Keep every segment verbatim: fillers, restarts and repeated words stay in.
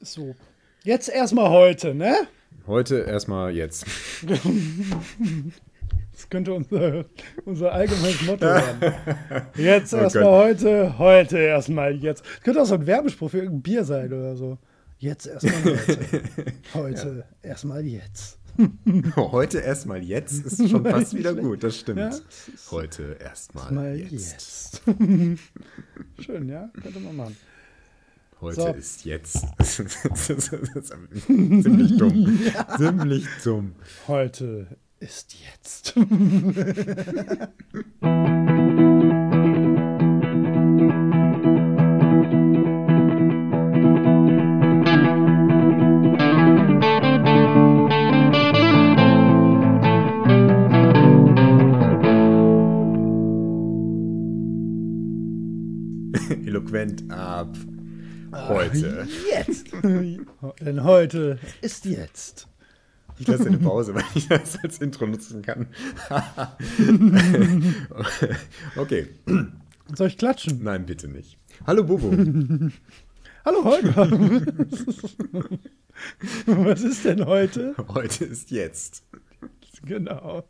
So. Jetzt erstmal heute, ne? Heute erstmal jetzt. Das könnte unser, unser allgemeines Motto werden. Jetzt Oh erstmal Gott. heute, heute erstmal jetzt. Das könnte auch so ein Werbespruch für irgendein Bier sein oder so. Jetzt erstmal heute. Heute erstmal jetzt. Heute erstmal jetzt ist schon fast wieder Schlecht. gut, das stimmt. Ja, das ist Heute erstmal mal jetzt. jetzt. Schön, ja? Könnte man machen. Heute So. ist jetzt. Das ist, das ist, das ist ziemlich dumm. Ziemlich dumm. Heute ist jetzt. Eloquent ab. Heute. Jetzt. Denn heute ist jetzt. Ich lasse eine Pause, weil ich das als Intro nutzen kann. Okay. Soll ich klatschen? Nein, bitte nicht. Hallo Bobo. Hallo Holger. Was ist denn heute? Heute ist jetzt. Genau.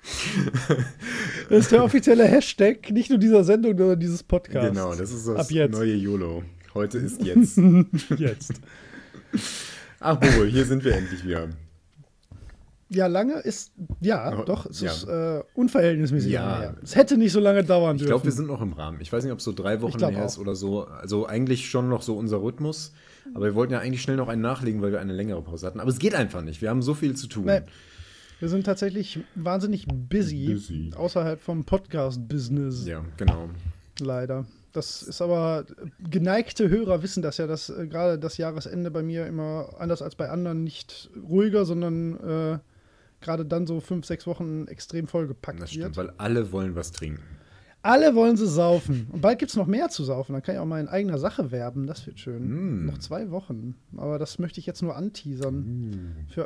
Das ist der offizielle Hashtag, nicht nur dieser Sendung, sondern dieses Podcasts. Genau, das ist das Ab jetzt. neue YOLO. Heute ist jetzt. Jetzt. Ach Bobo, hier sind wir endlich wieder. Ja, lange ist, ja, Oh, doch, es ja. ist äh, unverhältnismäßig Ja. lange her. Es hätte nicht so lange dauern Ich dürfen. glaube, wir sind noch im Rahmen. Ich weiß nicht, ob es so drei Wochen glaub her auch. ist oder so. Also eigentlich schon noch so unser Rhythmus. Aber wir wollten ja eigentlich schnell noch einen nachlegen, weil wir eine längere Pause hatten. Aber es geht einfach nicht. Wir haben so viel zu tun. Nee. Wir sind tatsächlich wahnsinnig busy, Busy. außerhalb vom Podcast-Business, Ja, genau. leider. Das ist aber, geneigte Hörer wissen das ja, dass äh, gerade das Jahresende bei mir immer, anders als bei anderen, nicht ruhiger, sondern äh, gerade dann so fünf, sechs Wochen extrem vollgepackt Das wird. stimmt, weil alle wollen was trinken. Alle wollen sie saufen. Und bald gibt es noch mehr zu saufen. Dann kann ich auch mal in eigener Sache werben. Das wird schön. Mm. Noch zwei Wochen. Aber das möchte ich jetzt nur anteasern. Mm. Für,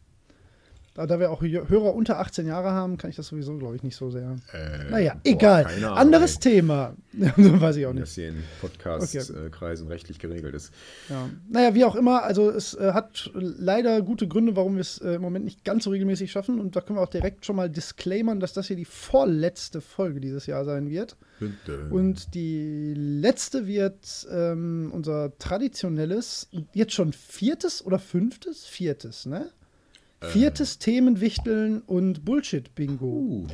da, da wir auch Hö- Hörer unter achtzehn Jahre haben, kann ich das sowieso, glaube ich, nicht so sehr. Äh, Naja, boah, egal. keine Ahnung, Anderes ey, Thema. Weiß ich auch wie nicht. das hier in Podcast-Kreisen rechtlich geregelt ist. Ja. Naja, wie auch immer, also es äh, hat leider gute Gründe, warum wir es äh, im Moment nicht ganz so regelmäßig schaffen. Und da können wir auch direkt schon mal disclaimern, dass das hier die vorletzte Folge dieses Jahr sein wird. Bitte. Und die letzte wird ähm, unser traditionelles, jetzt schon viertes oder fünftes? Viertes, ne? Viertes Themenwichteln und Bullshit-Bingo. Uh,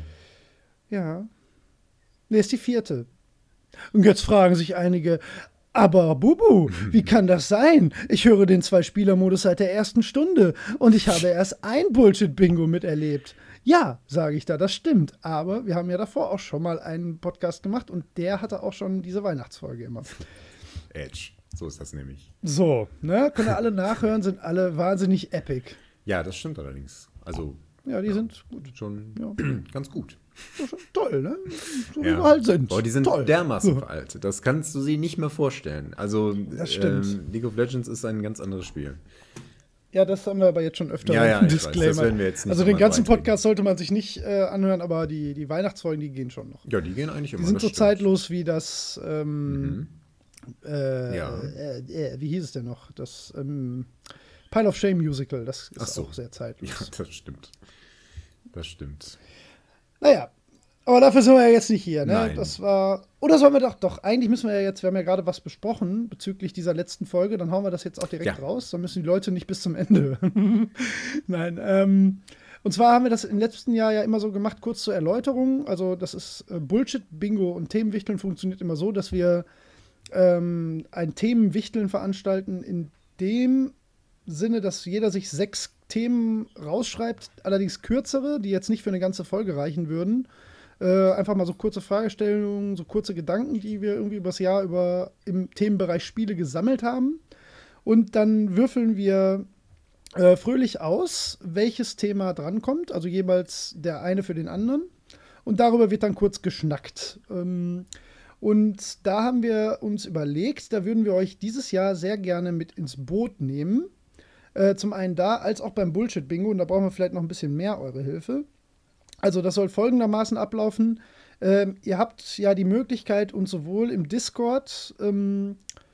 Ja. Ne, ist die vierte. Und jetzt fragen sich einige, aber Bubu, wie kann das sein? Ich höre den Zwei-Spieler-Modus seit der ersten Stunde und ich habe erst ein Bullshit-Bingo miterlebt. Ja, sage ich da, das stimmt. Aber wir haben ja davor auch schon mal einen Podcast gemacht und der hatte auch schon diese Weihnachtsfolge immer. Edge. So ist das nämlich. So, ne? Können alle nachhören, sind alle wahnsinnig epic. Ja, das stimmt allerdings. Also Ja, die sind gut. schon Ja. ganz gut. So schon toll, ne? So wie Ja. wir halt sind. Boah, die sind toll. dermaßen veraltet. Das kannst du sie nicht mehr vorstellen. Also Das stimmt. ähm, League of Legends ist ein ganz anderes Spiel. Ja, das haben wir aber jetzt schon öfter Ja, ja, im ich weiß, das Disclaimer. werden wir jetzt nicht also den nochmal ganzen beitreten. Podcast sollte man sich nicht äh, anhören, aber die, die Weihnachtsfolgen, die gehen schon noch. Ja, die gehen eigentlich immer. Die sind das so stimmt. zeitlos wie das, ähm, Mhm. äh, Ja. äh, äh, wie hieß es denn noch? Das ähm, Pile of Shame Musical, das ist Ach so. auch sehr zeitlos. Ja, das stimmt. Das stimmt. Naja, aber dafür sind wir ja jetzt nicht hier, ne? Nein. Das war, oder sollen wir doch, doch, eigentlich müssen wir ja jetzt, wir haben ja gerade was besprochen bezüglich dieser letzten Folge, dann hauen wir das jetzt auch direkt Ja. raus, dann müssen die Leute nicht bis zum Ende hören. Nein, ähm, und zwar haben wir das im letzten Jahr ja immer so gemacht, kurz zur Erläuterung, also das ist äh, Bullshit, Bingo und Themenwichteln funktioniert immer so, dass wir ähm, ein Themenwichteln veranstalten in dem Sinne, dass jeder sich sechs Themen rausschreibt, allerdings kürzere, die jetzt nicht für eine ganze Folge reichen würden. Äh, einfach mal so kurze Fragestellungen, so kurze Gedanken, die wir irgendwie übers Jahr über im Themenbereich Spiele gesammelt haben. Und dann würfeln wir äh, fröhlich aus, welches Thema drankommt, also jeweils der eine für den anderen. Und darüber wird dann kurz geschnackt. Ähm, und da haben wir uns überlegt, da würden wir euch dieses Jahr sehr gerne mit ins Boot nehmen. Äh, zum einen da, als auch beim Bullshit-Bingo. Und da brauchen wir vielleicht noch ein bisschen mehr eure Hilfe. Also das soll folgendermaßen ablaufen. Ähm, ihr habt ja die Möglichkeit, uns sowohl im Discord ähm,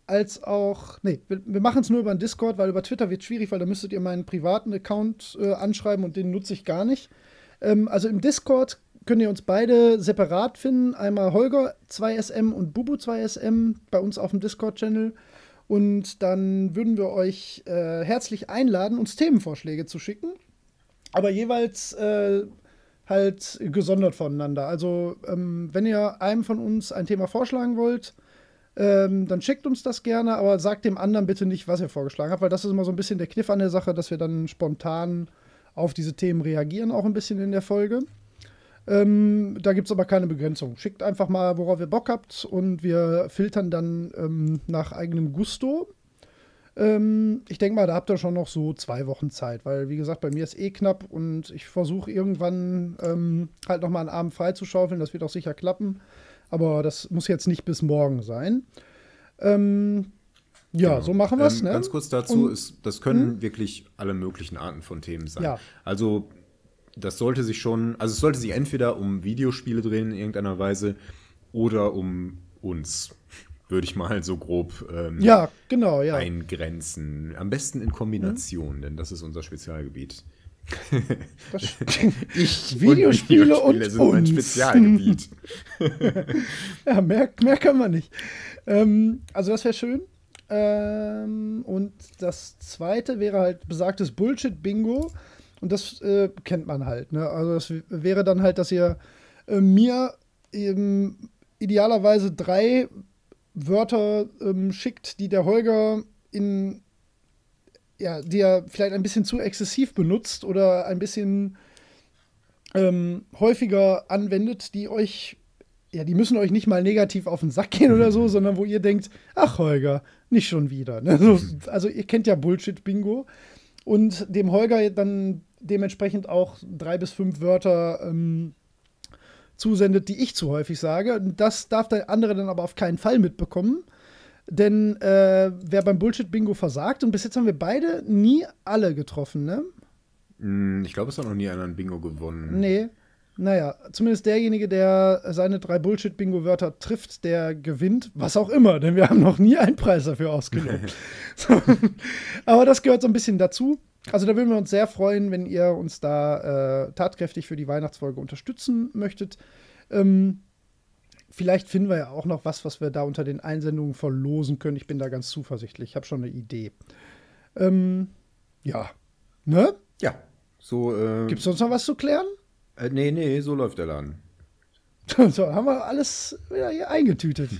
als auch, nee, wir, wir machen es nur über den Discord, weil über Twitter wird schwierig, weil da müsstet ihr meinen privaten Account äh, anschreiben und den nutze ich gar nicht. Ähm, also im Discord könnt ihr uns beide separat finden. Einmal Holger zwei S M und Bubu zwei S M bei uns auf dem Discord-Channel. Und dann würden wir euch äh, herzlich einladen, uns Themenvorschläge zu schicken. Aber jeweils äh, halt gesondert voneinander. Also ähm, wenn ihr einem von uns ein Thema vorschlagen wollt, ähm, dann schickt uns das gerne, aber sagt dem anderen bitte nicht, was ihr vorgeschlagen habt, weil das ist immer so ein bisschen der Kniff an der Sache, dass wir dann spontan auf diese Themen reagieren, auch ein bisschen in der Folge. Ähm, da gibt es aber keine Begrenzung. Schickt einfach mal, worauf ihr Bock habt, und wir filtern dann ähm, nach eigenem Gusto. Ähm, ich denke mal, da habt ihr schon noch so zwei Wochen Zeit, weil, wie gesagt, bei mir ist eh knapp und ich versuche irgendwann ähm, halt noch mal einen Abend freizuschaufeln. Das wird auch sicher klappen, aber das muss jetzt nicht bis morgen sein. Ähm, ja, genau. So machen wir es. Ähm, ne? Ganz kurz dazu, und, ist, das können mh? wirklich alle möglichen Arten von Themen sein. Ja. Also das sollte sich schon, also es sollte sich entweder um Videospiele drehen in irgendeiner Weise oder um uns, würde ich mal so grob ähm, ja, genau, ja. eingrenzen. Am besten in Kombination, mhm. denn das ist unser Spezialgebiet. Das ich Videospiele und, Videospiele und sind mein Spezialgebiet. Ja, mehr, mehr kann man nicht. Ähm, also das wäre schön. Ähm, und das zweite wäre halt besagtes Bullshit-Bingo. Und das äh, kennt man halt. Ne? Also das wäre dann halt, dass ihr äh, mir eben idealerweise drei Wörter ähm, schickt, die der Holger in, ja, die er vielleicht ein bisschen zu exzessiv benutzt oder ein bisschen ähm, häufiger anwendet, die euch, ja, die müssen euch nicht mal negativ auf den Sack gehen oder so, sondern wo ihr denkt, ach Holger, nicht schon wieder. Ne? So, also ihr kennt ja Bullshit-Bingo. Und dem Holger dann dementsprechend auch drei bis fünf Wörter ähm, zusendet, die ich zu häufig sage. Und das darf der andere dann aber auf keinen Fall mitbekommen. Denn äh, wer beim Bullshit-Bingo versagt, und bis jetzt haben wir beide nie alle getroffen, ne? Ich glaube, es hat noch nie einer ein Bingo gewonnen. Nee. Naja, zumindest derjenige, der seine drei Bullshit-Bingo-Wörter trifft, der gewinnt, was auch immer, denn wir haben noch nie einen Preis dafür ausgelobt. So. Aber das gehört so ein bisschen dazu. Also da würden wir uns sehr freuen, wenn ihr uns da äh, tatkräftig für die Weihnachtsfolge unterstützen möchtet. Ähm, vielleicht finden wir ja auch noch was, was wir da unter den Einsendungen verlosen können. Ich bin da ganz zuversichtlich. Ich habe schon eine Idee. Ähm, ja. Ne? Ja. So, äh, Gibt es sonst noch was zu klären? Äh, nee, nee, so läuft der Laden. So, haben wir alles wieder hier eingetütet.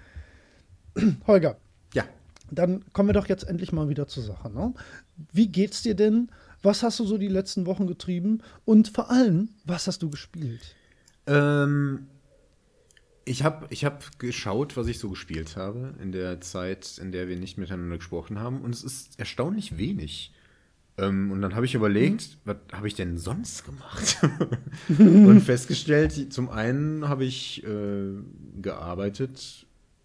Mhm. Holger. Ja. Dann kommen wir doch jetzt endlich mal wieder zur Sache. Ne? Wie geht's dir denn? Was hast du so die letzten Wochen getrieben? Und vor allem, was hast du gespielt? Ähm, ich habe ich hab geschaut, was ich so gespielt habe in der Zeit, in der wir nicht miteinander gesprochen haben. Und es ist erstaunlich wenig. Ähm, und dann habe ich überlegt, mhm. was habe ich denn sonst gemacht? Und festgestellt, zum einen habe ich äh, gearbeitet,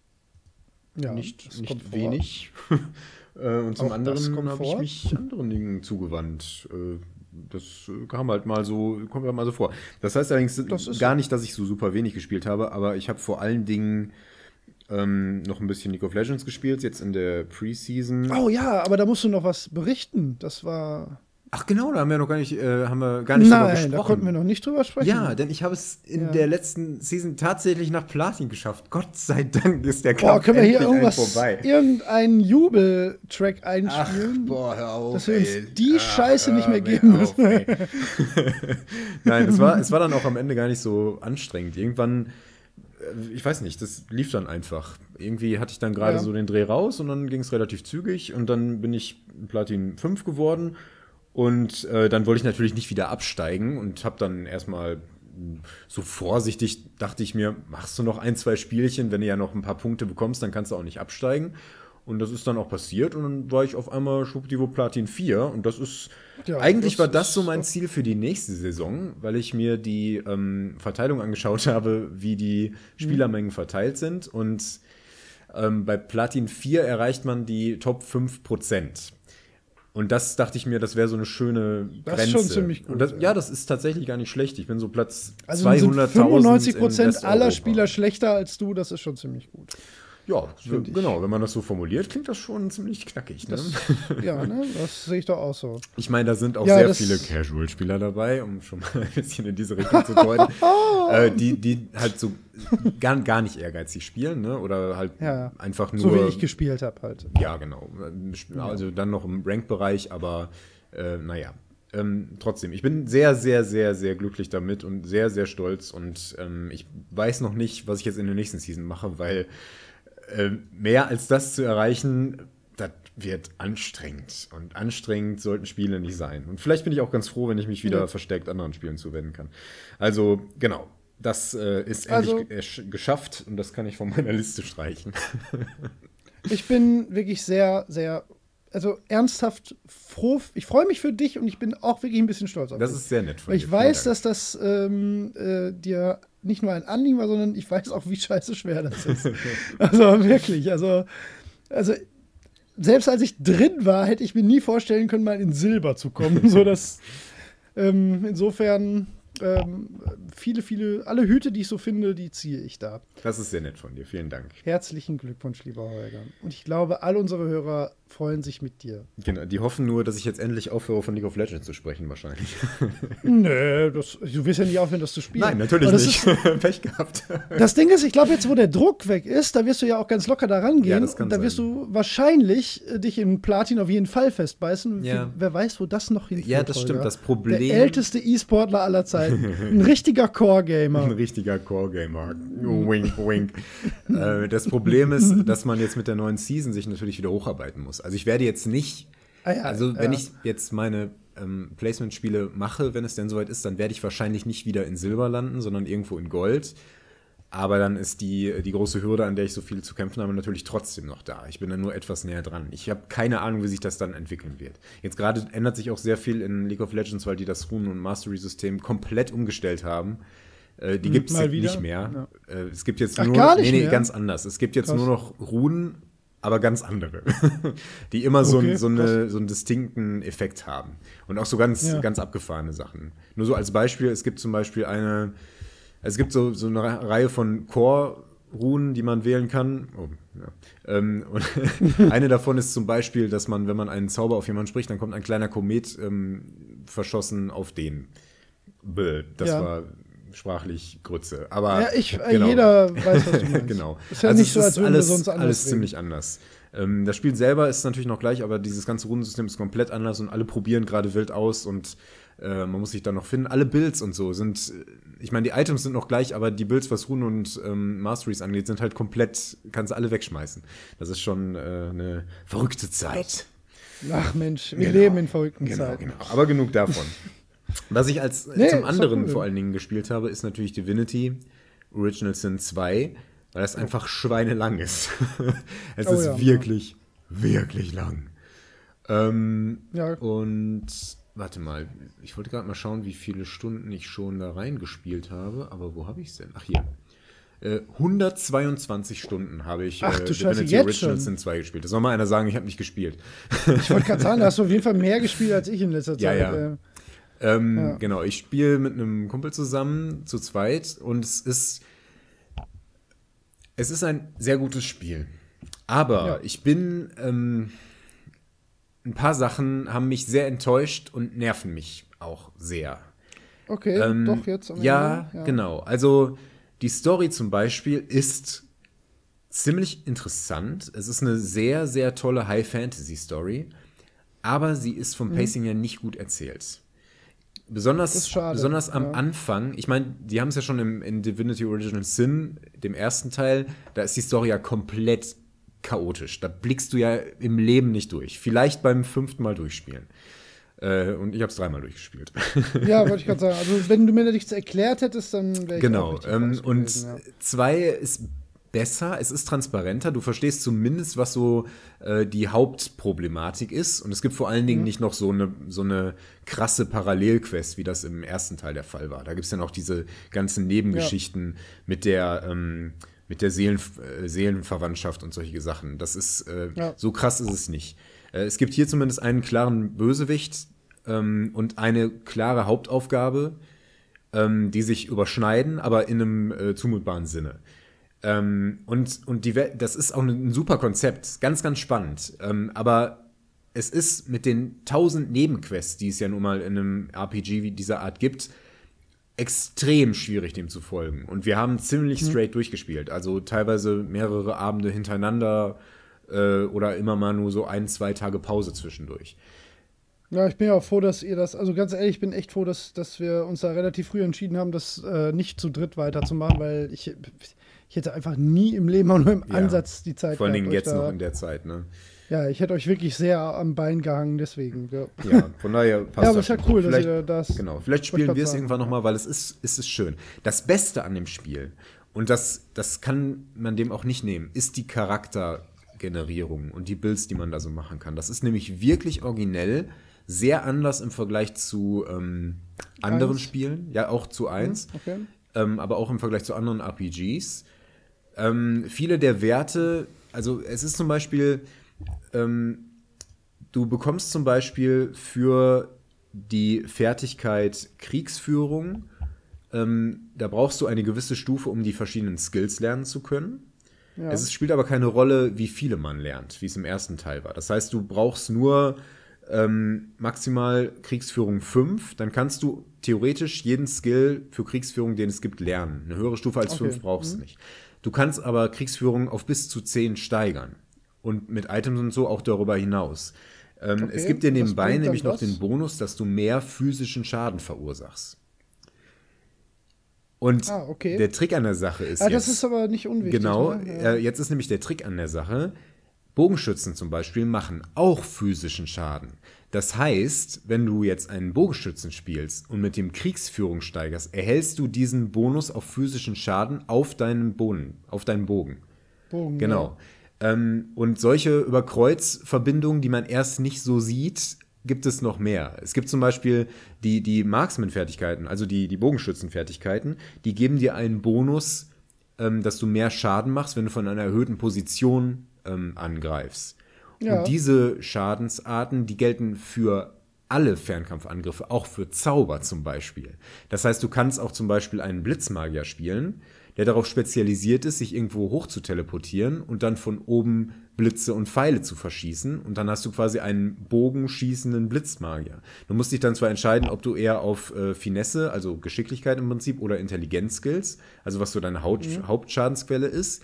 ja, nicht, nicht wenig. äh, und zum Auch anderen habe ich mich anderen Dingen zugewandt. Äh, das kam halt mal so, kommt halt mal so vor. Das heißt allerdings das gar so. nicht, dass ich so super wenig gespielt habe, aber ich habe vor allen Dingen ähm, noch ein bisschen League of Legends gespielt, jetzt in der Preseason. Oh ja, aber da musst du noch was berichten. Das war... Ach genau, da haben wir noch gar nicht, äh, haben wir gar nicht Nein, drüber gesprochen. da konnten wir noch nicht drüber sprechen. Ja, denn ich habe es in ja. der letzten Season tatsächlich nach Platin geschafft. Gott sei Dank ist der Boah, Kampf können wir hier endlich irgendwas, vorbei. irgendeinen Jubeltrack einspielen? Ach, boah, hör auf, dass wir uns ey. die Ach, Scheiße nicht mehr ey, geben auf, müssen. Nein, es war, es war dann auch am Ende gar nicht so anstrengend. Irgendwann, ich weiß nicht, das lief dann einfach. Irgendwie hatte ich dann gerade ja. so den Dreh raus und dann ging es relativ zügig und dann bin ich Platin fünf geworden. Und äh, dann wollte ich natürlich nicht wieder absteigen und habe dann erstmal so vorsichtig, dachte ich mir, machst du noch ein, zwei Spielchen, wenn du ja noch ein paar Punkte bekommst, dann kannst du auch nicht absteigen. Und das ist dann auch passiert und dann war ich auf einmal schwuppdiwupp Platin vier und das ist, ja, eigentlich das war das so mein Ziel für die nächste Saison, weil ich mir die ähm, Verteilung angeschaut habe, wie die Spielermengen verteilt sind und ähm, bei Platin vier erreicht man die Top fünf Prozent. Und das dachte ich mir, das wäre so eine schöne Grenze. Das ist schon ziemlich gut. Und das, ja, das ist tatsächlich gar nicht schlecht. Ich bin so Platz also zweihunderttausend. fünfundneunzig Prozent aller Spieler schlechter als du, das ist schon ziemlich gut. Ja, so, genau, wenn man das so formuliert, klingt das schon ziemlich knackig. Ne? Das, ja, ne, das sehe ich doch auch so. Ich meine, da sind auch ja, sehr viele Casual-Spieler dabei, um schon mal ein bisschen in diese Richtung zu deuten, äh, die, die halt so gar, gar nicht ehrgeizig spielen, ne? Oder halt ja, einfach nur. So wie ich gespielt habe halt. Ja, genau. Also dann noch im Rank-Bereich, aber äh, naja. Ähm, trotzdem, ich bin sehr, sehr, sehr, sehr glücklich damit und sehr, sehr stolz und ähm, ich weiß noch nicht, was ich jetzt in der nächsten Season mache, weil äh, mehr als das zu erreichen, das wird anstrengend und anstrengend sollten Spiele nicht sein. Und vielleicht bin ich auch ganz froh, wenn ich mich wieder ja. verstärkt anderen Spielen zuwenden kann. Also, genau, das äh, ist also, endlich äh, geschafft und das kann ich von meiner Liste streichen. Ich bin wirklich sehr, sehr Also ernsthaft froh, ich freue mich für dich und ich bin auch wirklich ein bisschen stolz auf das dich. Das ist sehr nett von dir. Ich weiß, dass das ähm, äh, dir nicht nur ein Anliegen war, sondern ich weiß auch, wie scheiße schwer das ist. Also wirklich, also, also selbst als ich drin war, hätte ich mir nie vorstellen können, mal in Silber zu kommen. So dass ähm, insofern ähm, viele, viele, alle Hüte, die ich so finde, die ziehe ich da. Das ist sehr nett von dir, vielen Dank. Herzlichen Glückwunsch, lieber Holger. Und ich glaube, all unsere Hörer freuen sich mit dir. Genau, die hoffen nur, dass ich jetzt endlich aufhöre, von League of Legends zu sprechen, wahrscheinlich. Nö, das, du wirst ja nicht aufhören, das zu spielen. Nein, natürlich nicht. Ist, Pech gehabt. Das Ding ist, ich glaube, jetzt, wo der Druck weg ist, da wirst du ja auch ganz locker da rangehen. Ja, das kann und da wirst sein. Du wahrscheinlich äh, dich in Platin auf jeden Fall festbeißen. Ja. Wer weiß, wo das noch hinführt. Ja, das Holger. Stimmt. Das Problem. Der älteste E-Sportler aller Zeiten. Ein richtiger Core-Gamer. Ein richtiger Core-Gamer. Wink, wink. äh, das Problem ist, dass man jetzt mit der neuen Season sich natürlich wieder hocharbeiten muss. Also ich werde jetzt nicht, ah ja, also wenn ja. ich jetzt meine ähm, Placement-Spiele mache, wenn es denn soweit ist, dann werde ich wahrscheinlich nicht wieder in Silber landen, sondern irgendwo in Gold. Aber dann ist die, die große Hürde, an der ich so viel zu kämpfen habe, natürlich trotzdem noch da. Ich bin dann nur etwas näher dran. Ich habe keine Ahnung, wie sich das dann entwickeln wird. Jetzt gerade ändert sich auch sehr viel in League of Legends, weil die das Runen- und Mastery-System komplett umgestellt haben. Äh, die gibt es nicht mehr. Ja. Äh, es gibt jetzt Ach, nur gar nicht nee, nee, mehr? ganz anders. Es gibt jetzt Krass. Nur noch Runen, aber ganz andere. Die immer okay, so, ein, so, eine, so einen distinkten Effekt haben. Und auch so ganz, ja. ganz abgefahrene Sachen. Nur so als Beispiel, es gibt zum Beispiel eine Es gibt so, so eine Reihe von Core-Runen, die man wählen kann. Oh, ja. ähm, und eine davon ist zum Beispiel, dass man, wenn man einen Zauber auf jemanden spricht, dann kommt ein kleiner Komet ähm, verschossen auf den. Bäh, das ja. war sprachlich Grütze. Aber ja, ich, genau. jeder weiß, was du meinst. Genau. Ist ja also nicht so, als würden alles, wir sonst anders alles reden. ziemlich anders. Ähm, das Spiel selber ist natürlich noch gleich, aber dieses ganze Runensystem ist komplett anders und alle probieren gerade wild aus und äh, man muss sich da noch finden. Alle Builds und so sind, ich meine, die Items sind noch gleich, aber die Builds, was Runen und ähm, Masteries angeht, sind halt komplett, kannst du alle wegschmeißen. Das ist schon äh, eine verrückte Zeit. Ach Mensch, wir genau. leben in verrückten genau, Zeiten. Genau. Aber genug davon. Was ich als nee, zum anderen cool. vor allen Dingen gespielt habe, ist natürlich Divinity Original Sin zwei, weil das einfach schweinelang ist. Es oh, ist ja, wirklich, ja. wirklich lang. Ähm, ja. Und warte mal, ich wollte gerade mal schauen, wie viele Stunden ich schon da reingespielt habe, aber wo habe ich es denn? Ach, hier. Äh, hundertzweiundzwanzig Stunden habe ich Ach, äh, du Scheiße, Divinity jetzt Original schon? Sin zwei gespielt. Das soll mal einer sagen, ich habe nicht gespielt. Ich wollte gerade sagen, da hast du auf jeden Fall mehr gespielt als ich in letzter ja, Zeit. Ja. Äh, Ähm, ja. Genau, ich spiele mit einem Kumpel zusammen, zu zweit, und es ist es ist ein sehr gutes Spiel. Aber ja. ich bin ähm, ein paar Sachen haben mich sehr enttäuscht und nerven mich auch sehr. Okay, ähm, doch jetzt am ja, Ende. Ja, genau. Also die Story zum Beispiel ist ziemlich interessant. Es ist eine sehr, sehr tolle High-Fantasy-Story, aber sie ist vom Pacing her nicht gut erzählt. Besonders, besonders am ja. Anfang, ich meine, die haben es ja schon im, in Divinity Original Sin, dem ersten Teil, da ist die Story ja komplett chaotisch. Da blickst du ja im Leben nicht durch. Vielleicht beim fünften Mal durchspielen. Äh, und ich habe es dreimal durchgespielt. Ja, wollte ich gerade sagen. Also wenn du mir da nichts erklärt hättest, dann wäre ich genau. auch richtig ähm, Und gewesen, ja. zwei ist besser, es ist transparenter, du verstehst zumindest, was so äh, die Hauptproblematik ist, und es gibt vor allen Dingen mhm. nicht noch so eine, so eine krasse Parallelquest, wie das im ersten Teil der Fall war. Da gibt es dann auch diese ganzen Nebengeschichten ja. mit der ähm, mit der Seelen, äh, Seelenverwandtschaft und solche Sachen. Das ist, äh, ja. so krass ist es nicht. Äh, es gibt hier zumindest einen klaren Bösewicht ähm, und eine klare Hauptaufgabe, ähm, die sich überschneiden, aber in einem äh, zumutbaren Sinne. Ähm, und und die Welt, das ist auch ein super Konzept, ganz, ganz spannend. Ähm, aber es ist mit den tausend Nebenquests, die es ja nun mal in einem R P G wie dieser Art gibt, extrem schwierig, dem zu folgen. Und wir haben ziemlich straight mhm. durchgespielt. Also teilweise mehrere Abende hintereinander äh, oder immer mal nur so ein, zwei Tage Pause zwischendurch. Ja, ich bin ja auch froh, dass ihr das, also ganz ehrlich, ich bin echt froh, dass, dass wir uns da relativ früh entschieden haben, das äh, nicht zu dritt weiterzumachen, weil ich, ich hätte einfach nie im Leben auch nur im ja, Ansatz die Zeit vor allen Dingen jetzt da, noch in der Zeit, ne? Ja, ich hätte euch wirklich sehr am Bein gehangen, deswegen. Ja, ja von daher passt das. Ja, aber ist ja cool, dass ihr das. Genau, vielleicht spielen wir es irgendwann nochmal, weil es ist, ist es schön. Das Beste an dem Spiel, und das, das kann man dem auch nicht nehmen, ist die Charaktergenerierung und die Builds, die man da so machen kann. Das ist nämlich wirklich originell, sehr anders im Vergleich zu ähm, anderen eins. Spielen, ja, auch zu eins, hm, okay. ähm, aber auch im Vergleich zu anderen R P Gs. Ähm, viele der Werte, also es ist zum Beispiel. Ähm, du bekommst zum Beispiel für die Fertigkeit Kriegsführung, ähm, da brauchst du eine gewisse Stufe, um die verschiedenen Skills lernen zu können. Ja. Es spielt aber keine Rolle, wie viele man lernt, wie es im ersten Teil war. Das heißt, du brauchst nur ähm, maximal Kriegsführung fünf, dann kannst du theoretisch jeden Skill für Kriegsführung, den es gibt, lernen. Eine höhere Stufe als fünf okay. brauchst du mhm. nicht. Du kannst aber Kriegsführung auf bis zu zehn steigern. Und mit Items und so auch darüber hinaus. Ähm, okay, es gibt dir nebenbei nämlich noch den Bonus, dass du mehr physischen Schaden verursachst. Und ah, okay. der Trick an der Sache ist ah, das jetzt, ist aber nicht unwichtig. Genau, ne? ja. äh, jetzt ist nämlich der Trick an der Sache, Bogenschützen zum Beispiel machen auch physischen Schaden. Das heißt, wenn du jetzt einen Bogenschützen spielst und mit dem Kriegsführung steigerst, erhältst du diesen Bonus auf physischen Schaden auf deinen Bogen. Auf deinen Bogen. Bogen genau. Ja. Ähm, und solche Überkreuzverbindungen, die man erst nicht so sieht, gibt es noch mehr. Es gibt zum Beispiel die, die Marksman-Fertigkeiten, also die, die Bogenschützen-Fertigkeiten, die geben dir einen Bonus, ähm, dass du mehr Schaden machst, wenn du von einer erhöhten Position ähm, angreifst. Ja. Und diese Schadensarten, die gelten für alle Fernkampfangriffe, auch für Zauber zum Beispiel. Das heißt, du kannst auch zum Beispiel einen Blitzmagier spielen, der darauf spezialisiert ist, sich irgendwo hoch zu teleportieren und dann von oben Blitze und Pfeile zu verschießen. Und dann hast du quasi einen bogenschießenden Blitzmagier. Du musst dich dann zwar entscheiden, ob du eher auf äh, Finesse, also Geschicklichkeit im Prinzip, oder Intelligenzskills, also was so deine Haut- mhm. Hauptschadensquelle ist.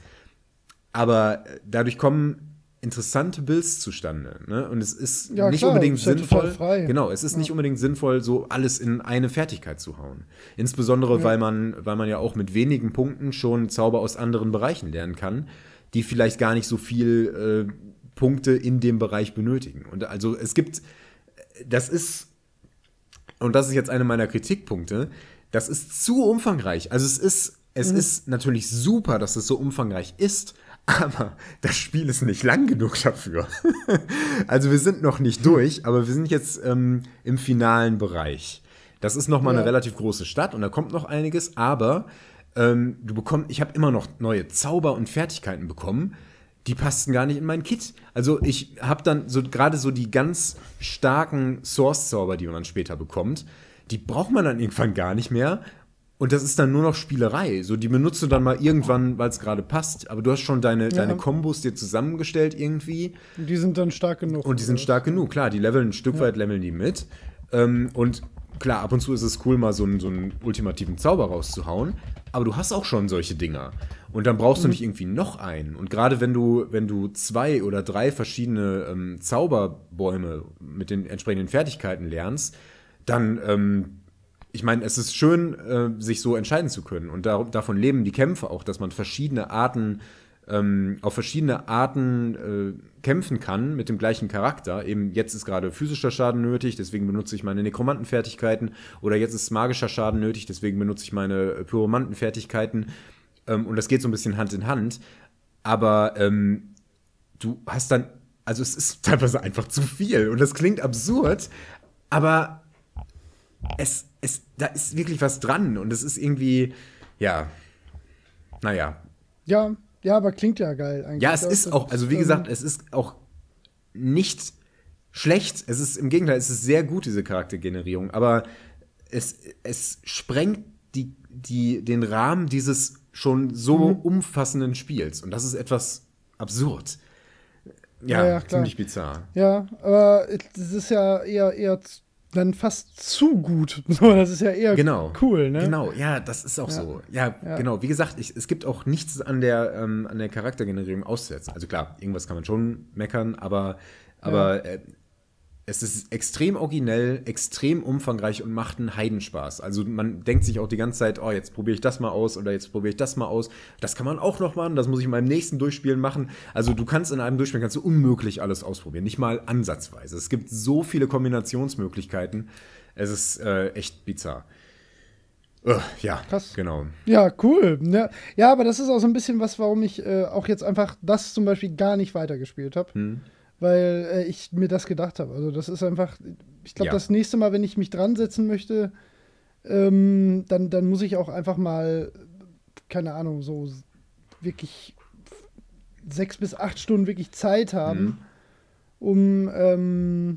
Aber dadurch kommen interessante Builds zustande, ne? Und es ist ja, nicht klar, unbedingt ist sinnvoll. Frei. Genau, es ist ja. nicht unbedingt sinnvoll, so alles in eine Fertigkeit zu hauen. Insbesondere, ja. weil man, weil man ja auch mit wenigen Punkten schon Zauber aus anderen Bereichen lernen kann, die vielleicht gar nicht so viel äh, Punkte in dem Bereich benötigen. Und also es gibt, das ist, und das ist jetzt einer meiner Kritikpunkte, das ist zu umfangreich. Also es ist, es mhm. ist natürlich super, dass es so umfangreich ist. Aber das Spiel ist nicht lang genug dafür. Also wir sind noch nicht durch, aber wir sind jetzt ähm, im finalen Bereich. Das ist nochmal ja. eine relativ große Stadt und da kommt noch einiges, aber ähm, du bekommst, ich habe immer noch neue Zauber und Fertigkeiten bekommen, die passten gar nicht in mein Kit. Also ich habe dann so gerade so die ganz starken Source-Zauber, die man später bekommt, die braucht man dann irgendwann gar nicht mehr. Und das ist dann nur noch Spielerei. So, die benutzt du dann mal irgendwann, weil es gerade passt. Aber du hast schon deine, ja. deine Kombos dir zusammengestellt irgendwie. Und die sind dann stark genug. Und die sind stark genug, klar. Die leveln ein Stück ja. weit, leveln die mit. Ähm, und klar, ab und zu ist es cool, mal so einen, so einen ultimativen Zauber rauszuhauen. Aber du hast auch schon solche Dinger. Und dann brauchst mhm. du nicht irgendwie noch einen. Und gerade wenn du, wenn du zwei oder drei verschiedene ähm, Zauberbäume mit den entsprechenden Fertigkeiten lernst, dann ähm, ich meine, es ist schön, äh, sich so entscheiden zu können. Und da, davon leben die Kämpfe auch, dass man verschiedene Arten, ähm, auf verschiedene Arten äh, kämpfen kann mit dem gleichen Charakter. Eben jetzt ist gerade physischer Schaden nötig, deswegen benutze ich meine Nekromantenfertigkeiten. Oder jetzt ist magischer Schaden nötig, deswegen benutze ich meine Pyromantenfertigkeiten. Ähm, und das geht so ein bisschen Hand in Hand. Aber ähm, du hast dann, also es ist teilweise einfach zu viel. Und das klingt absurd, aber Es, es, da ist wirklich was dran und es ist irgendwie, ja, naja. Ja, ja, aber klingt ja geil eigentlich. Ja, es ist auch, also wie gesagt, es ist auch nicht schlecht. Es ist, im Gegenteil, es ist sehr gut, diese Charaktergenerierung, aber es, es sprengt die, die, den Rahmen dieses schon so Mhm. umfassenden Spiels. Und das ist etwas absurd. Ja, Ja, ja, klar. ziemlich bizarr. Ja, aber das ist ja eher, eher z- dann fast zu gut. So, das ist ja eher Genau. cool, ne? Genau, ja, das ist auch Ja. so. Ja, Ja. genau. Wie gesagt, ich, es gibt auch nichts an der, ähm, an der Charaktergenerierung auszusetzen. Also klar, irgendwas kann man schon meckern, aber, aber äh, es ist extrem originell, extrem umfangreich und macht einen Heidenspaß. Also man denkt sich auch die ganze Zeit, oh, jetzt probiere ich das mal aus oder jetzt probiere ich das mal aus. Das kann man auch noch machen, das muss ich in meinem nächsten Durchspielen machen. Also du kannst in einem Durchspielen kannst du unmöglich alles ausprobieren, nicht mal ansatzweise. Es gibt so viele Kombinationsmöglichkeiten. Es ist äh, echt bizarr. Uh, ja, Krass. genau. Ja, cool. Ja, ja, aber das ist auch so ein bisschen was, warum ich äh, auch jetzt einfach das zum Beispiel gar nicht weitergespielt habe. Hm. Weil äh, ich mir das gedacht habe. Also das ist einfach, ich glaube, Ja. das nächste Mal, wenn ich mich dran setzen möchte, ähm, dann, dann muss ich auch einfach mal, keine Ahnung, so s- wirklich sechs bis acht Stunden wirklich Zeit haben, Mhm. um, ähm,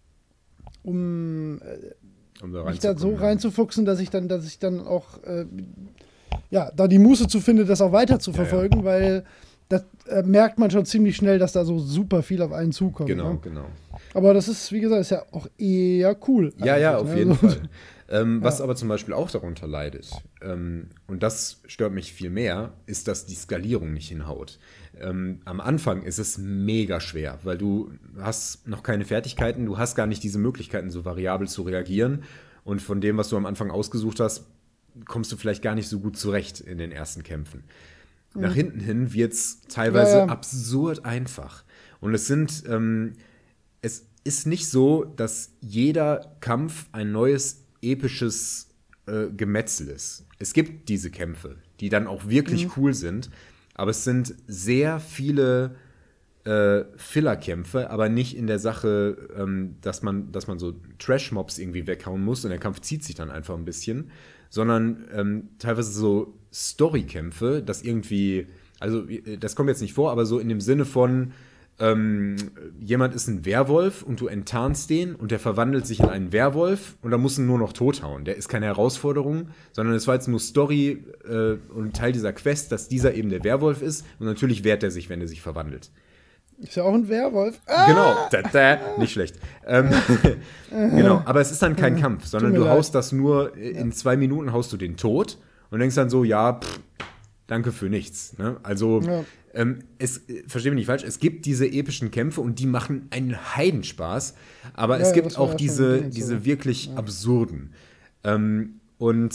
um äh, Um da mich da so reinzukommen, ja. reinzufuchsen, dass ich dann, dass ich dann auch äh, ja, da die Muße zu finde, das auch weiter zu Ja, ja. verfolgen, weil das äh, merkt man schon ziemlich schnell, dass da so super viel auf einen zukommt. Genau, Ne? genau. Aber das ist, wie gesagt, ist ja auch eher cool. Ja, ja, eigentlich, auf ne? jeden So- Fall. Ähm, was Ja. aber zum Beispiel auch darunter leidet, ähm, und das stört mich viel mehr, ist, dass die Skalierung nicht hinhaut. Ähm, am Anfang ist es mega schwer, weil du hast noch keine Fertigkeiten, du hast gar nicht diese Möglichkeiten, so variabel zu reagieren. Und von dem, was du am Anfang ausgesucht hast, kommst du vielleicht gar nicht so gut zurecht in den ersten Kämpfen. Nach hinten hin wird es teilweise Ja, ja. absurd einfach. Und es sind, ähm, es ist nicht so, dass jeder Kampf ein neues episches äh, Gemetzel ist. Es gibt diese Kämpfe, die dann auch wirklich cool sind, aber es sind sehr viele äh, Filler-Kämpfe, aber nicht in der Sache, ähm, dass man, dass man so Trash-Mobs irgendwie weghauen muss und der Kampf zieht sich dann einfach ein bisschen, sondern ähm, teilweise so Story-Kämpfe, dass irgendwie, also äh, das kommt jetzt nicht vor, aber so in dem Sinne von ähm, jemand ist ein Werwolf und du enttarnst den und der verwandelt sich in einen Werwolf und dann musst du ihn nur noch tothauen. Der ist keine Herausforderung, sondern es war jetzt nur Story äh, und Teil dieser Quest, dass dieser eben der Werwolf ist und natürlich wehrt er sich, wenn er sich verwandelt. Ist ja auch ein Werwolf. Ah! Genau, da, da, nicht schlecht. Ähm, genau, aber es ist dann kein Kampf, sondern mir du leid. haust das nur, in zwei Minuten haust du den tot und denkst dann so, ja, pff, danke für nichts. Ne? Also, Ja. ähm, es, äh, versteh mich nicht falsch, es gibt diese epischen Kämpfe und die machen einen Heidenspaß, aber Ja, es ja, gibt das war auch ja schon diese, erwähnt, so. diese wirklich absurden. Ähm, und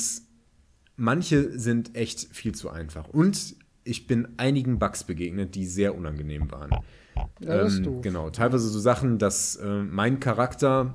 manche sind echt viel zu einfach. Und ich bin einigen Bugs begegnet, die sehr unangenehm waren. Ja, das ist Ähm, doof. Genau, teilweise so Sachen, dass äh, mein Charakter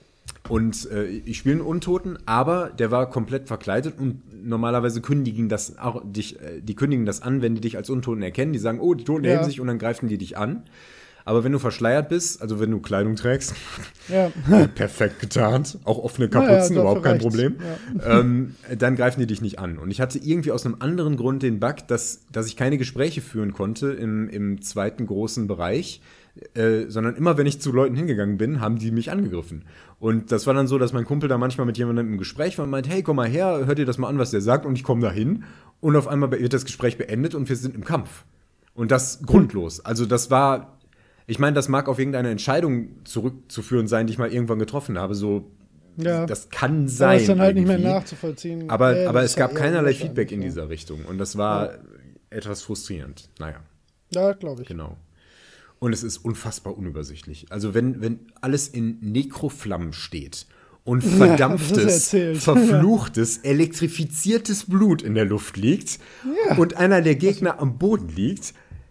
und äh, ich spiele einen Untoten, aber der war komplett verkleidet und normalerweise kündigen das auch dich, äh, die kündigen das an, wenn die dich als Untoten erkennen. Die sagen, oh, die Toten Ja. erheben sich und dann greifen die dich an. Aber wenn du verschleiert bist, also wenn du Kleidung trägst, Ja. perfekt getarnt, auch offene Naja, Kapuzen, dafür überhaupt kein reicht's. Problem, Ja. ähm, dann greifen die dich nicht an. Und ich hatte irgendwie aus einem anderen Grund den Bug, dass, dass ich keine Gespräche führen konnte im, im zweiten großen Bereich, äh, sondern immer, wenn ich zu Leuten hingegangen bin, haben die mich angegriffen. Und das war dann so, dass mein Kumpel da manchmal mit jemandem im Gespräch war und meint, hey, komm mal her, hört dir das mal an, was der sagt, und ich komme da hin. Und auf einmal wird das Gespräch beendet und wir sind im Kampf. Und das grundlos. Also das war, ich meine, das mag auf irgendeine Entscheidung zurückzuführen sein, die ich mal irgendwann getroffen habe. So, Ja. das kann Aber sein. ist dann halt nicht mehr irgendwie. nachzuvollziehen. Aber, Äh, aber das es ist ja gab eher keinerlei unwahrscheinlich, Feedback in ja. dieser Richtung. Und das war etwas frustrierend. Naja, Ja, glaube ich. genau. Und es ist unfassbar unübersichtlich. Also wenn, wenn alles in Nekroflammen steht und das hast verdampftes, du erzählt. verfluchtes, elektrifiziertes Blut in der Luft liegt Ja. und einer der Gegner am Boden liegt,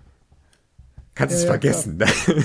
kannst Ja, es ja, vergessen.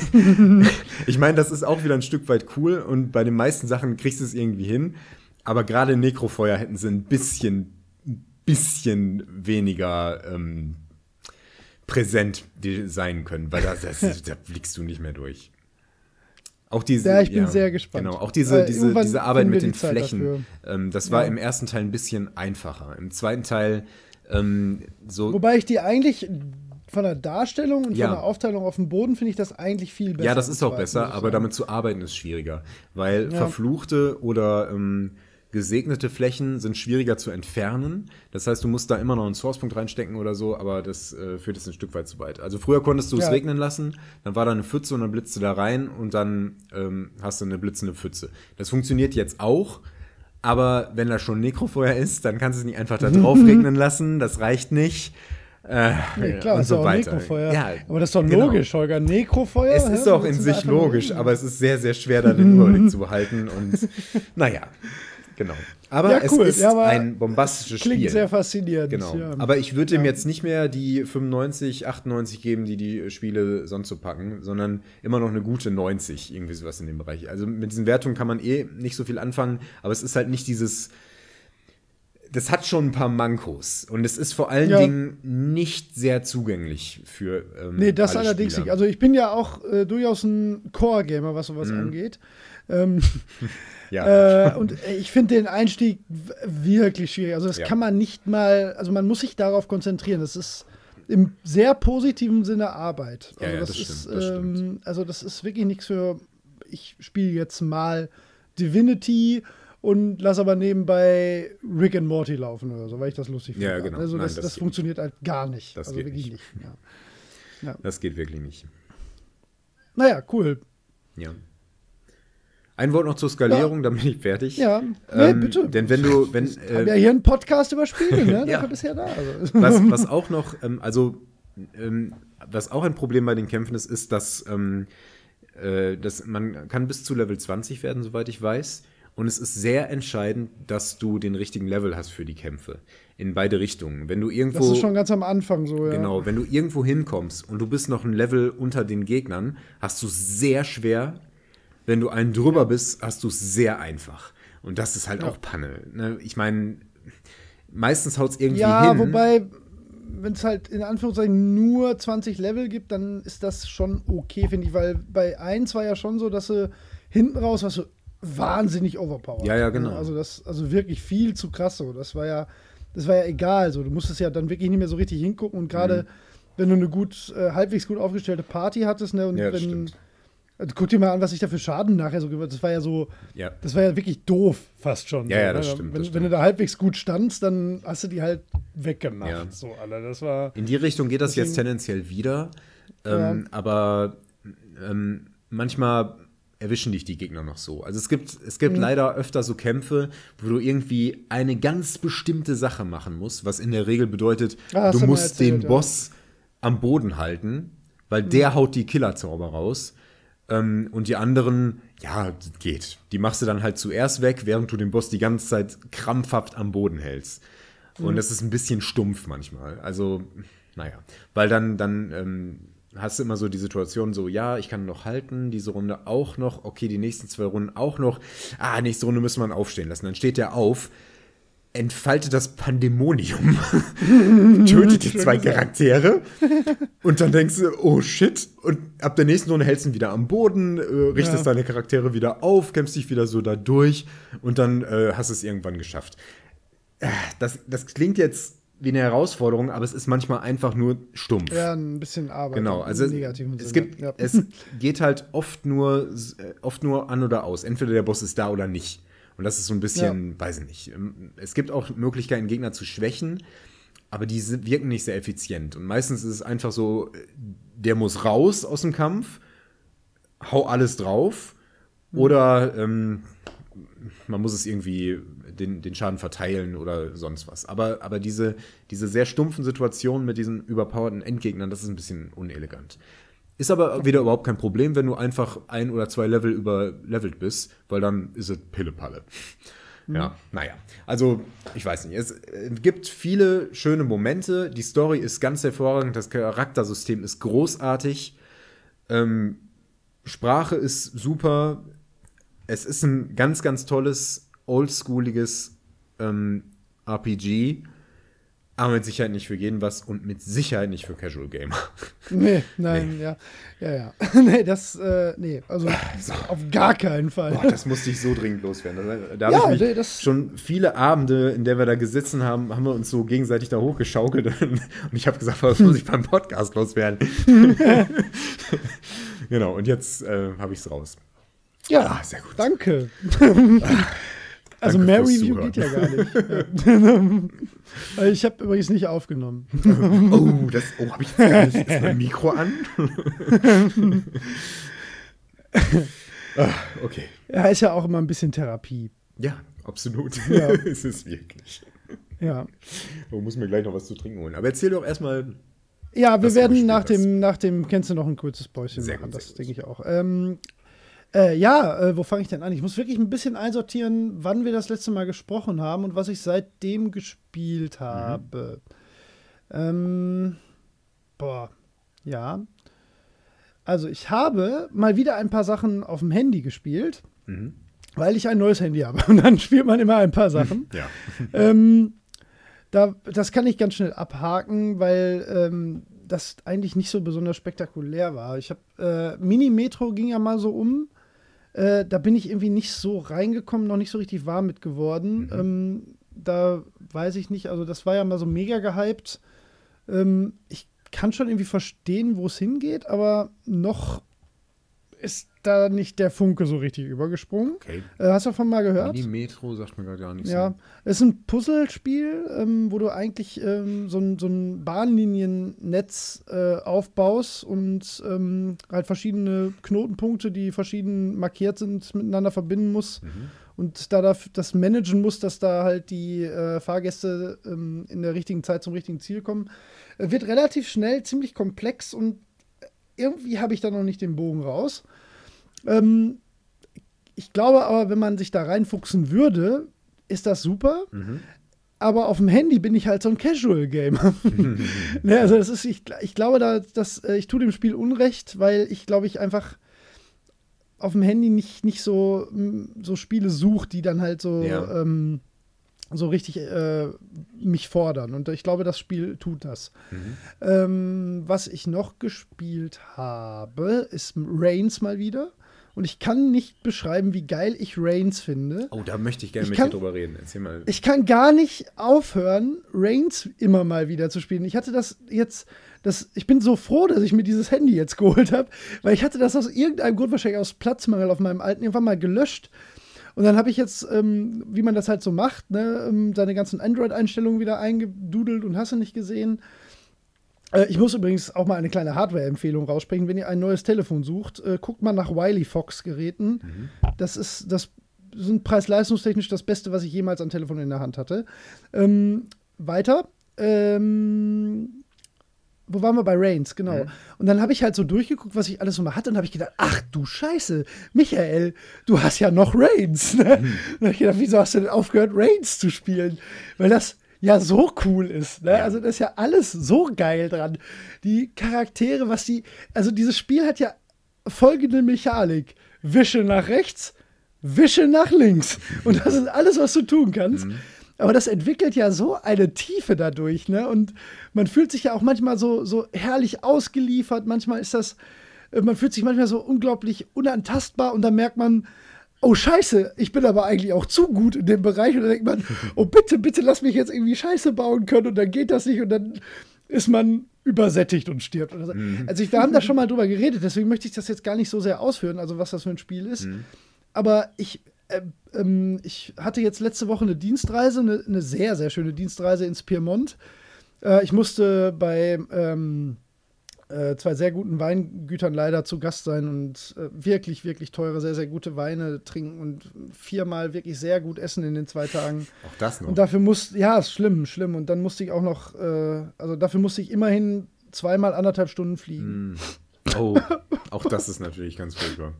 Ich meine, das ist auch wieder ein Stück weit cool und bei den meisten Sachen kriegst du es irgendwie hin. Aber gerade Nekrofeuer hätten sie ein bisschen, ein bisschen weniger ähm, präsent die- sein können, weil da, das, da blickst du nicht mehr durch. Auch diese, Ja, ich bin sehr gespannt. Genau, auch diese, Äh, diese, irgendwann diese Arbeit finden wir mit den die Zeit Flächen. dafür. Ähm, das war Ja. im ersten Teil ein bisschen einfacher. Im zweiten Teil ähm, so. Wobei ich die eigentlich von der Darstellung und Ja. von der Aufteilung auf dem Boden finde ich das eigentlich viel besser. Ja, das ist im auch Zweiten, besser, muss ich aber sagen. damit zu arbeiten ist schwieriger. Weil Ja. Verfluchte oder ähm, gesegnete Flächen sind schwieriger zu entfernen. Das heißt, du musst da immer noch einen Source-Punkt reinstecken oder so, aber das äh, führt es ein Stück weit zu weit. Also früher konntest du es Ja. regnen lassen, dann war da eine Pfütze und dann blitzt du da rein und dann ähm, hast du eine blitzende Pfütze. Das funktioniert jetzt auch, aber wenn da schon Nekrofeuer ist, dann kannst du es nicht einfach da drauf regnen lassen, das reicht nicht. Äh, Nee, klar, und ist so ja auch weiter. Nekrofeuer. Ja, aber das ist doch genau. logisch, Holger. Nekrofeuer? Es hä? ist auch Das in ist sich einfach nur- logisch, aber es ist sehr, sehr schwer, da den Überblick zu behalten. Und naja, genau. Aber Ja, cool. es ist Ja, aber ein bombastisches Klingt Spiel. sehr faszinierend. Genau. Ja. Aber ich würde ihm Ja. jetzt nicht mehr die fünfundneunzig, achtundneunzig geben, die die Spiele sonst so packen, sondern immer noch eine gute neunzig, irgendwie sowas in dem Bereich. Also mit diesen Wertungen kann man eh nicht so viel anfangen, aber es ist halt nicht dieses. Das hat schon ein paar Mankos und es ist vor allen Ja. Dingen nicht sehr zugänglich für ähm, Nee, das alle allerdings Spieler. nicht. Also ich bin ja auch äh, durchaus ein Core-Gamer, was sowas angeht. Ähm, ja. äh, und äh, ich finde den Einstieg w- wirklich schwierig. Also das Ja. kann man nicht mal, also man muss sich darauf konzentrieren. Das ist im sehr positiven Sinne Arbeit. Ja, Also ja, das, das ist, stimmt, das ähm, stimmt. also das ist wirklich nichts für, ich spiele jetzt mal Divinity und lass aber nebenbei Rick and Morty laufen oder so, weil ich das lustig finde. Ja, genau. Also Nein, das, das das, geht funktioniert halt gar nicht. Das also geht wirklich nicht. nicht. Ja. Das geht wirklich nicht. Naja, cool. Ja. Ein Wort noch zur Skalierung, dann bin ich fertig. Ja, nee, Ähm, bitte. Denn wenn du, wenn, Wir haben äh, ja hier einen Podcast über Spiele, ne? Ja. Dafür bist du ja da. Also. was, was auch noch, ähm, also, ähm, was auch ein Problem bei den Kämpfen ist, ist, dass, ähm, äh, dass man kann bis zu Level zwanzig werden, soweit ich weiß. Und es ist sehr entscheidend, dass du den richtigen Level hast für die Kämpfe. In beide Richtungen. Wenn du irgendwo. Das ist schon ganz am Anfang so, ja. Genau, wenn du irgendwo hinkommst und du bist noch ein Level unter den Gegnern, hast du es sehr schwer. Wenn du einen drüber bist, hast du es sehr einfach. Und das ist halt Ja. auch Panne. Ne? Ich meine, meistens haut es irgendwie Ja, hin. wobei, wenn es halt in Anführungszeichen nur zwanzig Level gibt, dann ist das schon okay, finde ich. Weil bei eins war ja schon so, dass sie hinten raus was so wahnsinnig overpowered. Ja, ja, genau. Also das, also wirklich viel zu krass so. Das war ja, das war ja egal. So. Du musstest ja dann wirklich nicht mehr so richtig hingucken. Und gerade, Mhm. wenn du eine gut, äh, halbwegs gut aufgestellte Party hattest, ne, und Ja, das wenn. stimmt. Also guck dir mal an, was ich da für Schaden nachher so gemacht habe. Das war ja so, Ja. das war ja wirklich doof, fast schon. Ja, so, ja, das ne? stimmt, Wenn, das wenn du stimmt. da halbwegs gut standst, dann hast du die halt weggemacht. Ja. So, Alter, das war. In die Richtung geht das Deswegen- jetzt tendenziell wieder. Ähm, aber ähm, manchmal erwischen dich die Gegner noch so. Also es gibt, es gibt Mhm. leider öfter so Kämpfe, wo du irgendwie eine ganz bestimmte Sache machen musst, was in der Regel bedeutet, Ah, hast du du mal musst erzählt, den ja. Boss am Boden halten, weil der haut die Killerzauber raus. Ähm, und die anderen, ja, das geht. Die machst du dann halt zuerst weg, während du den Boss die ganze Zeit krampfhaft am Boden hältst. Und das ist ein bisschen stumpf manchmal. Also, naja. Weil dann, dann ähm, hast du immer so die Situation so, ja, ich kann noch halten, diese Runde auch noch, okay, die nächsten zwei Runden auch noch. Ah, nächste Runde müssen wir ihn aufstehen lassen. Dann steht der auf, entfaltet das Pandemonium, tötet die zwei Charaktere und dann denkst du, oh shit, und ab der nächsten Runde hältst du ihn wieder am Boden, äh, richtest Ja. deine Charaktere wieder auf, kämpfst dich wieder so da durch und dann äh, hast du es irgendwann geschafft. Äh, Das, das klingt jetzt wie eine Herausforderung, aber es ist manchmal einfach nur stumpf. Ja, ein bisschen Arbeit. Genau, im also negativen es Sinne. gibt, Ja. es geht halt oft nur, äh, oft nur an oder aus. Entweder der Boss ist da oder nicht. Und das ist so ein bisschen, weiß ich nicht. Ähm, Es gibt auch Möglichkeiten, Gegner zu schwächen, aber die sind- wirken nicht sehr effizient. Und meistens ist es einfach so, äh, der muss raus aus dem Kampf, hau alles drauf, oder ähm, man muss es irgendwie den, den Schaden verteilen oder sonst was. Aber, aber diese, diese sehr stumpfen Situationen mit diesen überpowerten Endgegnern, das ist ein bisschen unelegant. Ist aber wieder überhaupt kein Problem, wenn du einfach ein oder zwei Level überlevelt bist, weil dann ist es Pillepalle. Ja, naja. Also, ich weiß nicht. Es äh, gibt viele schöne Momente. Die Story ist ganz hervorragend. Das Charaktersystem ist großartig. Ähm, Sprache ist super. Es ist ein ganz, ganz tolles, oldschooliges ähm, R P G. Aber mit Sicherheit nicht für jeden was und mit Sicherheit nicht für Casual Gamer. Nee, nein, ja. Ja, ja. nee, das, äh, nee, also auf gar keinen Fall. Boah, das musste ich so dringend loswerden. Da, da Ja, habe ich mich nee, das- schon viele Abende, in der wir da gesessen haben, haben wir uns so gegenseitig da hochgeschaukelt. Und ich habe gesagt, was muss ich beim Podcast loswerden? Genau, und jetzt äh, habe ich es raus. Ja, Ah, sehr gut. danke. Also mehr Review geht ja gar nicht. Ich habe übrigens nicht aufgenommen. Oh, das oh, habe ich jetzt nicht. Ist mein Mikro an? ah, okay. Ja, ist ja auch immer ein bisschen Therapie. Ja, absolut. Ja. Ist es wirklich. Ja. Man muss mir gleich noch was zu trinken holen. Aber erzähl doch erstmal. Ja, wir werden nach dem, nach dem, kennst du noch ein kurzes Päuschen sehr machen, gut, das denke ich auch. Ähm, äh, ja, äh, wo fange ich denn an? Ich muss wirklich ein bisschen einsortieren, wann wir das letzte Mal gesprochen haben und was ich seitdem gespielt habe. Mhm. Ähm, boah, ja. Also ich habe mal wieder ein paar Sachen auf dem Handy gespielt, mhm. weil ich ein neues Handy habe. Und dann spielt man immer ein paar Sachen. Ja. ähm, Da, das kann ich ganz schnell abhaken, weil ähm, das eigentlich nicht so besonders spektakulär war. Ich habe äh, Mini-Metro ging ja mal so um. Äh, da bin ich irgendwie nicht so reingekommen, noch nicht so richtig warm mit geworden. Mhm. Ähm, da weiß ich nicht, also das war ja mal so mega gehypt. Ähm, ich kann schon irgendwie verstehen, wo es hingeht, aber noch ist da nicht der Funke so richtig übergesprungen. Okay. Äh, hast du davon mal gehört? Mini-Metro sagt mir gerade gar nichts. Ja, es ist ein Puzzlespiel, ähm, wo du eigentlich ähm, so ein, so ein Bahnliniennetz äh, aufbaust und ähm, halt verschiedene Knotenpunkte, die verschieden markiert sind, miteinander verbinden musst. Mhm. Und da das managen muss, dass da halt die äh, Fahrgäste ähm, in der richtigen Zeit zum richtigen Ziel kommen. Äh, wird relativ schnell ziemlich komplex und irgendwie habe ich da noch nicht den Bogen raus. Ähm, ich glaube aber, wenn man sich da reinfuchsen würde, ist das super. Mhm. Aber auf dem Handy bin ich halt so ein Casual-Gamer. Ne, also das ist, ich, ich glaube, da, dass, ich tue dem Spiel Unrecht, weil ich, glaube ich, einfach auf dem Handy nicht, nicht so, so Spiele suche, die dann halt so, ja. ähm, so richtig äh, mich fordern. Und ich glaube, das Spiel tut das. Mhm. Ähm, was ich noch gespielt habe, ist Reigns mal wieder. Und ich kann nicht beschreiben, wie geil ich Reigns finde. Oh, da möchte ich gerne ich mit kann, dir drüber reden. Erzähl mal. Ich kann gar nicht aufhören, Reigns immer mal wieder zu spielen. Ich hatte das jetzt, das, ich bin so froh, dass ich mir dieses Handy jetzt geholt habe, weil ich hatte das aus irgendeinem Grund, wahrscheinlich aus Platzmangel auf meinem alten, irgendwann mal gelöscht. Und dann habe ich jetzt, ähm, wie man das halt so macht, ne, ähm, seine ganzen Android-Einstellungen wieder eingedudelt und hast du nicht gesehen. Äh, ich muss übrigens auch mal eine kleine Hardware-Empfehlung raussprechen. Wenn ihr ein neues Telefon sucht, äh, guckt mal nach Wiley Fox-Geräten. Mhm. Das ist, das sind preis-leistungstechnisch das Beste, was ich jemals an Telefon in der Hand hatte. Ähm, weiter. Ähm, wo waren wir? Bei Reigns, genau. Mhm. Und dann habe ich halt so durchgeguckt, was ich alles so mal hatte und habe ich gedacht, ach du Scheiße, Michael, du hast ja noch Reigns. Ne? Mhm. Und dann habe ich gedacht, wieso hast du denn aufgehört, Reigns zu spielen? Weil das ja so cool ist. Ne? Ja. Also das ist ja alles so geil dran. Die Charaktere, was die, also dieses Spiel hat ja folgende Mechanik. Wische nach rechts, wische nach links. Und das ist alles, was du tun kannst. Mhm. Aber das entwickelt ja so eine Tiefe dadurch, ne? Und man fühlt sich ja auch manchmal so, so herrlich ausgeliefert. Manchmal ist das, man fühlt sich manchmal so unglaublich unantastbar und dann merkt man, oh Scheiße, ich bin aber eigentlich auch zu gut in dem Bereich. Und dann denkt man, oh bitte, bitte lass mich jetzt irgendwie Scheiße bauen können und dann geht das nicht und dann ist man übersättigt und stirbt. Oder so. Mhm. Also ich, wir haben da schon mal drüber geredet, deswegen möchte ich das jetzt gar nicht so sehr ausführen, also was das für ein Spiel ist. Mhm. Aber ich Äh, ähm, ich hatte jetzt letzte Woche eine Dienstreise, eine, eine sehr, sehr schöne Dienstreise ins Piemont. Äh, ich musste bei ähm, äh, zwei sehr guten Weingütern leider zu Gast sein und äh, wirklich, wirklich teure, sehr, sehr gute Weine trinken und viermal wirklich sehr gut essen in den zwei Tagen. Auch das noch? Und dafür musste, ja, ist schlimm, schlimm. Und dann musste ich auch noch, äh, also dafür musste ich immerhin zweimal anderthalb Stunden fliegen. Mm. Oh, auch das ist natürlich ganz furchtbar.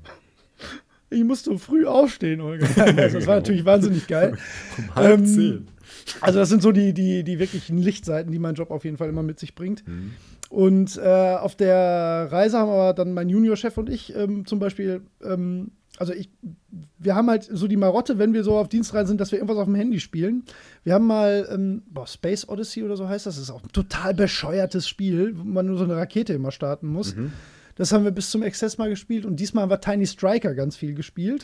Ich musste früh aufstehen, Olga. Also das war natürlich wahnsinnig geil. Um halb zehn. Ähm, also das sind so die, die, die wirklichen Lichtseiten, die mein Job auf jeden Fall immer mit sich bringt. Mhm. Und äh, auf der Reise haben aber dann mein Juniorchef und ich ähm, zum Beispiel, ähm, also ich, wir haben halt so die Marotte, wenn wir so auf Dienstreise sind, dass wir irgendwas auf dem Handy spielen. Wir haben mal, ähm, boah, Space Odyssey oder so heißt das, das ist auch ein total bescheuertes Spiel, wo man nur so eine Rakete immer starten muss. Mhm. Das haben wir bis zum Exzess mal gespielt und diesmal haben wir Tiny Striker ganz viel gespielt.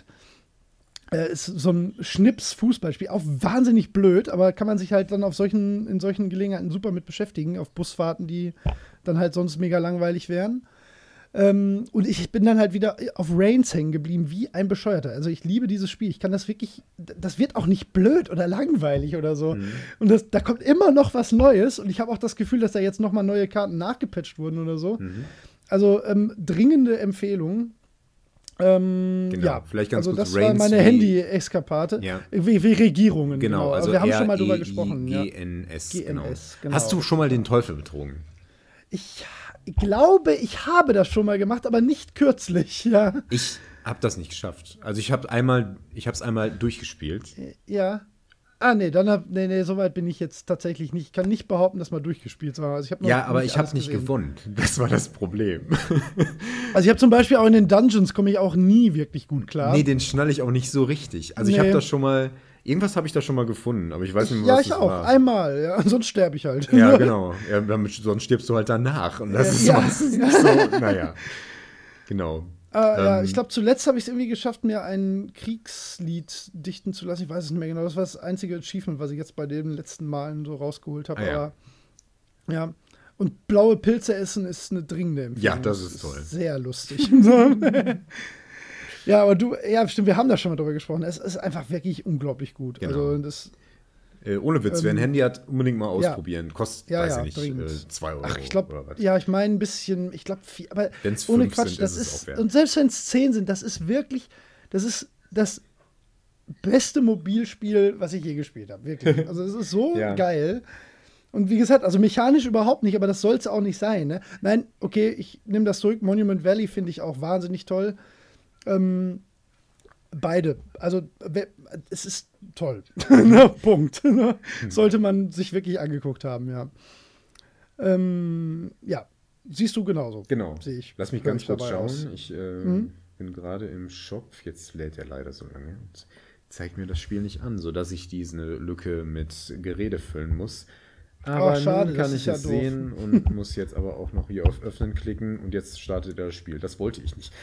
Äh, ist so ein Schnips-Fußballspiel, auch wahnsinnig blöd, aber kann man sich halt dann auf solchen, in solchen Gelegenheiten super mit beschäftigen, auf Busfahrten, die dann halt sonst mega langweilig wären. Ähm, und ich bin dann halt wieder auf Reigns hängen geblieben, wie ein Bescheuerter. Also ich liebe dieses Spiel. Ich kann das wirklich, das wird auch nicht blöd oder langweilig oder so. Mhm. Und das, da kommt immer noch was Neues. Und ich habe auch das Gefühl, dass da jetzt noch mal neue Karten nachgepatcht wurden oder so. Mhm. Also ähm, dringende Empfehlung. Ähm, genau, ja, vielleicht ganz also kurz. das Reigns war meine Handy-Eskapade. Ja. Wie, wie Regierungen. Genau, genau. also wir haben R schon mal drüber gesprochen. G N S, ja. G N S genau. genau. Hast du schon mal den Teufel betrogen? Ich glaube, ich habe das schon mal gemacht, aber nicht kürzlich, ja. Ich habe das nicht geschafft. Also ich habe einmal, ich habe es einmal durchgespielt. Ja. Ah, nee, dann hab, nee, nee, soweit bin ich jetzt tatsächlich nicht. Ich kann nicht behaupten, dass mal durchgespielt war. Also ich hab noch ja, aber nicht ich habe nicht gewonnen. Das war das Problem. Also ich habe zum Beispiel auch in den Dungeons komme ich auch nie wirklich gut klar. Nee, den schnalle ich auch nicht so richtig. Also nee. ich habe das schon mal, irgendwas habe ich da schon mal gefunden, aber ich weiß nicht mehr, was ja, ich das auch, war. einmal, ja, sonst sterbe ich halt. Ja, genau. Ja, damit, sonst stirbst du halt danach. Und das ja, ist ja. meistens nicht so, naja. Genau. Äh, ähm, ja, ich glaube, zuletzt habe ich es irgendwie geschafft, mir ein Kriegslied dichten zu lassen. Ich weiß es nicht mehr genau. Das war das einzige Achievement, was ich jetzt bei den letzten Malen so rausgeholt habe. Ah, ja. Aber ja. Und blaue Pilze essen ist eine dringende Empfehlung. Ja, das ist, das ist toll. Sehr lustig. Ja, aber du, ja, stimmt, wir haben da schon mal drüber gesprochen. Es ist einfach wirklich unglaublich gut. Genau. Also das, äh, ohne Witz, ähm, wer ein Handy hat, unbedingt mal ausprobieren. Ja. Kostet, ja, weiß ja, ich nicht, äh, zwei Euro. Ach, ich glaube, oder was. ja, ich meine ein bisschen, ich glaube, aber Wenn's ohne fünf Quatsch, sind, das ist es ist, auch wert. und selbst wenn es zehn sind, das ist wirklich, das ist das beste Mobilspiel, was ich je gespielt habe. Wirklich. Also es ist so ja. geil. Und wie gesagt, also mechanisch überhaupt nicht, aber das soll es auch nicht sein. Ne? Nein, okay, ich nehme das zurück. Monument Valley finde ich auch wahnsinnig toll. Ähm, beide. Also es ist toll. Punkt. Sollte man sich wirklich angeguckt haben, ja. Ähm, ja, siehst du genauso. Genau. Sehe ich. Lass mich ganz kurz schauen. Aus. Ich äh, mhm. bin gerade im Shop. Jetzt lädt er leider so lange und zeigt mir das Spiel nicht an, sodass ich diese Lücke mit Gerede füllen muss. Aber Ach, schade, nun kann das ich es ist ja sehen und muss jetzt aber auch noch hier auf Öffnen klicken und jetzt startet das Spiel. Das wollte ich nicht.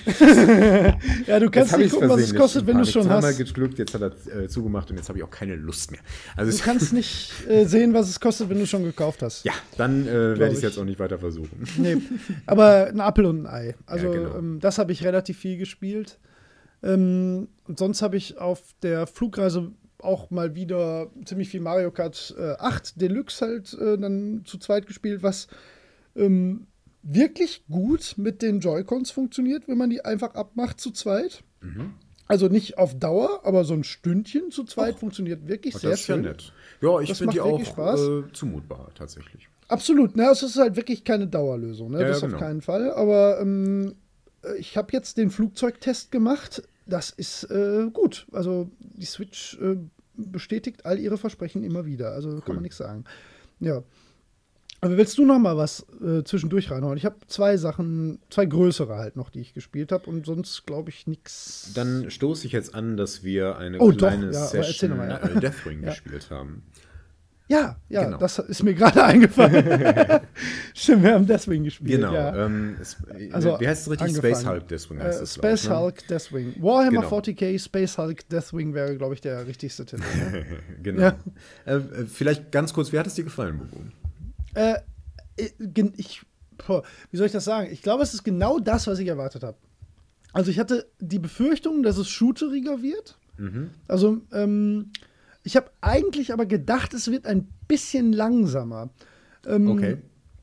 Ja, du kannst nicht gucken, was es kostet, wenn du es schon hast. Zweimal geglückt, jetzt hat er äh, zugemacht und jetzt habe ich auch keine Lust mehr. Also du kannst nicht äh, sehen, was es kostet, wenn du es schon gekauft hast. Ja, dann äh, werde ich es jetzt auch nicht weiter versuchen. Nee, aber ein Apfel und ein Ei. Also ja, genau. ähm, das habe ich relativ viel gespielt. Ähm, und sonst habe ich auf der Flugreise auch mal wieder ziemlich viel Mario Kart äh, acht Deluxe halt äh, dann zu zweit gespielt, was ähm, wirklich gut mit den Joy-Cons funktioniert, wenn man die einfach abmacht zu zweit. Mhm. Also nicht auf Dauer, aber so ein Stündchen zu zweit Och, funktioniert wirklich sehr das ist schön. Ja, nett. Ja, ich finde die auch äh, zumutbar tatsächlich. Absolut, ne? Es ist halt wirklich keine Dauerlösung, ne? Ja, das ja, genau. auf keinen Fall. Aber ähm, ich habe jetzt den Flugzeugtest gemacht. Das ist äh, gut. Also die Switch äh, bestätigt all ihre Versprechen immer wieder. Also cool. Kann man nichts sagen. Ja. Aber willst du noch mal was äh, zwischendurch reinhauen? Ich habe zwei Sachen, zwei größere halt noch, die ich gespielt habe und sonst glaube ich nichts. Dann stoße ich jetzt an, dass wir eine oh, kleine doch, ja, Session mal, ja. äh, Deathwing ja. gespielt haben. Ja, ja, genau. Das ist mir gerade eingefallen. Stimmt, wir haben Deathwing gespielt. Genau. Ja. Ähm, es, also, wie heißt es richtig? angefangen. Space Hulk Deathwing heißt äh, es, Space ich, ne? Hulk Deathwing. Warhammer genau. vierzig K, Space Hulk Deathwing wäre, glaube ich, der richtigste Titel. Ne? Genau. Ja. Äh, vielleicht ganz kurz, wie hat es dir gefallen, Bubu? Äh, ich, boah, wie soll ich das sagen? Ich glaube, es ist genau das, was ich erwartet habe. Also ich hatte die Befürchtung, dass es shooteriger wird. Mhm. Also ähm, ich habe eigentlich aber gedacht, es wird ein bisschen langsamer. Ähm, okay.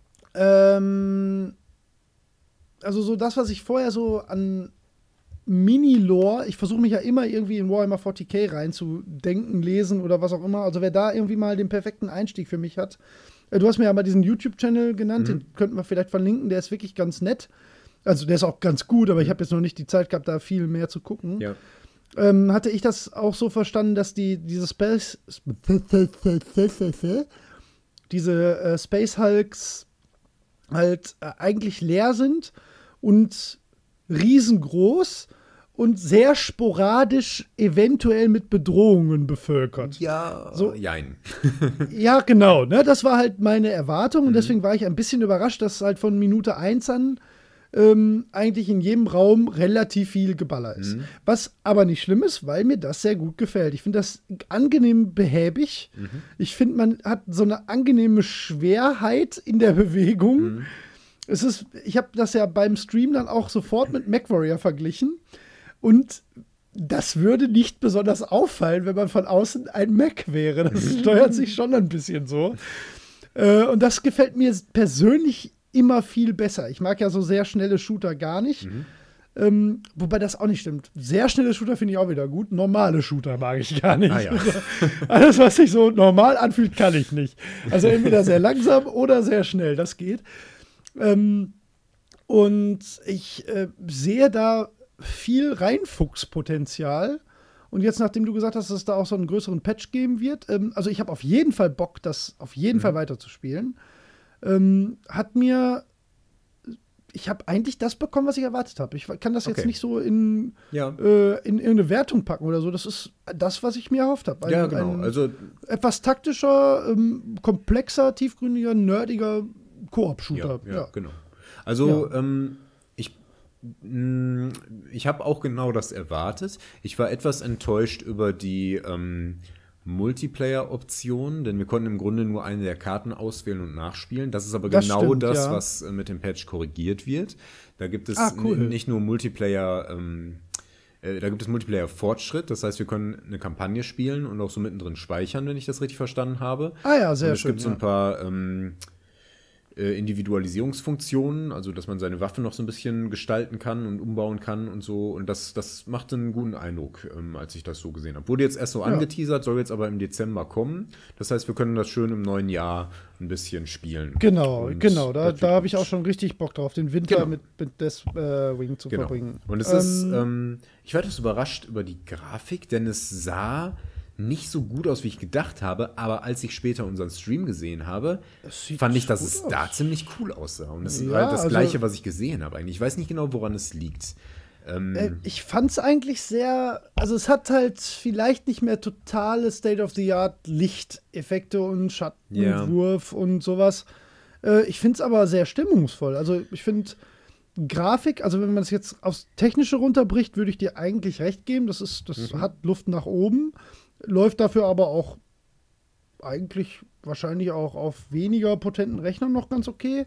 Ähm, also so das, was ich vorher so an Mini-Lore, ich versuche mich ja immer irgendwie in Warhammer vierzig K reinzudenken, lesen oder was auch immer. Also wer da irgendwie mal den perfekten Einstieg für mich hat. Äh, du hast mir ja mal diesen YouTube-Channel genannt, mhm. den könnten wir vielleicht verlinken, der ist wirklich ganz nett. Also der ist auch ganz gut, aber ich habe jetzt noch nicht die Zeit gehabt, da viel mehr zu gucken. Ja. Ähm, hatte ich das auch so verstanden, dass die diese Space diese äh, Space Hulks halt äh, eigentlich leer sind und riesengroß und sehr sporadisch eventuell mit Bedrohungen bevölkert. Ja, so, jein. Ja, genau. Ne? Das war halt meine Erwartung und mhm. deswegen war ich ein bisschen überrascht, dass halt von Minute eins an Ähm, eigentlich in jedem Raum relativ viel Geballer ist. Mhm. Was aber nicht schlimm ist, weil mir das sehr gut gefällt. Ich finde das angenehm behäbig. Mhm. Ich finde, man hat so eine angenehme Schwerheit in der Bewegung. Mhm. es ist, ich habe das ja beim Stream dann auch sofort mit MechWarrior verglichen und das würde nicht besonders auffallen, wenn man von außen ein Mech wäre. Das steuert sich schon ein bisschen so. Äh, und das gefällt mir persönlich immer viel besser. Ich mag ja so sehr schnelle Shooter gar nicht. Mhm. Ähm, wobei das auch nicht stimmt. Sehr schnelle Shooter finde ich auch wieder gut. Normale Shooter mag ich gar nicht. Ah, ja. Alles, was sich so normal anfühlt, kann ich nicht. Also entweder sehr langsam oder sehr schnell. Das geht. Ähm, und ich äh, sehe da viel Reinfuchspotenzial. Und jetzt, nachdem du gesagt hast, dass es da auch so einen größeren Patch geben wird, ähm, also ich habe auf jeden Fall Bock, das auf jeden mhm. Fall weiterzuspielen. Ähm, hat mir Ich habe eigentlich das bekommen, was ich erwartet habe. Ich kann das okay. jetzt nicht so in, ja. äh, in, in eine Wertung packen oder so. Das ist das, was ich mir erhofft habe. Ja, genau. Also etwas taktischer, ähm, komplexer, tiefgründiger, nerdiger Koop-Shooter. Ja, ja, ja, genau. Also ja. ähm, ich, mh, ich habe auch genau das erwartet. Ich war etwas enttäuscht über die ähm, Multiplayer-Option, denn wir konnten im Grunde nur eine der Karten auswählen und nachspielen. Das ist aber das genau stimmt, das, ja. was mit dem Patch korrigiert wird. Da gibt es ah, cool. n- nicht nur Multiplayer, ähm, äh, da gibt es Multiplayer-Fortschritt. Das heißt, wir können eine Kampagne spielen und auch so mittendrin speichern, wenn ich das richtig verstanden habe. Ah ja, sehr und es schön. Es gibt so ein paar ähm, Individualisierungsfunktionen, also dass man seine Waffe noch so ein bisschen gestalten kann und umbauen kann und so. Und das, das macht einen guten Eindruck, ähm, als ich das so gesehen habe. Wurde jetzt erst so ja. angeteasert, soll jetzt aber im Dezember kommen. Das heißt, wir können das schön im neuen Jahr ein bisschen spielen. Genau, und genau. Da, da habe ich auch schon richtig Bock drauf, den Winter genau. mit, mit Deathwing äh, zu genau. verbringen. Und es ähm, ist, ähm, ich war etwas überrascht über die Grafik, denn es sah nicht so gut aus, wie ich gedacht habe, aber als ich später unseren Stream gesehen habe, fand ich, dass es aus. da ziemlich cool aussah. Und das ja, ist halt das also, Gleiche, was ich gesehen habe eigentlich. Ich weiß nicht genau, woran es liegt. Ähm, äh, ich fand es eigentlich sehr, also es hat halt vielleicht nicht mehr totale State-of-the-Art Lichteffekte und Schattenwurf ja. und sowas. Äh, ich finde es aber sehr stimmungsvoll. Also ich finde Grafik, also wenn man es jetzt aufs Technische runterbricht, würde ich dir eigentlich recht geben. Das ist, das mhm. hat Luft nach oben. Läuft dafür aber auch eigentlich wahrscheinlich auch auf weniger potenten Rechnern noch ganz okay.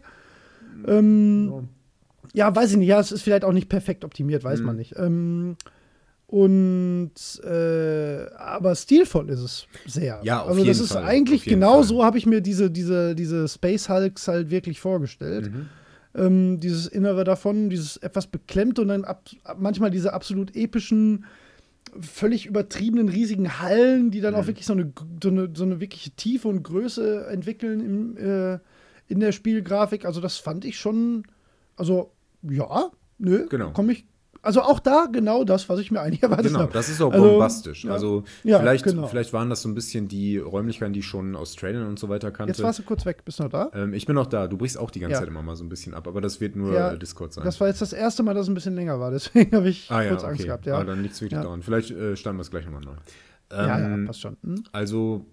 Ähm, ja. ja, weiß ich nicht. Ja, es ist vielleicht auch nicht perfekt optimiert, weiß mhm. man nicht. Ähm, und äh, aber stilvoll ist es sehr. Ja, auf also jeden das ist Fall. eigentlich genau Fall. so habe ich mir diese, diese, diese Space Hulks halt wirklich vorgestellt. Mhm. Ähm, dieses Innere davon, dieses etwas beklemmte und dann ab, manchmal diese absolut epischen, völlig übertriebenen, riesigen Hallen, die dann mhm. auch wirklich so eine, so, eine, so eine wirkliche Tiefe und Größe entwickeln im, äh, in der Spielgrafik. Also das fand ich schon, also ja, nö, genau. komme ich, also auch da genau das, was ich mir eigentlich erwartet habe. Genau, hab. das ist auch also, bombastisch. Ja. Also ja, vielleicht, genau. vielleicht waren das so ein bisschen die Räumlichkeiten, die ich schon aus Trailern und so weiter kannte. Jetzt warst du kurz weg, bist du noch da? Ähm, ich bin noch da, du brichst auch die ganze ja. Zeit immer mal so ein bisschen ab, aber das wird nur ja, äh, Discord sein. Das war jetzt das erste Mal, dass es ein bisschen länger war, deswegen habe ich ah, ja, kurz okay. Angst gehabt. Ja, ah, dann liegt es wirklich ja. daran. Vielleicht äh, starten wir es gleich nochmal neu. Ähm, ja, ja, passt schon. Hm? Also,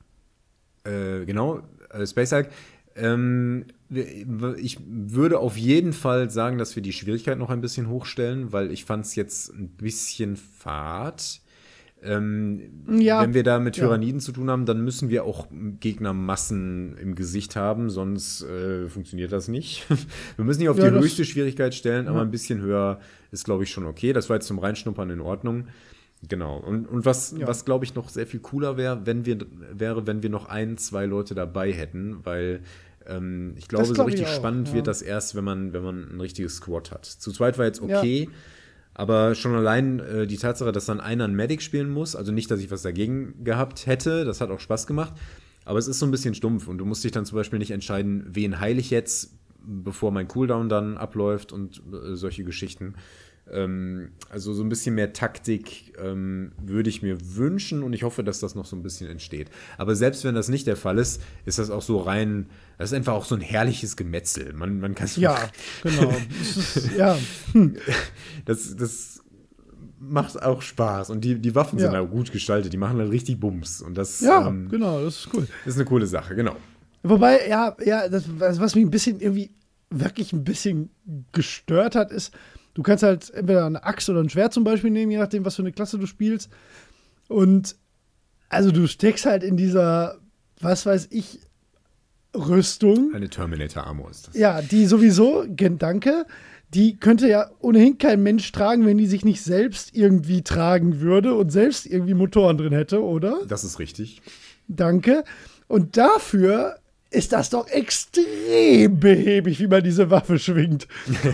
äh, genau, äh, Space Hulk. Ähm, ich würde auf jeden Fall sagen, dass wir die Schwierigkeit noch ein bisschen hochstellen, weil ich fand es jetzt ein bisschen fad. Ähm, ja. Wenn wir da mit Tyranniden ja. zu tun haben, dann müssen wir auch Gegnermassen im Gesicht haben, sonst äh, funktioniert das nicht. Wir müssen nicht auf ja, die höchste Schwierigkeit stellen, ja. aber ein bisschen höher ist, glaube ich, schon okay. Das war jetzt zum Reinschnuppern in Ordnung. Genau. Und, und was, ja. was glaube ich, noch sehr viel cooler wäre, wenn wir, wäre, wenn wir noch ein, zwei Leute dabei hätten, weil ähm, ich glaube, glaub so richtig spannend ja. wird das erst, wenn man, wenn man ein richtiges Squad hat. Zu zweit war jetzt okay, ja. aber schon allein äh, die Tatsache, dass dann einer einen Medic spielen muss, also nicht, dass ich was dagegen gehabt hätte, das hat auch Spaß gemacht, aber es ist so ein bisschen stumpf und du musst dich dann zum Beispiel nicht entscheiden, wen heile ich jetzt, bevor mein Cooldown dann abläuft und äh, solche Geschichten. Ähm, also so ein bisschen mehr Taktik ähm, würde ich mir wünschen und ich hoffe, dass das noch so ein bisschen entsteht. Aber selbst wenn das nicht der Fall ist, ist das auch so rein, das ist einfach auch so ein herrliches Gemetzel. Man, man kann ja, genau. Das ist, ja. Hm. das, das macht auch Spaß und die, die Waffen ja. sind auch gut gestaltet, die machen halt richtig Bums. Und das, ja, ähm, genau, das ist cool. Das ist eine coole Sache, genau. Wobei, ja, ja, das, was mich ein bisschen irgendwie wirklich ein bisschen gestört hat, ist, du kannst halt entweder eine Axt oder ein Schwert zum Beispiel nehmen, je nachdem, was für eine Klasse du spielst. Und also du steckst halt in dieser, was weiß ich, Rüstung. Eine Terminator-Armor ist das. Ja, die sowieso, danke, die könnte ja ohnehin kein Mensch tragen, wenn die sich nicht selbst irgendwie tragen würde und selbst irgendwie Motoren drin hätte, oder? Das ist richtig. Danke. Und dafür ist das doch extrem behäbig, wie man diese Waffe schwingt.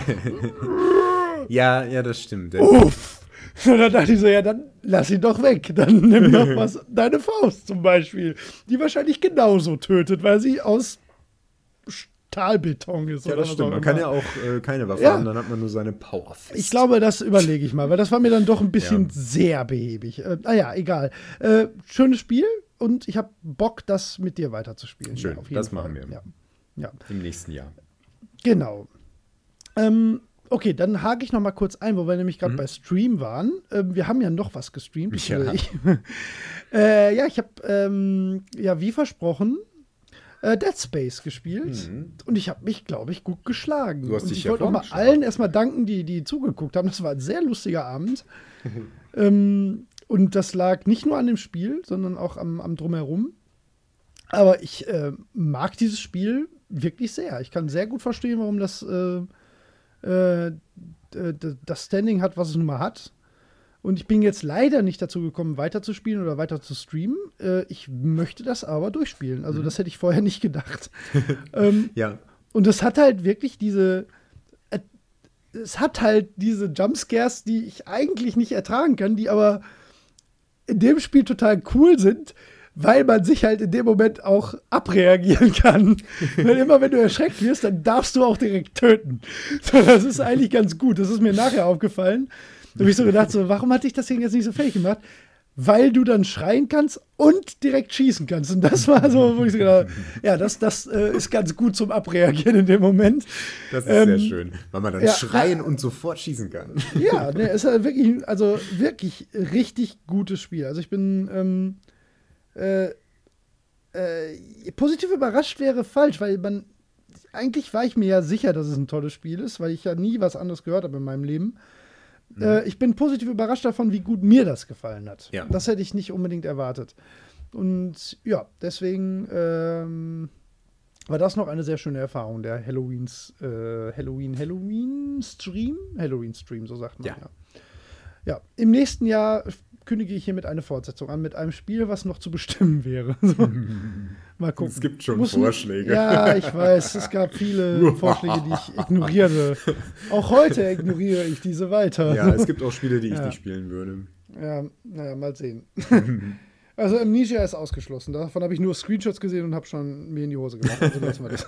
Ja, ja, das stimmt. Uff. Und dann dachte ich so, ja, dann lass ihn doch weg. Dann nimm doch was, deine Faust zum Beispiel, die wahrscheinlich genauso tötet, weil sie aus Stahlbeton ist. Ja, oder das was stimmt. auch Man immer. kann ja auch äh, keine Waffe Ja. haben, dann hat man nur seine Power fest. Ich glaube, das überlege ich mal, weil das war mir dann doch ein bisschen Ja. sehr behäbig. Äh, naja, egal. Äh, schönes Spiel und ich habe Bock, das mit dir weiterzuspielen. Schön, Ja, auf jeden das Fall. machen wir. Ja. Ja, Im nächsten Jahr. genau. Ähm, okay, dann hake ich noch mal kurz ein, wo wir nämlich gerade Mhm. bei Stream waren. Ähm, wir haben ja noch was gestreamt. Ja. Also ich, äh, ja, ich habe, ähm, ja, wie versprochen, äh, Dead Space gespielt. Mhm. Und ich habe mich, glaube ich, gut geschlagen. Du hast und dich ich ja wollte auch mal vorgeschlagen. allen erstmal danken, die, die zugeguckt haben. Das war ein sehr lustiger Abend. ähm, und das lag nicht nur an dem Spiel, sondern auch am, am Drumherum. Aber ich äh, mag dieses Spiel wirklich sehr. Ich kann sehr gut verstehen, warum das äh, äh, d- d- das Standing hat, was es nun mal hat. Und ich bin jetzt leider nicht dazu gekommen, weiter zu spielen oder weiter zu streamen. Äh, ich möchte das aber durchspielen. Also, Mhm. das hätte ich vorher nicht gedacht. ähm, Ja. und es hat halt wirklich diese. Äh, es hat halt diese Jumpscares, die ich eigentlich nicht ertragen kann, die aber in dem Spiel total cool sind, weil man sich halt in dem Moment auch abreagieren kann. Weil immer, wenn du erschreckt wirst, dann darfst du auch direkt töten. So, das ist eigentlich ganz gut. Das ist mir nachher aufgefallen. Da habe ich so gedacht, so, warum hatte ich das Ding jetzt nicht so fertig gemacht? Weil du dann schreien kannst und direkt schießen kannst. Und das war so, wo ich so gedacht habe, ja, das, das äh, ist ganz gut zum Abreagieren in dem Moment. Das ist Ähm, sehr schön, weil man dann ja, schreien und sofort schießen kann. Ja, ne, ist halt wirklich, also wirklich richtig gutes Spiel. Also ich bin ähm, äh, äh, positiv überrascht wäre falsch, weil man eigentlich war ich mir ja sicher, dass es ein tolles Spiel ist, weil ich ja nie was anderes gehört habe in meinem Leben. Mhm. Äh, ich bin positiv überrascht davon, wie gut mir das gefallen hat. Ja. Das hätte ich nicht unbedingt erwartet. Und ja, deswegen ähm, war das noch eine sehr schöne Erfahrung, der Halloweens, äh, Halloween, Halloween-Stream? Halloween-Stream, so sagt man ja. Ja. Ja, im nächsten Jahr kündige ich hiermit eine Fortsetzung an, mit einem Spiel, was noch zu bestimmen wäre. So. Mal gucken. Es gibt schon Muss- Vorschläge. Ja, ich weiß, es gab viele Vorschläge, die ich ignoriere. Auch heute ignoriere ich diese weiter. Ja, es gibt auch Spiele, die ich Ja. nicht spielen würde. Ja, naja, mal sehen. Also Amnesia ist ausgeschlossen. Davon habe ich nur Screenshots gesehen und habe schon mir in die Hose gemacht. Also lassen wir das.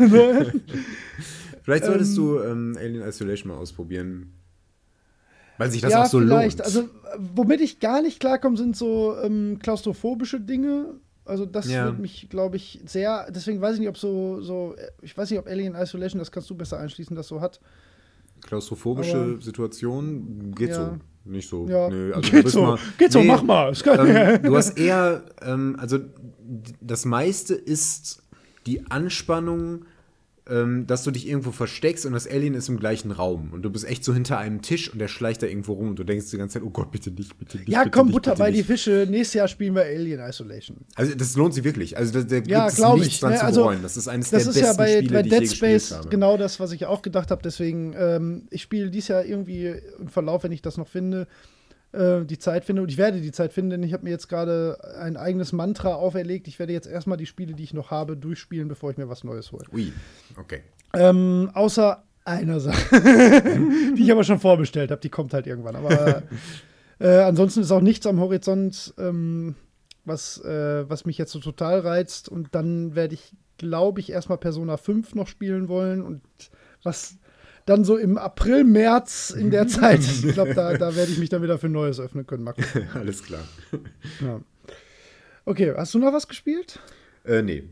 Vielleicht solltest Ähm, du ähm, Alien Isolation mal ausprobieren. Weil sich das ja, auch so vielleicht. lohnt. Also, womit ich gar nicht klarkomme, sind so ähm, klaustrophobische Dinge. Also, das Ja. wird mich, glaube ich, sehr. Deswegen weiß ich nicht, ob so, so. Ich weiß nicht, ob Alien Isolation, das kannst du besser einschließen, das so hat. Klaustrophobische aber- Situation geht Ja. so. Nicht so. Ja, Nö, also du geht bist so. mal- Geht so, Nee, mach mal. Es kann, ähm, du hast eher, ähm, also d- das meiste ist die Anspannung, ähm, dass du dich irgendwo versteckst und das Alien ist im gleichen Raum und du bist echt so hinter einem Tisch und der schleicht da irgendwo rum und du denkst die ganze Zeit, oh Gott, bitte nicht, bitte nicht. ja, bitte komm, nicht, Butter bitte bei die nicht. Fische. Nächstes Jahr spielen wir Alien Isolation. Also das lohnt sich wirklich. Also da, da gibt Ja, es glaub nichts ich, dran ne? zu Also, bereuen. Das ist eines Das der ist besten ja bei, Spiele, bei die Dead ich je gespielt Space habe. genau das, was ich auch gedacht habe. Deswegen, ähm, ich spiele dies Jahr irgendwie im Verlauf, wenn ich das noch finde, äh, die Zeit finde. Und ich werde die Zeit finden, denn ich habe mir jetzt gerade ein eigenes Mantra auferlegt. Ich werde jetzt erstmal die Spiele, die ich noch habe, durchspielen, bevor ich mir was Neues hole. Ui, okay. Ähm, außer einer Sache, die ich aber schon vorbestellt habe. Die kommt halt irgendwann. Aber äh, ansonsten ist auch nichts am Horizont, ähm, was, äh, was mich jetzt so total reizt. Und dann werde ich, glaube ich, erstmal Persona fünf noch spielen wollen. Und was dann so im April, März in der Zeit, ich glaube, da, da werde ich mich dann wieder für Neues öffnen können. Mal gucken. Alles klar. Ja. Okay, hast du noch was gespielt? Äh, nee.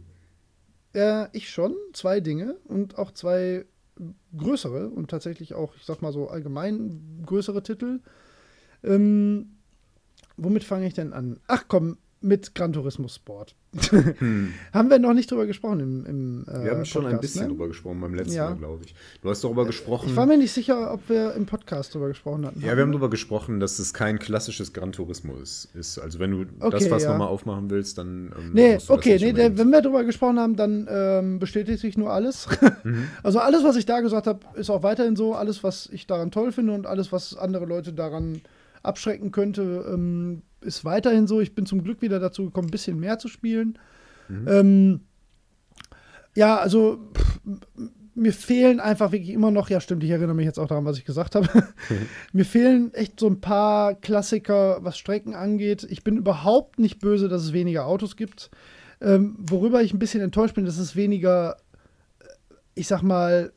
Äh, ich schon. Zwei Dinge und auch zwei größere und tatsächlich auch, ich sag mal so allgemein größere Titel. Ähm, womit fange ich denn an? Ach komm, mit Gran Turismo Sport. Hm. Haben wir noch nicht drüber gesprochen im, im äh, Wir haben schon Podcast, ein bisschen ne? drüber gesprochen beim letzten Ja. Mal, glaube ich. Du hast darüber gesprochen. Ich war mir nicht sicher, ob wir im Podcast drüber gesprochen hatten. Ja, wir haben darüber gesprochen, dass es kein klassisches Gran Turismo ist. ist also wenn du Okay, das Fass ja. nochmal aufmachen willst, dann ähm, Nee, musst du das okay, nicht nee, der, unbedingt. wenn wir drüber gesprochen haben, dann ähm, bestätigt sich nur alles. Mhm. Also alles, was ich da gesagt habe, ist auch weiterhin so. Alles, was ich daran toll finde und alles, was andere Leute daran abschrecken könnte, ähm, ist weiterhin so. Ich bin zum Glück wieder dazu gekommen, ein bisschen mehr zu spielen. Mhm. Ähm, ja, also pff, mir fehlen einfach wirklich immer noch, ja stimmt, ich erinnere mich jetzt auch daran, was ich gesagt habe. Mir fehlen echt so ein paar Klassiker, was Strecken angeht. Ich bin überhaupt nicht böse, dass es weniger Autos gibt. Ähm, worüber ich ein bisschen enttäuscht bin, dass es weniger, ich sag mal,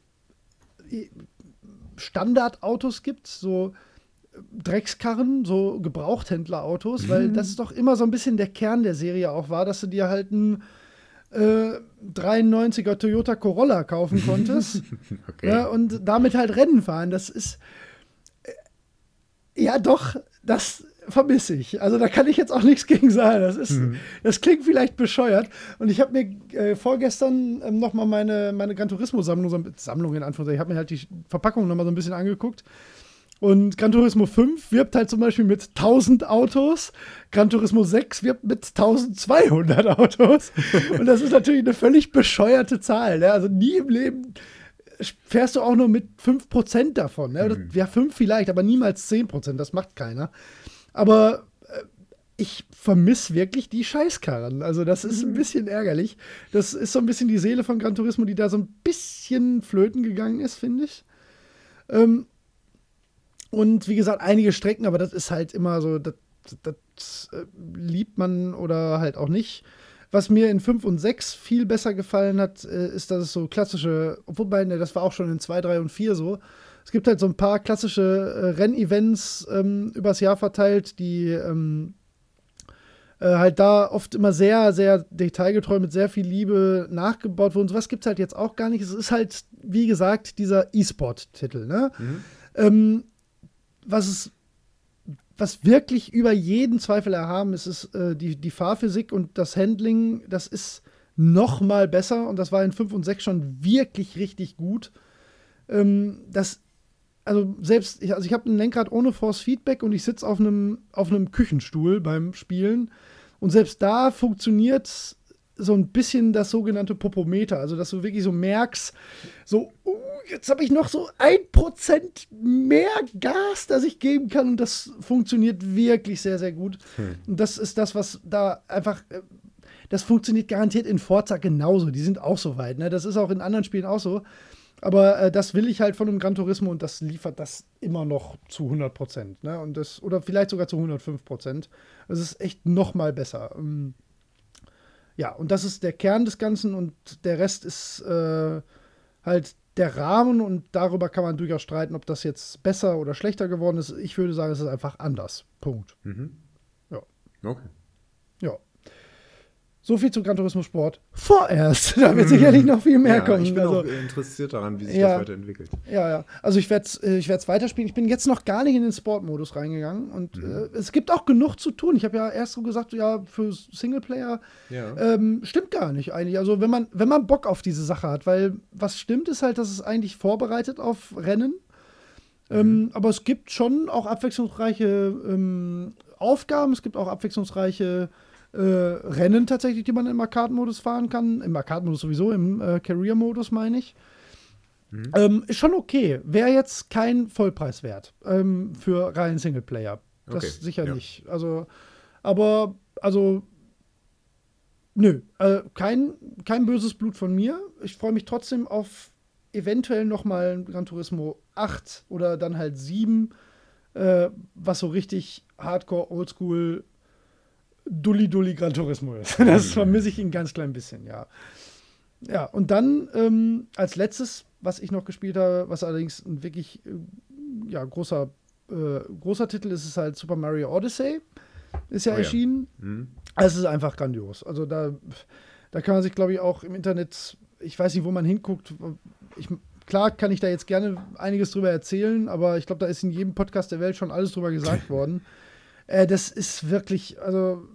Standardautos gibt, so Dreckskarren, so Gebrauchthändlerautos, weil das ist doch immer so ein bisschen der Kern der Serie auch war, dass du dir halt einen äh, dreiundneunziger Toyota Corolla kaufen konntest Okay. ja, und damit halt Rennen fahren. Das ist äh, ja doch, das vermisse ich. Also da kann ich jetzt auch nichts gegen sagen. Das ist, Mhm. das klingt vielleicht bescheuert. Und ich habe mir äh, vorgestern ähm, noch mal meine, meine Gran Turismo-Sammlung, so, Sammlung in Anführungszeichen, ich habe mir halt die Verpackung noch mal so ein bisschen angeguckt. Und Gran Turismo fünf wirbt halt zum Beispiel mit tausend Autos. Gran Turismo sechs wirbt mit eintausendzweihundert Autos. Und das ist natürlich eine völlig bescheuerte Zahl. Ne? Also nie im Leben fährst du auch nur mit fünf Prozent davon. Ne? Oder, Mhm. ja, fünf vielleicht, aber niemals zehn Prozent. Das macht keiner. Aber äh, ich vermisse wirklich die Scheißkarren. Also das ist ein bisschen ärgerlich. Das ist so ein bisschen die Seele von Gran Turismo, die da so ein bisschen flöten gegangen ist, finde ich. Ähm, und wie gesagt, einige Strecken, aber das ist halt immer so, das, das äh, liebt man oder halt auch nicht. Was mir in fünf und sechs viel besser gefallen hat, äh, ist, dass es so klassische, wobei, ne, das war auch schon in zwei, drei und vier so. Es gibt halt so ein paar klassische äh, Rennevents ähm, übers Jahr verteilt, die ähm, äh, halt da oft immer sehr, sehr detailgetreu mit sehr viel Liebe nachgebaut wurden. Sowas gibt es halt jetzt auch gar nicht. Es ist halt, wie gesagt, dieser E-Sport-Titel, ne? Mhm. Ähm, was es was wirklich über jeden Zweifel erhaben ist, ist äh, die, die Fahrphysik und das Handling, das ist noch mal besser und das war in fünf und sechs schon wirklich richtig gut. Ähm, das, also selbst, ich, also ich habe ein Lenkrad ohne Force Feedback und ich sitze auf einem auf einem Küchenstuhl beim Spielen und selbst da funktioniert so ein bisschen das sogenannte Popometer, also dass du wirklich so merkst, so, uh, jetzt habe ich noch so ein Prozent mehr Gas, das ich geben kann und das funktioniert wirklich sehr, sehr gut. Hm. Und das ist das, was da einfach, äh, das funktioniert garantiert in Forza genauso, die sind auch so weit, ne? Das ist auch in anderen Spielen auch so, aber äh, das will ich halt von einem Gran Turismo und das liefert das immer noch zu hundert Prozent, ne? Und das, oder vielleicht sogar zu hundertfünf Prozent. Das ist echt noch mal besser. Ähm, Ja, und das ist der Kern des Ganzen und der Rest ist äh, halt der Rahmen und darüber kann man durchaus streiten, ob das jetzt besser oder schlechter geworden ist. Ich würde sagen, es ist einfach anders. Punkt. Mhm. Ja. Okay. Ja. So viel zu Gran Turismo Sport. Vorerst. Da wird sicherlich noch viel mehr Ja, kommen. ich bin also, auch interessiert daran, wie sich Ja. das weiterentwickelt. Ja, ja. Also ich werde es ich werd's weiterspielen. Ich bin jetzt noch gar nicht in den Sportmodus reingegangen. Und Mhm. äh, es gibt auch genug zu tun. Ich habe ja erst so gesagt, ja, für Singleplayer Ja. ähm, stimmt gar nicht eigentlich. Also wenn man, wenn man Bock auf diese Sache hat, weil was stimmt, ist halt, dass es eigentlich vorbereitet auf Rennen. Ähm, aber es gibt schon auch abwechslungsreiche ähm, Aufgaben, es gibt auch abwechslungsreiche äh, Rennen tatsächlich, die man im Arcade-Modus fahren kann. Im Arcade-Modus sowieso, im äh, Career-Modus meine ich. Mhm. Ähm, ist schon okay. Wäre jetzt kein Vollpreis wert ähm, für rein Singleplayer. Das Okay, sicher ja. nicht. Also, aber, also, nö, äh, kein, kein böses Blut von mir. Ich freue mich trotzdem auf eventuell noch mal ein Gran Turismo acht oder dann halt sieben, äh, was so richtig Hardcore, Oldschool, Dulli-Dulli Gran Turismo ist. Das vermisse ich ein ganz klein bisschen, ja. Ja, und dann ähm, als letztes, was ich noch gespielt habe, was allerdings ein wirklich äh, ja, großer, äh, großer Titel ist, ist halt Super Mario Odyssey. Ist ja Oh ja. erschienen. Mhm. Also es ist einfach grandios. Also da, da kann man sich, glaube ich, auch im Internet, ich weiß nicht, wo man hinguckt. Ich, klar kann ich da jetzt gerne einiges drüber erzählen, aber ich glaube, da ist in jedem Podcast der Welt schon alles drüber gesagt worden. Äh, das ist wirklich, also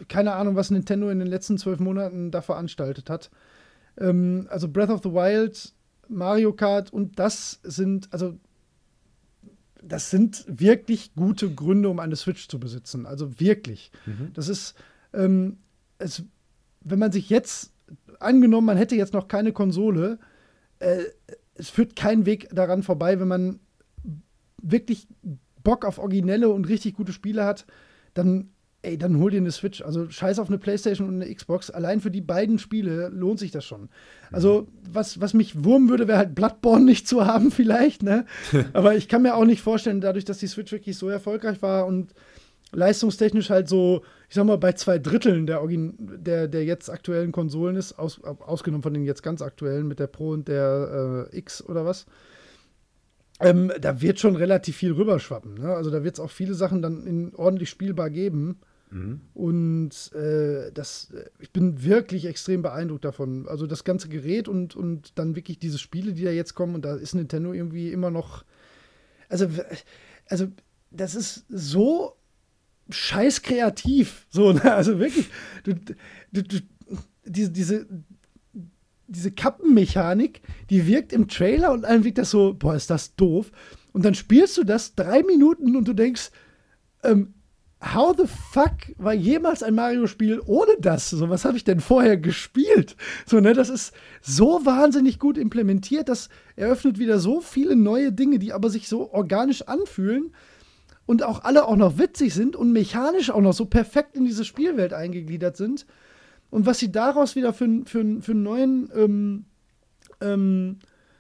keine Ahnung, was Nintendo in den letzten zwölf Monaten da veranstaltet hat. Ähm, also Breath of the Wild, Mario Kart und das sind, also das sind wirklich gute Gründe, um eine Switch zu besitzen. Also wirklich. Mhm. Das ist, ähm, es, wenn man sich jetzt, angenommen, man hätte jetzt noch keine Konsole, äh, es führt kein Weg daran vorbei, wenn man wirklich Bock auf originelle und richtig gute Spiele hat, dann, ey, dann hol dir eine Switch. Also scheiß auf eine PlayStation und eine Xbox. Allein für die beiden Spiele lohnt sich das schon. Also was, was mich wurmen würde, wäre halt Bloodborne nicht zu haben vielleicht, ne? Aber ich kann mir auch nicht vorstellen, dadurch, dass die Switch wirklich so erfolgreich war und leistungstechnisch halt so, ich sag mal, bei zwei Dritteln der, der, der jetzt aktuellen Konsolen ist, aus, ausgenommen von den jetzt ganz aktuellen mit der Pro und der äh, X oder was. Ähm, da wird schon relativ viel rüberschwappen. Ne? Also da wird es auch viele Sachen dann in ordentlich spielbar geben. Mhm. Und äh, das, ich bin wirklich extrem beeindruckt davon. Also das ganze Gerät und, und dann wirklich diese Spiele, die da jetzt kommen. Und da ist Nintendo irgendwie immer noch. Also, also das ist so scheiß kreativ. So, ne? Also wirklich, du, du, du, diese, diese diese Kappenmechanik, die wirkt im Trailer und dann wirkt das so, boah, ist das doof. Und dann spielst du das drei Minuten und du denkst, ähm, how the fuck war jemals ein Mario-Spiel ohne das? So, was habe ich denn vorher gespielt? So, ne, das ist so wahnsinnig gut implementiert, das eröffnet wieder so viele neue Dinge, die aber sich so organisch anfühlen und auch alle auch noch witzig sind und mechanisch auch noch so perfekt in diese Spielwelt eingegliedert sind. Und was sie daraus wieder für, für, für einen neuen ähm, ähm,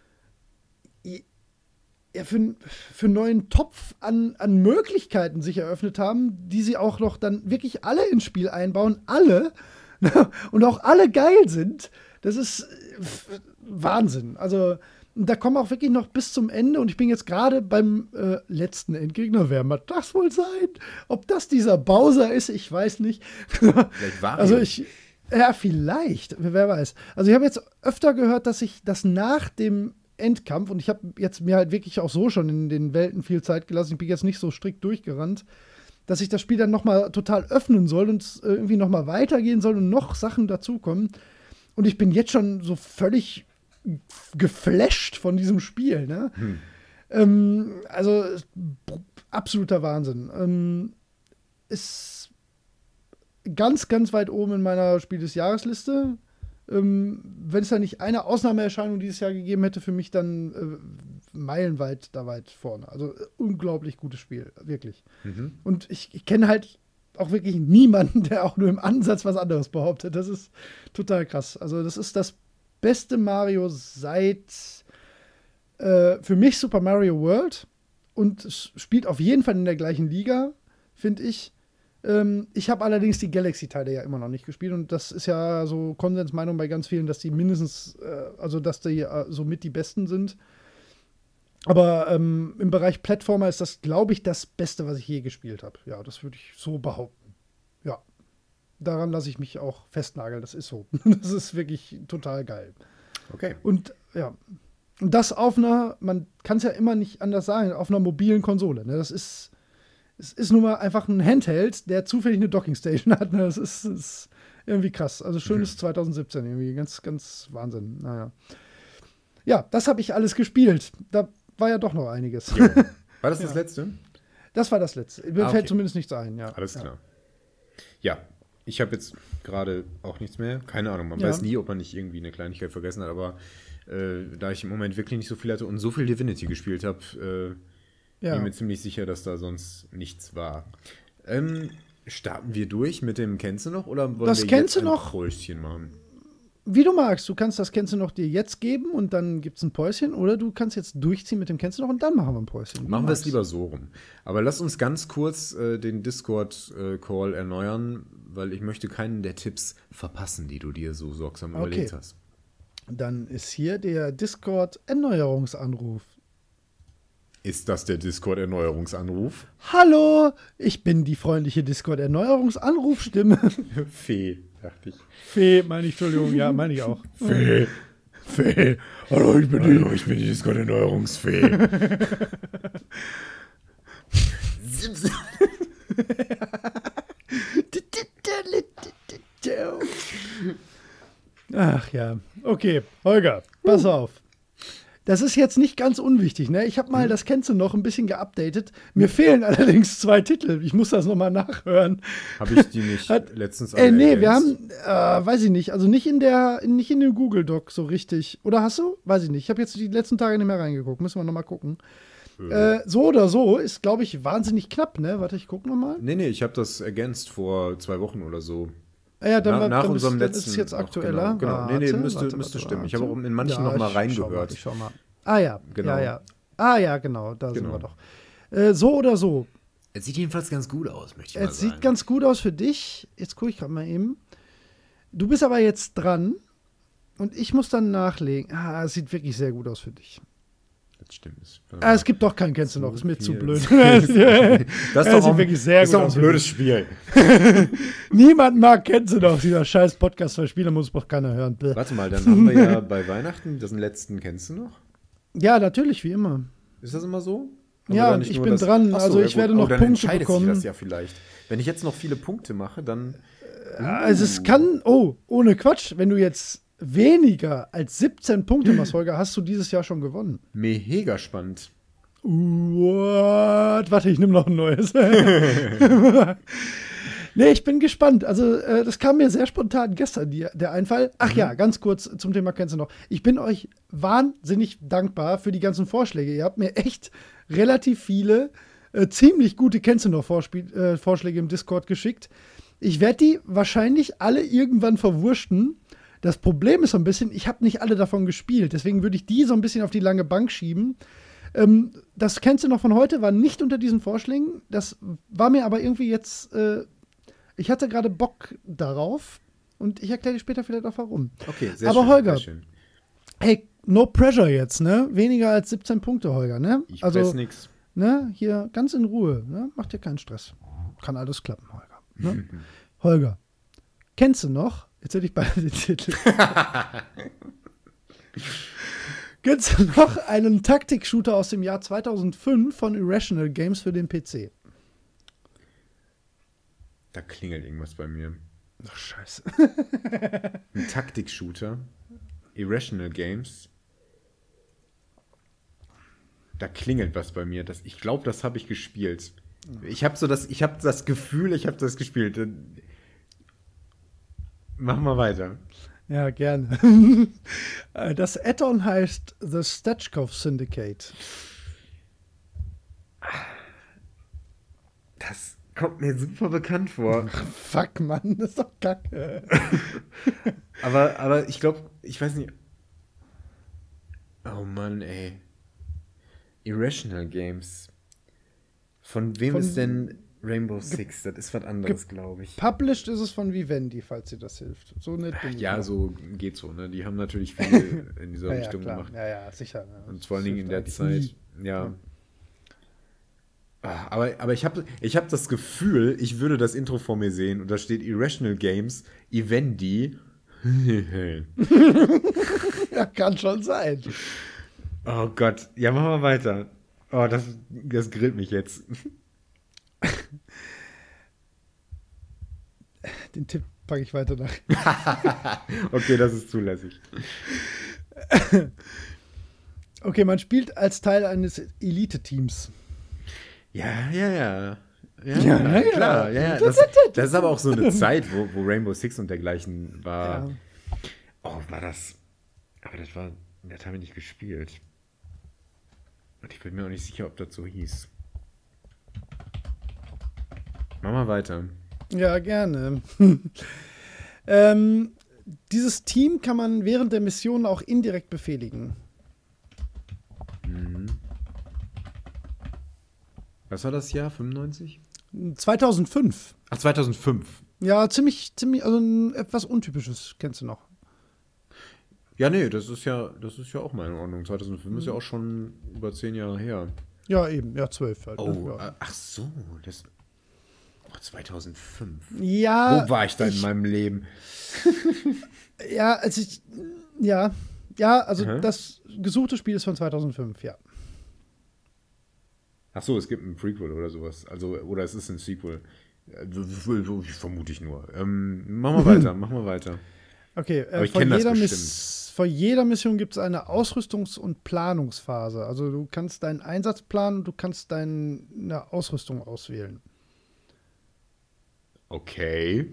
ja, für, für einen neuen Topf an, an Möglichkeiten sich eröffnet haben, die sie auch noch dann wirklich alle ins Spiel einbauen, alle, und auch alle geil sind, das ist Wahnsinn. Also da kommen auch wirklich noch bis zum Ende und ich bin jetzt gerade beim äh, letzten Endgegner. Wer mag das wohl sein? Ob das dieser Bowser ist, ich weiß nicht. Vielleicht war also ich Ja, vielleicht, wer weiß. Also ich habe jetzt öfter gehört, dass ich das nach dem Endkampf, und ich habe jetzt mir halt wirklich auch so schon in den Welten viel Zeit gelassen, ich bin jetzt nicht so strikt durchgerannt, dass ich das Spiel dann noch mal total öffnen soll und irgendwie noch mal weitergehen soll und noch Sachen dazukommen. Und ich bin jetzt schon so völlig geflasht von diesem Spiel. Ne? Hm. Ähm, also absoluter Wahnsinn. Ähm, ist ganz, ganz weit oben in meiner Spiel des Jahresliste. Ähm, wenn es da nicht eine Ausnahmeerscheinung dieses Jahr gegeben hätte, für mich dann äh, meilenweit da weit vorne. Also äh, unglaublich gutes Spiel, wirklich. Mhm. Und ich, ich kenne halt auch wirklich niemanden, der auch nur im Ansatz was anderes behauptet. Das ist total krass. Also das ist das beste Mario seit äh, für mich Super Mario World und es spielt auf jeden Fall in der gleichen Liga, finde ich. Ich habe allerdings die Galaxy-Teile ja immer noch nicht gespielt und das ist ja so Konsensmeinung bei ganz vielen, dass die mindestens, äh, also dass die äh, so mit die besten sind. Aber ähm, im Bereich Plattformer ist das, glaube ich, das Beste, was ich je gespielt habe. Ja, das würde ich so behaupten. Ja, daran lasse ich mich auch festnageln, das ist so. Das ist wirklich total geil. Okay. Und ja, und das auf einer, man kann es ja immer nicht anders sagen, auf einer mobilen Konsole. Ne? Das ist Es ist nun mal einfach ein Handheld, der zufällig eine Dockingstation hat. Das ist, ist irgendwie krass. Also schönes mhm. zwanzig siebzehn irgendwie. Ganz, ganz Wahnsinn. Naja. Ja, das habe ich alles gespielt. Da war ja doch noch einiges. Jo. War das ja. das Letzte? Das war das Letzte. Mir ah, fällt okay. zumindest nichts ein. Ja. Alles klar. Ja, ich habe jetzt gerade auch nichts mehr. Keine Ahnung, man ja. weiß nie, ob man nicht irgendwie eine Kleinigkeit vergessen hat. Aber äh, da ich im Moment wirklich nicht so viel hatte und so viel Divinity gespielt habe, äh, Ich ja. bin mir ziemlich sicher, dass da sonst nichts war. Ähm, starten wir durch mit dem Kennst du noch oder wollen das wir jetzt ein noch? Päuschen machen? Wie du magst. Du kannst das Kennst du noch dir jetzt geben und dann gibt es ein Päuschen oder du kannst jetzt durchziehen mit dem Kennst du noch und dann machen wir ein Päuschen. Machen wir es lieber so rum. Aber lass uns ganz kurz äh, den Discord-Call äh, erneuern, weil ich möchte keinen der Tipps verpassen, die du dir so sorgsam okay. überlegt hast. Dann ist hier der Discord-Erneuerungsanruf. Ist das der Discord-Erneuerungsanruf? Hallo, ich bin die freundliche Discord-Erneuerungsanrufstimme. Fee, dachte ich. Fee, meine ich, Entschuldigung, ja, meine ich auch. Fee, Fee, hallo, ich bin hallo, die, ich bin die Discord-Erneuerungsfee. Ach ja, okay, Holger, pass uh. auf. Das ist jetzt nicht ganz unwichtig, ne? Ich habe mal, hm. das kennst du noch, ein bisschen geupdatet. Mir fehlen allerdings zwei Titel. Ich muss das nochmal nachhören. Habe ich die nicht Hat, letztens äh, Nee, wir haben, äh, weiß ich nicht, also nicht in der, nicht in dem Google Doc so richtig. Oder hast du? Weiß ich nicht. Ich habe jetzt die letzten Tage nicht mehr reingeguckt. Müssen wir nochmal gucken. Äh. Äh, so oder so ist, glaube ich, wahnsinnig knapp, ne? Warte, ich gucke nochmal. Nee, nee, ich habe das ergänzt vor zwei Wochen oder so. Ja, dann, Na, nach dann unserem ist, letzten. Ist es jetzt aktueller? Genau, genau. Warte, nee, nee, müsste, warte, müsste warte, stimmen. warte. Ich habe auch in manchen ja, noch mal ich reingehört. Schau mal, ich schau mal. Ah ja, genau. ja, ja. Ah ja, genau, da genau. sind wir doch. Äh, so oder so. Es sieht jedenfalls ganz gut aus, möchte ich mal es sagen. Es sieht ganz gut aus für dich. Jetzt gucke ich gerade mal eben. Du bist aber jetzt dran und ich muss dann nachlegen. Ah, es sieht wirklich sehr gut aus für dich. Das stimmt. Ah, es gibt doch keinen, kennst du noch, ist mir zu blöd. das ist doch auch, wirklich sehr ist gut doch ein aus blödes Spiel. Niemand mag, kennst du doch, dieser scheiß Podcast für Spieler muss doch keiner hören. Bäh. Warte mal, dann haben wir ja bei Weihnachten, das letzten kennst du noch? Ja, natürlich, wie immer. Ist das immer so? Haben ja, ich bin das, dran, also ich ja, werde noch oh, dann Punkte bekommen. Sich das ja vielleicht. Wenn ich jetzt noch viele Punkte mache, dann... Uh. Also es kann, oh, ohne Quatsch, wenn du jetzt weniger als siebzehn Punkte machst, Holger, hast du dieses Jahr schon gewonnen. Mega spannend. What? Warte, ich nehme noch ein neues. Nee, ich bin gespannt. Also, äh, das kam mir sehr spontan gestern, die, der Einfall. Ach mhm. ja, ganz kurz zum Thema kennst du noch. Ich bin euch wahnsinnig dankbar für die ganzen Vorschläge. Ihr habt mir echt relativ viele äh, ziemlich gute kennst du noch Vorspiel, äh, Vorschläge im Discord geschickt. Ich werde die wahrscheinlich alle irgendwann verwurschten. Das Problem ist so ein bisschen, ich habe nicht alle davon gespielt. Deswegen würde ich die so ein bisschen auf die lange Bank schieben. Ähm, das kennst du noch von heute, war nicht unter diesen Vorschlägen. Das war mir aber irgendwie jetzt, äh, ich hatte gerade Bock darauf und ich erkläre dir später vielleicht auch warum. Okay, sehr aber schön. Holger, sehr schön. Hey, no pressure jetzt, ne? Weniger als siebzehn Punkte, Holger, ne? Ich also, weiß nix. Ne? Hier ganz in Ruhe, ne? Mach dir keinen Stress. Kann alles klappen, Holger. Ne? Holger, kennst du noch? Jetzt hätte ich beide den Titel. Kennst du noch einen Taktik-Shooter aus dem Jahr zweitausendfünf von Irrational Games für den P C? Da klingelt irgendwas bei mir. Ach, scheiße. Ein Taktik-Shooter. Irrational Games. Da klingelt was bei mir. Das, ich glaube, das habe ich gespielt. Ich habe so das, ich habe das Gefühl, ich habe das gespielt. Mach mal weiter. Ja, gerne. Das Add-on heißt The Stachkov Syndicate. Das kommt mir super bekannt vor. Fuck, Mann, das ist doch kacke. aber, aber ich glaube, ich weiß nicht. Oh Mann, ey. Irrational Games. Von wem von ist denn Rainbow Six? Das ist was anderes, glaube ich. Published ist es von Vivendi, falls dir das hilft. So nett bin ich. Ja, so geht so, ne? Die haben natürlich viel in dieser ja, Richtung ja, gemacht. Ja, ja, sicher. Ja. Und vor allen Dingen in der Zeit. Ja. ja. Aber, aber ich habe ich hab das Gefühl, ich würde das Intro vor mir sehen und da steht Irrational Games, Vivendi. Ja, kann schon sein. Oh Gott. Ja, machen wir weiter. Oh, das, das grillt mich jetzt. Den Tipp packe ich weiter nach. Okay, das ist zulässig. Okay, man spielt als Teil eines Elite-Teams. Ja, ja, ja. Ja, ja, ja klar. Ja, ja. Das, das ist aber auch so eine Zeit, wo, wo Rainbow Six und dergleichen war. Ja. Oh, war das. Aber das war. Das haben wir nicht gespielt. Und ich bin mir auch nicht sicher, ob das so hieß. Mach mal weiter. Ja, gerne. ähm, dieses Team kann man während der Mission auch indirekt befehligen. Mhm. Was war das Jahr? fünfundneunzig? zweitausendfünf. Ach, zweitausendfünf. Ja, ziemlich, ziemlich, also ein etwas Untypisches, kennst du noch. Ja, nee, das ist ja, das ist ja auch mal in Ordnung. zweitausendfünf mhm. ist ja auch schon über zehn Jahre her. Ja, eben, ja, zwölf halt. Oh, ne? Ja. Ach so, das. Oh, zweitausendfünf. Ja. Wo war ich da ich, in meinem Leben? Ja, also ich, ja, ja, also Aha. das gesuchte Spiel ist von zweitausendfünf, ja. Ach so, es gibt ein Prequel oder sowas. Also, oder es ist ein Sequel. Vermute ich nur. Ähm, mach mal weiter, mach mal weiter. Okay, äh, Aber ich vor, kenn das jeder bestimmt. Miss- vor jeder Mission gibt es eine Ausrüstungs- und Planungsphase. Also du kannst deinen Einsatz planen und du kannst deine Ausrüstung auswählen. Okay.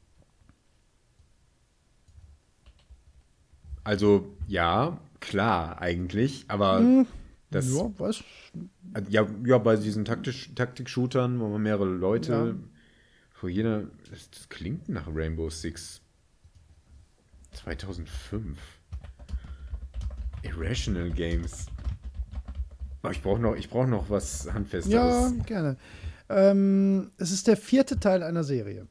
Also, ja, klar, eigentlich, aber Hm, das, ja, weiß. ja, ja, bei diesen Taktisch, Taktik-Shootern, wo man mehrere Leute, Ja. vor jeder, das, das klingt nach Rainbow Six. zweitausendfünf. Irrational Games. Aber ich brauche noch, ich brauch noch was Ja, Handfesteres. gerne. Ähm, es ist der vierte Teil einer Serie.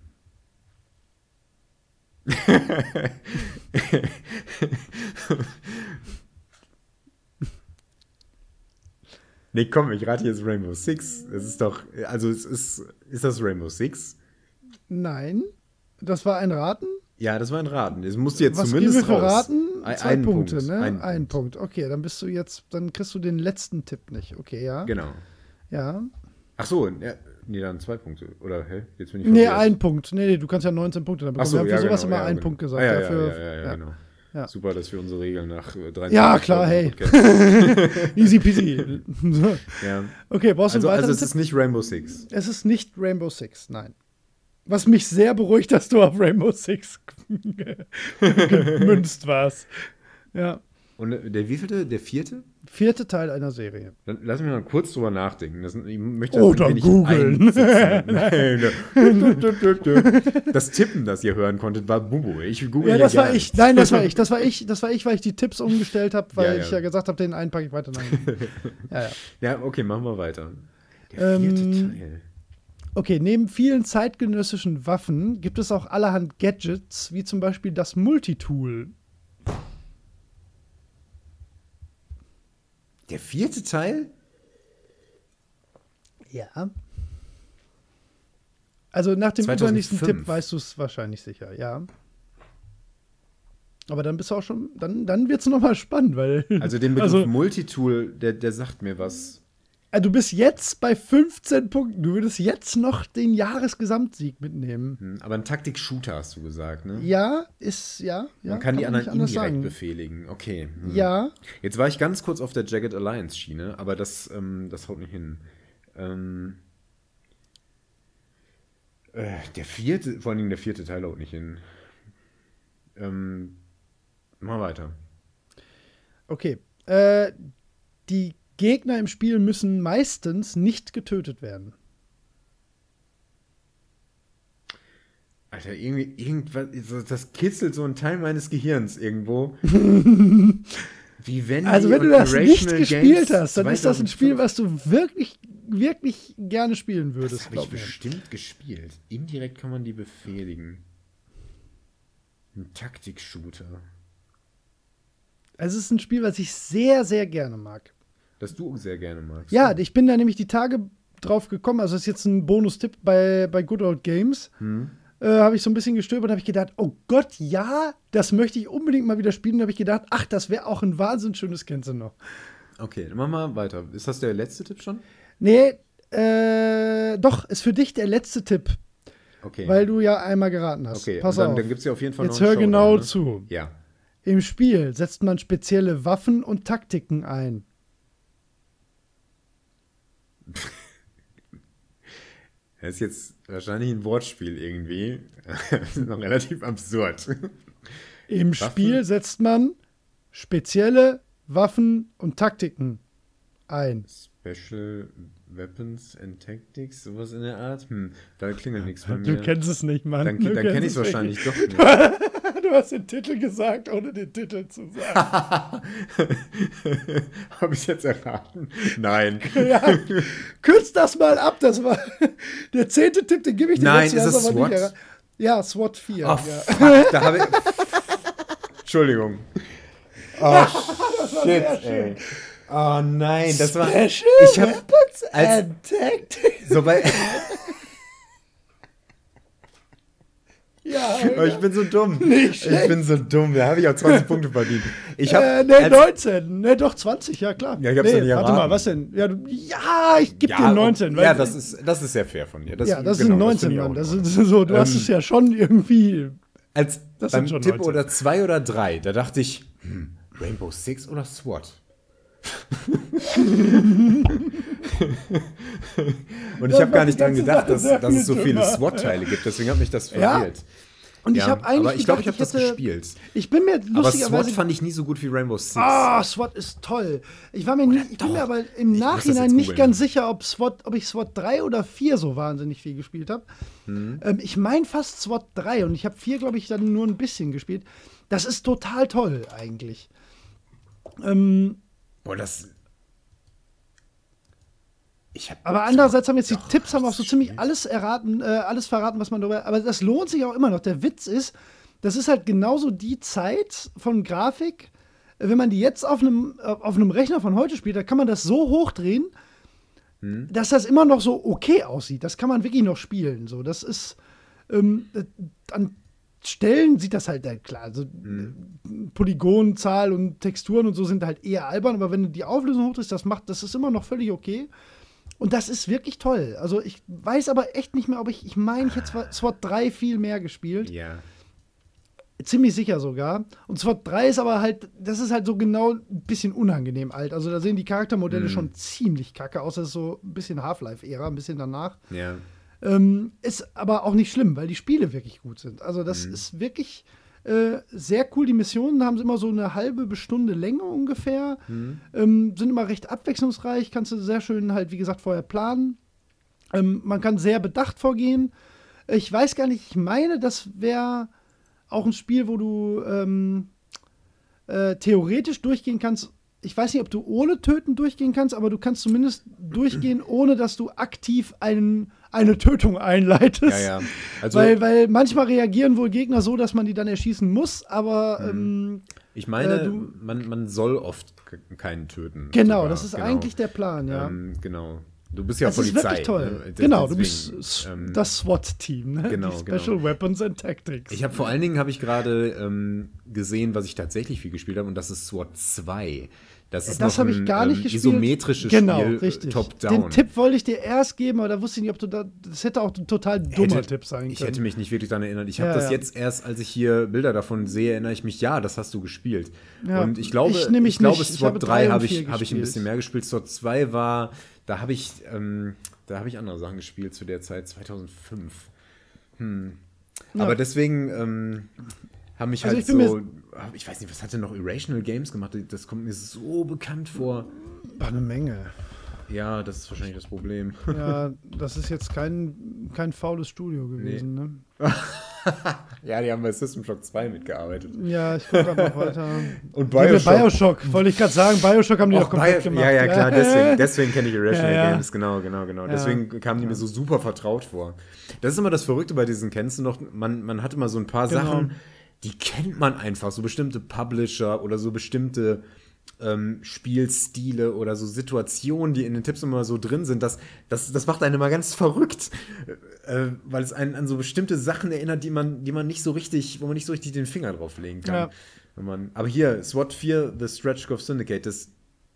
Nee, komm, ich rate jetzt Rainbow Six. Das ist doch, also es ist, ist das Rainbow Six? Nein, das war ein Raten. Ja, das war ein Raten. Das musst du jetzt Was zumindest geben wir für raus. Raten? Ein- Zwei einen Punkte, Punkt, ne? einen Ein Punkt. Punkt. Okay, dann bist du jetzt, dann kriegst du den letzten Tipp nicht. Okay, ja. Genau. Ja. Ach so, ja, nee, dann zwei Punkte. Oder, hä? Jetzt bin ich Nee, verwirrt. ein Punkt. Nee, nee, du kannst ja neunzehn Punkte dann Ach bekommen. so, wir haben ja, für sowas genau, immer ja, einen genau. Punkt gesagt. Ah, ja, ja, ja, für, ja, ja, ja, genau. Ja. Super, dass wir unsere Regeln nach äh, dreiundzwanzig Ja, klar, hey. Folgen Easy peasy. So. ja. Okay, brauchst du Also, einen also weiteren es ist Tipp? nicht Rainbow Six. Es ist nicht Rainbow Six, nein. Was mich sehr beruhigt, dass du auf Rainbow Six gemünzt warst. Ja. Und äh, der wievielte? Der vierte? Vierte Teil einer Serie. Dann lass mich mal kurz drüber nachdenken. Das, ich möchte das Oder ein wenig googeln. einsetzen. Nein. Das Tippen, das ihr hören konntet, war Bubu. Ich google Ja, hier das war gerne. ich. Nein, das war ich. Das war ich. Das war ich, weil ich die Tipps umgestellt habe, weil Ja, ja. ich ja gesagt habe, den einen packe ich weiter nach hinten. Ja, ja. Ja, okay, machen wir weiter. Der vierte Ähm, Teil. Okay, neben vielen zeitgenössischen Waffen gibt es auch allerhand Gadgets, wie zum Beispiel das Multitool. Der vierte Teil? Ja. Also nach dem zweitausendfünf. übernächsten Tipp weißt du es wahrscheinlich sicher, ja. Aber dann bist du auch schon, dann, dann wird es nochmal spannend, weil. Also den Begriff Also, Multitool, der, der sagt mir was. äh, du bist jetzt bei fünfzehn Punkten. Du würdest jetzt noch den Jahresgesamtsieg mitnehmen. Hm, aber ein Taktik-Shooter hast du gesagt, ne? Ja, ist, ja. ja Man kann die anderen nicht anders indirekt sagen. befehligen. Okay. Hm. Ja, Jetzt war ich ganz kurz auf der Jagged Alliance-Schiene, aber das, ähm, das haut nicht hin. Ähm, äh, der vierte, vor allen Dingen der vierte Teil haut nicht hin. Ähm, mal weiter. okay. Äh, die Gegner im Spiel müssen meistens nicht getötet werden. Alter, irgendwie, irgendwas, das kitzelt so ein Teil meines Gehirns irgendwo. Wie wenn Also die wenn du und das nicht Irrational gespielt Games hast, dann ist das ein Spiel, zweitausendfünf was du wirklich, wirklich gerne spielen Das würdest. habe ich glaub mir. bestimmt gespielt. Indirekt kann man die befehligen. Ein Taktik-Shooter. Also es ist ein Spiel, was ich sehr, sehr gerne mag. Das du sehr gerne magst. Ja, ich bin da nämlich die Tage drauf gekommen. Also das ist jetzt ein Bonustipp bei, bei Good Old Games. Hm? Äh, habe ich so ein bisschen gestöbert und habe ich gedacht, oh Gott, ja, das möchte ich unbedingt mal wieder spielen. Da habe ich gedacht, ach, das wäre auch ein wahnsinnig schönes Kennst du noch. Okay, dann machen wir weiter. Ist das der letzte Tipp schon? Nee, äh, doch, ist für dich der letzte Tipp, Okay. weil du ja einmal geraten hast. okay, Pass und dann, auf. dann gibt es ja auf jeden Fall Jetzt noch hör einen genau Showdown, ne? zu. Ja. Im Spiel setzt man spezielle Waffen und Taktiken ein. Das ist jetzt wahrscheinlich ein Wortspiel irgendwie. Das ist noch relativ absurd. Im Spiel setzt man spezielle Waffen und Taktiken ein. Special Weapons and Tactics, sowas in der Art? Hm, da klingelt nichts bei mir. Du kennst es nicht, Mann. Dann, Du dann kennst kenne ich es es wahrscheinlich doch nicht. Du hast den Titel gesagt, ohne den Titel zu sagen. Habe ich jetzt erraten? Nein. Ja, kürz das mal ab. Das war der zehnte Tipp, den gebe ich dir Nein, jetzt. ist hast es aber nicht SWAT? erra- Ja, SWAT vier. Oh, ja. fuck, da habe ich... Entschuldigung. Oh, shit, ey. Oh nein, das war... Special Ich hab... Weapons als- and Tactics. So bei... Ja, Oh, ich bin so dumm. Nicht schlecht. Ich bin so dumm. Da habe ich auch zwanzig Punkte verdient. Ich habe... äh, nee, neunzehn. Nee, doch, zwanzig, ja klar. Ja, ich hab's nee, ja nicht warte mal, erraten. was denn? Ja, du, ja ich gebe dir neunzehn. Ja, weil- das ist, das ist sehr fair von dir. Das, ja, das genau, sind neunzehn, finde ich Mann. auch Das in ist so, du hast Ähm, es ja schon irgendwie als Das beim sind schon Tipp neunzehn. oder zwei oder drei, da dachte ich, hm, Rainbow Six oder SWAT? Und ich habe gar nicht dran gedacht, dass, dass es so viele SWAT-Teile gibt. Deswegen hat mich das verwirrt. Ja. Und ich Ja, habe eigentlich aber ich glaube, ich habe gedacht, das hätte- gespielt. Ich bin mir Aber lustigerweise SWAT fand ich nie so gut wie Rainbow Six. Ah, SWAT ist toll. Ich war mir nie, ich bin mir aber im das Nachhinein jetzt nicht googeln. ganz sicher, ob SWAT, ob ich SWAT drei oder vier so wahnsinnig viel gespielt habe. Hm. Ähm, ich meine fast SWAT drei und ich habe vier, glaube ich, dann nur ein bisschen gespielt. Das ist total toll eigentlich. Ähm, Boah, das. Ich hab aber andererseits haben jetzt die Doch, Tipps haben auch so das ziemlich Spiel. alles erraten, äh, alles verraten, was man darüber. Aber das lohnt sich auch immer noch. Der Witz ist, das ist halt genauso die Zeit von Grafik. äh, Wenn man die jetzt auf einem, äh, auf einem Rechner von heute spielt, da kann man das so hochdrehen, Hm. dass das immer noch so okay aussieht. Das kann man wirklich noch spielen. So, das ist ähm, äh, an Stellen sieht das halt äh, klar. Also Hm. äh, Polygonzahl und Texturen und so sind halt eher albern, aber wenn du die Auflösung hochdrehst, das macht, das ist immer noch völlig okay. Und das ist wirklich toll. Also ich weiß aber echt nicht mehr, ob ich, ich meine, ich hätte zwar SWAT drei viel mehr gespielt. Ja. Ziemlich sicher sogar. Und SWAT drei ist aber halt, das ist halt so genau ein bisschen unangenehm alt. Also da sehen die Charaktermodelle Mhm. schon ziemlich kacke aus. Das ist so ein bisschen Half-Life-Ära, ein bisschen danach. Ja. Ähm, ist aber auch nicht schlimm, weil die Spiele wirklich gut sind. Also das Mhm. ist wirklich äh, sehr cool. Die Missionen haben immer so eine halbe Stunde Länge ungefähr. Mhm. Ähm, sind immer recht abwechslungsreich. Kannst du sehr schön halt, wie gesagt, vorher planen. Ähm, man kann sehr bedacht vorgehen. Ich weiß gar nicht, ich meine, das wäre auch ein Spiel, wo du ähm, äh, theoretisch durchgehen kannst. Ich weiß nicht, ob du ohne Töten durchgehen kannst, aber du kannst zumindest durchgehen, ohne dass du aktiv einen, eine Tötung einleitest. Ja, ja. Also, weil, weil manchmal reagieren wohl Gegner so, dass man die dann erschießen muss, aber ähm, ich meine, äh, du- man, man soll oft k- keinen töten. genau, sogar. das ist Genau. eigentlich der Plan, ja. Ähm, genau. Du bist ja Das ist Polizei. wirklich toll. Ne? Genau, du Deswegen, bist s- ähm, das SWAT-Team, ne? genau, die Special genau. Weapons and Tactics. Ich habe vor allen Dingen habe ich gerade ähm, gesehen, was ich tatsächlich viel gespielt habe, und das ist SWAT zwei. Das ist Das noch habe ich ein, gar nicht ähm, gespielt. isometrisches genau, Spiel, richtig. top-down. Den Tipp wollte ich dir erst geben, aber da wusste ich nicht, ob du da. Das hätte auch ein total dummer Hätte- Tipp sein können. Ich hätte mich nicht wirklich daran erinnert. Ich habe Ja, das ja. jetzt erst, als ich hier Bilder davon sehe, erinnere ich mich, ja, das hast du gespielt. Ja, Und ich glaube, ich ich, nämlich glaube nicht. Ich SWAT habe drei drei und habe ich, vier habe ich ein gespielt. bisschen mehr gespielt. SWAT zwei war, da habe ich, ähm, da habe ich andere Sachen gespielt zu der Zeit, zweitausendfünf. Hm. Ja. Aber deswegen ähm, haben mich Also halt ich bin so, ich weiß nicht, was hat denn noch Irrational Games gemacht? Das kommt mir so bekannt vor. War eine Menge. Ja, das ist wahrscheinlich das Problem. Ja, das ist jetzt kein, kein faules Studio gewesen, ne? Ja, die haben bei System Shock zwei mitgearbeitet. Ja, ich gucke gerade noch weiter. Und Ja, mit Bioshock. Bioshock, wollte ich gerade sagen. Bioshock haben die doch Auch komplett Bio- gemacht. ja, ja, klar, deswegen, deswegen kenne ich Irrational Ja, ja. Games, genau, genau, genau. Ja. Deswegen kamen die mir so super vertraut vor. Das ist immer das Verrückte bei diesen, kennst du noch, man, man hat immer so ein paar Genau. Sachen, die kennt man einfach, so bestimmte Publisher oder so bestimmte ähm, Spielstile oder so Situationen, die in den Tipps immer so drin sind, das, das, das macht einen immer ganz verrückt, äh, weil es einen an so bestimmte Sachen erinnert, die man, die man nicht so richtig, wo man nicht so richtig den Finger drauf legen kann. Ja. Wenn man, aber hier, SWAT vier, The Stretch Goal Syndicate, das,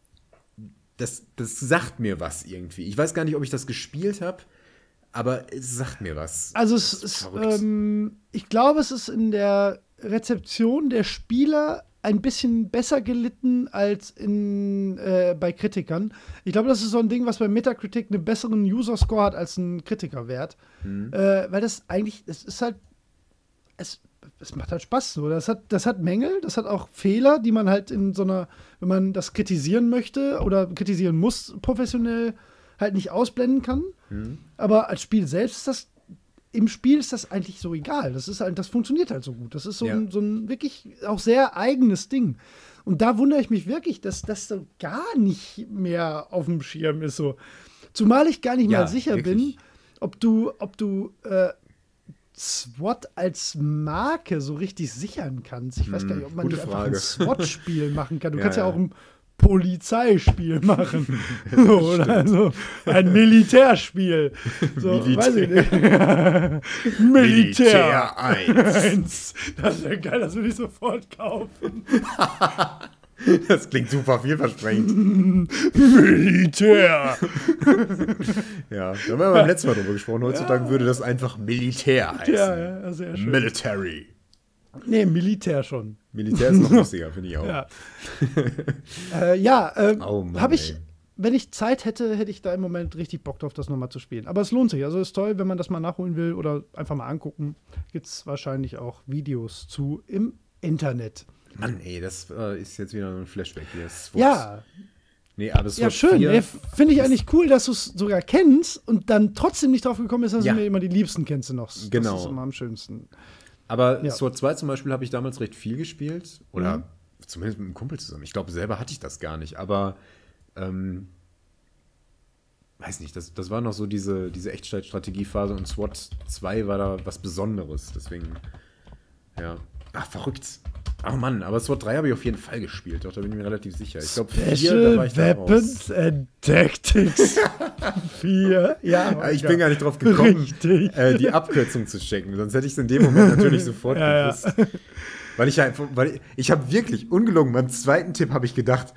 das, das sagt mir was irgendwie. Ich weiß gar nicht, ob ich das gespielt habe, aber es sagt mir was. Also es Das ist ist, verrückt. ähm, ich glaube, es ist in der Rezeption der Spieler ein bisschen besser gelitten als in, äh, bei Kritikern. Ich glaube, das ist so ein Ding, was bei Metacritic einen besseren User-Score hat als ein Kritikerwert. Mhm. Äh, weil das eigentlich, es ist halt, es, es macht halt Spaß so. Das hat, das hat Mängel, das hat auch Fehler, die man halt in so einer, wenn man das kritisieren möchte oder kritisieren muss, professionell halt nicht ausblenden kann. Mhm. Aber als Spiel selbst ist das, im Spiel ist das eigentlich so egal. Das ist halt, das funktioniert halt so gut. Das ist so, Ja. ein, so ein wirklich auch sehr eigenes Ding. Und da wundere ich mich wirklich, dass das so gar nicht mehr auf dem Schirm ist. So. Zumal ich gar nicht Ja, mal sicher wirklich. bin, ob du, ob du äh, SWAT als Marke so richtig sichern kannst. Ich weiß gar nicht, ob man gute nicht einfach ein Frage. SWAT-Spiel machen kann. Du Ja, kannst ja ja. auch ein Polizeispiel machen. So, oder so ein Militärspiel. So, Militär. weiß ich nicht. Militär Militär eins. eins. Das wäre geil, das würde ich sofort kaufen. Das klingt super vielversprechend. Militär. Ja, da haben wir beim letzten Mal drüber gesprochen. Heutzutage würde das einfach Militär heißen. Ja, ja, sehr schön. Military. Nee, Militär schon. Militär ist noch lustiger, finde ich auch. Ja, äh, ja äh, Oh Mann, habe ich, ey. wenn ich Zeit hätte, hätte ich da im Moment richtig Bock drauf, das nochmal zu spielen. Aber es lohnt sich. Also ist toll, wenn man das mal nachholen will oder einfach mal angucken. Gibt es wahrscheinlich auch Videos zu im Internet. Mann, ey, das äh, ist jetzt wieder ein Flashback hier. SWAT. Ja, Nee, aber ja SWAT schön. vier, Ey, Finde ich eigentlich cool, dass du es sogar kennst und dann trotzdem nicht drauf gekommen bist, dass Ja. du mir immer die Liebsten kennst du noch. Genau. Das ist immer am schönsten. Aber Ja. SWAT zwei zum Beispiel habe ich damals recht viel gespielt. Oder Mhm. zumindest mit einem Kumpel zusammen. Ich glaube, selber hatte ich das gar nicht. Aber, ähm, weiß nicht, das, das war noch so diese, diese Echtzeitstrategiephase und SWAT zwei war da was Besonderes. Deswegen, ja. Ach, verrückt. Ach Mann, aber SWAT drei habe ich auf jeden Fall gespielt. Doch, da bin ich mir relativ sicher. Ich glaube, vier, da Special war ich da raus. Weapons and Tactics vier. Ja, Ah, Ich bin gar nicht drauf gekommen, Richtig. äh, die Abkürzung zu checken. Sonst hätte ich es in dem Moment natürlich sofort Ja, ja. gewusst. Weil ich halt, weil ich, ich habe wirklich, ungelogen, beim zweiten Tipp habe ich gedacht,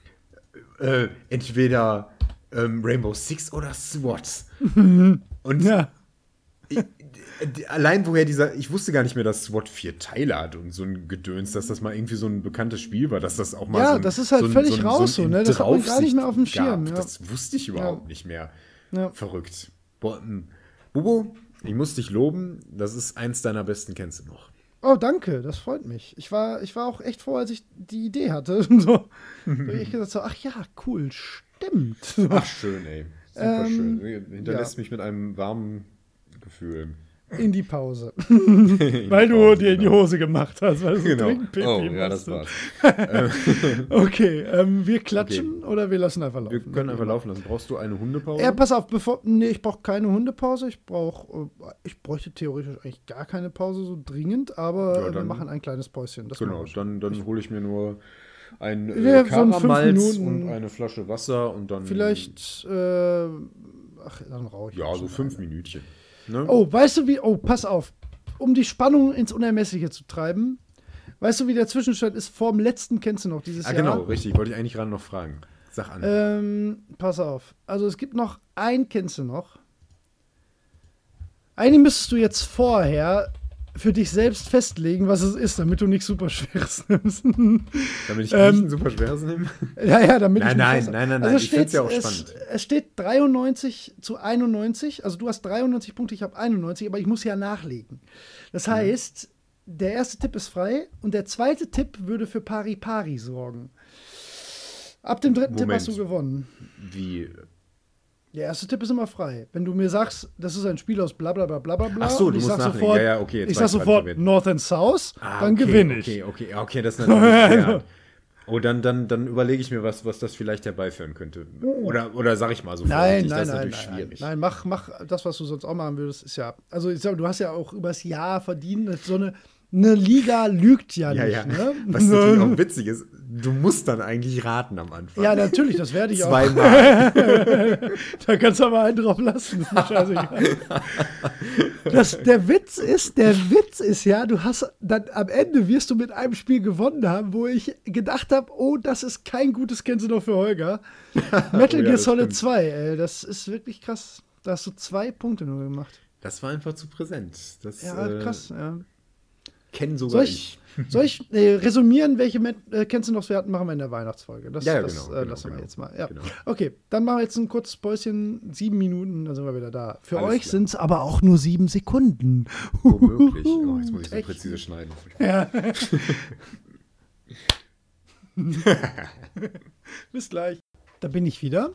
äh, entweder ähm, Rainbow Six oder SWAT. Und Ja. ich, die- allein woher dieser, ich wusste gar nicht mehr, dass SWAT vier Teile hat und so ein Gedöns, dass das mal irgendwie so ein bekanntes Spiel war, dass das auch mal Ja, so ein, das ist halt so ein, völlig so ein, raus so ein so, ne? Das hat man gar nicht mehr auf dem Draufsicht Schirm, gab. ja. Das wusste ich überhaupt Ja. nicht mehr. Ja. Verrückt. Boah, m, Bubo, ich muss dich loben, das ist eins deiner besten, kennst du noch. Oh, danke, das freut mich. Ich war, ich war auch echt froh, als ich die Idee hatte. so, so ich gesagt so, ach ja, cool, stimmt. So. Ach, schön, ey. Super Ähm, schön. Hinterlässt mich mit einem warmen Gefühl. In die Pause. In Weil die du Pause, dir in die genau. Hose gemacht hast, weil du so Genau. dringend Pipi Oh, ja, das musstest. war's. Okay, ähm, wir klatschen oder wir lassen einfach laufen? Wir können einfach laufen lassen. Brauchst du eine Hundepause? Ja, pass auf, bevor. Nee, ich brauche keine Hundepause. Ich brauche. Ich bräuchte theoretisch eigentlich gar keine Pause so dringend, aber Ja, äh, wir dann- machen ein kleines Päuschen. Das Genau, machen wir schon. dann, dann hole ich mir nur ein Ja, äh, so ein fünf Karamalz Minuten. und eine Flasche Wasser und dann. Vielleicht. Äh, ach, dann rauche ich. Ja, auch so schon fünf eine. Minütchen. Ne? Oh, weißt du wie. Oh, pass auf. Um die Spannung ins Unermessliche zu treiben. Weißt du, wie der Zwischenstand ist? Vor dem letzten kennst du noch dieses Ah, Jahr. genau, richtig. Wollte ich eigentlich gerade noch fragen. Sag an. Ähm, pass auf. Also es gibt noch ein kennst du noch. Eigentlich müsstest du jetzt vorher für dich selbst festlegen, was es ist, damit du nichts super Schweres nimmst. Damit ich ähm, nicht ein super schweres nehme? ja, ja, damit Nein, ich mich nein, fest- nein, nein, also nein, es ich find's ja auch es, spannend. Es steht dreiundneunzig zu einundneunzig. Also du hast dreiundneunzig Punkte, ich habe einundneunzig, aber ich muss ja nachlegen. Das Mhm. heißt, der erste Tipp ist frei und der zweite Tipp würde für Pari Pari sorgen. Ab dem dritten Tipp Moment. hast du gewonnen. Wie? Der erste Tipp ist immer frei. Wenn du mir sagst, das ist ein Spiel aus bla bla bla bla bla, Ach so, und du ich musst sag nachlegen. sofort, Ja, ja, okay, jetzt ich weiß sag ich, was sofort du willst. North and South, Ah, dann okay, gewinne ich. Okay, okay, ja, okay, das ist natürlich fair. Oh, dann, dann, dann überlege ich mir, was, was das vielleicht herbeiführen könnte. Oder, oder sag ich mal so Nein, vorsichtig, nein, das ist nein, natürlich nein, schwierig. nein, mach, mach das, was du sonst auch machen würdest, ist ja, also ich sag, du hast ja auch übers Jahr verdient, so eine, eine Liga lügt ja, Ja, nicht, ja. ne? Was natürlich auch witzig ist, du musst dann eigentlich raten am Anfang. Ja, natürlich, das werde ich auch. Zweimal. Da kannst du aber einen drauf lassen, ist mir scheißegal. Das, der Witz ist, der Witz ist ja, du hast dann am Ende wirst du mit einem Spiel gewonnen haben, wo ich gedacht habe, oh, das ist kein gutes Kennst du noch für Holger. Metal Oh ja, Gear das Solid stimmt. zwei, ey, das ist wirklich krass. Da hast du zwei Punkte nur gemacht. Das war einfach zu präsent. Das Ja, äh, krass, ja. kennen sogar Soll ich. ich, soll ich äh, resümieren, welche Met äh, Kennst du noch, wir hatten, machen wir in der Weihnachtsfolge. Das, Ja, ja, das genau, äh, genau, lassen wir genau. jetzt mal. Ja. Genau. Okay, dann machen wir jetzt ein kurzes Päuschen, sieben Minuten, dann sind wir wieder da. Für Alles euch klar. sind es aber auch nur sieben Sekunden. Womöglich. Oh, jetzt muss ich so Echt? präzise schneiden. Ja. Bis gleich. Da bin ich wieder.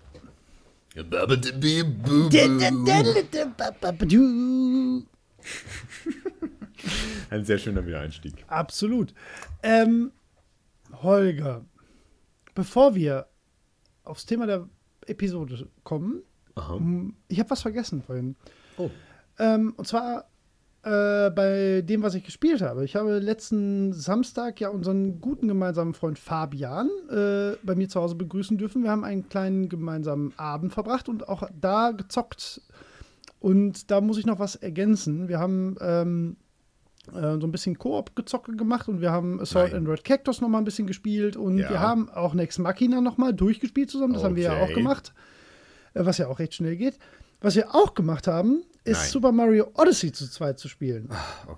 Ein sehr schöner Wiedereinstieg. Absolut. Ähm, Holger, bevor wir aufs Thema der Episode kommen, Aha. m, ich habe was vergessen vorhin. Oh. Ähm, und zwar äh, bei dem, was ich gespielt habe. Ich habe letzten Samstag ja unseren guten gemeinsamen Freund Fabian äh, bei mir zu Hause begrüßen dürfen. Wir haben einen kleinen gemeinsamen Abend verbracht und auch da gezockt. Und da muss ich noch was ergänzen. Wir haben ähm, äh, so ein bisschen Koop-Gezocke gemacht und wir haben Assault Nein. and Red Cactus noch mal ein bisschen gespielt und Ja. wir haben auch Nex Machina noch mal durchgespielt zusammen. Das haben wir ja auch Okay. gemacht, äh, was ja auch recht schnell geht. Was wir auch gemacht haben, ist Nein. Super Mario Odyssey zu zweit zu spielen. Okay.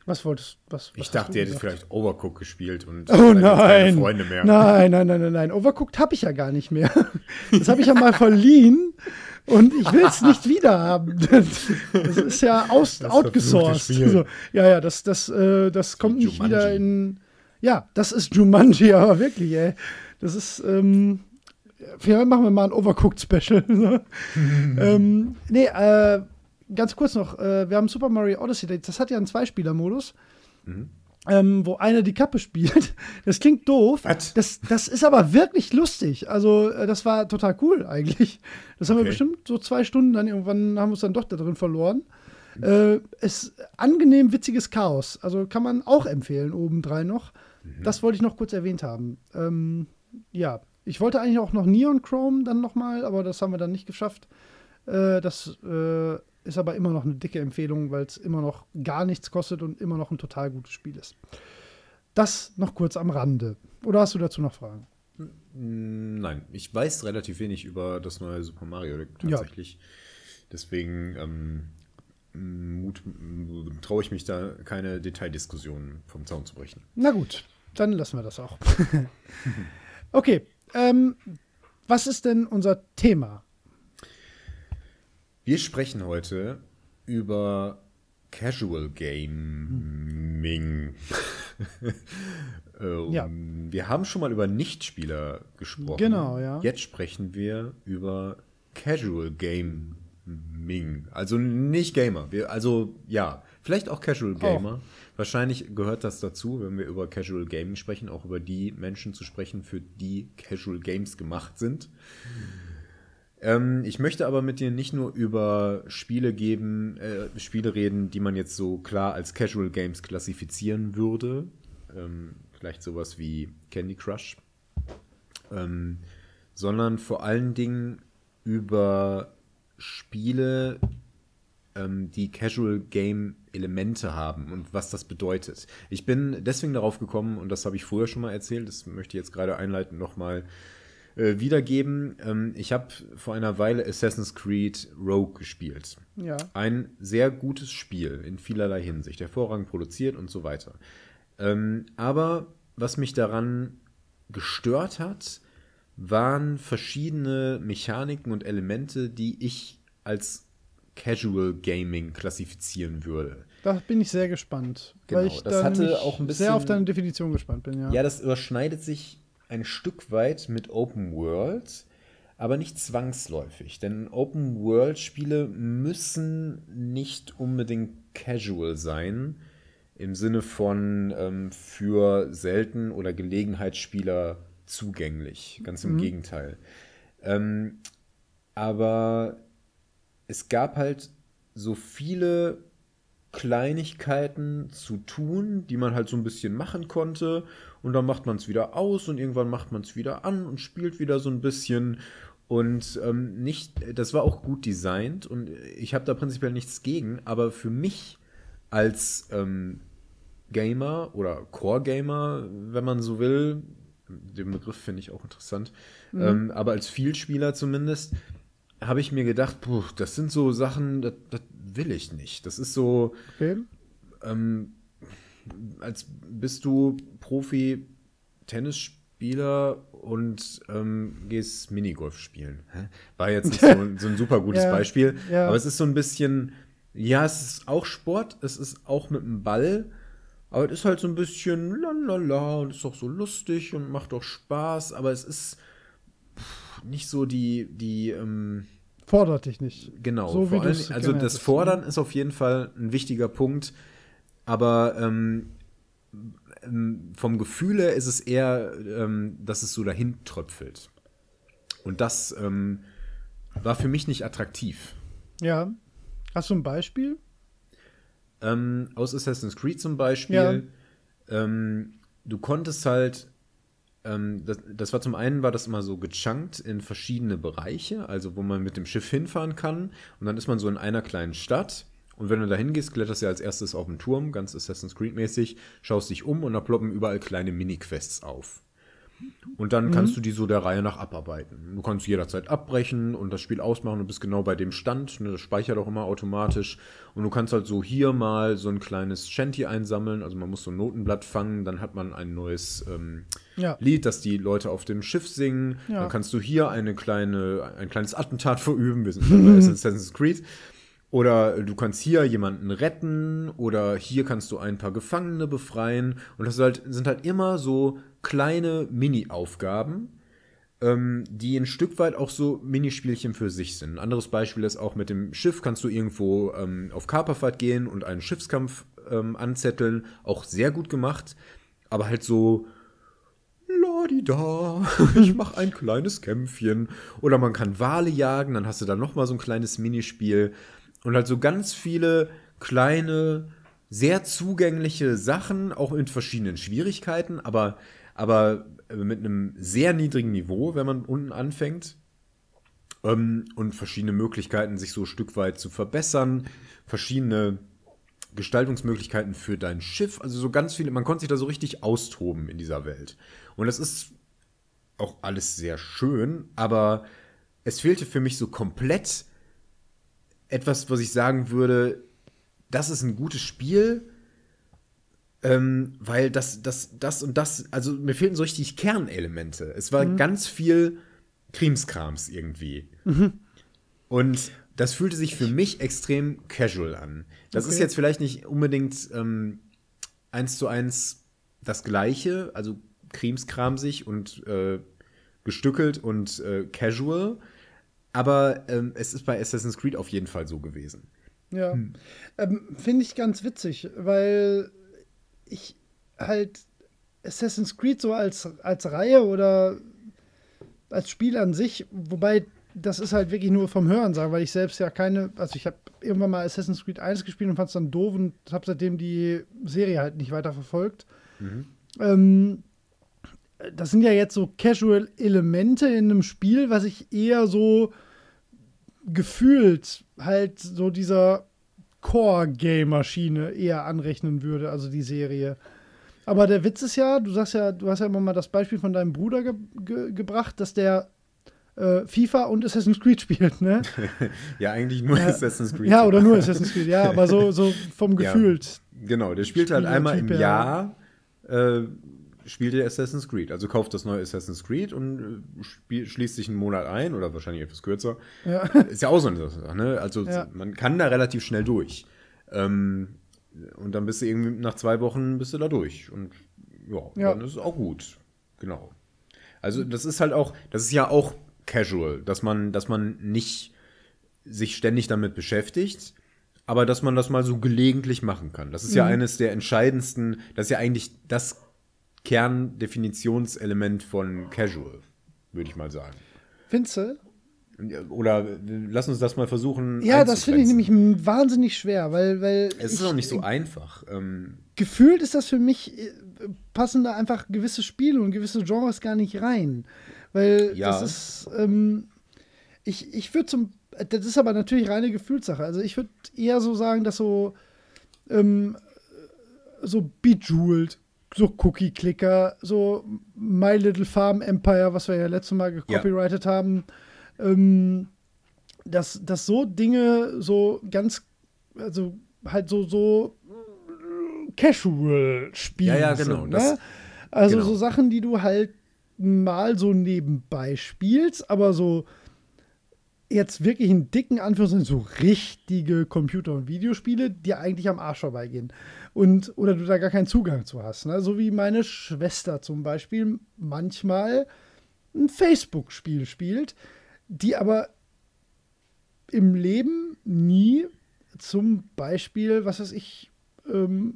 Was wolltest was, was Ich dachte, ihr hättet vielleicht Overcooked gespielt und oh nein. keine Freunde mehr. Nein, nein, nein, nein, nein. Overcooked habe ich ja gar nicht mehr. Das habe ich ja mal verliehen und ich will es nicht wieder haben. Das ist ja aus, das outgesourced. So, ja, ja, das, das, äh, das kommt nicht Jumanji. Wieder in. Ja, das ist Jumanji, aber wirklich, ey. Das ist, ähm, vielleicht machen wir mal ein Overcooked-Special. So. ähm, nee, äh, ganz kurz noch, äh, wir haben Super Mario Odyssey, das hat ja einen Zweispieler-Modus, mhm. ähm, wo einer die Kappe spielt. Das klingt doof. Das, das ist aber wirklich lustig. Also, äh, das war total cool eigentlich. Das haben okay. wir bestimmt so zwei Stunden dann irgendwann, haben wir uns dann doch da drin verloren. Mhm. Äh, ist angenehm witziges Chaos. Also kann man auch empfehlen, obendrein noch. Mhm. Das wollte ich noch kurz erwähnt haben. Ähm, ja, ich wollte eigentlich auch noch Neon Chrome dann noch mal, aber das haben wir dann nicht geschafft. Äh, das äh, ist aber immer noch eine dicke Empfehlung, weil es immer noch gar nichts kostet und immer noch ein total gutes Spiel ist. Das noch kurz am Rande. Oder hast du dazu noch Fragen? Nein, ich weiß relativ wenig über das neue Super Mario tatsächlich. Ja. Deswegen ähm, Mut, traue ich mich da keine Detaildiskussionen vom Zaun zu brechen. Na gut, dann lassen wir das auch. Okay, ähm, was ist denn unser Thema? Wir sprechen heute über Casual Gaming. ähm, ja. Wir haben schon mal über Nichtspieler gesprochen. Genau, ja. Jetzt sprechen wir über Casual Gaming. Also nicht Gamer. Wir, also ja, vielleicht auch Casual Gamer. Oh. Wahrscheinlich gehört das dazu, wenn wir über Casual Gaming sprechen, auch über die Menschen zu sprechen, für die Casual Games gemacht sind. Ähm, ich möchte aber mit dir nicht nur über Spiele geben, äh, Spiele reden, die man jetzt so klar als Casual Games klassifizieren würde. Ähm, vielleicht sowas wie Candy Crush. Ähm, sondern vor allen Dingen über Spiele, ähm, die Casual Game Elemente haben und was das bedeutet. Ich bin deswegen darauf gekommen, und das habe ich früher schon mal erzählt, das möchte ich jetzt gerade einleitend nochmal äh, wiedergeben. Ähm, ich habe vor einer Weile Assassin's Creed Rogue gespielt. Ja. Ein sehr gutes Spiel in vielerlei Hinsicht, hervorragend produziert und so weiter. Ähm, aber was mich daran gestört hat, waren verschiedene Mechaniken und Elemente, die ich als Casual Gaming klassifizieren würde. Da bin ich sehr gespannt. Genau, weil ich das da hatte auch ein bisschen, sehr auf deine Definition gespannt bin. Ja, ja, das überschneidet sich ein Stück weit mit Open World, aber nicht zwangsläufig. Denn Open World Spiele müssen nicht unbedingt casual sein, im Sinne von ähm, für Selten- oder Gelegenheitsspieler zugänglich. Ganz im mhm. Gegenteil. Ähm, aber es gab halt so viele Kleinigkeiten zu tun, die man halt so ein bisschen machen konnte, und dann macht man es wieder aus und irgendwann macht man es wieder an und spielt wieder so ein bisschen, und ähm, nicht, das war auch gut designt und ich habe da prinzipiell nichts gegen, aber für mich als ähm, Gamer oder Core-Gamer, wenn man so will, den Begriff finde ich auch interessant, mhm. ähm, aber als Vielspieler zumindest, habe ich mir gedacht, puh, das sind so Sachen, das, das will ich nicht. Das ist so, okay. ähm, als bist du Profi-Tennisspieler und ähm, gehst Minigolf spielen. Hä? War jetzt nicht so, so ein super gutes ja, Beispiel, ja. aber es ist so ein bisschen, ja, es ist auch Sport, es ist auch mit dem Ball, aber es ist halt so ein bisschen lalala und ist auch so lustig und macht auch Spaß, aber es ist nicht so die, die ähm, fordert dich nicht. Genau, so vor allem, also das Fordern ist auf jeden Fall ein wichtiger Punkt, aber ähm, vom Gefühl her ist es eher, ähm, dass es so dahin tröpfelt. Und das ähm, war für mich nicht attraktiv. Ja. Hast du ein Beispiel? Ähm, aus Assassin's Creed zum Beispiel. Ja. Ähm, du konntest halt Ähm, das, das war zum einen, war das immer so gechunkt in verschiedene Bereiche, also wo man mit dem Schiff hinfahren kann, und dann ist man so in einer kleinen Stadt, und wenn du da hingehst, kletterst du als erstes auf den Turm, ganz Assassin's Creed mäßig, schaust dich um und da ploppen überall kleine Mini-Quests auf. Und dann Mhm. kannst du die so der Reihe nach abarbeiten. Du kannst jederzeit abbrechen und das Spiel ausmachen und bist genau bei dem Stand. Ne, das speichert auch immer automatisch. Und du kannst halt so hier mal so ein kleines Shanty einsammeln. Also man muss so ein Notenblatt fangen, dann hat man ein neues ähm, Ja. Lied, das die Leute auf dem Schiff singen. Ja. Dann kannst du hier eine kleine, ein kleines Attentat verüben. Wir sind bei Assassin's Creed. Oder du kannst hier jemanden retten oder hier kannst du ein paar Gefangene befreien. Und das halt, sind halt immer so kleine Mini-Aufgaben, ähm, die ein Stück weit auch so Minispielchen für sich sind. Ein anderes Beispiel ist auch mit dem Schiff, kannst du irgendwo ähm, auf Kaperfahrt gehen und einen Schiffskampf ähm, anzetteln. Auch sehr gut gemacht, aber halt so la-di-da, ich mach ein kleines Kämpfchen. Oder man kann Wale jagen, dann hast du da nochmal so ein kleines Minispiel. Und halt so ganz viele kleine, sehr zugängliche Sachen, auch mit verschiedenen Schwierigkeiten, aber, aber mit einem sehr niedrigen Niveau, wenn man unten anfängt. Ähm, und verschiedene Möglichkeiten, sich so ein Stück weit zu verbessern. Verschiedene Gestaltungsmöglichkeiten für dein Schiff. Also so ganz viele, man konnte sich da so richtig austoben in dieser Welt. Und das ist auch alles sehr schön, aber es fehlte für mich so komplett etwas, was ich sagen würde, das ist ein gutes Spiel, ähm, weil das, das, das und das, also mir fehlten so richtig Kernelemente. Es war mhm. ganz viel Krimskrams irgendwie. Mhm. Und das fühlte sich für mich extrem casual an. Das okay. ist jetzt vielleicht nicht unbedingt ähm, eins zu eins das Gleiche, also krimskramsig und äh, gestückelt und äh, casual. Aber ähm, es ist bei Assassin's Creed auf jeden Fall so gewesen. Ja, hm. ähm, finde ich ganz witzig, weil ich halt Assassin's Creed so als, als Reihe oder als Spiel an sich, wobei das ist halt wirklich nur vom Hören sagen, weil ich selbst ja keine, also ich habe irgendwann mal Assassin's Creed eins gespielt und fand es dann doof und habe seitdem die Serie halt nicht weiter verfolgt. Mhm. Ähm, das sind ja jetzt so Casual-Elemente in einem Spiel, was ich eher so gefühlt halt so dieser Core-Game-Maschine eher anrechnen würde, also die Serie. Aber der Witz ist ja, du sagst ja, du hast ja immer mal das Beispiel von deinem Bruder ge- ge- gebracht, dass der äh, FIFA und Assassin's Creed spielt, ne? Ja, eigentlich nur äh, Assassin's Creed. Ja, oder nur Assassin's Creed, ja, aber so, so vom Gefühlt. Ja, genau, der spielt halt einmal im Jahr äh, spielt der Assassin's Creed. Also kauft das neue Assassin's Creed und spiel, schließt sich einen Monat ein oder wahrscheinlich etwas kürzer. Ja. Ist ja auch so eine Sache, ne? Also ja. Man kann da relativ schnell durch. Ähm, und dann bist du irgendwie nach zwei Wochen bist du da durch. Und ja, ja. dann ist es auch gut. Genau. Also das ist halt auch, das ist ja auch casual, dass man, dass man nicht sich ständig damit beschäftigt, aber dass man das mal so gelegentlich machen kann. Das ist mhm. ja eines der entscheidendsten, das ist ja eigentlich das Kerndefinitionselement von Casual, würde ich mal sagen. Findest du? Oder lass uns das mal versuchen. Ja, das finde ich nämlich wahnsinnig schwer, weil. weil es ist auch nicht so einfach. Ähm gefühlt ist das für mich, passen da einfach gewisse Spiele und gewisse Genres gar nicht rein. Weil ja. das ist. Ähm, ich ich würde zum. Das ist aber natürlich reine Gefühlssache. Also ich würde eher so sagen, dass so. Ähm, so Bejeweled. So Cookie-Clicker, so My Little Farm Empire, was wir ja letztes Mal gecopyrightet ja. haben, ähm, dass, dass so Dinge so ganz, also halt so, so casual spielen. Ja, ja, genau. Sind, das, ne? Also genau. so Sachen, die du halt mal so nebenbei spielst, aber so jetzt wirklich in dicken Anführungszeichen so richtige Computer- und Videospiele, die eigentlich am Arsch vorbeigehen. Und, oder du da gar keinen Zugang zu hast. Ne? So wie meine Schwester zum Beispiel manchmal ein Facebook-Spiel spielt, die aber im Leben nie zum Beispiel, was weiß ich, ähm,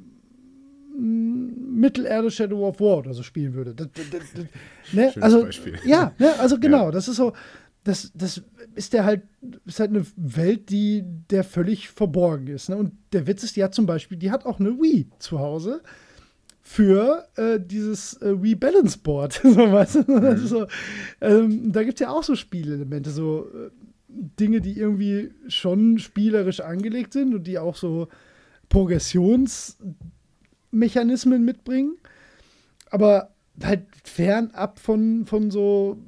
Mittelerde Shadow of War oder so spielen würde. Das, das, das, ne? Schönes also, Beispiel. Ja, ne? also genau, ja. das ist so, das, das ist der halt, ist halt eine Welt, die der völlig verborgen ist. Ne? Und der Witz ist, die hat zum Beispiel, die hat auch eine Wii zu Hause für äh, dieses äh, Wii Balance Board. so, weißt du? Mhm. Das ist so, ähm, da gibt es ja auch so Spielelemente, so äh, Dinge, die irgendwie schon spielerisch angelegt sind und die auch so Progressionsmechanismen mitbringen. Aber halt fernab von, von so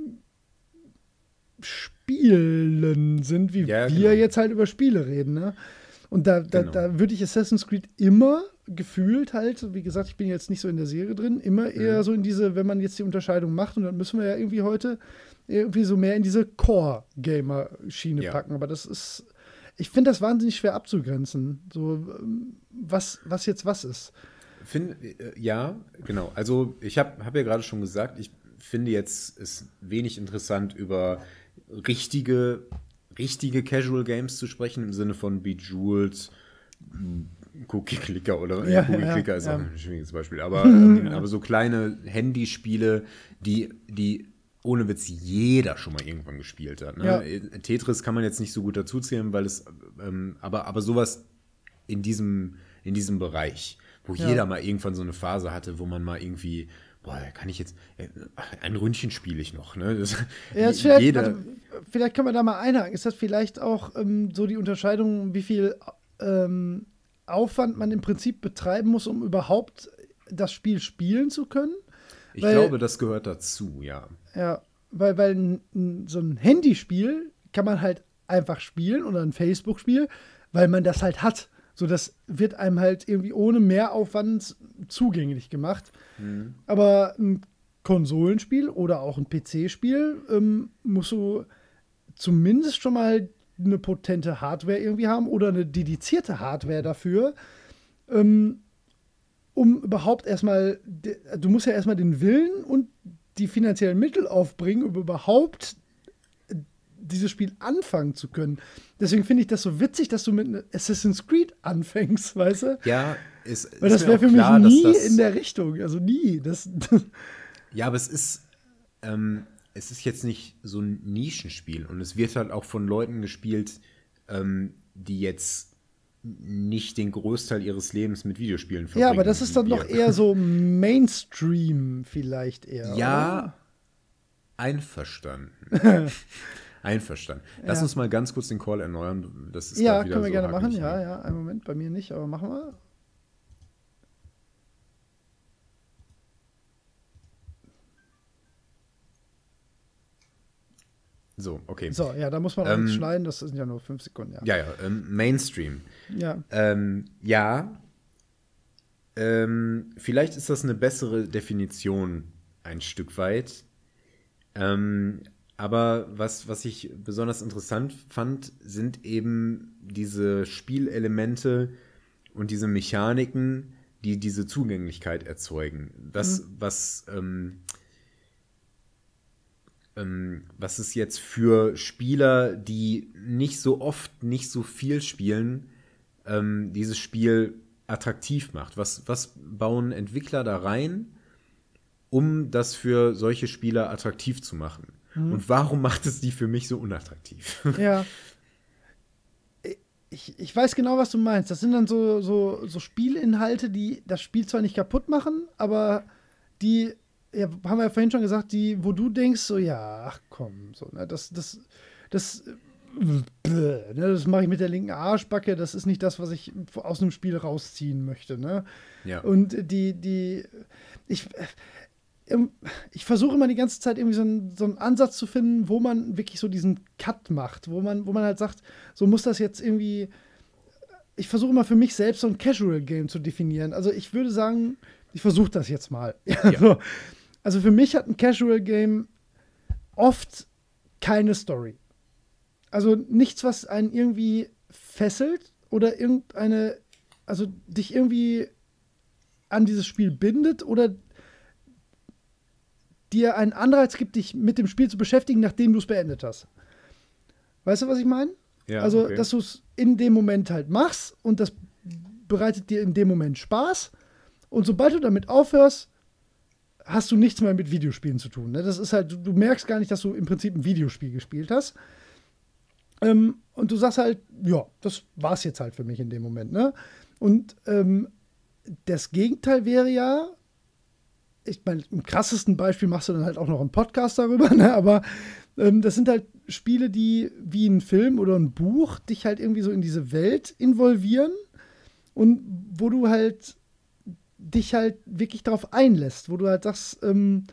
Spielen sind, wie ja, wir genau. jetzt halt über Spiele reden, ne? Und da, da, Genau. da würde ich Assassin's Creed immer gefühlt halt, wie gesagt, ich bin jetzt nicht so in der Serie drin, immer eher Mhm. so in diese, wenn man jetzt die Unterscheidung macht, und dann müssen wir ja irgendwie heute irgendwie so mehr in diese Core-Gamer-Schiene Ja. packen. Aber das ist, ich finde das wahnsinnig schwer abzugrenzen. So, ähm, was, was jetzt was ist. Find, äh, ja, genau. Also ich habe hab ja gerade schon gesagt, ich finde jetzt es wenig interessant, über richtige, richtige Casual Games zu sprechen, im Sinne von Bejeweled, Cookie Clicker oder Ja, Cookie ja, Clicker ist ja. auch ein schwieriges Beispiel, aber, ähm, aber so kleine Handyspiele, die, die ohne Witz jeder schon mal irgendwann gespielt hat. Ne? Ja. Tetris kann man jetzt nicht so gut dazuzählen, weil es, ähm, aber, aber sowas in diesem, in diesem Bereich, wo Ja. jeder mal irgendwann so eine Phase hatte, wo man mal irgendwie, boah, kann ich jetzt, äh, ein Ründchen spiele ich noch. Ne? Das, Ja, ist vielleicht, jeder, also, vielleicht können wir da mal einhaken. Ist das vielleicht auch ähm, so die Unterscheidung, wie viel ähm, Aufwand man im Prinzip betreiben muss, um überhaupt das Spiel spielen zu können? ich weil- glaube, das gehört dazu, ja. Ja, weil, weil ein, ein, so ein Handyspiel kann man halt einfach spielen oder ein Facebook-Spiel, weil man das halt hat. So, das wird einem halt irgendwie ohne Mehraufwand zugänglich gemacht. Mhm. Aber ein Konsolenspiel oder auch ein P C-Spiel ähm, musst du zumindest schon mal eine potente Hardware irgendwie haben oder eine dedizierte Hardware dafür, ähm, um überhaupt erstmal, de- du musst ja erstmal den Willen und die finanziellen Mittel aufbringen, um überhaupt äh, dieses Spiel anfangen zu können. Deswegen finde ich das so witzig, dass du mit Assassin's Creed anfängst, weißt du? Ja, es, Weil ist das mir wäre auch für mich klar, dass nie das, in der Richtung. Also nie. Das, Ja, aber es ist, ähm, es ist jetzt nicht so ein Nischenspiel und es wird halt auch von Leuten gespielt, ähm, die jetzt nicht den Großteil ihres Lebens mit Videospielen verbringen. ja, aber das ist wie dann wir. doch eher so Mainstream vielleicht eher. Ja, einverstanden. Einverstanden. Lass Ja. uns mal ganz kurz den Call erneuern. Das ist Oder? Ja, grad wieder können wir so gerne machen. hakelig. Ja, ja, einen Moment, bei mir nicht, aber machen wir. So, okay. So, ja, da muss man auch Ähm, nichts schneiden, das sind ja nur fünf Sekunden, ja. Ja, ja, ähm, Mainstream. Ja, Ähm, ja, ähm, vielleicht ist das eine bessere Definition ein Stück weit. Ähm, aber was, was ich besonders interessant fand, sind eben diese Spielelemente und diese Mechaniken, die diese Zugänglichkeit erzeugen. Das, was, ähm, ähm, was es jetzt für Spieler, die nicht so oft, nicht so viel spielen, ähm, dieses Spiel attraktiv macht. Was, was bauen Entwickler da rein, um das für solche Spieler attraktiv zu machen? Und warum macht es die für mich so unattraktiv? ja. Ich, ich weiß genau, was du meinst. Das sind dann so, so, so Spielinhalte, die das Spiel zwar nicht kaputt machen, aber die, ja, haben wir ja vorhin schon gesagt, die, wo du denkst, so, ja, ach komm, so, ne, das, das, das, äh, ne, das mache ich mit der linken Arschbacke, das ist nicht das, was ich aus einem Spiel rausziehen möchte, ne? Ja. Und die, die, ich, ich versuche immer die ganze Zeit irgendwie so einen, so einen Ansatz zu finden, wo man wirklich so diesen Cut macht, wo man, wo man halt sagt, so muss das jetzt irgendwie, ich versuche immer für mich selbst so ein Casual-Game zu definieren. Also ich würde sagen, ich versuche das jetzt mal. Also, also für mich hat ein Casual-Game oft keine Story. Also nichts, was einen irgendwie fesselt oder irgendeine, also dich irgendwie an dieses Spiel bindet oder dir einen Anreiz gibt, dich mit dem Spiel zu beschäftigen, nachdem du es beendet hast. Weißt du, was ich meine? Ja, also, okay. dass du es in dem Moment halt machst und das bereitet dir in dem Moment Spaß. Und sobald du damit aufhörst, hast du nichts mehr mit Videospielen zu tun. Ne? Das ist halt, du, du merkst gar nicht, dass du im Prinzip ein Videospiel gespielt hast. Ähm, und du sagst halt, ja, das war's jetzt halt für mich in dem Moment. Ne? Und ähm, das Gegenteil wäre ja, ich meine, im krassesten Beispiel machst du dann halt auch noch einen Podcast darüber, ne? Aber ähm, das sind halt Spiele, die wie ein Film oder ein Buch dich halt irgendwie so in diese Welt involvieren und wo du halt dich halt wirklich darauf einlässt, wo du halt sagst, ähm,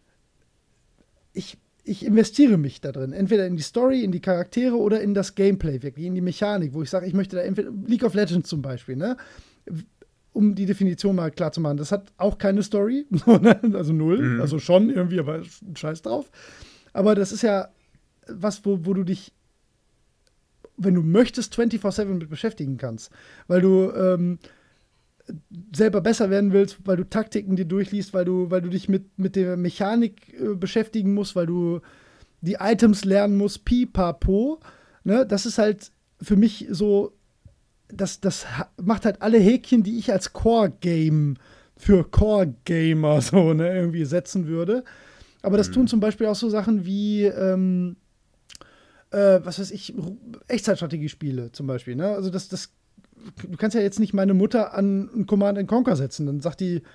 ich, ich investiere mich da drin. Entweder in die Story, in die Charaktere oder in das Gameplay, wirklich, in die Mechanik, wo ich sage, ich möchte da entweder League of Legends zum Beispiel, ne? Um die Definition mal klar zu machen, das hat auch keine Story, also null, mhm. also schon irgendwie, aber scheiß drauf. Aber das ist ja was, wo, wo du dich, wenn du möchtest, vierundzwanzig sieben mit beschäftigen kannst. Weil du ähm, selber besser werden willst, weil du Taktiken dir durchliest, weil du, weil du dich mit, mit der Mechanik äh, beschäftigen musst, weil du die Items lernen musst, pipapo. Ne? Das ist halt für mich so, das, das macht halt alle Häkchen, die ich als Core-Game für Core-Gamer so ne, irgendwie setzen würde. Aber das mhm. tun zum Beispiel auch so Sachen wie ähm, äh, was weiß ich, Echtzeitstrategiespiele zum Beispiel. Ne? Also das, das, du kannst ja jetzt nicht meine Mutter an ein Command and Conquer setzen. Dann sagt die,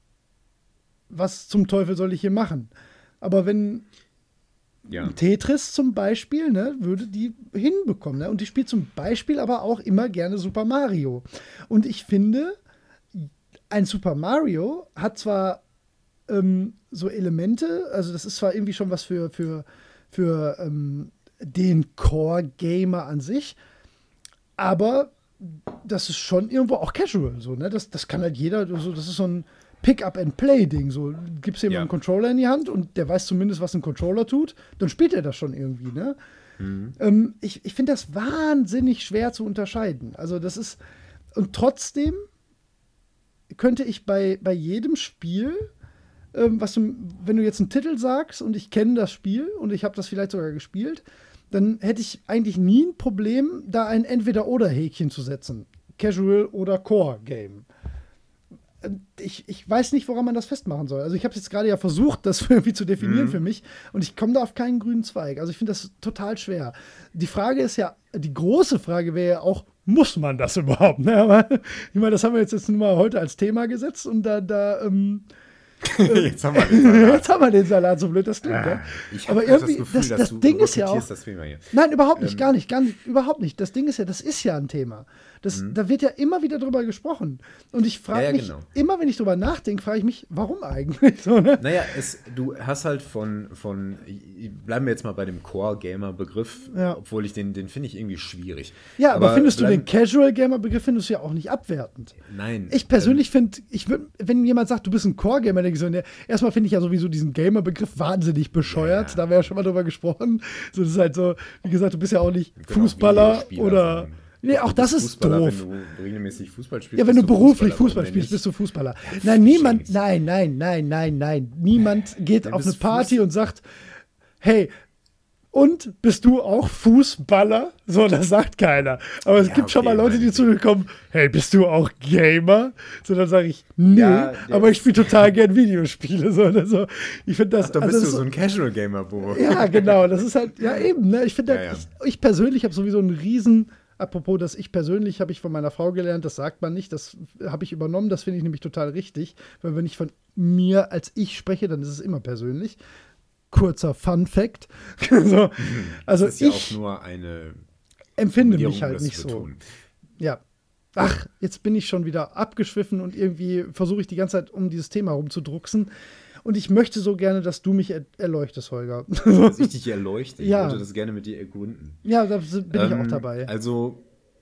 was zum Teufel soll ich hier machen? Aber wenn ja. Tetris zum Beispiel, ne, würde die hinbekommen. Ne? Und die spielt zum Beispiel aber auch immer gerne Super Mario. Und ich finde, ein Super Mario hat zwar ähm, so Elemente, also das ist zwar irgendwie schon was für, für, für ähm, den Core-Gamer an sich, aber das ist schon irgendwo auch casual. So, ne? das, das kann halt jeder, so, das ist so ein Pick-up-and-Play-Ding. So, gibst jemandem ja. einen Controller in die Hand und der weiß zumindest, was ein Controller tut, dann spielt er das schon irgendwie. Ne? Mhm. Ähm, ich ich finde das wahnsinnig schwer zu unterscheiden. Also das ist, und trotzdem könnte ich bei, bei jedem Spiel, ähm, was du, wenn du jetzt einen Titel sagst und ich kenne das Spiel und ich habe das vielleicht sogar gespielt, dann hätte ich eigentlich nie ein Problem, da ein Entweder-oder-Häkchen zu setzen. Casual oder Core-Game. Ich, ich weiß nicht, woran man das festmachen soll. Also ich habe jetzt gerade ja versucht, das irgendwie zu definieren mhm. für mich und ich komme da auf keinen grünen Zweig. Also ich finde das total schwer. Die Frage ist ja, die große Frage wäre ja auch, muss man das überhaupt? Ne? Aber ich meine, das haben wir jetzt, jetzt nur mal heute als Thema gesetzt und da, da ähm, jetzt, haben wir den Salat. jetzt haben wir den Salat, so blöd das klingt. Ah, ja. Ich aber irgendwie, das, Gefühl, das, das Ding ist ja auch. Das Thema hier. Nein, überhaupt nicht, ähm. gar nicht, gar nicht, überhaupt nicht. Das Ding ist ja, das ist ja ein Thema. Das, mhm. Da wird ja immer wieder drüber gesprochen. Und ich frage ja, ja, mich, genau. immer wenn ich drüber nachdenke, frage ich mich, warum eigentlich? So, ne? Naja, es, du hast halt von, von, bleiben wir jetzt mal bei dem Core-Gamer-Begriff, ja. obwohl ich den, den finde ich irgendwie schwierig. Ja, aber, aber findest du den Casual-Gamer-Begriff, findest du ja auch nicht abwertend. Nein. Ich persönlich ähm, finde, ich würd, wenn jemand sagt, du bist ein Core-Gamer, denke ich so, ne, erstmal finde ich ja sowieso diesen Gamer-Begriff wahnsinnig bescheuert. Ja. Da haben wir ja schon mal drüber gesprochen. So, das ist halt so, wie gesagt, du bist ja auch nicht Fußballer oder. Sein. Nee, auch das ist doof. Wenn du regelmäßig Fußball spielst. Ja, wenn du beruflich Fußball spielst, bist du Fußballer. Nein, niemand, nein, nein, nein, nein, nein. Niemand geht auf eine Party und sagt, hey, und bist du auch Fußballer? So, das sagt keiner. Aber es ja, gibt okay, schon mal Leute, die zu mir kommen, hey, bist du auch Gamer? So, dann sage ich, nee, ja, aber ich spiele total gern Videospiele. So, also, ich finde das. Ach, da also, bist das du so ein Casual-Gamer, Bo. Ja, genau. Das ist halt, ja eben, ne? Ich finde, ja, ja. ich, ich persönlich habe sowieso einen riesen. Apropos, das ich persönlich habe ich von meiner Frau gelernt, das sagt man nicht, das habe ich übernommen, das finde ich nämlich total richtig, weil wenn ich von mir als ich spreche, dann ist es immer persönlich. Kurzer Fun-Fact. so, also das ist ja ich auch nur eine empfinde mich halt nicht so. Ja. Ach, jetzt bin ich schon wieder abgeschwiffen und irgendwie versuche ich die ganze Zeit um dieses Thema rumzudrucksen. Und ich möchte so gerne, dass du mich er- erleuchtest, Holger. Dass ich dich erleuchte? Ich ja. würde das gerne mit dir ergründen. Ja, da bin ähm, ich auch dabei. Also,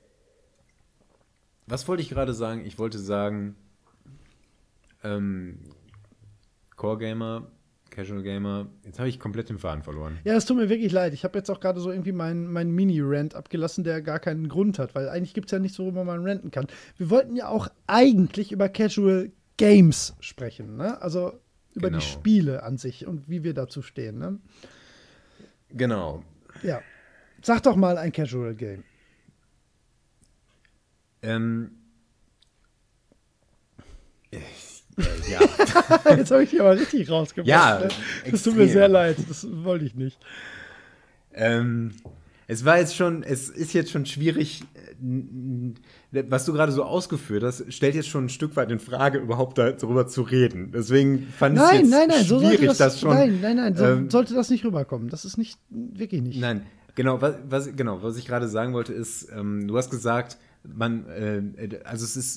was wollte ich gerade sagen? Ich wollte sagen, ähm, Core Gamer, Casual Gamer, jetzt habe ich komplett den Faden verloren. Ja, es tut mir wirklich leid. Ich habe jetzt auch gerade so irgendwie meinen mein Mini-Rant abgelassen, der gar keinen Grund hat, weil eigentlich gibt es ja nichts, worüber man ranten kann. Wir wollten ja auch eigentlich über Casual Games sprechen, ne? Also über genau. die Spiele an sich und wie wir dazu stehen, ne? Genau. Ja. Sag doch mal ein Casual Game. Ähm. Äh, ja. Jetzt habe ich dich aber richtig rausgebracht. Ja, ne? Das tut mir sehr leid. Das wollte ich nicht. Ähm. Es war jetzt schon, es ist jetzt schon schwierig, was du gerade so ausgeführt hast, stellt jetzt schon ein Stück weit in Frage, überhaupt darüber zu reden. Deswegen fand ich es jetzt nein, nein, schwierig, so das, das schon. Nein, nein, nein, so ähm, sollte das nicht rüberkommen. Das ist nicht, wirklich nicht. Nein, genau, was, was, genau, was ich gerade sagen wollte ist, ähm, du hast gesagt, man, äh, also es ist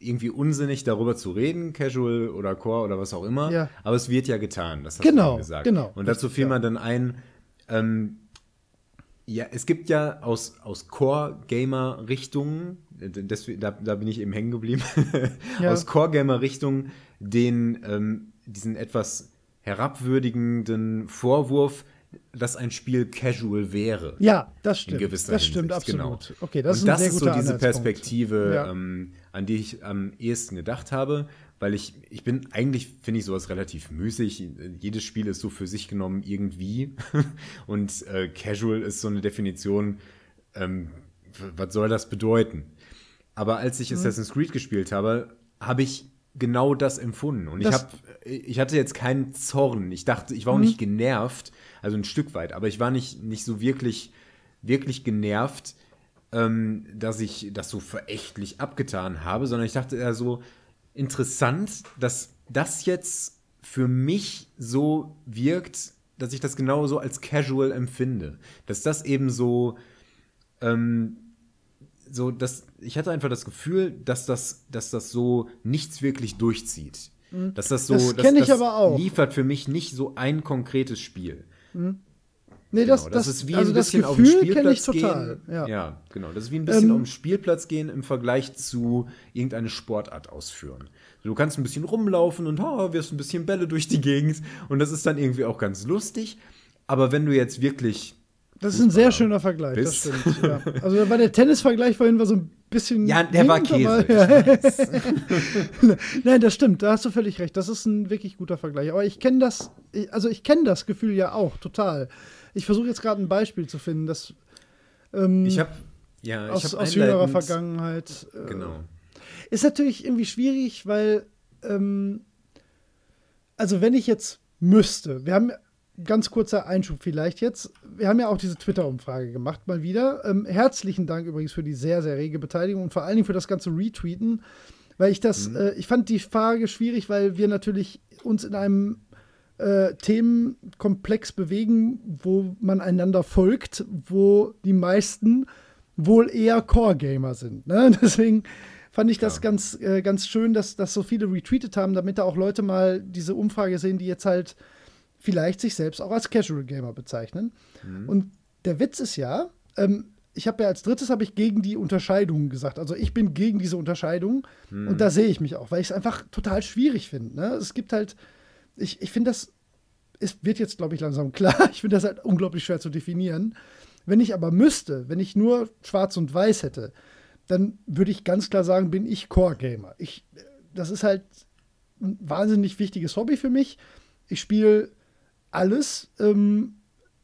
irgendwie unsinnig, darüber zu reden, Casual oder Core oder was auch immer. Ja. Aber es wird ja getan, das hast genau, du gesagt. Genau, Und dazu fiel ja. mir dann ein, ähm, ja, es gibt ja aus, aus Core-Gamer-Richtungen, da, da bin ich eben hängen geblieben, ja. aus Core-Gamer-Richtungen den, ähm, diesen etwas herabwürdigenden Vorwurf, dass ein Spiel casual wäre. Ja, das stimmt. In gewisser das Hinsicht. stimmt, absolut. Genau. Okay, das Und ist, ein das sehr ist so guter diese Perspektive, ja. ähm, an die ich am ehesten gedacht habe, weil ich, ich bin, eigentlich finde ich sowas relativ müßig. Jedes Spiel ist so für sich genommen irgendwie. Und äh, casual ist so eine Definition, ähm, was soll das bedeuten? Aber als ich mhm. Assassin's Creed gespielt habe, habe ich genau das empfunden. Und das ich, hab, ich hatte jetzt keinen Zorn. Ich dachte, ich war auch mhm. nicht genervt, also ein Stück weit, aber ich war nicht, nicht so wirklich, wirklich genervt, ähm, dass ich das so verächtlich abgetan habe, sondern ich dachte eher so, interessant, dass das jetzt für mich so wirkt, dass ich das genauso als casual empfinde. Dass das eben so, ähm, so, dass ich hatte einfach das Gefühl, dass das, dass das so nichts wirklich durchzieht. Mhm. Dass das so, das kenne ich das aber auch. liefert für mich nicht so ein konkretes Spiel. Mhm. Nee, genau, das, das, das ist wie also ein das bisschen Gefühl auf den Spielplatz ich total. gehen. Ja. ja, genau. Das ist wie ein bisschen ähm, auf den Spielplatz gehen im Vergleich zu irgendeine Sportart ausführen. Du kannst ein bisschen rumlaufen und oh, wirfst ein bisschen Bälle durch die Gegend und das ist dann irgendwie auch ganz lustig. Aber wenn du jetzt wirklich Das ist ein sehr schöner Vergleich, bist. Das stimmt. Ja. Also da war der Tennisvergleich vorhin war so ein bisschen. Ja, der war Käse. Ja. Nein, das stimmt, da hast du völlig recht. Das ist ein wirklich guter Vergleich. Aber ich kenne das, also ich kenne das Gefühl ja auch, total. Ich versuche jetzt gerade ein Beispiel zu finden, das ähm, ich habe ja, aus, ich hab aus jüngerer Vergangenheit. Äh, genau. Ist natürlich irgendwie schwierig, weil ähm, also wenn ich jetzt müsste, wir haben ganz kurzer Einschub vielleicht jetzt. Wir haben ja auch diese Twitter-Umfrage gemacht, mal wieder. Ähm, herzlichen Dank übrigens für die sehr, sehr rege Beteiligung und vor allen Dingen für das ganze Retweeten, weil ich das, mhm. äh, ich fand die Frage schwierig, weil wir natürlich uns in einem äh, Themenkomplex bewegen, wo man einander folgt, wo die meisten wohl eher Core-Gamer sind. Ne? Deswegen fand ich Klar. das ganz, äh, ganz schön, dass, dass so viele retweetet haben, damit da auch Leute mal diese Umfrage sehen, die jetzt halt vielleicht sich selbst auch als Casual Gamer bezeichnen. Mhm. Und der Witz ist ja, ähm, ich habe ja als drittes habe ich gegen die Unterscheidung gesagt. Also ich bin gegen diese Unterscheidung mhm. und da sehe ich mich auch, weil ich es einfach total schwierig finde. Ne? Es gibt halt, ich, ich finde das, es wird jetzt, glaube ich, langsam klar, ich finde das halt unglaublich schwer zu definieren. Wenn ich aber müsste, wenn ich nur schwarz und weiß hätte, dann würde ich ganz klar sagen, bin ich Core-Gamer. Ich, das ist halt ein wahnsinnig wichtiges Hobby für mich. Ich spiele alles. Ähm,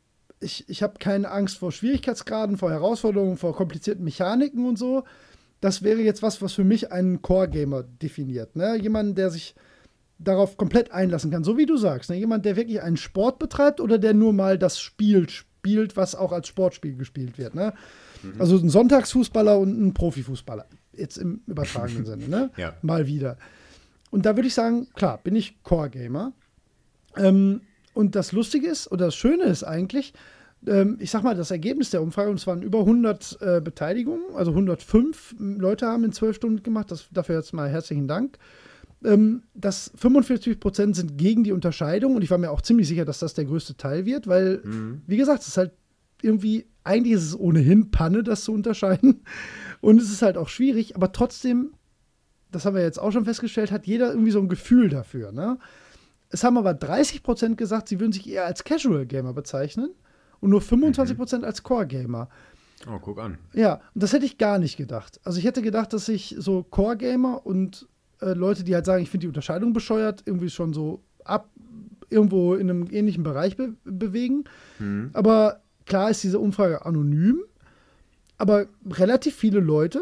ich ich habe keine Angst vor Schwierigkeitsgraden, vor Herausforderungen, vor komplizierten Mechaniken und so. Das wäre jetzt was, was für mich einen Core-Gamer definiert. Ne? Jemand, der sich darauf komplett einlassen kann, so wie du sagst. Ne? Jemand, der wirklich einen Sport betreibt oder der nur mal das Spiel spielt, was auch als Sportspiel gespielt wird. Ne? Mhm. Also ein Sonntagsfußballer und ein Profifußballer. Jetzt im übertragenen Sinne. Ne? Ja. Mal wieder. Und da würde ich sagen, klar, bin ich Core-Gamer. Ähm, Und das Lustige ist, oder das Schöne ist eigentlich, ähm, ich sag mal, das Ergebnis der Umfrage, und es waren über hundert äh, Beteiligungen, also hundertfünf Leute haben in zwölf Stunden gemacht, das, dafür jetzt mal herzlichen Dank, ähm, dass fünfundvierzig Prozent sind gegen die Unterscheidung und ich war mir auch ziemlich sicher, dass das der größte Teil wird, weil, mhm. wie gesagt, es ist halt irgendwie, eigentlich ist es ohnehin Panne, das zu unterscheiden und es ist halt auch schwierig, aber trotzdem, das haben wir jetzt auch schon festgestellt, hat jeder irgendwie so ein Gefühl dafür, ne? Es haben aber dreißig Prozent gesagt, sie würden sich eher als Casual-Gamer bezeichnen und nur fünfundzwanzig Prozent mhm. als Core-Gamer. Oh, guck an. Ja, und das hätte ich gar nicht gedacht. Also ich hätte gedacht, dass sich so Core-Gamer und äh, Leute, die halt sagen, ich finde die Unterscheidung bescheuert, irgendwie schon so ab irgendwo in einem ähnlichen Bereich be- bewegen. Mhm. Aber klar ist diese Umfrage anonym, aber relativ viele Leute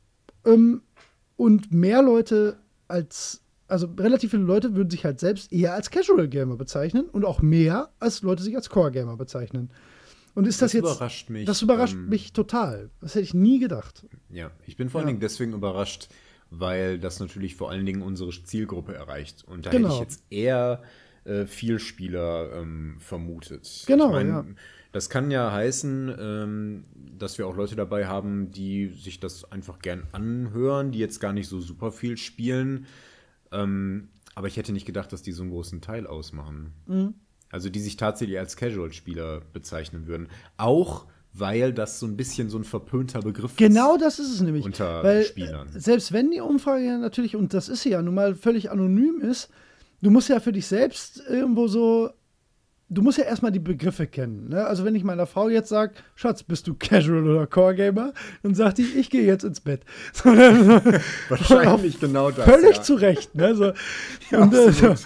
ähm, und mehr Leute als Also relativ viele Leute würden sich halt selbst eher als Casual Gamer bezeichnen und auch mehr als Leute sich als Core Gamer bezeichnen. Und ist das, das jetzt überrascht mich. Das überrascht ähm, mich total. Das hätte ich nie gedacht. Ja, ich bin vor allen ja. Dingen deswegen überrascht, weil das natürlich vor allen Dingen unsere Zielgruppe erreicht. Und da genau. hätte ich jetzt eher äh, Vielspieler ähm, vermutet. Genau, ich mein, ja. Das kann ja heißen, ähm, dass wir auch Leute dabei haben, die sich das einfach gern anhören, die jetzt gar nicht so super viel spielen. Ähm, aber ich hätte nicht gedacht, dass die so einen großen Teil ausmachen. Mhm. Also die sich tatsächlich als Casual-Spieler bezeichnen würden. Auch weil das so ein bisschen so ein verpönter Begriff genau ist. Genau das ist es nämlich. Unter weil, Spielern. Selbst wenn die Umfrage ja natürlich, und das ist sie ja nun mal völlig anonym ist, du musst ja für dich selbst irgendwo so, du musst ja erstmal die Begriffe kennen. Ne? Also wenn ich meiner Frau jetzt sage, Schatz, bist du Casual oder Core Gamer? Dann sagt die, ich gehe jetzt ins Bett. Wahrscheinlich genau das. Völlig ja. zu Recht. Ne? So, ja, und, äh, so,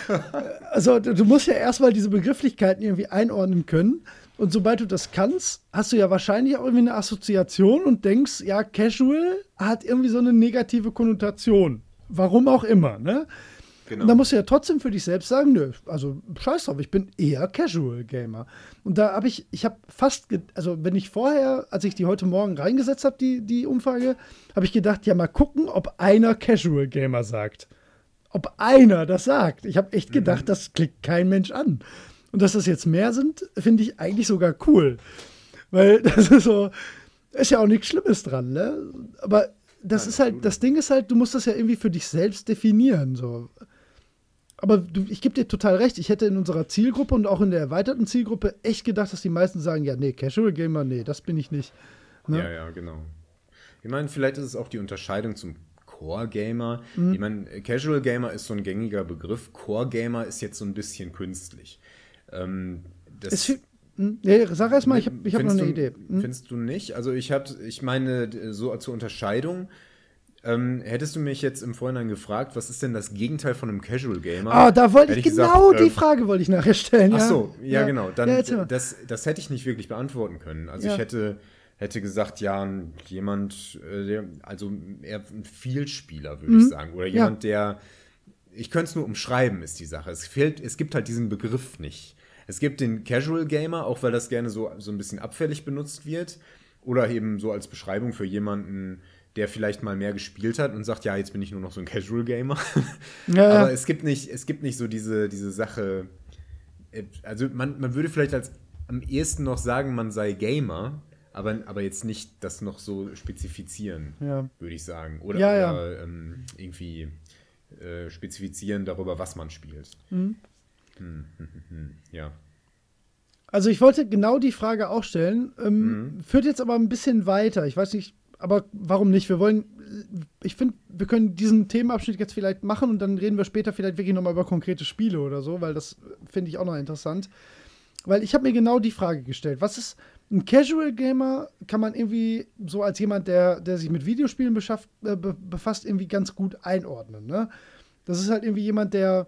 also du musst ja erstmal diese Begrifflichkeiten irgendwie einordnen können. Und sobald du das kannst, hast du ja wahrscheinlich auch irgendwie eine Assoziation und denkst, ja, Casual hat irgendwie so eine negative Konnotation. Warum auch immer, ne? Genau. Und da musst du ja trotzdem für dich selbst sagen, nö, also scheiß drauf, ich bin eher Casual Gamer. Und da habe ich, ich habe fast, ge- also wenn ich vorher, als ich die heute Morgen reingesetzt habe, die, die Umfrage, habe ich gedacht, ja mal gucken, ob einer Casual Gamer sagt. Ob einer das sagt. Ich habe echt gedacht, mhm. das klickt kein Mensch an. Und dass das jetzt mehr sind, finde ich eigentlich sogar cool. Weil das ist so, ist ja auch nichts Schlimmes dran, ne? Aber das Nein, ist halt, das Ding ist halt, du musst das ja irgendwie für dich selbst definieren, so. Aber du, ich gebe dir total recht, ich hätte in unserer Zielgruppe und auch in der erweiterten Zielgruppe echt gedacht, dass die meisten sagen, ja, nee, Casual Gamer, nee, das bin ich nicht. Ne? Ja, ja, genau. Ich meine, vielleicht ist es auch die Unterscheidung zum Core Gamer. Mhm. Ich meine, Casual Gamer ist so ein gängiger Begriff, Core Gamer ist jetzt so ein bisschen künstlich. Ähm, das ist viel, hm? ja, sag erst mal, ich habe ich hab noch eine du, Idee. Hm? Findest du nicht? Also ich habe, ich meine, so zur Unterscheidung, ähm, hättest du mich jetzt im Vorhinein gefragt, was ist denn das Gegenteil von einem Casual Gamer? Ah, oh, da wollte ich, ich genau gesagt, die ähm, Frage wollte ich nachher stellen. Ach ja. so, ja, ja genau. Dann, ja, das, das hätte ich nicht wirklich beantworten können. Also ja. ich hätte, hätte gesagt, ja, jemand, äh, der, also eher ein Vielspieler, würde mhm. ich sagen. Oder jemand, ja. der, ich könnte es nur umschreiben, ist die Sache. Es fehlt, es gibt halt diesen Begriff nicht. Es gibt den Casual Gamer, auch weil das gerne so, so ein bisschen abfällig benutzt wird. Oder eben so als Beschreibung für jemanden, der vielleicht mal mehr gespielt hat und sagt, ja, jetzt bin ich nur noch so ein Casual Gamer. Ja. Aber es gibt nicht, es gibt nicht so diese, diese Sache. Also man, man würde vielleicht als am ehesten noch sagen, man sei Gamer, aber, aber jetzt nicht das noch so spezifizieren, ja. würde ich sagen. Oder, ja, ja. oder ähm, irgendwie äh, spezifizieren darüber, was man spielt. Mhm. Hm, hm, hm, hm. Ja. Also ich wollte genau die Frage auch stellen, ähm, mhm. führt jetzt aber ein bisschen weiter. Ich weiß nicht, aber warum nicht? Wir wollen, ich finde, wir können diesen Themenabschnitt jetzt vielleicht machen und dann reden wir später vielleicht wirklich nochmal über konkrete Spiele oder so, weil das finde ich auch noch interessant. Weil ich habe mir genau die Frage gestellt, was ist ein Casual Gamer, kann man irgendwie so als jemand, der, der sich mit Videospielen beschafft, äh, be- befasst, irgendwie ganz gut einordnen, ne? Das ist halt irgendwie jemand, der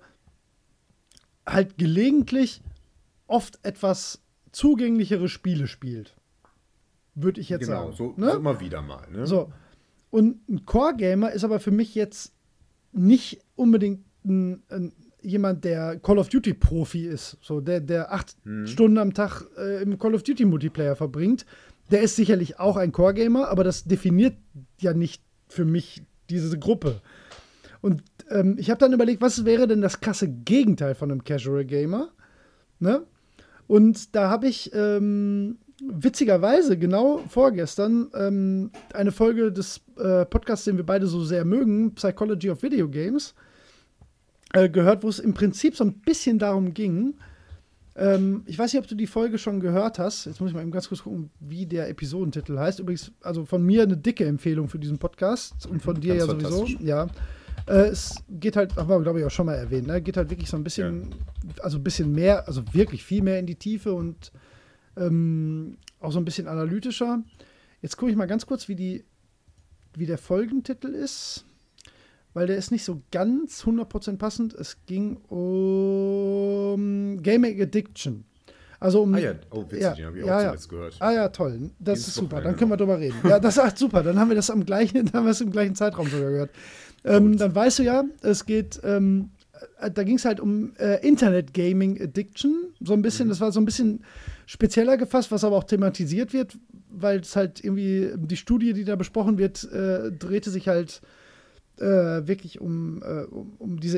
halt gelegentlich oft etwas zugänglichere Spiele spielt. Würde ich jetzt genau, sagen. So, ne? so immer wieder mal. Ne? So. Und ein Core-Gamer ist aber für mich jetzt nicht unbedingt ein, ein, jemand, der Call of Duty-Profi ist. So, der, der acht hm. Stunden am Tag äh, im Call of Duty-Multiplayer verbringt. Der ist sicherlich auch ein Core-Gamer, aber das definiert ja nicht für mich diese Gruppe. Und ähm, ich habe dann überlegt, was wäre denn das krasse Gegenteil von einem Casual-Gamer? Ne? Und da habe ich ähm, witzigerweise genau vorgestern ähm, eine Folge des äh, Podcasts, den wir beide so sehr mögen, Psychology of Video Games, äh, gehört, wo es im Prinzip so ein bisschen darum ging. Ähm, ich weiß nicht, ob du die Folge schon gehört hast. Jetzt muss ich mal eben ganz kurz gucken, wie der Episodentitel heißt. Übrigens, also von mir eine dicke Empfehlung für diesen Podcast und von dir ja sowieso. Ja. Äh, es geht halt, haben wir, glaube ich, auch schon mal erwähnt, ne? Geht halt wirklich so ein bisschen, ja. also ein bisschen mehr, also wirklich viel mehr in die Tiefe und ähm, auch so ein bisschen analytischer. Jetzt gucke ich mal ganz kurz, wie, die, wie der Folgentitel ist, weil der ist nicht so ganz hundert Prozent passend. Es ging um Gaming Addiction. Also um, ah ja, oh witzig, ja, den habe ich auch ja, zuletzt gehört. Ah ja, toll. Das Dieses ist super, Wochenende dann können wir drüber reden. Ja, das ist echt super, dann haben wir das am gleichen, dann haben wir es im gleichen Zeitraum sogar gehört. Ähm, dann weißt du ja, es geht, ähm, da ging es halt um äh, Internet Gaming Addiction, so ein bisschen, mhm. das war so ein bisschen spezieller gefasst, was aber auch thematisiert wird, weil es halt irgendwie, die Studie, die da besprochen wird, äh, drehte sich halt äh, wirklich um, äh, um, um diese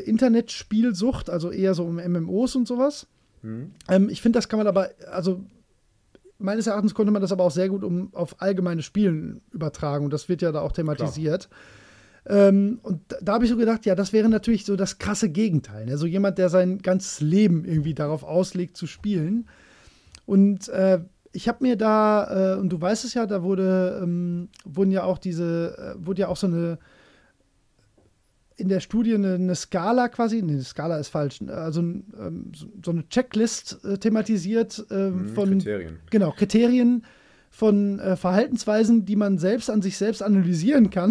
Internetspielsucht, also eher so um M M Os und sowas. Mhm. Ähm, ich finde, das kann man aber, also meines Erachtens konnte man das aber auch sehr gut um, auf allgemeine Spielen übertragen. Und das wird ja da auch thematisiert. Ähm, und da, da habe ich so gedacht, ja, das wäre natürlich so das krasse Gegenteil. Ne? So jemand, der sein ganzes Leben irgendwie darauf auslegt, zu spielen. Und äh, ich habe mir da, äh, und du weißt es ja, da wurde, ähm, wurden ja auch diese, äh, wurde ja auch so eine, in der Studie eine, eine Skala quasi, nee, eine Skala ist falsch, also ähm, so, so eine Checklist äh, thematisiert äh, mhm, von Kriterien. Genau, Kriterien von äh, Verhaltensweisen, die man selbst an sich selbst analysieren kann,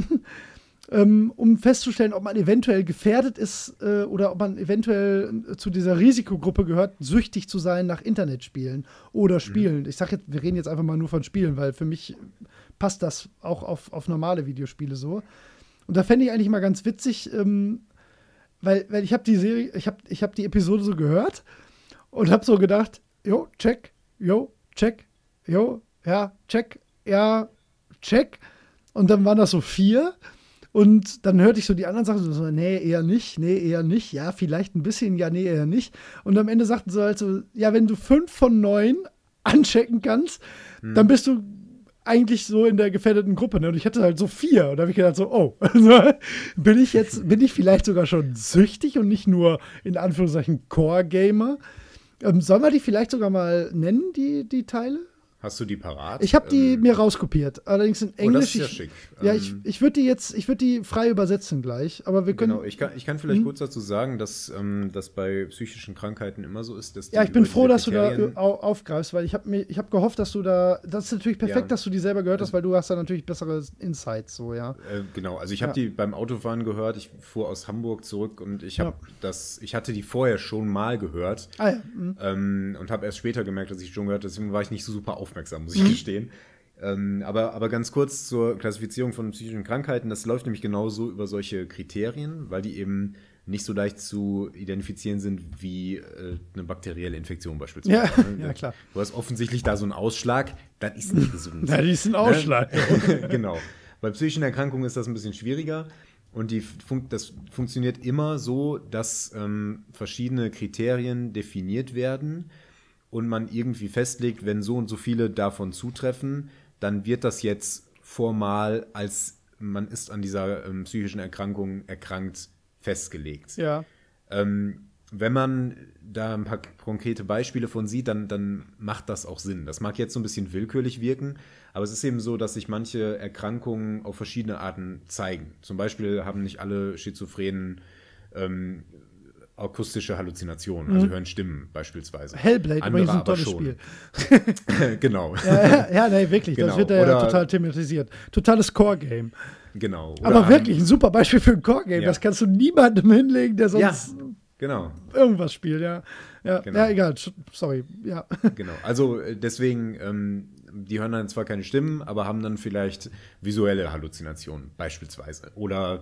ähm, um festzustellen, ob man eventuell gefährdet ist äh, oder ob man eventuell äh, zu dieser Risikogruppe gehört, süchtig zu sein nach Internetspielen oder Spielen. Mhm. Ich sage jetzt, wir reden jetzt einfach mal nur von Spielen, weil für mich passt das auch auf, auf normale Videospiele so. Und da fände ich eigentlich mal ganz witzig, ähm, weil, weil ich habe die Serie, ich habe ich hab die Episode so gehört und habe so gedacht, jo, check, jo, check, jo, ja, check, ja, check. Und dann waren das so vier. Und dann hörte ich so die anderen Sachen so, nee, eher nicht, nee, eher nicht, ja, vielleicht ein bisschen, ja, nee, eher nicht. Und am Ende sagten sie halt so, ja, wenn du fünf von neun anchecken kannst, hm. dann bist du eigentlich so in der gefährdeten Gruppe, ne? Und ich hatte halt so vier. Und da habe ich gedacht so, oh, also bin ich jetzt, bin ich vielleicht sogar schon süchtig und nicht nur in Anführungszeichen Core-Gamer? Ähm, sollen wir die vielleicht sogar mal nennen, die, die Teile? Hast du die parat? Ich habe die ähm, mir rauskopiert, allerdings in Englisch. Oh, das ist ja ich, schick. Ja, ähm, ich, ich würde die jetzt, ich würde die frei übersetzen gleich, aber wir können. Genau, ich kann, ich kann vielleicht hm? kurz dazu sagen, dass ähm, das bei psychischen Krankheiten immer so ist, dass die Ja, ich bin froh, dass du da Kriterien au- aufgreifst, weil ich habe mir, ich habe gehofft, dass du da, das ist natürlich perfekt, ja. dass du die selber gehört hast, weil du hast da natürlich bessere Insights, so, ja. Äh, genau, also ich habe ja. die beim Autofahren gehört, ich fuhr aus Hamburg zurück und ich habe ja. das, ich hatte die vorher schon mal gehört ah, ja. mhm. ähm, und habe erst später gemerkt, dass ich schon gehört habe, deswegen war ich nicht so super aufmerksam, muss ich mhm. gestehen. Ähm, aber, aber ganz kurz zur Klassifizierung von psychischen Krankheiten, das läuft nämlich genauso über solche Kriterien, weil die eben nicht so leicht zu identifizieren sind wie äh, eine bakterielle Infektion beispielsweise. Ja, ja, klar. Du hast offensichtlich da so einen Ausschlag, das ist nicht gesund. Das ist ein Ausschlag. Genau. Bei psychischen Erkrankungen ist das ein bisschen schwieriger und die fun- das funktioniert immer so, dass ähm, verschiedene Kriterien definiert werden und man irgendwie festlegt, wenn so und so viele davon zutreffen, dann wird das jetzt formal als man ist an dieser ähm, psychischen Erkrankung erkrankt festgelegt. Ja. Ähm, wenn man da ein paar konkrete Beispiele von sieht, dann, dann macht das auch Sinn. Das mag jetzt so ein bisschen willkürlich wirken, aber es ist eben so, dass sich manche Erkrankungen auf verschiedene Arten zeigen. Zum Beispiel haben nicht alle Schizophrenen ähm, akustische Halluzinationen, also mhm. hören Stimmen beispielsweise. Hellblade, Andere übrigens ein tolles schon. Spiel. Genau. Ja, ja, ja, nee, wirklich, genau. das wird ja Oder, total thematisiert. Totales Core-Game. Genau. Oder aber wirklich, ein super Beispiel für ein Core-Game. Ja. Das kannst du niemandem hinlegen, der sonst ja, genau. irgendwas spielt, ja. Ja, genau. ja, egal, sorry, ja. Genau, also deswegen, ähm, die hören dann zwar keine Stimmen, aber haben dann vielleicht visuelle Halluzinationen beispielsweise. Oder,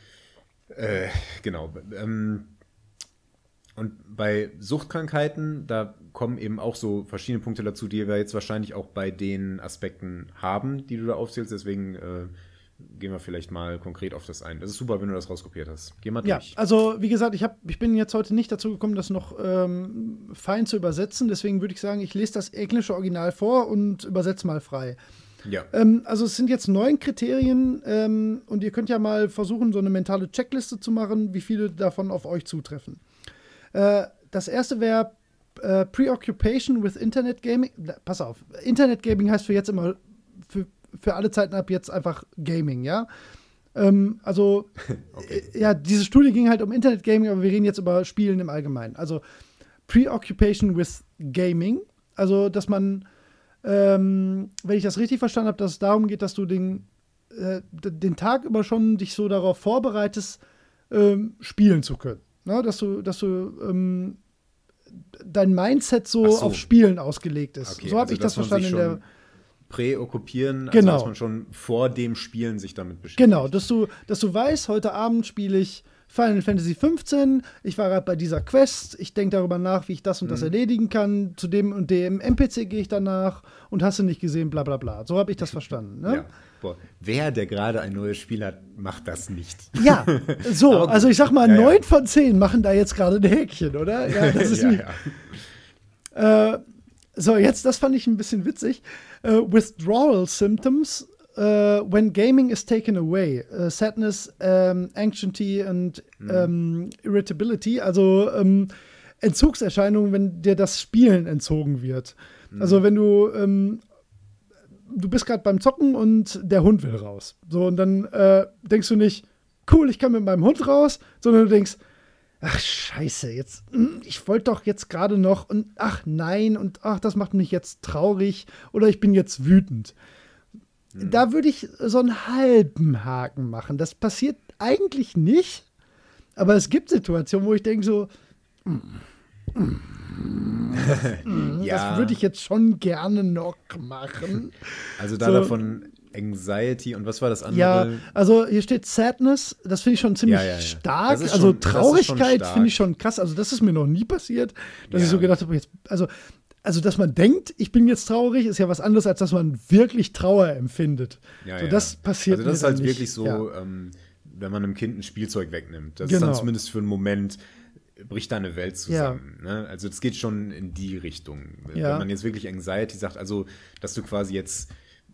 äh, genau, ähm, und bei Suchtkrankheiten, da kommen eben auch so verschiedene Punkte dazu, die wir jetzt wahrscheinlich auch bei den Aspekten haben, die du da aufzählst. Deswegen äh, gehen wir vielleicht mal konkret auf das ein. Das ist super, wenn du das rauskopiert hast. Geh mal durch. Ja, also wie gesagt, ich, hab, ich bin jetzt heute nicht dazu gekommen, das noch ähm, fein zu übersetzen. Deswegen würde ich sagen, ich lese das englische Original vor und übersetze mal frei. Ja. Ähm, also es sind jetzt neun Kriterien ähm, und ihr könnt ja mal versuchen, so eine mentale Checkliste zu machen, wie viele davon auf euch zutreffen. Äh, das erste wäre äh, Preoccupation with Internet Gaming. Pass auf, Internet Gaming heißt für jetzt immer, für, für alle Zeiten ab jetzt einfach Gaming, ja? Ähm, also, okay. äh, ja, diese Studie ging halt um Internet Gaming, aber wir reden jetzt über Spielen im Allgemeinen. Also, Preoccupation with Gaming, also, dass man, ähm, wenn ich das richtig verstanden habe, dass es darum geht, dass du den, äh, den Tag über schon dich so darauf vorbereitest, ähm, spielen zu können. Na, dass du, dass du ähm, dein Mindset so, so auf Spielen ausgelegt ist. Okay, so habe also, ich das verstanden in der. Präokkupieren, genau. Also dass man schon vor dem Spielen sich damit beschäftigt. Genau, dass du, dass du weißt, heute Abend spiele ich Final Fantasy fünfzehn, ich war gerade bei dieser Quest, ich denke darüber nach, wie ich das und das mhm. erledigen kann, zu dem und dem N P C gehe ich danach und hast du nicht gesehen, bla bla bla. So habe ich das verstanden. Ne? Ja. Boah. Wer, der gerade ein neues Spiel hat, macht das nicht. Ja, so, also ich sag mal, ja, ja. neun von zehn machen da jetzt gerade ein Häkchen, oder? Ja, das ist ja, nicht. Ja. Äh, So, jetzt, das fand ich ein bisschen witzig. Uh, withdrawal symptoms uh, when gaming is taken away. Uh, sadness, um, anxiety and mhm. um, irritability. Also um, Entzugserscheinungen, wenn dir das Spielen entzogen wird. Mhm. Also wenn du um, du bist gerade beim Zocken und der Hund will raus. So, und dann äh, denkst du nicht, cool, ich kann mit meinem Hund raus, sondern du denkst, ach, scheiße, jetzt, ich wollte doch jetzt gerade noch und ach nein und ach, das macht mich jetzt traurig oder ich bin jetzt wütend. Mhm. Da würde ich so einen halben Haken machen. Das passiert eigentlich nicht, aber es gibt Situationen, wo ich denke so, mm, mm, ja. das würde ich jetzt schon gerne noch machen. Also da so. Davon Anxiety und was war das andere? Ja, also hier steht Sadness, das finde ich schon ziemlich ja, ja, ja. stark. Schon, also Traurigkeit finde ich schon krass. Also das ist mir noch nie passiert, dass ja. ich so gedacht habe, jetzt, also, also dass man denkt, ich bin jetzt traurig, ist ja was anderes, als dass man wirklich Trauer empfindet. Ja, so, ja. Das passiert Also das mir ist halt nicht. wirklich so, ja. ähm, wenn man einem Kind ein Spielzeug wegnimmt. Das genau. ist dann zumindest für einen Moment, bricht deine Welt zusammen. Ja. Ne? Also das geht schon in die Richtung. Ja. Wenn man jetzt wirklich Anxiety sagt, also dass du quasi jetzt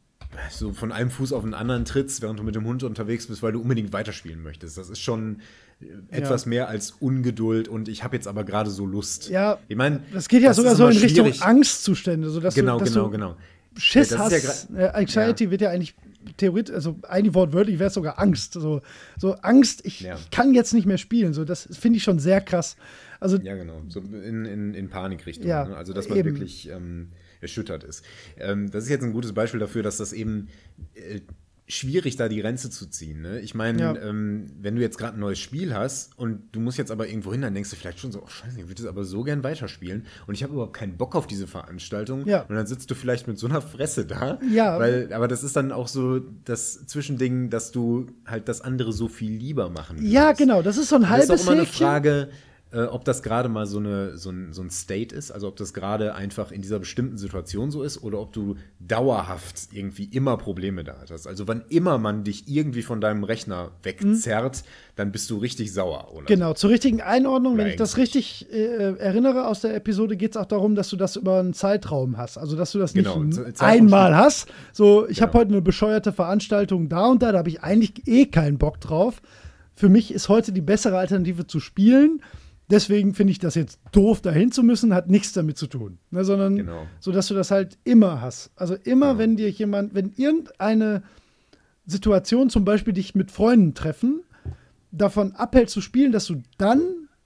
so von einem Fuß auf den anderen trittst, während du mit dem Hund unterwegs bist, weil du unbedingt weiterspielen möchtest. Das ist schon etwas ja. mehr als Ungeduld und ich habe jetzt aber gerade so Lust. Ja, ich mein, das geht ja das sogar so in Richtung Angstzustände. So dass genau, du, dass genau, du genau. Schiss ja, hast. Ja Anxiety ja. wird ja eigentlich theoretisch, also eigentlich wortwörtlich wäre es sogar Angst. So, so Angst, ich, ja. ich kann jetzt nicht mehr spielen. So, das finde ich schon sehr krass. Also, ja, genau. So in, in, in Panikrichtung. Ja, ne? Also, dass man eben. wirklich ähm, erschüttert ist. Ähm, das ist jetzt ein gutes Beispiel dafür, dass das eben äh, schwierig da die Grenze zu ziehen. Ne? Ich meine, ja. ähm, wenn du jetzt gerade ein neues Spiel hast und du musst jetzt aber irgendwo hin, dann denkst du vielleicht schon so, oh scheiße, ich würde das aber so gern weiterspielen und ich habe überhaupt keinen Bock auf diese Veranstaltung. Ja. Und dann sitzt du vielleicht mit so einer Fresse da. Ja. Weil, aber das ist dann auch so das Zwischending, dass du halt das andere so viel lieber machen willst. Ja, genau, das ist so ein halbes Häkchen. Das ist auch immer eine Frage, äh, ob das gerade mal so, eine, so, ein, so ein State ist, also ob das gerade einfach in dieser bestimmten Situation so ist oder ob du dauerhaft irgendwie immer Probleme da hast. Also wann immer man dich irgendwie von deinem Rechner wegzerrt, mhm. dann bist du richtig sauer. Oder genau, so. zur richtigen Einordnung, wenn ich das richtig äh, erinnere aus der Episode, geht es auch darum, dass du das über einen Zeitraum hast. Also dass du das nicht genau, einmal hast. So, ich genau. habe heute eine bescheuerte Veranstaltung da und da, da habe ich eigentlich eh keinen Bock drauf. Für mich ist heute die bessere Alternative zu spielen. Deswegen finde ich das jetzt doof, dahin zu müssen, hat nichts damit zu tun. Ne, sondern genau. so, dass du das halt immer hast. Also immer, genau. wenn dir jemand, wenn irgendeine Situation, zum Beispiel dich mit Freunden treffen, davon abhält zu spielen, dass du dann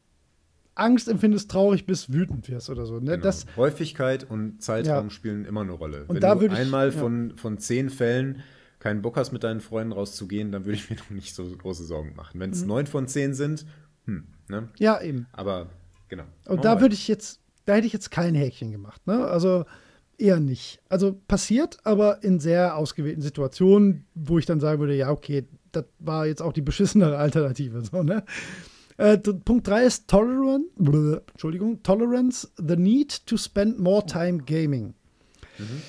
Angst empfindest, traurig bist, wütend wirst oder so. Ne? Genau. Das, Häufigkeit und Zeitraum ja. spielen immer eine Rolle. Und wenn da du ich, einmal ja. von, von zehn Fällen keinen Bock hast, mit deinen Freunden rauszugehen, dann würde ich mir noch nicht so große Sorgen machen. Wenn es neun mhm. von zehn sind, hm, ne? Ja, eben. Aber, genau. Und da würde ich jetzt, da hätte ich jetzt kein Häkchen gemacht, ne? Also eher nicht. Also passiert, aber in sehr ausgewählten Situationen, wo ich dann sagen würde, ja, okay, das war jetzt auch die beschissenere Alternative, so, ne? Äh, Punkt drei ist Tolerance, blö, Entschuldigung, Tolerance, the need to spend more time gaming. Mhm.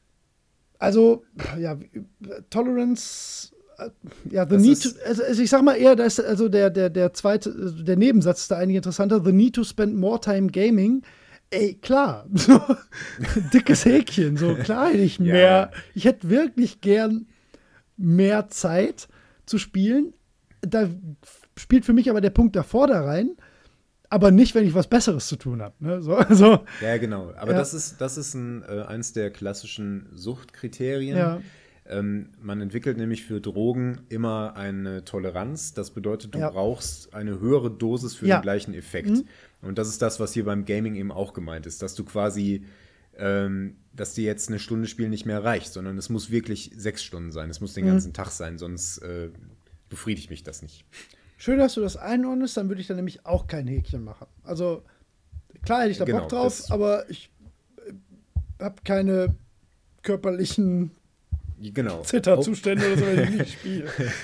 Also, ja, Tolerance, ja, the das need to, also, also ich sag mal eher, das ist also der, der, der zweite, der Nebensatz ist da eigentlich interessanter, the need to spend more time gaming. Ey, klar, so, dickes Häkchen, so klar hätte ich mehr, ja. ich hätte wirklich gern mehr Zeit zu spielen. Da spielt für mich aber der Punkt davor da rein, aber nicht, wenn ich was Besseres zu tun habe. Ne? So, also, ja, genau. Aber ja. das ist, das ist ein, äh, eins der klassischen Suchtkriterien. Ja. Ähm, man entwickelt nämlich für Drogen immer eine Toleranz. Das bedeutet, du ja. brauchst eine höhere Dosis für ja. den gleichen Effekt. Mhm. Und das ist das, was hier beim Gaming eben auch gemeint ist, dass du quasi, ähm, dass dir jetzt eine Stunde Spielen nicht mehr reicht, sondern es muss wirklich sechs Stunden sein. Es muss den ganzen mhm. Tag sein, sonst äh, befriedigt mich das nicht. Schön, dass du das einordnest, dann würde ich da nämlich auch kein Häkchen machen. Also, klar hätte ich da genau, Bock drauf, aber ich äh, habe keine körperlichen genau. Zitterzustände oder so, wenn ich nicht spiele.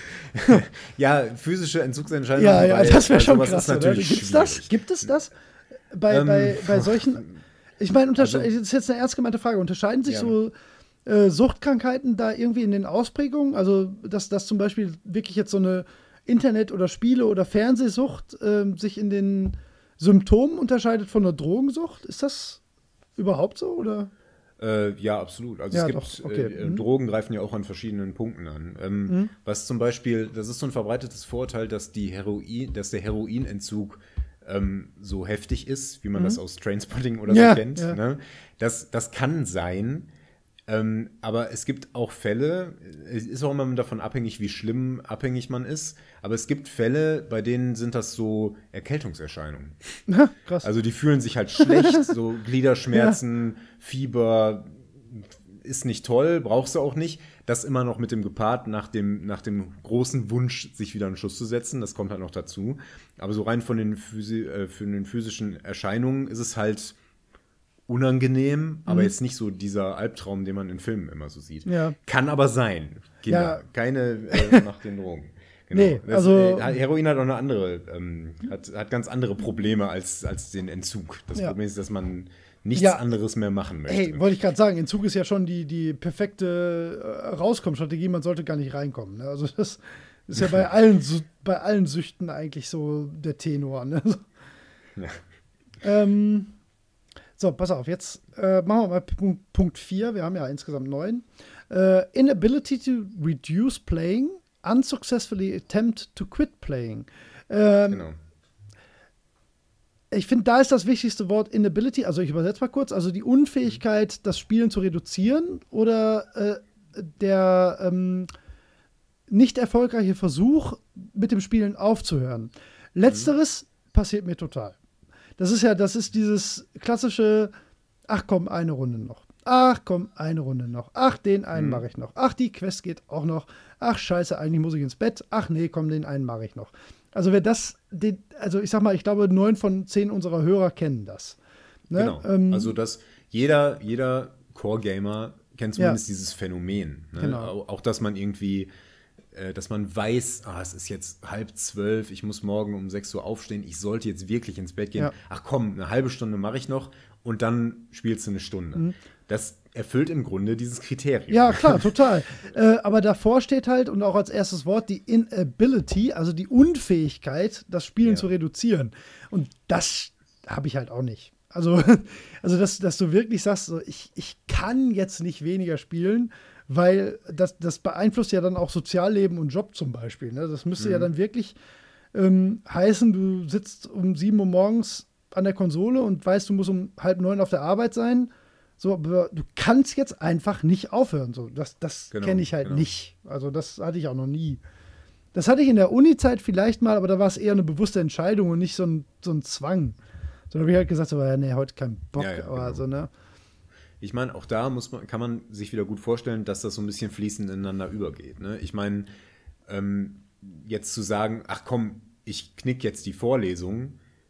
Ja, physische Entzugsentscheidungen. Ja, ja, das wäre schon krass. Natürlich Gibt's das? Gibt es das? Bei, ähm, bei, bei solchen, ich meine, also, das ist jetzt eine ernst gemeinte Frage, unterscheiden sich ja. so äh, Suchtkrankheiten da irgendwie in den Ausprägungen? Also, dass das zum Beispiel wirklich jetzt so eine Internet- oder Spiele- oder Fernsehsucht äh, sich in den Symptomen unterscheidet von einer Drogensucht? Ist das überhaupt so, oder? Äh, ja, absolut. Also Ja, es doch, gibt, okay. äh, Mhm. Drogen greifen ja auch an verschiedenen Punkten an. Ähm, Mhm. Was zum Beispiel, das ist so ein verbreitetes Vorurteil, dass die Heroin, dass der Heroinentzug ähm, so heftig ist, wie man das aus Trainspotting oder Ja, so kennt. ja. Ne? Das, das kann sein. Ähm, aber es gibt auch Fälle, es ist auch immer davon abhängig, wie schlimm abhängig man ist, aber es gibt Fälle, bei denen sind das so Erkältungserscheinungen. Ha, krass. Also die fühlen sich halt schlecht, so Gliederschmerzen, Fieber, ist nicht toll, brauchst du auch nicht. Das immer noch mit dem gepaart nach dem, nach dem großen Wunsch, sich wieder einen Schuss zu setzen, das kommt halt noch dazu. Aber so rein von den, Physi äh, von den physischen Erscheinungen ist es halt unangenehm, aber jetzt nicht so dieser Albtraum, den man in Filmen immer so sieht. Ja. Kann aber sein. Kinder, Ja. keine äh, nach den Drogen. Genau. Nee, das, also- äh, Heroin hat auch eine andere, ähm, hat, hat ganz andere Probleme als, als den Entzug. Das Ja. Problem ist, dass man nichts Ja. anderes mehr machen möchte. Hey, wollte ich gerade sagen, Entzug ist ja schon die, die perfekte äh, Rauskommstrategie, man sollte gar nicht reinkommen. Ne? Also das ist ja bei allen, Sü- bei allen Süchten eigentlich so der Tenor. Ne? So. Ja. Ähm, so, pass auf, jetzt äh, machen wir mal Punkt, Punkt vier, wir haben ja insgesamt neun. Äh, inability to reduce playing, unsuccessfully attempt to quit playing. Ähm, Genau. Ich finde, da ist das wichtigste Wort Inability, also ich übersetze mal kurz, also die Unfähigkeit, das Spielen zu reduzieren oder äh, der ähm, nicht erfolgreiche Versuch, mit dem Spielen aufzuhören. Letzteres mhm. passiert mir total. Das ist ja, das ist dieses klassische, ach komm, eine Runde noch. Ach komm, eine Runde noch. Ach, den einen Mhm. mache ich noch. Ach, die Quest geht auch noch. Ach, scheiße, eigentlich muss ich ins Bett. Ach nee, komm, den einen mache ich noch. Also wer das, den, also ich sag mal, ich glaube, neun von zehn unserer Hörer kennen das. Ne? Genau. Ähm, Also dass jeder, jeder Core-Gamer kennt zumindest Ja. dieses Phänomen. Ne? Genau. Auch, auch, dass man irgendwie, äh, dass man weiß, ah, es ist jetzt halb zwölf, ich muss morgen um sechs Uhr aufstehen, ich sollte jetzt wirklich ins Bett gehen. Ja. Ach komm, eine halbe Stunde mache ich noch und dann spielst du eine Stunde. Das erfüllt im Grunde dieses Kriterium. Ja, klar, total. äh, aber davor steht halt, und auch als erstes Wort, die Inability, also die Unfähigkeit, das Spielen Ja. zu reduzieren. Und das habe ich halt auch nicht. Also, also dass, dass du wirklich sagst, so, ich, ich kann jetzt nicht weniger spielen, weil das, das beeinflusst ja dann auch Sozialleben und Job zum Beispiel. Ne? Das müsste ja dann wirklich ähm, heißen, du sitzt um sieben Uhr morgens an der Konsole und weißt, du musst um halb neun auf der Arbeit sein. So, aber du kannst jetzt einfach nicht aufhören. So, das das Genau, kenne ich halt genau. nicht. Also das hatte ich auch noch nie. Das hatte ich in der Uni-Zeit vielleicht mal, aber da war es eher eine bewusste Entscheidung und nicht so ein, so ein Zwang. So, da habe ich halt gesagt, so, ja, nee, heute kein Bock. Ja, ja, aber genau. so, ne? Ich meine, auch da muss man, kann man sich wieder gut vorstellen, dass das so ein bisschen fließend ineinander übergeht. Ne? Ich meine, ähm, jetzt zu sagen, ach komm, ich knick jetzt die Vorlesung,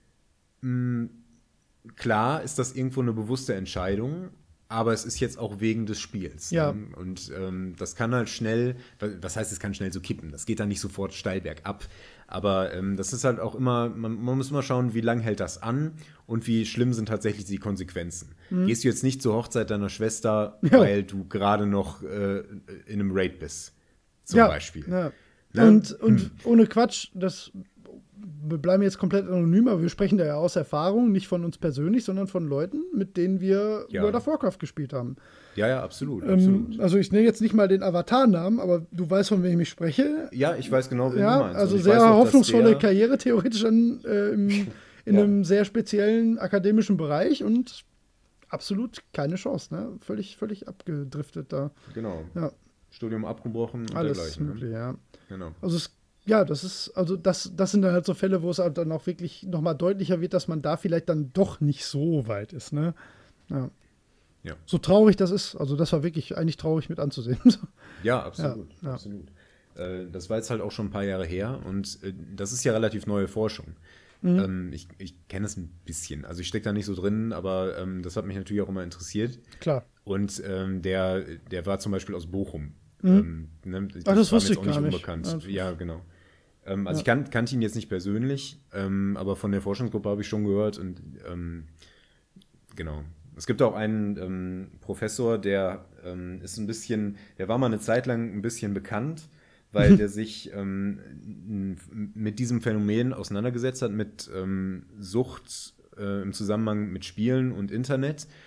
mh, klar ist das irgendwo eine bewusste Entscheidung, aber es ist jetzt auch wegen des Spiels. Ja. Ne? Und ähm, das kann halt schnell, was heißt, es kann schnell so kippen, das geht dann nicht sofort steil bergab. Aber ähm, das ist halt auch immer, man, man muss immer schauen, wie lange hält das an und wie schlimm sind tatsächlich die Konsequenzen. Gehst du jetzt nicht zur Hochzeit deiner Schwester, Ja. weil du gerade noch äh, in einem Raid bist, zum ja, Beispiel. Ja. Ne? Und, und ohne Quatsch, das wir bleiben jetzt komplett anonym, aber wir sprechen da ja aus Erfahrung, nicht von uns persönlich, sondern von Leuten, mit denen wir Ja. World of Warcraft gespielt haben. Ja, ja, absolut, Ähm, absolut. also ich nenne jetzt nicht mal den Avatar-Namen, aber du weißt, von wem ich spreche. Ja, ich weiß genau, wen du Ja, meinst. also Und ich sehr weiß auch, dass hoffnungsvolle der- Karriere theoretisch an, äh, im, in Ja. einem sehr speziellen akademischen Bereich und absolut keine Chance, ne? Völlig, völlig abgedriftet da. Genau. Ja, Studium abgebrochen und alles dergleichen. mögliche, Ne? ja. Genau. Also es, ja, das ist, also das, das sind dann halt so Fälle, wo es halt dann auch wirklich nochmal deutlicher wird, dass man da vielleicht dann doch nicht so weit ist, ne? Ja. Ja. So traurig das ist, also das war wirklich eigentlich traurig mit anzusehen. Ja, absolut. Ja, ja. absolut. Äh, das war jetzt halt auch schon ein paar Jahre her und äh, das ist ja relativ neue Forschung. Mhm. Ähm, ich ich kenne es ein bisschen. Also ich stecke da nicht so drin, aber ähm, das hat mich natürlich auch immer interessiert. Klar. Und ähm, der, der war zum Beispiel aus Bochum. Ähm, ne, Ach, das war mir wusste jetzt ich auch gar nicht. unbekannt. Ja, das Ja, genau. Ähm, also Ja. ich kan kannte ihn jetzt nicht persönlich, ähm, aber von der Forschungsgruppe habe ich schon gehört und ähm, genau. Es gibt auch einen ähm, Professor, der ähm, ist ein bisschen, der war mal eine Zeit lang ein bisschen bekannt, weil der sich ähm, n- mit diesem Phänomen auseinandergesetzt hat, mit ähm, Sucht äh, im Zusammenhang mit Spielen und Internet.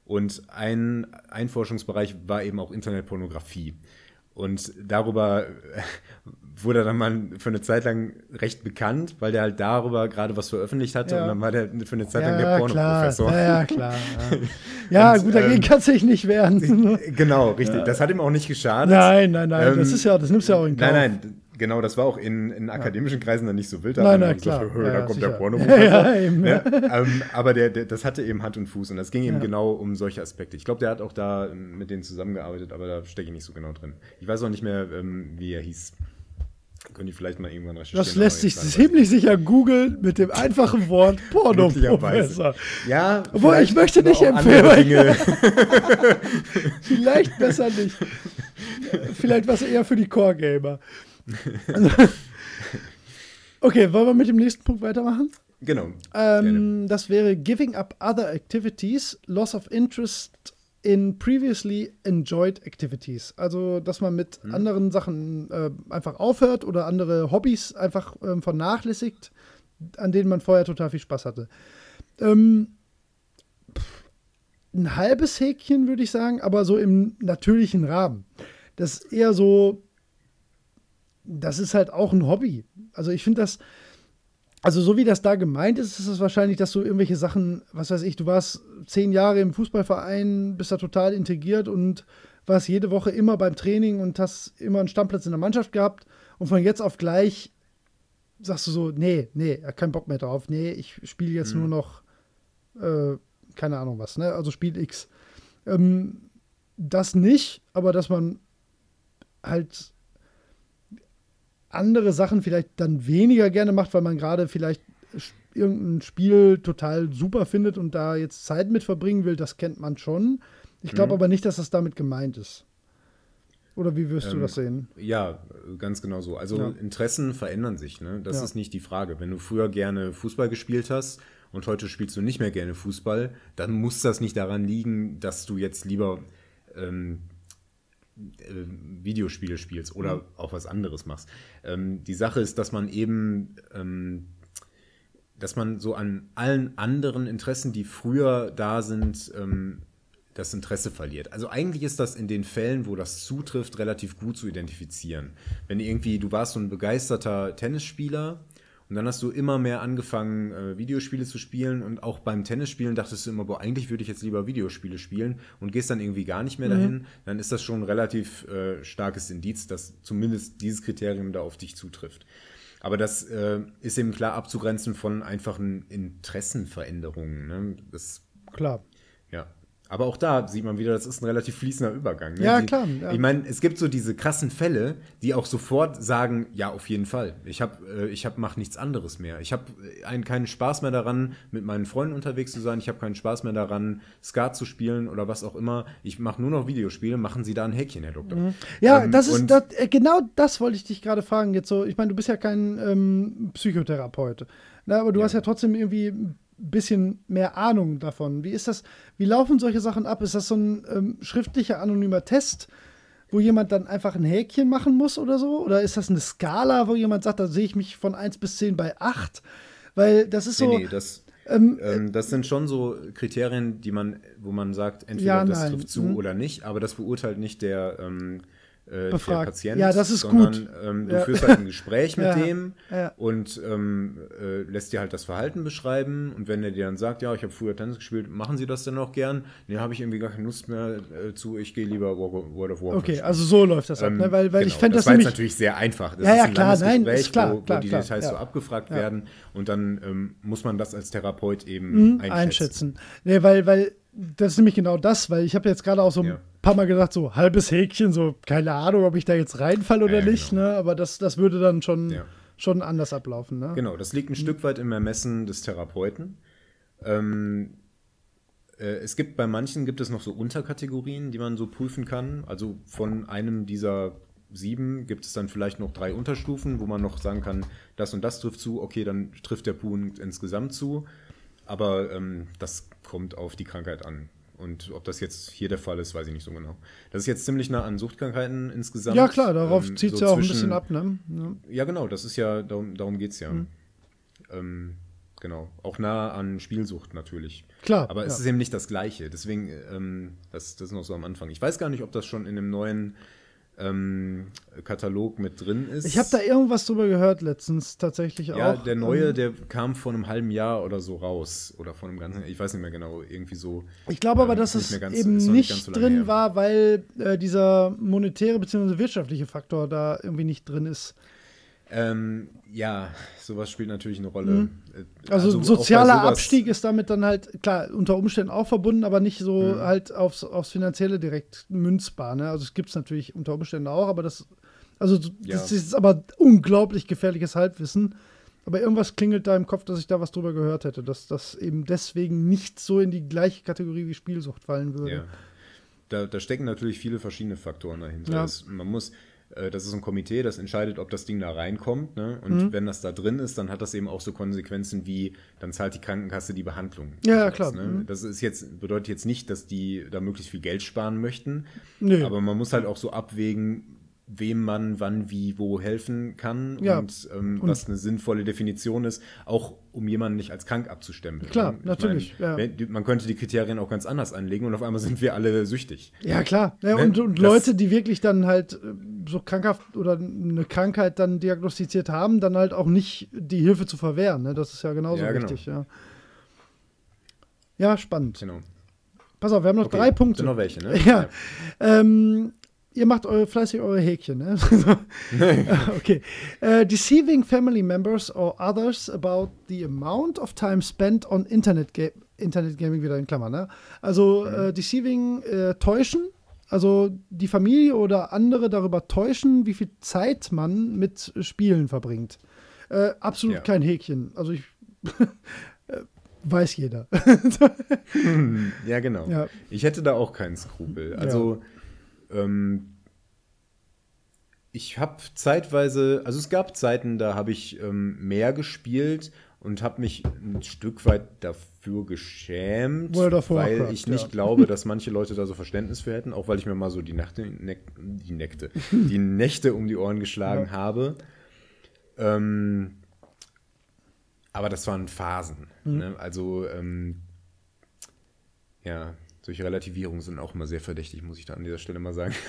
Und ein, ein Forschungsbereich war eben auch Internetpornografie. Und darüber wurde er dann mal für eine Zeit lang recht bekannt, weil der halt darüber gerade was veröffentlicht hatte. Ja. Und dann war der für eine Zeit lang ja, der Pornoprofessor. Ja, ja, klar. Ja, ja gut, dagegen ähm, kannst du dich nicht wehren. Genau, richtig. Ja. Das hat ihm auch nicht geschadet. Nein, nein, nein. Ähm, das ist ja, das nimmst du ja auch in Kauf. Nein, nein. Genau, das war auch in, in akademischen Kreisen dann nicht so wild. Nein, nein, klar. So, da ja, kommt sicher. der Pornoprofessor. Ja, eben, ja. Ja, ähm, aber der, der, das hatte eben Hand und Fuß und das ging eben ja. genau um solche Aspekte. Ich glaube, der hat auch da mit denen zusammengearbeitet, aber da stecke ich nicht so genau drin. Ich weiß auch nicht mehr, ähm, wie er hieß. Können die vielleicht mal irgendwann recherchieren. Das lässt sich ziemlich sicher googeln mit dem einfachen Wort Pornoprofessor. Ja, obwohl ich möchte nicht empfehlen. Vielleicht besser nicht. Vielleicht was eher für die Core-Gamer. Okay, wollen wir mit dem nächsten Punkt weitermachen? Genau. Ähm, das wäre Giving up other activities, loss of interest in previously enjoyed activities. Also, dass man mit hm. anderen Sachen äh, einfach aufhört oder andere Hobbys einfach ähm, vernachlässigt, an denen man vorher total viel Spaß hatte. Ähm, pff, ein halbes Häkchen, würde ich sagen, aber so im natürlichen Rahmen. Das ist eher so, das ist halt auch ein Hobby. Also ich finde das, also so wie das da gemeint ist, ist es wahrscheinlich, dass du irgendwelche Sachen, was weiß ich, du warst zehn Jahre im Fußballverein, bist da total integriert und warst jede Woche immer beim Training und hast immer einen Stammplatz in der Mannschaft gehabt und von jetzt auf gleich sagst du so, nee, nee, kein Bock mehr drauf, nee, ich spiele jetzt mhm. nur noch, äh, keine Ahnung was, ne, also Spiel X. Ähm, das nicht, aber dass man halt andere Sachen vielleicht dann weniger gerne macht, weil man gerade vielleicht irgendein Spiel total super findet und da jetzt Zeit mit verbringen will, das kennt man schon. Ich glaube mhm. aber nicht, dass das damit gemeint ist. Oder wie wirst ähm, du das sehen? Ja, ganz genau so. Also ja. Interessen verändern sich, ne? Das ja. ist nicht die Frage. Wenn du früher gerne Fußball gespielt hast und heute spielst du nicht mehr gerne Fußball, dann muss das nicht daran liegen, dass du jetzt lieber ähm, Videospiele spielst oder mhm. auch was anderes machst. Ähm, die Sache ist, dass man eben, ähm, dass man so an allen anderen Interessen, die früher da sind, ähm, das Interesse verliert. Also eigentlich ist das in den Fällen, wo das zutrifft, relativ gut zu identifizieren. Wenn irgendwie, du warst so ein begeisterter Tennisspieler und dann hast du immer mehr angefangen, äh, Videospiele zu spielen und auch beim Tennisspielen dachtest du immer, boah, eigentlich würde ich jetzt lieber Videospiele spielen und gehst dann irgendwie gar nicht mehr dahin, mhm. dann ist das schon ein relativ äh, starkes Indiz, dass zumindest dieses Kriterium da auf dich zutrifft. Aber das äh, ist eben klar abzugrenzen von einfachen Interessenveränderungen. Ne? Das, klar. Ja. Aber auch da sieht man wieder, das ist ein relativ fließender Übergang. Ne? Ja, die, klar. Ja. Ich meine, es gibt so diese krassen Fälle, die auch sofort sagen, ja, auf jeden Fall. Ich hab, äh, ich hab, mach nichts anderes mehr. Ich habe keinen Spaß mehr daran, mit meinen Freunden unterwegs zu sein. Ich habe keinen Spaß mehr daran, Skat zu spielen oder was auch immer. Ich mache nur noch Videospiele. Machen Sie da ein Häkchen, Herr Doktor. Mhm. Ja, ähm, das ist das, äh, genau das wollte ich dich gerade fragen. Jetzt so, ich meine, du bist ja kein ähm, Psychotherapeut. Na, aber du ja. hast ja trotzdem irgendwie bisschen mehr Ahnung davon. Wie ist das, wie laufen solche Sachen ab? Ist das so ein ähm, schriftlicher, anonymer Test, wo jemand dann einfach ein Häkchen machen muss oder so? Oder ist das eine Skala, wo jemand sagt, da sehe ich mich von eins bis zehn bei acht? Weil das ist so... Nee, nee, das, ähm, ähm, das sind schon so Kriterien, die man, wo man sagt, entweder ja, das nein. trifft zu mhm. oder nicht, aber das beurteilt nicht der ähm, Äh, der Patient, ja, das ist sondern gut. Ähm, du ja. führst halt ein Gespräch mit ja. dem ja. und ähm, äh, lässt dir halt das Verhalten beschreiben und wenn er dir dann sagt, ja, ich habe früher Tennis gespielt, machen Sie das denn noch gern? Nee, habe ich irgendwie gar keine Lust mehr äh, zu, ich gehe lieber World of Warcraft. Okay, also so läuft das ähm, ab, ne? weil, weil genau. ich fände das, das war nämlich jetzt natürlich sehr einfach. Das ja, ja, ist ein klar, langes nein, Gespräch, ist klar, wo, klar, wo die klar, Details ja. so abgefragt ja. werden und dann ähm, muss man das als Therapeut eben mhm, einschätzen. einschätzen. Nee, weil, weil das ist nämlich genau das, weil ich habe jetzt gerade auch so ein ja. paar Mal gesagt, so halbes Häkchen, so keine Ahnung, ob ich da jetzt reinfalle oder ja, ja, nicht, genau. ne? Aber das, das würde dann schon, ja. schon anders ablaufen. Ne? Genau, das liegt ein mhm. Stück weit im Ermessen des Therapeuten. Ähm, äh, es gibt bei manchen gibt es noch so Unterkategorien, die man so prüfen kann. Also von einem dieser sieben gibt es dann vielleicht noch drei Unterstufen, wo man noch sagen kann, das und das trifft zu, okay, dann trifft der Punkt insgesamt zu. Aber ähm, das kommt auf die Krankheit an. Und ob das jetzt hier der Fall ist, weiß ich nicht so genau. Das ist jetzt ziemlich nah an Suchtkrankheiten insgesamt. Ja klar, darauf ähm, zieht es so ja auch zwischen, ein bisschen ab, ne? Ja, ja genau, das ist ja, darum, darum geht es ja. Mhm. Ähm, genau. Auch nah an Spielsucht natürlich. Klar. Aber es ja. ist eben nicht das Gleiche. Deswegen, ähm, das, das ist noch so am Anfang. Ich weiß gar nicht, ob das schon in dem neuen ähm, Katalog mit drin ist. Ich habe da irgendwas drüber gehört letztens tatsächlich auch. Ja, der neue, ähm, der kam vor einem halben Jahr oder so raus. Oder vor einem ganzen, ich weiß nicht mehr genau, irgendwie so. Ich glaube aber, ähm, dass ist es nicht mehr ganz- eben ist noch nicht nicht ganz so lange drin her. war, weil äh, dieser monetäre bzw. wirtschaftliche Faktor da irgendwie nicht drin ist. Ähm, ja, sowas spielt natürlich eine Rolle. Mhm. Äh, Also, auch ein bei sozialer sowas- Abstieg ist damit dann halt, klar, unter Umständen auch verbunden, aber nicht so Mhm. halt aufs, aufs Finanzielle direkt münzbar. Ne? Also es gibt es natürlich unter Umständen auch, aber das, also Ja. das ist aber unglaublich gefährliches Halbwissen. Aber irgendwas klingelt da im Kopf, dass ich da was drüber gehört hätte, dass das eben deswegen nicht so in die gleiche Kategorie wie Spielsucht fallen würde. Ja. Da, da stecken natürlich viele verschiedene Faktoren dahinter. Ja. Das, man muss, äh, das ist ein Komitee, das entscheidet, ob das Ding da reinkommt. Ne? Und Mhm. wenn das da drin ist, dann hat das eben auch so Konsequenzen wie, dann zahlt die Krankenkasse die Behandlung. Ja, ja, Sowas, klar. Ne? Mhm. Das ist jetzt, bedeutet jetzt nicht, dass die da möglichst viel Geld sparen möchten. Nö. Aber man muss halt auch so abwägen, wem man wann, wie, wo helfen kann Ja. und, ähm, Und- was eine sinnvolle Definition ist, auch um jemanden nicht als krank abzustempeln. Klar, Ich natürlich, Mein, ja. wenn- die- Man könnte die Kriterien auch ganz anders anlegen und auf einmal sind wir alle süchtig. Ja, klar. Ja, Ne? und und Das- Leute, die wirklich dann halt äh, so krankhaft oder eine Krankheit dann diagnostiziert haben, dann halt auch nicht die Hilfe zu verwehren. Ne? Das ist ja genauso Ja, genau. wichtig. Ja. ja, spannend. Genau. Pass auf, wir haben noch Okay, drei Punkte. Sind noch welche, ne? Ja. Ähm, ihr macht eure, fleißig eure Häkchen, ne? Okay. Äh, deceiving family members or others about the amount of time spent on Internet, ga Internet Gaming, wieder in Klammern, ne? Also Mhm. äh, deceiving, äh, täuschen, also die Familie oder andere darüber täuschen, wie viel Zeit man mit Spielen verbringt. Äh, absolut Ja. kein Häkchen. Also ich äh, weiß jeder. Ja, genau. Ja. Ich hätte da auch keinen Skrupel. Also, ähm, ich habe zeitweise, also es gab Zeiten, da habe ich ähm, mehr gespielt und habe mich ein Stück weit dafür geschämt, World of weil Warcraft, ich nicht ja. glaube, dass manche Leute da so Verständnis für hätten, auch weil ich mir mal so die Nächte, ne, die Nächte, die Nächte um die Ohren geschlagen Ja. habe. Ähm, aber das waren Phasen. Mhm. Ne? Also, ähm, ja, solche Relativierungen sind auch immer sehr verdächtig, muss ich da an dieser Stelle mal sagen.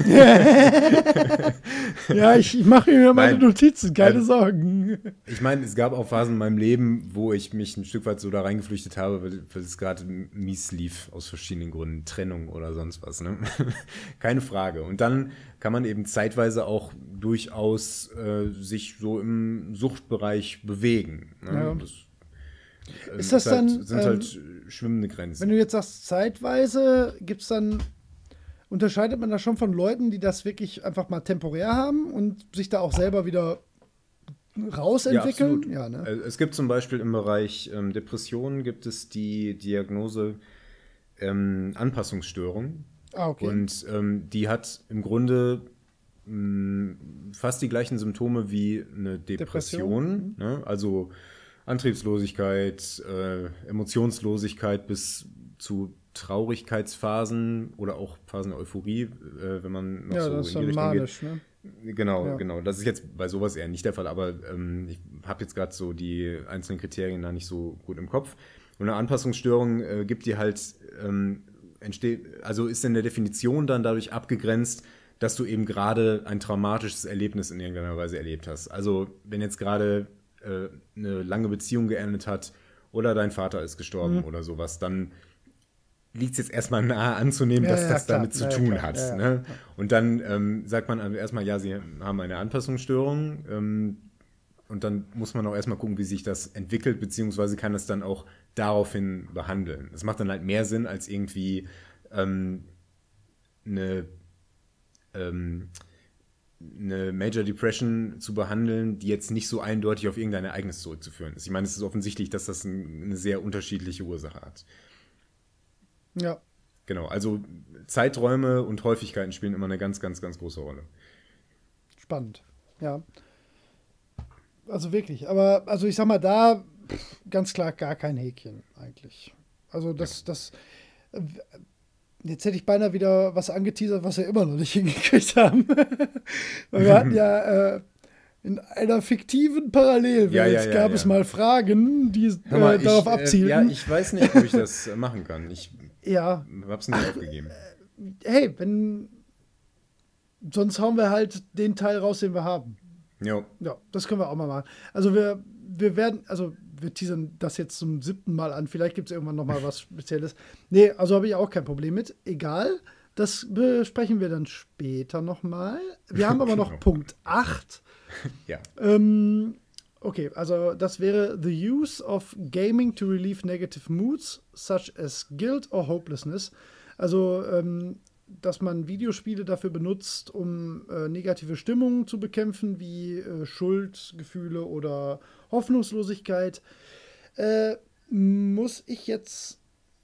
Ja, ich, ich mache mir meine Nein. Notizen, keine Also- Sorgen. Ich meine, es gab auch Phasen in meinem Leben, wo ich mich ein Stück weit so da reingeflüchtet habe, weil, weil es gerade mies lief, aus verschiedenen Gründen, Trennung oder sonst was. Ne? Keine Frage. Und dann kann man eben zeitweise auch durchaus äh, sich so im Suchtbereich bewegen. Ne? Ja. Das, äh, Ist das halt, dann, sind ähm, halt schwimmende Grenzen. Wenn du jetzt sagst, zeitweise, gibt es dann, unterscheidet man da schon von Leuten, die das wirklich einfach mal temporär haben und sich da auch selber wieder rausentwickeln? absolut. Ja, ne? Äh, Es gibt zum Beispiel im Bereich ähm, Depressionen gibt es die Diagnose ähm, Anpassungsstörung. Ah, okay. Und ähm, die hat im Grunde mh, fast die gleichen Symptome wie eine Depression. Depression, Ne? Also Antriebslosigkeit, äh, Emotionslosigkeit bis zu Traurigkeitsphasen oder auch Phasen der Euphorie, äh, wenn man noch ja, so das ist in die dann Richtung manisch, ne? geht. Genau, Ja. genau. Das ist jetzt bei sowas eher nicht der Fall, aber ähm, ich habe jetzt gerade so die einzelnen Kriterien da nicht so gut im Kopf. Und eine Anpassungsstörung äh, gibt dir halt ähm, entsteht, also ist in der Definition dann dadurch abgegrenzt, dass du eben gerade ein traumatisches Erlebnis in irgendeiner Weise erlebt hast. Also wenn jetzt gerade äh, eine lange Beziehung geendet hat oder dein Vater ist gestorben Mhm. oder sowas, dann liegt es jetzt erstmal nahe anzunehmen, Ja, dass ja, das klar. damit zu Ja, ja, tun klar. hat. Ja, ja. Ne? Und dann ähm, sagt man also erstmal, ja, sie haben eine Anpassungsstörung. Ähm, und dann muss man auch erstmal gucken, wie sich das entwickelt, beziehungsweise kann es dann auch daraufhin behandeln. Das macht dann halt mehr Sinn, als irgendwie ähm, eine, ähm, eine Major Depression zu behandeln, die jetzt nicht so eindeutig auf irgendein Ereignis zurückzuführen ist. Ich meine, es ist offensichtlich, dass das ein, eine sehr unterschiedliche Ursache hat. Ja. Genau, also Zeiträume und Häufigkeiten spielen immer eine ganz, ganz, ganz große Rolle. Spannend. Ja. Also wirklich. Aber, also ich sag mal, da pff, ganz klar gar kein Häkchen eigentlich. Also das, das. äh, Jetzt hätte ich beinahe wieder was angeteasert, was wir immer noch nicht hingekriegt haben. Weil wir hatten ja, äh, In einer fiktiven Parallelwelt ja, ja, ja, gab ja. es mal Fragen, die äh, mal, darauf ich, abzielten. Äh, ja, ich weiß nicht, ob ich das machen kann. Ich ja. hab's nicht aufgegeben. Hey, wenn. Sonst hauen wir halt den Teil raus, den wir haben. Jo. Ja, das können wir auch mal machen. Also wir, wir werden, also wir teasern das jetzt zum siebten Mal an. Vielleicht gibt es irgendwann noch mal was Spezielles. Nee, also habe ich auch kein Problem mit. Egal, das besprechen wir dann später noch mal. Wir haben aber noch Genau. Punkt acht. Ja. Ähm, okay, also das wäre the use of gaming to relieve negative moods, such as guilt or hopelessness. Also, ähm, dass man Videospiele dafür benutzt, um äh, negative Stimmungen zu bekämpfen, wie äh, Schuldgefühle oder Hoffnungslosigkeit. Äh, muss ich jetzt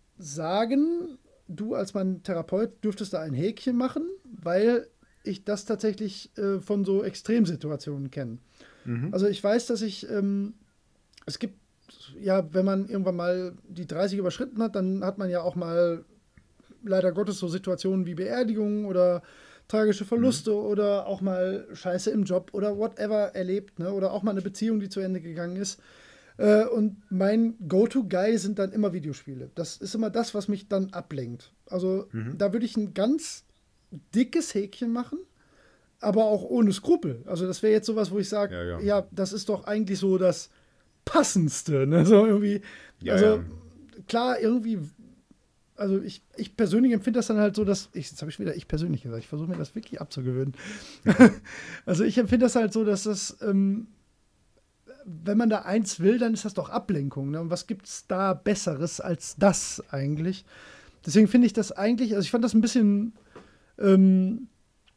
sagen, du als mein Therapeut dürftest da ein Häkchen machen, weil ich das tatsächlich äh, von so Extremsituationen kenne. Mhm. Also ich weiß, dass ich, ähm, es gibt, ja, wenn man irgendwann mal die dreißig überschritten hat, dann hat man ja auch mal leider Gottes so Situationen wie Beerdigungen oder tragische Verluste mhm. oder auch mal Scheiße im Job oder whatever erlebt, ne? Oder auch mal eine Beziehung, die zu Ende gegangen ist. Äh, und mein Go-To-Guy sind dann immer Videospiele. Das ist immer das, was mich dann ablenkt. Also mhm. da würde ich ein ganz dickes Häkchen machen, aber auch ohne Skrupel. Also das wäre jetzt sowas, wo ich sage, ja, ja. ja, das ist doch eigentlich so das Passendste. Ne? So irgendwie, ja, also ja. klar, irgendwie, also ich, ich persönlich empfinde das dann halt so, dass, ich, jetzt habe ich wieder ich persönlich gesagt, ich versuche mir das wirklich abzugewöhnen. Also ich empfinde das halt so, dass das, ähm, wenn man da eins will, dann ist das doch Ablenkung. Ne? Und was gibt es da Besseres als das eigentlich? Deswegen finde ich das eigentlich, also ich fand das ein bisschen Ähm,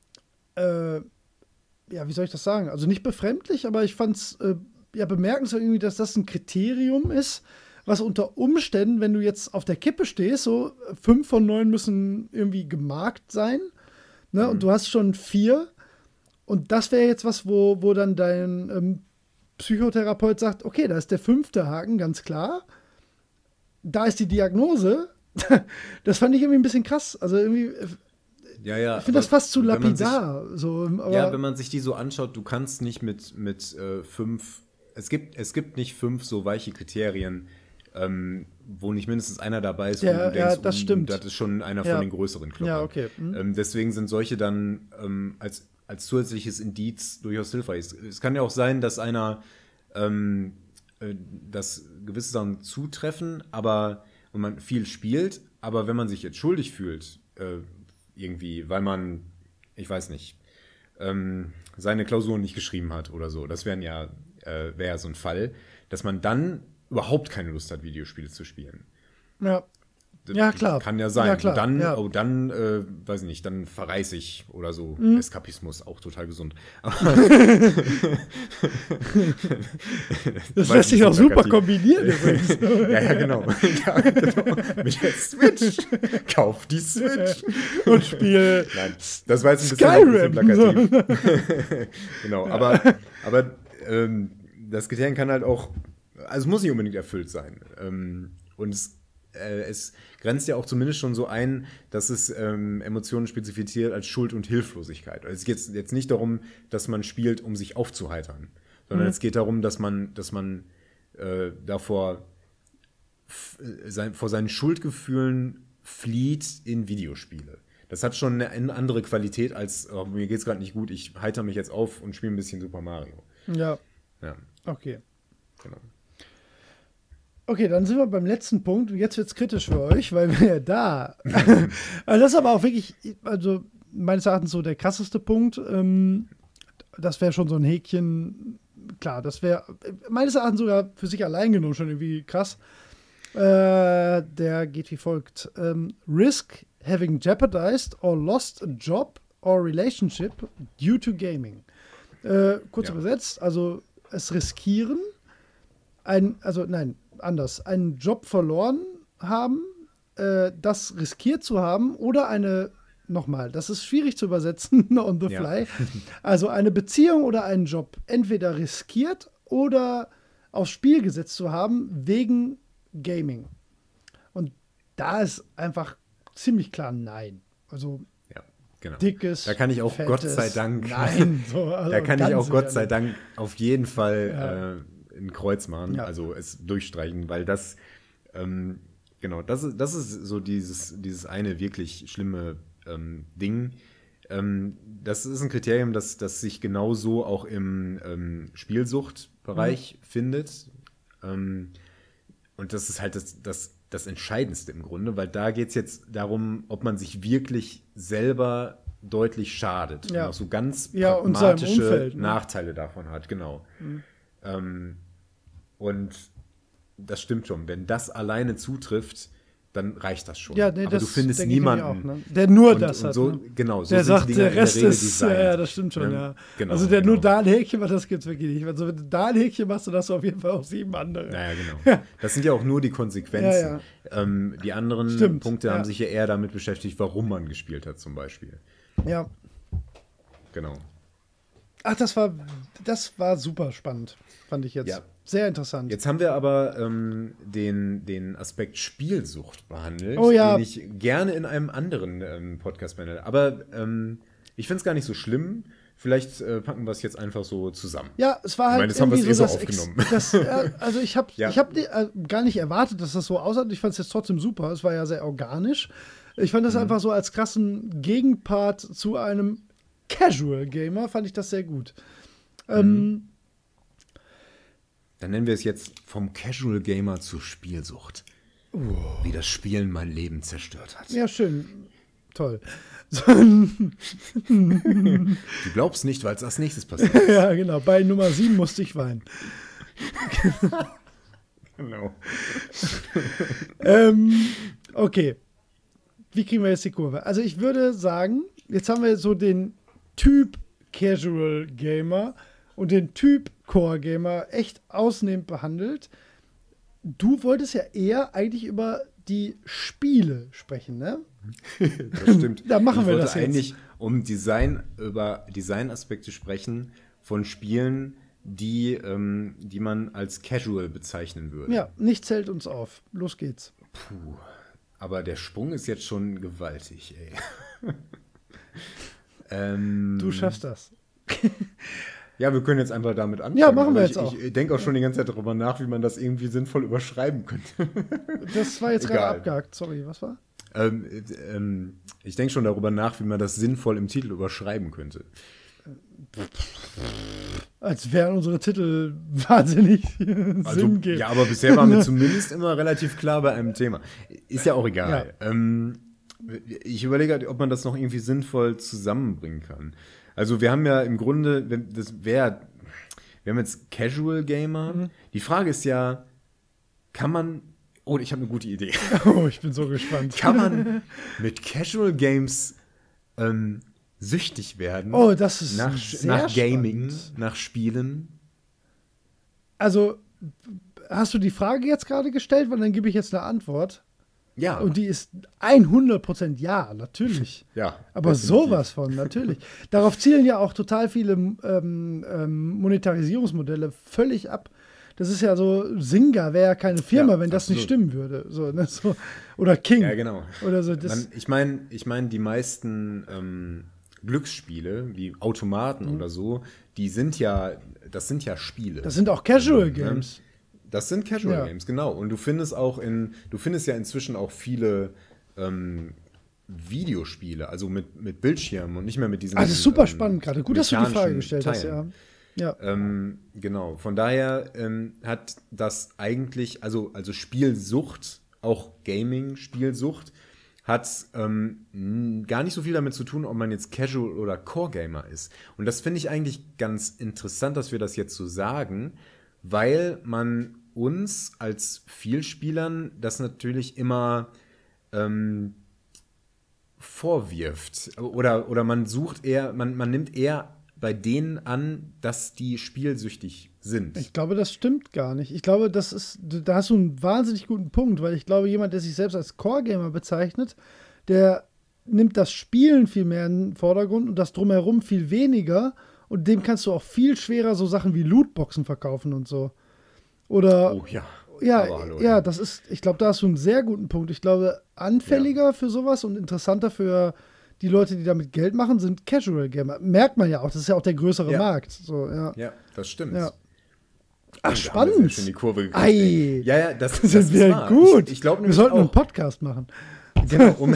äh, ja, wie soll ich das sagen? Also nicht befremdlich, aber ich fand es äh, ja bemerkenswert irgendwie, dass das ein Kriterium ist, was unter Umständen, wenn du jetzt auf der Kippe stehst, so fünf von neun müssen irgendwie gemarkt sein, ne? Mhm. Und du hast schon vier. Und das wäre jetzt was, wo, wo dann dein ähm, Psychotherapeut sagt, okay, da ist der fünfte Haken, ganz klar. Da ist die Diagnose. Das fand ich irgendwie ein bisschen krass. Also irgendwie Ja, ja, ich finde das fast zu lapidar. Sich, so, aber ja, wenn man sich die so anschaut, du kannst nicht mit, mit äh, fünf, es gibt, es gibt nicht fünf so weiche Kriterien, ähm, wo nicht mindestens einer dabei ist, wo ja, du denkst, ja, das um, stimmt. das ist schon einer ja. von den größeren Kloppern. Ja, okay. Mhm. Ähm, deswegen sind solche dann ähm, als, als zusätzliches Indiz durchaus hilfreich. Es, es kann ja auch sein, dass einer, ähm, äh, dass gewisse Sachen zutreffen, aber und man viel spielt, aber wenn man sich jetzt schuldig fühlt, äh, irgendwie, weil man, ich weiß nicht, ähm, seine Klausuren nicht geschrieben hat oder so. Das wären ja, äh, wäre ja so ein Fall, dass man dann überhaupt keine Lust hat, Videospiele zu spielen. Ja. Das ja, klar. Kann ja sein. Ja, klar. Und dann, ja. oh, dann äh, weiß ich nicht, dann verreiß ich oder so. Mhm. Eskapismus, auch total gesund. Das lässt sich auch super kombinieren übrigens. ja, ja, genau. ja, genau. Mit der Switch. Kauf die Switch. Und spiel Nein, das war jetzt ein bisschen, ein bisschen plakativ. genau, Ja. aber, aber ähm, das Kriterium kann halt auch, also es muss nicht unbedingt erfüllt sein. Ähm, und es Es grenzt ja auch zumindest schon so ein, dass es ähm, Emotionen spezifiziert als Schuld und Hilflosigkeit. Also es geht jetzt nicht darum, dass man spielt, um sich aufzuheitern, sondern mhm. es geht darum, dass man, dass man äh, davor f- sein, vor seinen Schuldgefühlen flieht in Videospiele. Das hat schon eine, eine andere Qualität als, oh, mir geht's gerade nicht gut, ich heiter mich jetzt auf und spiele ein bisschen Super Mario. Ja. Ja. Okay. Genau. Okay, dann sind wir beim letzten Punkt. Jetzt wird es kritisch für euch, weil wir da. Also das ist aber auch wirklich, also meines Erachtens so der krasseste Punkt. Ähm, das wäre schon so ein Häkchen. Klar, das wäre meines Erachtens sogar für sich allein genommen schon irgendwie krass. Äh, der geht wie folgt: ähm, Risk having jeopardized or lost a job or relationship due to gaming. Äh, kurz ja. übersetzt, also es riskieren, ein, also nein, anders, einen Job verloren haben, äh, das riskiert zu haben oder eine, nochmal, das ist schwierig zu übersetzen on the ja. fly, also eine Beziehung oder einen Job entweder riskiert oder aufs Spiel gesetzt zu haben wegen Gaming. Und da ist einfach ziemlich klar nein. Also ja. Genau. dickes, Da kann ich auch fettes, Gott sei Dank, nein, so, also da kann ich auch Gott sei nicht. Dank auf jeden Fall Ja. äh, ein Kreuz machen, Ja. also es durchstreichen, weil das, ähm, genau, das ist, das ist so dieses, dieses eine wirklich schlimme ähm, Ding. Ähm, das ist ein Kriterium, das, das sich genauso auch im ähm, Spielsuchtbereich Mhm. findet. Ähm, und das ist halt das, das, das Entscheidendste im Grunde, weil da geht es jetzt darum, ob man sich wirklich selber deutlich schadet Ja. und auch so ganz Ja, und seinem pragmatische Umfeld, ne? Nachteile davon hat, genau. Mhm. Ähm, und das stimmt schon. Wenn das alleine zutrifft, dann reicht das schon. Ja, nee, Aber das du findest denke ich niemanden, nämlich auch, ne? Der nur und, das und hat. so, Ne? genau, so Der sind sagt, die Dinger der Rest in der Regel ist, designt. ja, ja, das stimmt schon, Ne? ja. Genau, also der genau. nur da ein Häkchen macht, das gibt's wirklich nicht. Also wenn du da ein Häkchen machst, dann hast du auf jeden Fall auch sieben andere. Naja, genau. Das sind ja auch nur die Konsequenzen. Ja, Ähm, die anderen Stimmt, Punkte ja. haben sich ja eher damit beschäftigt, warum man gespielt hat, zum Beispiel. Ja. Genau. Ach, das war, das war super spannend, fand ich jetzt. Ja. Sehr interessant. Jetzt haben wir aber ähm, den, den Aspekt Spielsucht behandelt, Oh ja. den ich gerne in einem anderen ähm, Podcast behandle. Aber ähm, ich finde es gar nicht so schlimm. Vielleicht äh, packen wir es jetzt einfach so zusammen. Ja, es war Ich halt meine, das haben wir irgendwie es eh so so das Ex- aufgenommen. Das, äh, also ich habe Ja. ich hab, äh, gar nicht erwartet, dass das so aussah. Ich fand es jetzt trotzdem super. Es war ja sehr organisch. Ich fand das Mhm. einfach so als krassen Gegenpart zu einem Casual Gamer, fand ich das sehr gut. Ähm, Dann nennen wir es jetzt vom Casual Gamer zur Spielsucht. Wie das Spielen mein Leben zerstört hat. ja, schön. Toll. So, Du glaubst nicht, weil es als nächstes passiert. ja, genau. Bei Nummer sieben musste ich weinen. Genau. ähm, okay. Wie kriegen wir jetzt die Kurve? Also ich würde sagen, jetzt haben wir so den Typ Casual Gamer und den Typ Core Gamer echt ausnehmend behandelt. Du wolltest ja eher eigentlich über die Spiele sprechen, ne? Das stimmt. Da machen ich wir wollte das jetzt. eigentlich um Design, über Designaspekte sprechen von Spielen, die, ähm, die man als Casual bezeichnen würde. Ja, nichts hält uns auf. Los geht's. Puh. Aber der Sprung ist jetzt schon gewaltig, ey. ähm, Du schaffst das. Ja, wir können jetzt einfach damit anfangen. Ja, machen wir Aber jetzt ich, auch. Ich denke auch schon die ganze Zeit darüber nach, wie man das irgendwie sinnvoll überschreiben könnte. Das war jetzt gerade Egal. abgehakt. Sorry, was war? ähm, äh, ähm, ich denke schon darüber nach, wie man das sinnvoll im Titel überschreiben könnte. Als wären unsere Titel wahnsinnig Also, Sinn geben. ja, aber bisher waren wir zumindest immer relativ klar bei einem Thema. Ist ja auch egal. Ähm, ich überlege halt, ob man das noch irgendwie sinnvoll zusammenbringen kann. Also wir haben ja im Grunde, wenn- das wäre, wir haben jetzt Casual Gamer. Mhm. Die Frage ist ja, kann man, oh, ich habe eine gute Idee. Oh, ich bin so gespannt. Kann man mit Casual Games ähm, süchtig werden? Oh, das ist nach, sehr nach Gaming, spannend. nach Spielen? Also, hast du die Frage jetzt gerade gestellt? Weil dann gebe ich jetzt eine Antwort. Ja. Und die ist hundert Prozent ja, natürlich. ja. Aber definitiv. sowas von, natürlich. Darauf zielen ja auch total viele ähm, ähm, Monetarisierungsmodelle völlig ab. Das ist ja so, Zynga wäre ja keine Firma, Ja, wenn das nicht absolut. stimmen würde. So, ne? so, oder King. Ja, genau. Oder so. Das, Man, ich meine, ich mein, die meisten ähm, Glücksspiele, wie Automaten Mhm. oder so, die sind ja, das sind ja Spiele. das sind auch Casual Also, ne? Games. Das sind Casual Ja. Games, genau. Und du findest auch in, du findest ja inzwischen auch viele ähm, Videospiele, also mit, mit Bildschirmen und nicht mehr mit diesen. Ah, das ist super ähm, spannend gerade. Gut, dass du die Frage mechanischen gestellt hast, ja. Teilen. Ja. Ähm, genau, von daher ähm, hat das eigentlich, also, also Spielsucht, auch Gaming-Spielsucht, hat ähm, n- gar nicht so viel damit zu tun, ob man jetzt Casual oder Core-Gamer ist. Und das finde ich eigentlich ganz interessant, dass wir das jetzt so sagen, weil man uns als Vielspielern das natürlich immer ähm, vorwirft. Oder, oder man sucht eher, man, man nimmt eher bei denen an, dass die spielsüchtig sind. Ich glaube, das stimmt gar nicht. Ich glaube, das ist, da hast du einen wahnsinnig guten Punkt, weil ich glaube, jemand, der sich selbst als Core-Gamer bezeichnet, der nimmt das Spielen viel mehr in den Vordergrund und das Drumherum viel weniger und dem kannst du auch viel schwerer so Sachen wie Lootboxen verkaufen und so. Oder, Oh ja. ja, Aber hallo, ja, das ist, ich glaube, da hast du einen sehr guten Punkt. Ich glaube, anfälliger für sowas und interessanter für die Leute, die damit Geld machen, sind Casual Gamer. Merkt man ja auch, das ist ja auch der größere ja. Markt. So, ja. ja, das stimmt. Ja. Ach, Und spannend. Da haben wir schon die Kurve gekriegt. Ei. Ja, ja, das, das das sind wir wahr. gut. Ich, ich glaub, wir sollten auch, einen Podcast machen. Genau, um,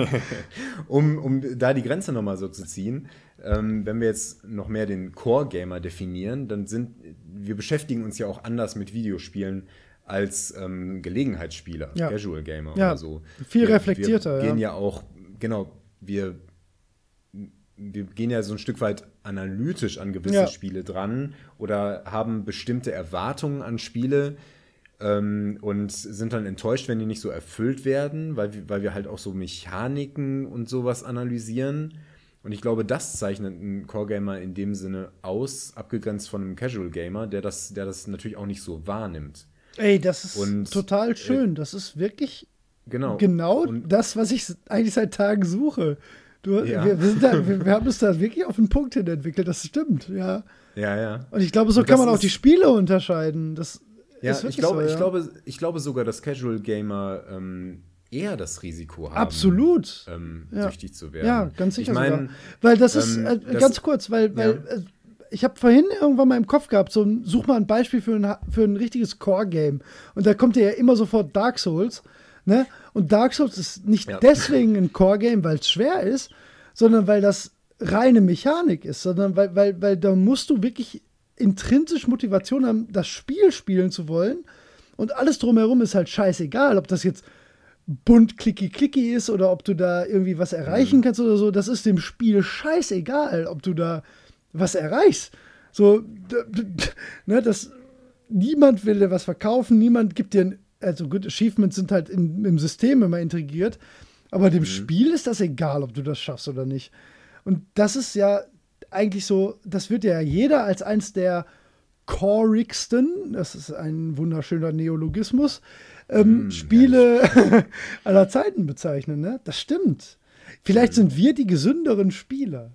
um, um da die Grenze nochmal so zu ziehen, ähm, wenn wir jetzt noch mehr den Core-Gamer definieren, dann sind, wir beschäftigen uns ja auch anders mit Videospielen als ähm, Gelegenheitsspieler, ja. Casual Gamer ja, oder so. Viel wir, reflektierter. Wir gehen ja. ja auch, genau, wir, wir gehen ja so ein Stück weit analytisch an gewisse ja. Spiele dran oder haben bestimmte Erwartungen an Spiele, Ähm, und sind dann enttäuscht, wenn die nicht so erfüllt werden, weil wir, weil wir halt auch so Mechaniken und sowas analysieren. Und ich glaube, das zeichnet einen Core-Gamer in dem Sinne aus, abgegrenzt von einem Casual-Gamer, der das, der das natürlich auch nicht so wahrnimmt. Ey, das ist und, total schön. Äh, das ist wirklich genau, genau und, das, was ich eigentlich seit Tagen suche. Du, ja. wir, wir, sind da, wir, wir haben es da wirklich auf den Punkt hin entwickelt, das stimmt, ja. Ja, ja. Und ich glaube, so und kann man auch ist, die Spiele unterscheiden. Das Ja, ich glaube, so, ja. ich, glaube, ich glaube sogar, dass Casual Gamer ähm, eher das Risiko haben, absolut ähm, ja. süchtig zu werden. Ja, ganz sicher ich mein, sogar. Weil das ist, ähm, äh, das, ganz kurz, weil, weil ja. äh, ich habe vorhin irgendwann mal im Kopf gehabt, so ein, such mal ein Beispiel für ein, für ein richtiges Core-Game. Und da kommt ja immer sofort Dark Souls. Ne? Und Dark Souls ist nicht ja. deswegen ein Core-Game, weil es schwer ist, sondern weil das reine Mechanik ist, sondern weil, weil, weil da musst du wirklich intrinsisch Motivation haben, das Spiel spielen zu wollen. Und alles drumherum ist halt scheißegal, ob das jetzt bunt klicki-klicki ist oder ob du da irgendwie was erreichen mhm. kannst oder so. Das ist dem Spiel scheißegal, ob du da was erreichst. So, ne, das, niemand will dir was verkaufen, niemand gibt dir, ein, also gut, Achievements sind halt in, im System immer integriert, aber dem mhm. Spiel ist das egal, ob du das schaffst oder nicht. Und das ist ja eigentlich so, das wird ja jeder als eins der Corigsten, das ist ein wunderschöner Neologismus, ähm, mm, Spiele aller Zeiten bezeichnen, ne? Das stimmt. Vielleicht mm. sind wir die gesünderen Spieler.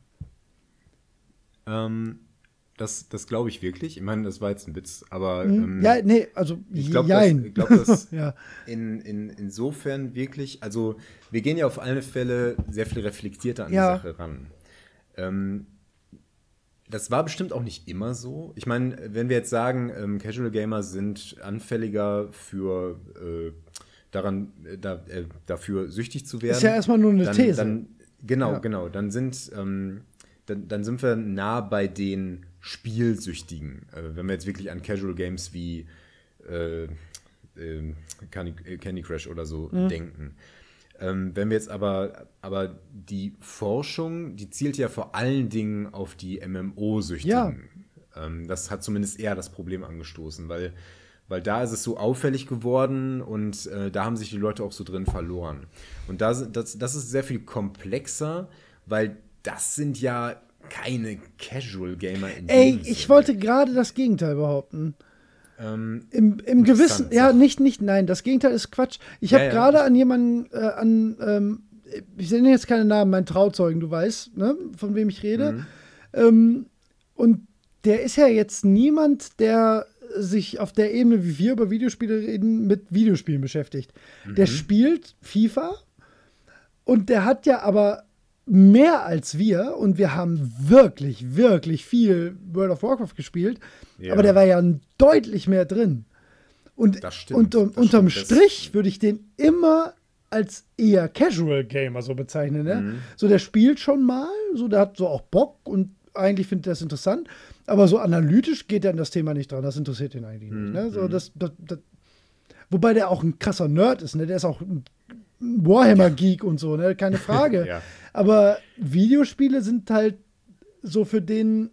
Ähm, das das glaube ich wirklich. Ich meine, das war jetzt ein Witz, aber mm. ähm, ja, nee, also ich glaube, das, glaub, das ja. in, in, insofern wirklich, also wir gehen ja auf alle Fälle sehr viel reflektierter an ja. die Sache ran. Ähm, Das war bestimmt auch nicht immer so. Ich meine, wenn wir jetzt sagen, ähm, Casual Gamer sind anfälliger für äh, daran, äh, da, äh, dafür süchtig zu werden. Ist ja erstmal nur eine dann, These. Dann, genau, ja. genau. Dann sind, ähm, dann, dann sind wir nah bei den Spielsüchtigen. Äh, wenn wir jetzt wirklich an Casual Games wie äh, äh, Candy, Candy Crush oder so mhm. denken. Ähm, wenn wir jetzt aber, aber die Forschung, die zielt ja vor allen Dingen auf die M M O-Süchtigen. Ja. Ähm, das hat zumindest eher das Problem angestoßen, weil, weil da ist es so auffällig geworden und äh, da haben sich die Leute auch so drin verloren. Und da, das, das ist sehr viel komplexer, weil das sind ja keine Casual-Gamer in Ey, dem ich Sinne. wollte gerade das Gegenteil behaupten. Ähm, Im, im gewissen, ja, nicht, nicht, nein, das Gegenteil ist Quatsch. Ich habe ja, ja. gerade an jemanden, äh, an, ähm, ich nenne jetzt keine Namen, meinen Trauzeugen, du weißt, ne, von wem ich rede. Mhm. Ähm, und der ist ja jetzt niemand, der sich auf der Ebene, wie wir über Videospiele reden, mit Videospielen beschäftigt. Mhm. Der spielt FIFA und der hat ja aber mehr als wir und wir haben wirklich, wirklich viel World of Warcraft gespielt, ja. aber der war ja deutlich mehr drin. Und, das stimmt, und um, das unterm stimmt, Strich würde ich den immer als eher Casual Gamer so bezeichnen. Ne? Mhm. So, der spielt schon mal, so, der hat so auch Bock und eigentlich findet er das interessant, aber so analytisch geht er an das Thema nicht dran. Das interessiert ihn eigentlich mhm. nicht. Ne? So, das, das, das, wobei der auch ein krasser Nerd ist, ne? Der ist auch ein Warhammer-Geek und so, ne? Keine Frage. ja. Aber Videospiele sind halt so für den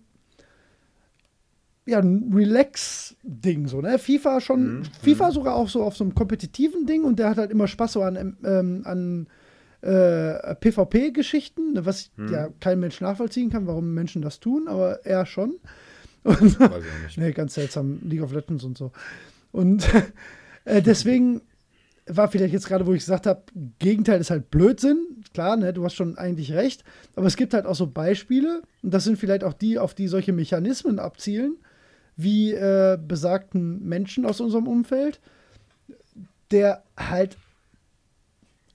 ja, ein Relax-Ding, so, ne? FIFA schon, mhm. FIFA sogar auch so auf so einem kompetitiven Ding und der hat halt immer Spaß so an, ähm, an äh, PvP-Geschichten, was mhm. ja kein Mensch nachvollziehen kann, warum Menschen das tun, aber er schon. Und, weiß ich auch nicht. Ne, ganz seltsam, League of Legends und so. Und äh, deswegen war vielleicht jetzt gerade, wo ich gesagt habe, Gegenteil ist halt Blödsinn. Klar, ne, du hast schon eigentlich recht. Aber es gibt halt auch so Beispiele, und das sind vielleicht auch die, auf die solche Mechanismen abzielen, wie äh, besagten Menschen aus unserem Umfeld, der halt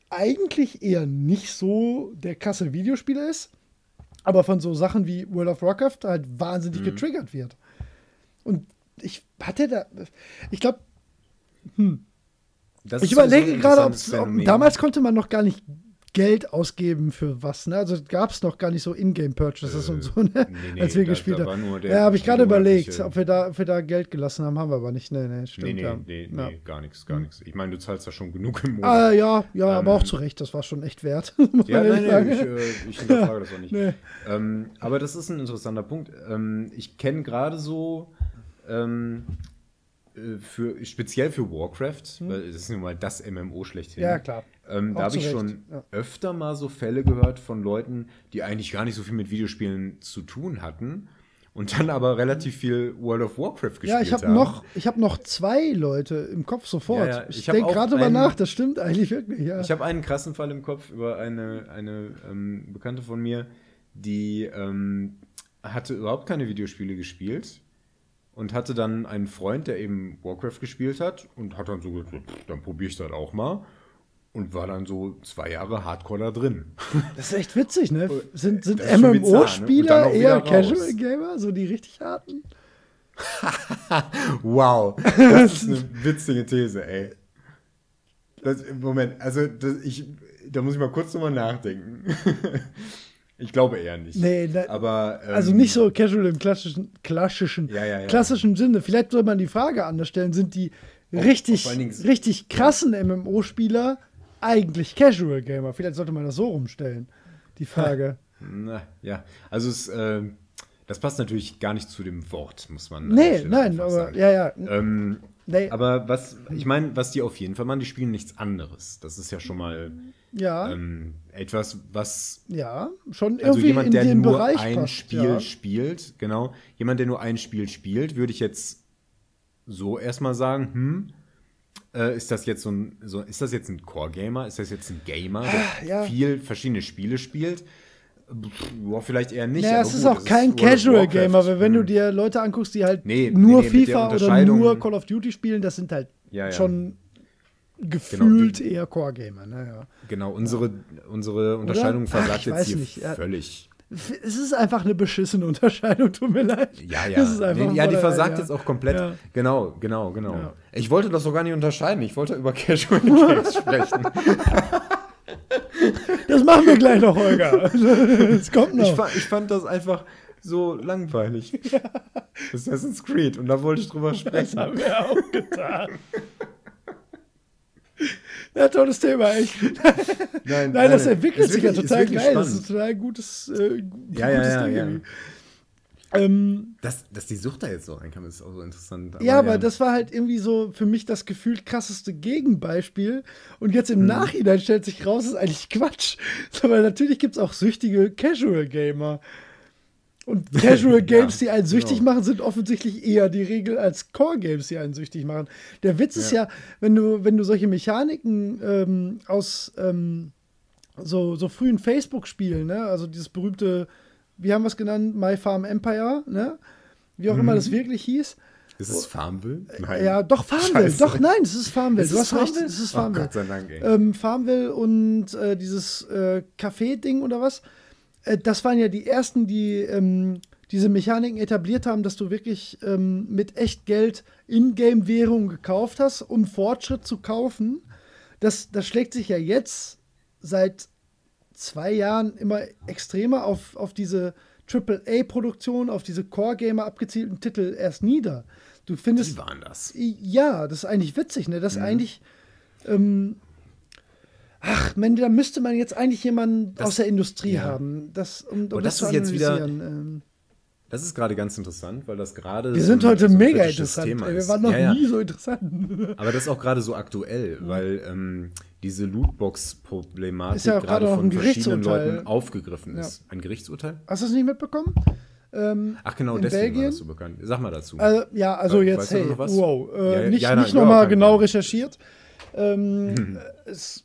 eigentlich eher nicht so der krasse Videospieler ist, aber von so Sachen wie World of Warcraft halt wahnsinnig mhm. getriggert wird. Und ich hatte da, ich glaube, hm, ich überlege so gerade, ob damals konnte man noch gar nicht Geld ausgeben für was, ne? Also gab es noch gar nicht so Ingame-Purchases äh, und so, ne? Nee, nee, als wir da, gespielt da haben. Ja, habe ich gerade überlegt, ob wir, da, ob wir da Geld gelassen haben, haben wir aber nicht. Nee, nee, stimmt. Nee, nee, ja. nee, nee ja. gar nichts, gar nichts. Ich meine, du zahlst ja schon genug im Monat. Ah, ja, ja, ähm, aber auch zu Recht, das war schon echt wert. Ja, nein, nein, ich, äh, ich hinterfrage das auch nicht. Nee. Ähm, aber das ist ein interessanter Punkt. Ähm, ich kenne gerade so ähm, für, speziell für Warcraft, hm. weil das ist nun mal das M M O schlechthin. Ja, klar. Ähm, da habe ich schon ja. öfter mal so Fälle gehört von Leuten, die eigentlich gar nicht so viel mit Videospielen zu tun hatten und dann aber relativ viel World of Warcraft gespielt haben. Ja, ich habe haben. noch, ich habe noch zwei Leute im Kopf sofort. Ja, ja, ich ich denke gerade drüber nach, das stimmt eigentlich wirklich. Ja. Ich habe einen krassen Fall im Kopf über eine, eine ähm, Bekannte von mir, die ähm, hatte überhaupt keine Videospiele gespielt. Und hatte dann einen Freund, der eben Warcraft gespielt hat und hat dann so gesagt, dann probiere ich das auch mal. Und war dann so zwei Jahre Hardcore da drin. Das ist echt witzig, ne? Sind, sind M M O-Spieler ne? eher Casual-Gamer, so die richtig harten? Wow, das ist eine witzige These, ey. Das, Moment, also das, ich, da muss ich mal kurz drüber nachdenken. Ich glaube eher nicht. Nee, da, aber, ähm, also nicht so casual im klassischen, klassischen, ja, ja, ja. klassischen Sinne. Vielleicht soll man die Frage anders stellen, sind die auf, richtig, auf richtig krassen ja. M M O-Spieler eigentlich Casual Gamer? Vielleicht sollte man das so rumstellen, die Frage. Na, ja, also es, äh, das passt natürlich gar nicht zu dem Wort, muss man Nee, nein, aber, sagen. ja, ja. Ähm, nee. Aber was, ich meine, was die auf jeden Fall machen, die spielen nichts anderes. Das ist ja schon mal ja. ähm, etwas, was ja, schon irgendwie also jemand, in der den nur Bereich ein passt, Spiel ja. spielt, genau, jemand, der nur ein Spiel spielt, würde ich jetzt so erstmal sagen, hm, äh, ist das jetzt so ein, so, ist das jetzt ein Core-Gamer? Ist das jetzt ein Gamer, der ah, ja. viel verschiedene Spiele spielt? Boah, vielleicht eher nicht. Naja, aber es gut, ist auch kein Casual-Gamer, weil wenn du dir Leute anguckst, die halt nee, nur nee, nee, FIFA oder nur Call of Duty spielen, das sind halt ja, ja. schon gefühlt genau, eher Core-Gamer. Ne? Ja. Genau, unsere, ja. unsere Unterscheidung Ach, versagt jetzt hier nicht. völlig. Es ist einfach eine beschissene Unterscheidung, tut mir leid. Ja, ja. Das ist einfach nee, ja, die versagt ja. jetzt auch komplett. Ja. Genau, genau, genau. Ja. Ich wollte das doch gar nicht unterscheiden. Ich wollte über Casual Games sprechen. Das machen wir gleich noch, Holger. Das kommt noch. Ich fand, ich fand das einfach so langweilig. Ja. Assassin's Creed. Und da wollte ich drüber sprechen. Das haben wir auch getan. Ja, tolles Thema, echt. Nein, nein, das entwickelt sich ja total geil. Das ist ein total gutes, äh, ja, gutes ja, Ding. Ja, ja. Ähm, dass, dass die Sucht da jetzt so reinkam, ist auch so interessant. Aber ja, aber ja. das war halt irgendwie so für mich das gefühlt krasseste Gegenbeispiel. Und jetzt im hm. Nachhinein stellt sich raus, das ist eigentlich Quatsch. So, weil natürlich gibt es auch süchtige Casual-Gamer. Und Casual Games, ja, die einen süchtig genau. machen, sind offensichtlich eher die Regel als Core Games, die einen süchtig machen. Der Witz ja. ist ja, wenn du, wenn du solche Mechaniken ähm, aus ähm, so, so frühen Facebook-Spielen, ne? Also dieses berühmte, wie haben wir es genannt, My Farm Empire, ne? Wie auch mhm. immer das wirklich hieß. Ist es Farmville? Nein. Ja, doch, Farmville. Scheiße. Doch, nein, es ist Farmville. Ist du hast Farmville? recht, es ist Farmville. Oh Gott sei Dank, ey. Ähm, Farmville und äh, dieses äh, Café-Ding oder was? Das waren ja die ersten, die ähm, diese Mechaniken etabliert haben, dass du wirklich ähm, mit echt Geld Ingame-Währung gekauft hast, um Fortschritt zu kaufen. Das, das schlägt sich ja jetzt seit zwei Jahren immer extremer auf, auf diese Triple A-Produktion, auf diese Core-Gamer abgezielten Titel erst nieder. Du findest. Wie waren das? Ja, das ist eigentlich witzig, ne? Das mhm. eigentlich. Ähm, Ach, man, da müsste man jetzt eigentlich jemanden das, aus der Industrie ja. haben, das, um, um das, das ist zu jetzt wieder. Ähm. Das ist gerade ganz interessant, weil das gerade. Wir sind so heute so mega interessant. Thema ey, wir waren noch ja, ja. nie so interessant. Aber das ist auch gerade so aktuell, mhm. weil ähm, diese Lootbox-Problematik ja gerade von verschiedenen Leuten aufgegriffen ja. ist. Ein Gerichtsurteil? Hast du es nicht mitbekommen? Ähm, Ach genau, deswegen Belgien? War das so bekannt. Sag mal dazu. Also, ja, also jetzt, weißt hey, wow, äh, ja, nicht, ja, nicht ja, nochmal ja, genau Fall. recherchiert. Ähm, hm. Es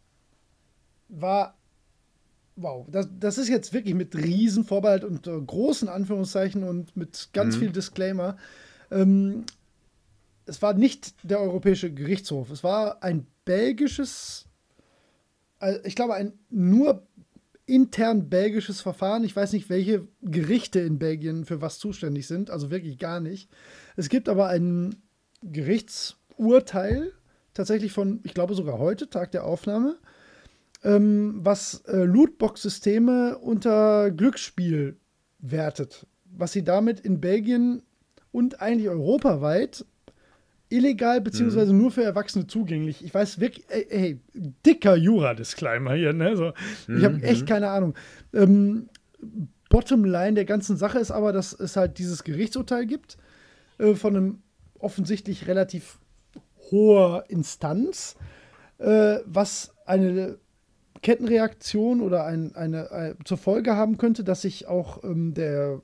war, wow, das, das ist jetzt wirklich mit riesen Vorbehalt und äh, großen Anführungszeichen und mit ganz mhm. viel Disclaimer. Ähm, es war nicht der Europäische Gerichtshof, es war ein belgisches also ich glaube, ein nur intern belgisches Verfahren. Ich weiß nicht, welche Gerichte in Belgien für was zuständig sind, also wirklich gar nicht. Es gibt aber ein Gerichtsurteil, tatsächlich von, ich glaube sogar heute, Tag der Aufnahme, ähm, was äh, Lootbox-Systeme unter Glücksspiel wertet. Was sie damit in Belgien und eigentlich europaweit illegal beziehungsweise mhm. nur für Erwachsene zugänglich. Ich weiß wirklich, ey, ey dicker Jura-Disclaimer hier, ne? So, mhm. Ich habe echt keine Ahnung. Ähm, Bottomline der ganzen Sache ist aber, dass es halt dieses Gerichtsurteil gibt äh, von einem offensichtlich relativ hoher Instanz, äh, was eine Kettenreaktion oder ein, eine, eine zur Folge haben könnte, dass sich auch ähm, der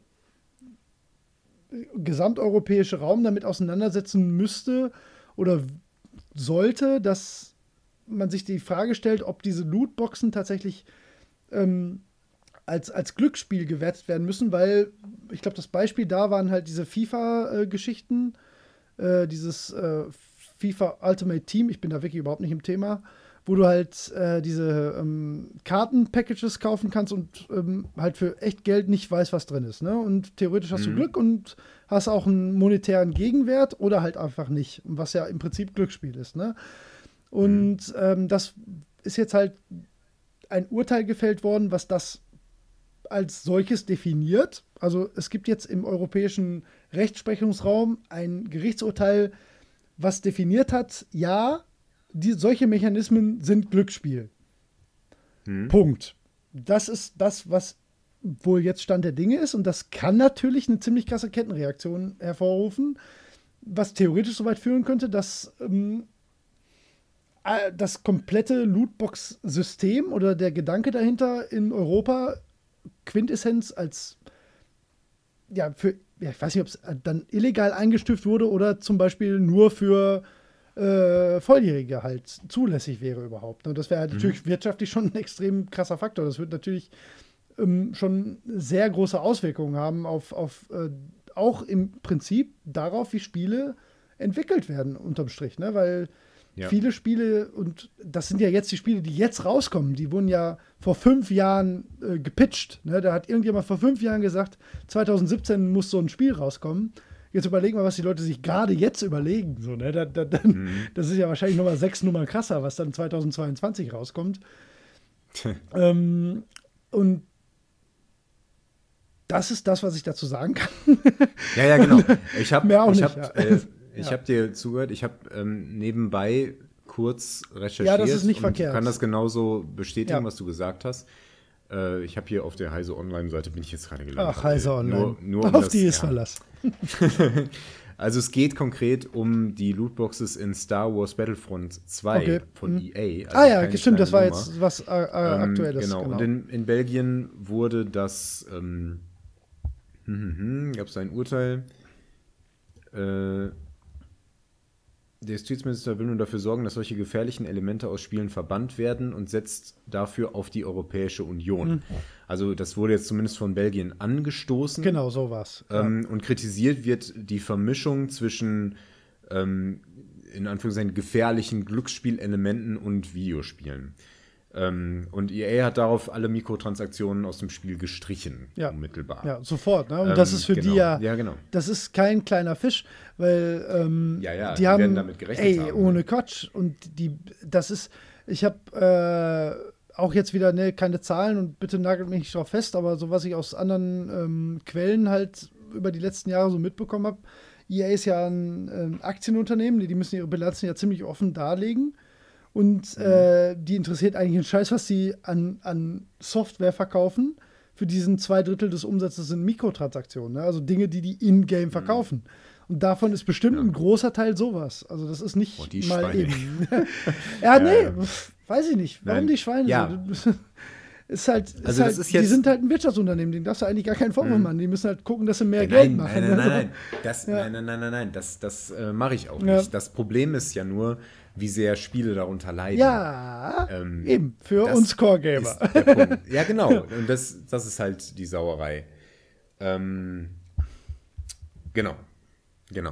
gesamteuropäische Raum damit auseinandersetzen müsste oder sollte, dass man sich die Frage stellt, ob diese Lootboxen tatsächlich ähm, als, als Glücksspiel gewertet werden müssen, weil ich glaube, das Beispiel da waren halt diese FIFA-Geschichten, äh, dieses äh, FIFA Ultimate Team, ich bin da wirklich überhaupt nicht im Thema, wo du halt äh, diese ähm, Karten-Packages kaufen kannst und ähm, halt für echt Geld nicht weißt, was drin ist. Ne? Und theoretisch hast mhm. du Glück und hast auch einen monetären Gegenwert oder halt einfach nicht, was ja im Prinzip Glücksspiel ist. Ne? Und mhm. ähm, das ist jetzt halt ein Urteil gefällt worden, was das als solches definiert. Also es gibt jetzt im europäischen Rechtsprechungsraum ein Gerichtsurteil, was definiert hat, ja, Die, solche Mechanismen sind Glücksspiel. Hm. Punkt. Das ist das, was wohl jetzt Stand der Dinge ist. Und das kann natürlich eine ziemlich krasse Kettenreaktion hervorrufen, was theoretisch so weit führen könnte, dass ähm, das komplette Lootbox-System oder der Gedanke dahinter in Europa Quintessenz als ja, für, ja, ich weiß nicht, ob es dann illegal eingestuft wurde oder zum Beispiel nur für Äh, Volljährige halt zulässig wäre überhaupt. Und das wäre halt mhm. natürlich wirtschaftlich schon ein extrem krasser Faktor. Das wird natürlich ähm, schon sehr große Auswirkungen haben auf, auf äh, auch im Prinzip darauf, wie Spiele entwickelt werden, unterm Strich. Ne? Weil ja. viele Spiele, und das sind ja jetzt die Spiele, die jetzt rauskommen, die wurden ja vor fünf Jahren äh, gepitcht. Ne? Da hat irgendjemand vor fünf Jahren gesagt, zwanzig siebzehn muss so ein Spiel rauskommen. Jetzt überlegen wir, was die Leute sich gerade jetzt überlegen. So, ne? da, da, dann, mhm. Das ist ja wahrscheinlich nochmal sechs Nummern krasser, was dann zweitausendzweiundzwanzig rauskommt. ähm, und das ist das, was ich dazu sagen kann. Ja, ja, genau. Ich habe ich hab, ja. äh, ich ja. hab dir zugehört. Ich habe ähm, nebenbei kurz recherchiert. Ja, das ist nicht und verkehrt. kann das genauso bestätigen, ja. was du gesagt hast. Äh, ich habe hier auf der Heise Online-Seite, bin ich jetzt gerade gelandet. Ach, Heise Online. Nur, nur um auf das, die ist ja. Verlass. Also es geht konkret um die Lootboxes in Star Wars Battlefront zwei okay. von hm. E A. Also ah ja, stimmt, das war Nummer. jetzt was äh, äh, ähm, Aktuelles. Genau, genau. Und in, in Belgien wurde das, ähm, hm, hm, hm, gab es ein Urteil, äh, der Justizminister will nun dafür sorgen, dass solche gefährlichen Elemente aus Spielen verbannt werden und setzt dafür auf die Europäische Union. Mhm. Also das wurde jetzt zumindest von Belgien angestoßen. Genau, so war's. Ähm, ja. Und kritisiert wird die Vermischung zwischen ähm, in Anführungszeichen gefährlichen Glücksspielelementen und Videospielen. Ähm, und E A hat darauf alle Mikrotransaktionen aus dem Spiel gestrichen, ja. unmittelbar. Ja, sofort. Ne? Und ähm, das ist für genau. die ja, ja genau. das ist kein kleiner Fisch, weil ähm, ja, ja, die, die haben, werden damit gerechnet ey, haben. ohne Quatsch. Und die, das ist, ich habe äh, auch jetzt wieder ne, keine Zahlen und bitte nagelt mich nicht drauf fest, aber so was ich aus anderen ähm, Quellen halt über die letzten Jahre so mitbekommen habe, E A ist ja ein ähm, Aktienunternehmen, die, die müssen ihre Bilanzen ja ziemlich offen darlegen. Und mhm. äh, die interessiert eigentlich einen Scheiß, was sie an, an Software verkaufen. Für diesen zwei Drittel des Umsatzes sind Mikrotransaktionen, ne? Also Dinge, die die in-game verkaufen. Mhm. Und davon ist bestimmt ja. ein großer Teil sowas. Also das ist nicht oh, mal Schweine. eben. ja, nee, ja. weiß ich nicht. Warum Nein. die Schweine? Ja. So? Ist halt, ist also halt, das ist jetzt, die sind halt ein Wirtschaftsunternehmen, denen darfst du eigentlich gar keinen Vorwurf machen. Die müssen halt gucken, dass sie mehr nein, Geld nein, machen. Nein, nein, nein, nein. Das, ja. nein, nein, nein, nein, nein. Das, das äh, mache ich auch ja. nicht. Das Problem ist ja nur, wie sehr Spiele darunter leiden. Ja, ähm, eben, für uns Core-Gamer. Ja, genau. Und das, das ist halt die Sauerei. Ähm, genau. Genau.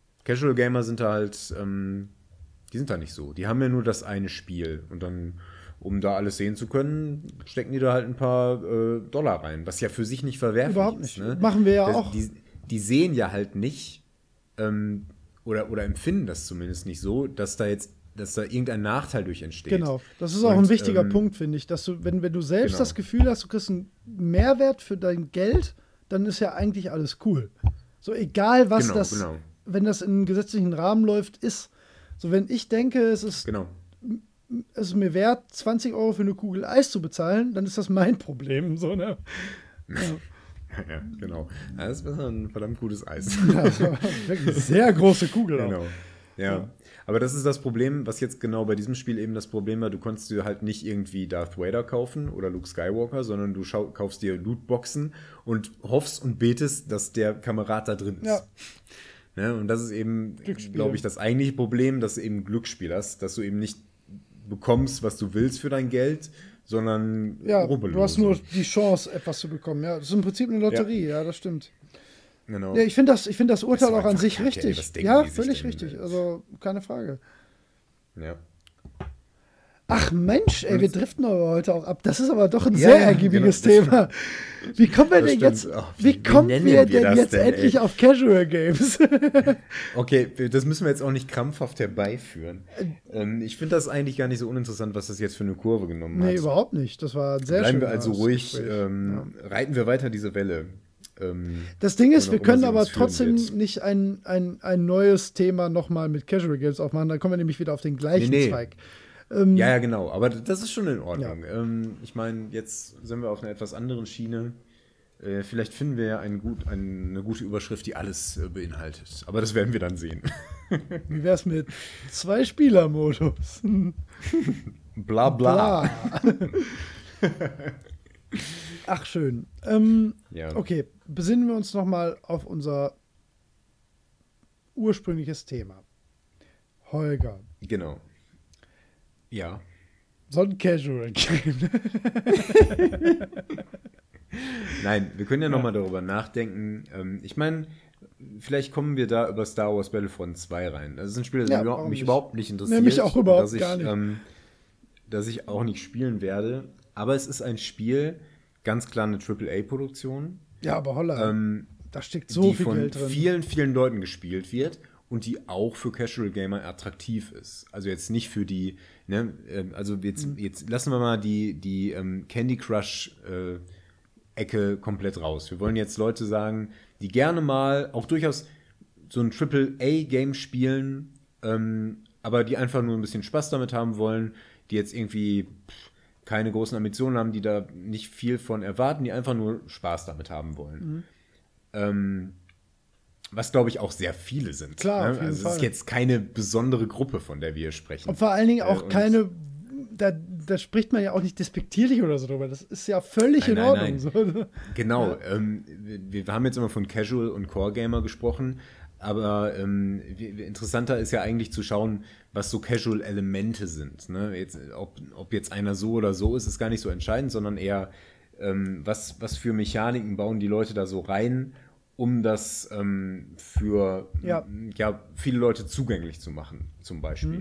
Casual-Gamer sind da halt, ähm, die sind da nicht so. Die haben ja nur das eine Spiel und dann um da alles sehen zu können, stecken die da halt ein paar äh, Dollar rein, was ja für sich nicht verwerflich Überhaupt ist. nicht. Ne? Machen wir ja das, auch. Die, die sehen ja halt nicht, ähm, oder, oder empfinden das zumindest nicht so, dass da jetzt, dass da irgendein Nachteil durch entsteht. Genau, das ist auch Und, ein wichtiger ähm, Punkt, finde ich, dass du, wenn, wenn du selbst genau. das Gefühl hast, du kriegst einen Mehrwert für dein Geld, dann ist ja eigentlich alles cool. So egal, was Genau, das, genau. wenn das in einem gesetzlichen Rahmen läuft, ist. So wenn ich denke, es ist, Genau. es ist mir wert, zwanzig Euro für eine Kugel Eis zu bezahlen, dann ist das mein Problem. So, ne? Ja. Ja, genau. Das ist ein verdammt gutes Eis. Ja, das war wirklich eine sehr große Kugel auch. Genau. Ja. Ja. Aber das ist das Problem, was jetzt genau bei diesem Spiel eben das Problem war, du konntest dir halt nicht irgendwie Darth Vader kaufen oder Luke Skywalker, sondern du schau- kaufst dir Lootboxen und hoffst und betest, dass der Kamerad da drin ist. Ja. Ne? Und das ist eben, Glücksspiel. glaube ich, das eigentliche Problem, dass du eben Glücksspiel hast, dass du eben nicht bekommst, was du willst für dein Geld, sondern Ja, Rubbellose. du hast nur die Chance, etwas zu bekommen. Ja, das ist im Prinzip eine Lotterie, ja, das stimmt. Genau. Ja, ich finde das, ich find das Urteil ist auch an einfach sich Kacke, ey. richtig. Was denken Ja, die sich völlig denn? richtig. Also, keine Frage. Ja. Ach Mensch, ey, wir driften aber heute auch ab. Das ist aber doch ein Ja, sehr ja, ergiebiges genau, das Thema. Wie kommen wir Das denn stimmt. jetzt, Ach, wie, wie- wie kommen nennen wir wir denn das jetzt denn, endlich ey? auf Casual Games? Okay, das müssen wir jetzt auch nicht krampfhaft herbeiführen. Ähm, ich finde das eigentlich gar nicht so uninteressant, was das jetzt für eine Kurve genommen hat. Nee, überhaupt nicht. Das war ein sehr Bleiben schön. wir also ruhig, ähm, reiten wir weiter diese Welle. Ähm, Das Ding ist, wo wir noch können immer sie aber uns führen trotzdem wird. nicht ein, ein, ein neues Thema nochmal mit Casual Games aufmachen. Dann kommen wir nämlich wieder auf den gleichen Nee, nee. Zweig. Ähm, Ja, ja, genau, aber das ist schon in Ordnung. Ähm, ich meine, jetzt sind wir auf einer etwas anderen Schiene. Äh, vielleicht finden wir ja ein gut, ein, eine gute Überschrift, die alles äh, beinhaltet. Aber das werden wir dann sehen. Wie wär's mit Zwei-Spieler-Modus? Bla bla. Ach, schön. Ähm, Ja. Okay, besinnen wir uns nochmal auf unser ursprüngliches Thema. Holger, Genau. Ja. so ein Casual Game. Nein, wir können ja, nochmal darüber nachdenken. Ähm, ich meine, vielleicht kommen wir da über Star Wars Battlefront zwei rein. Das ist ein Spiel, das Ja, überhaupt, warum mich nicht? überhaupt nicht interessiert. Nee, mich auch überhaupt dass ich, gar nicht. Ähm, dass ich auch nicht spielen werde. Aber es ist ein Spiel, ganz klar eine Triple A-Produktion, Ja, aber Holla, ähm, da steckt so die viel von Geld drin. vielen, vielen Leuten gespielt wird und die auch für Casual Gamer attraktiv ist. Also jetzt nicht für die, ne, ähm, also jetzt, Mhm. jetzt lassen wir mal die, die ähm, Candy Crush äh, Ecke komplett raus. Wir wollen jetzt Leute sagen, die gerne mal auch durchaus so ein Triple A Game spielen, ähm, aber die einfach nur ein bisschen Spaß damit haben wollen, die jetzt irgendwie pff, keine großen Ambitionen haben, die da nicht viel von erwarten, die einfach nur Spaß damit haben wollen. Mhm. Ähm, was, glaube ich, auch sehr viele sind. Klar, ne? auf jeden Also es Fall. ist jetzt keine besondere Gruppe, von der wir hier sprechen. Und vor allen Dingen auch Äh, und- keine, da, da spricht man ja auch nicht despektierlich oder so drüber. Das ist ja völlig Nein, in nein, Ordnung. So. Genau, Ja. ähm, wir, wir haben jetzt immer von Casual und Core Gamer gesprochen, aber ähm, wie- wie interessanter ist ja eigentlich zu schauen, was so Casual-Elemente sind. Ne? Jetzt, ob, ob jetzt einer so oder so ist, ist gar nicht so entscheidend, sondern eher, ähm, was, was für Mechaniken bauen die Leute da so rein, um das ähm, für Ja. m, ja, viele Leute zugänglich zu machen, zum Beispiel. Mhm.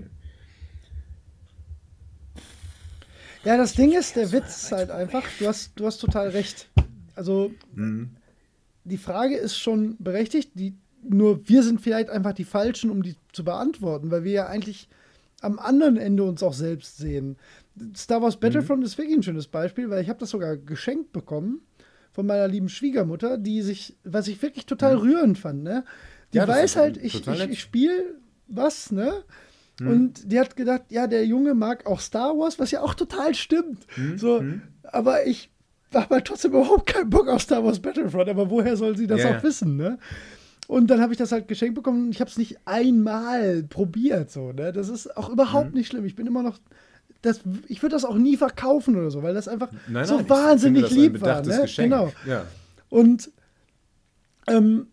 Ja, das Ding ist, der Witz ist halt einfach, du hast, du hast total recht. Also, Mhm. die Frage ist schon berechtigt, die, nur wir sind vielleicht einfach die Falschen, um die zu beantworten, weil wir ja eigentlich am anderen Ende uns auch selbst sehen. Star Wars Battlefront ist wirklich ein schönes Beispiel, weil ich habe das sogar geschenkt bekommen von meiner lieben Schwiegermutter, die sich, was ich wirklich total rührend fand, ne? Die Ja, das weiß ist halt, ich, total ich, nett. ich spiele was, ne? Und die hat gedacht, ja, der Junge mag auch Star Wars, was ja auch total stimmt. So, aber ich habe halt trotzdem überhaupt keinen Bock auf Star Wars Battlefront, aber woher soll sie das Ja, auch ja. wissen, ne? Und dann habe ich das halt geschenkt bekommen und ich habe es nicht einmal probiert, so, ne? Das ist auch überhaupt nicht schlimm. Ich bin immer noch, das, ich würde das auch nie verkaufen oder so, weil das einfach Nein, so nein, ich wahnsinnig finde das ein lieb war, bedachtes ne? Geschenk. Genau. Ja. Und ähm,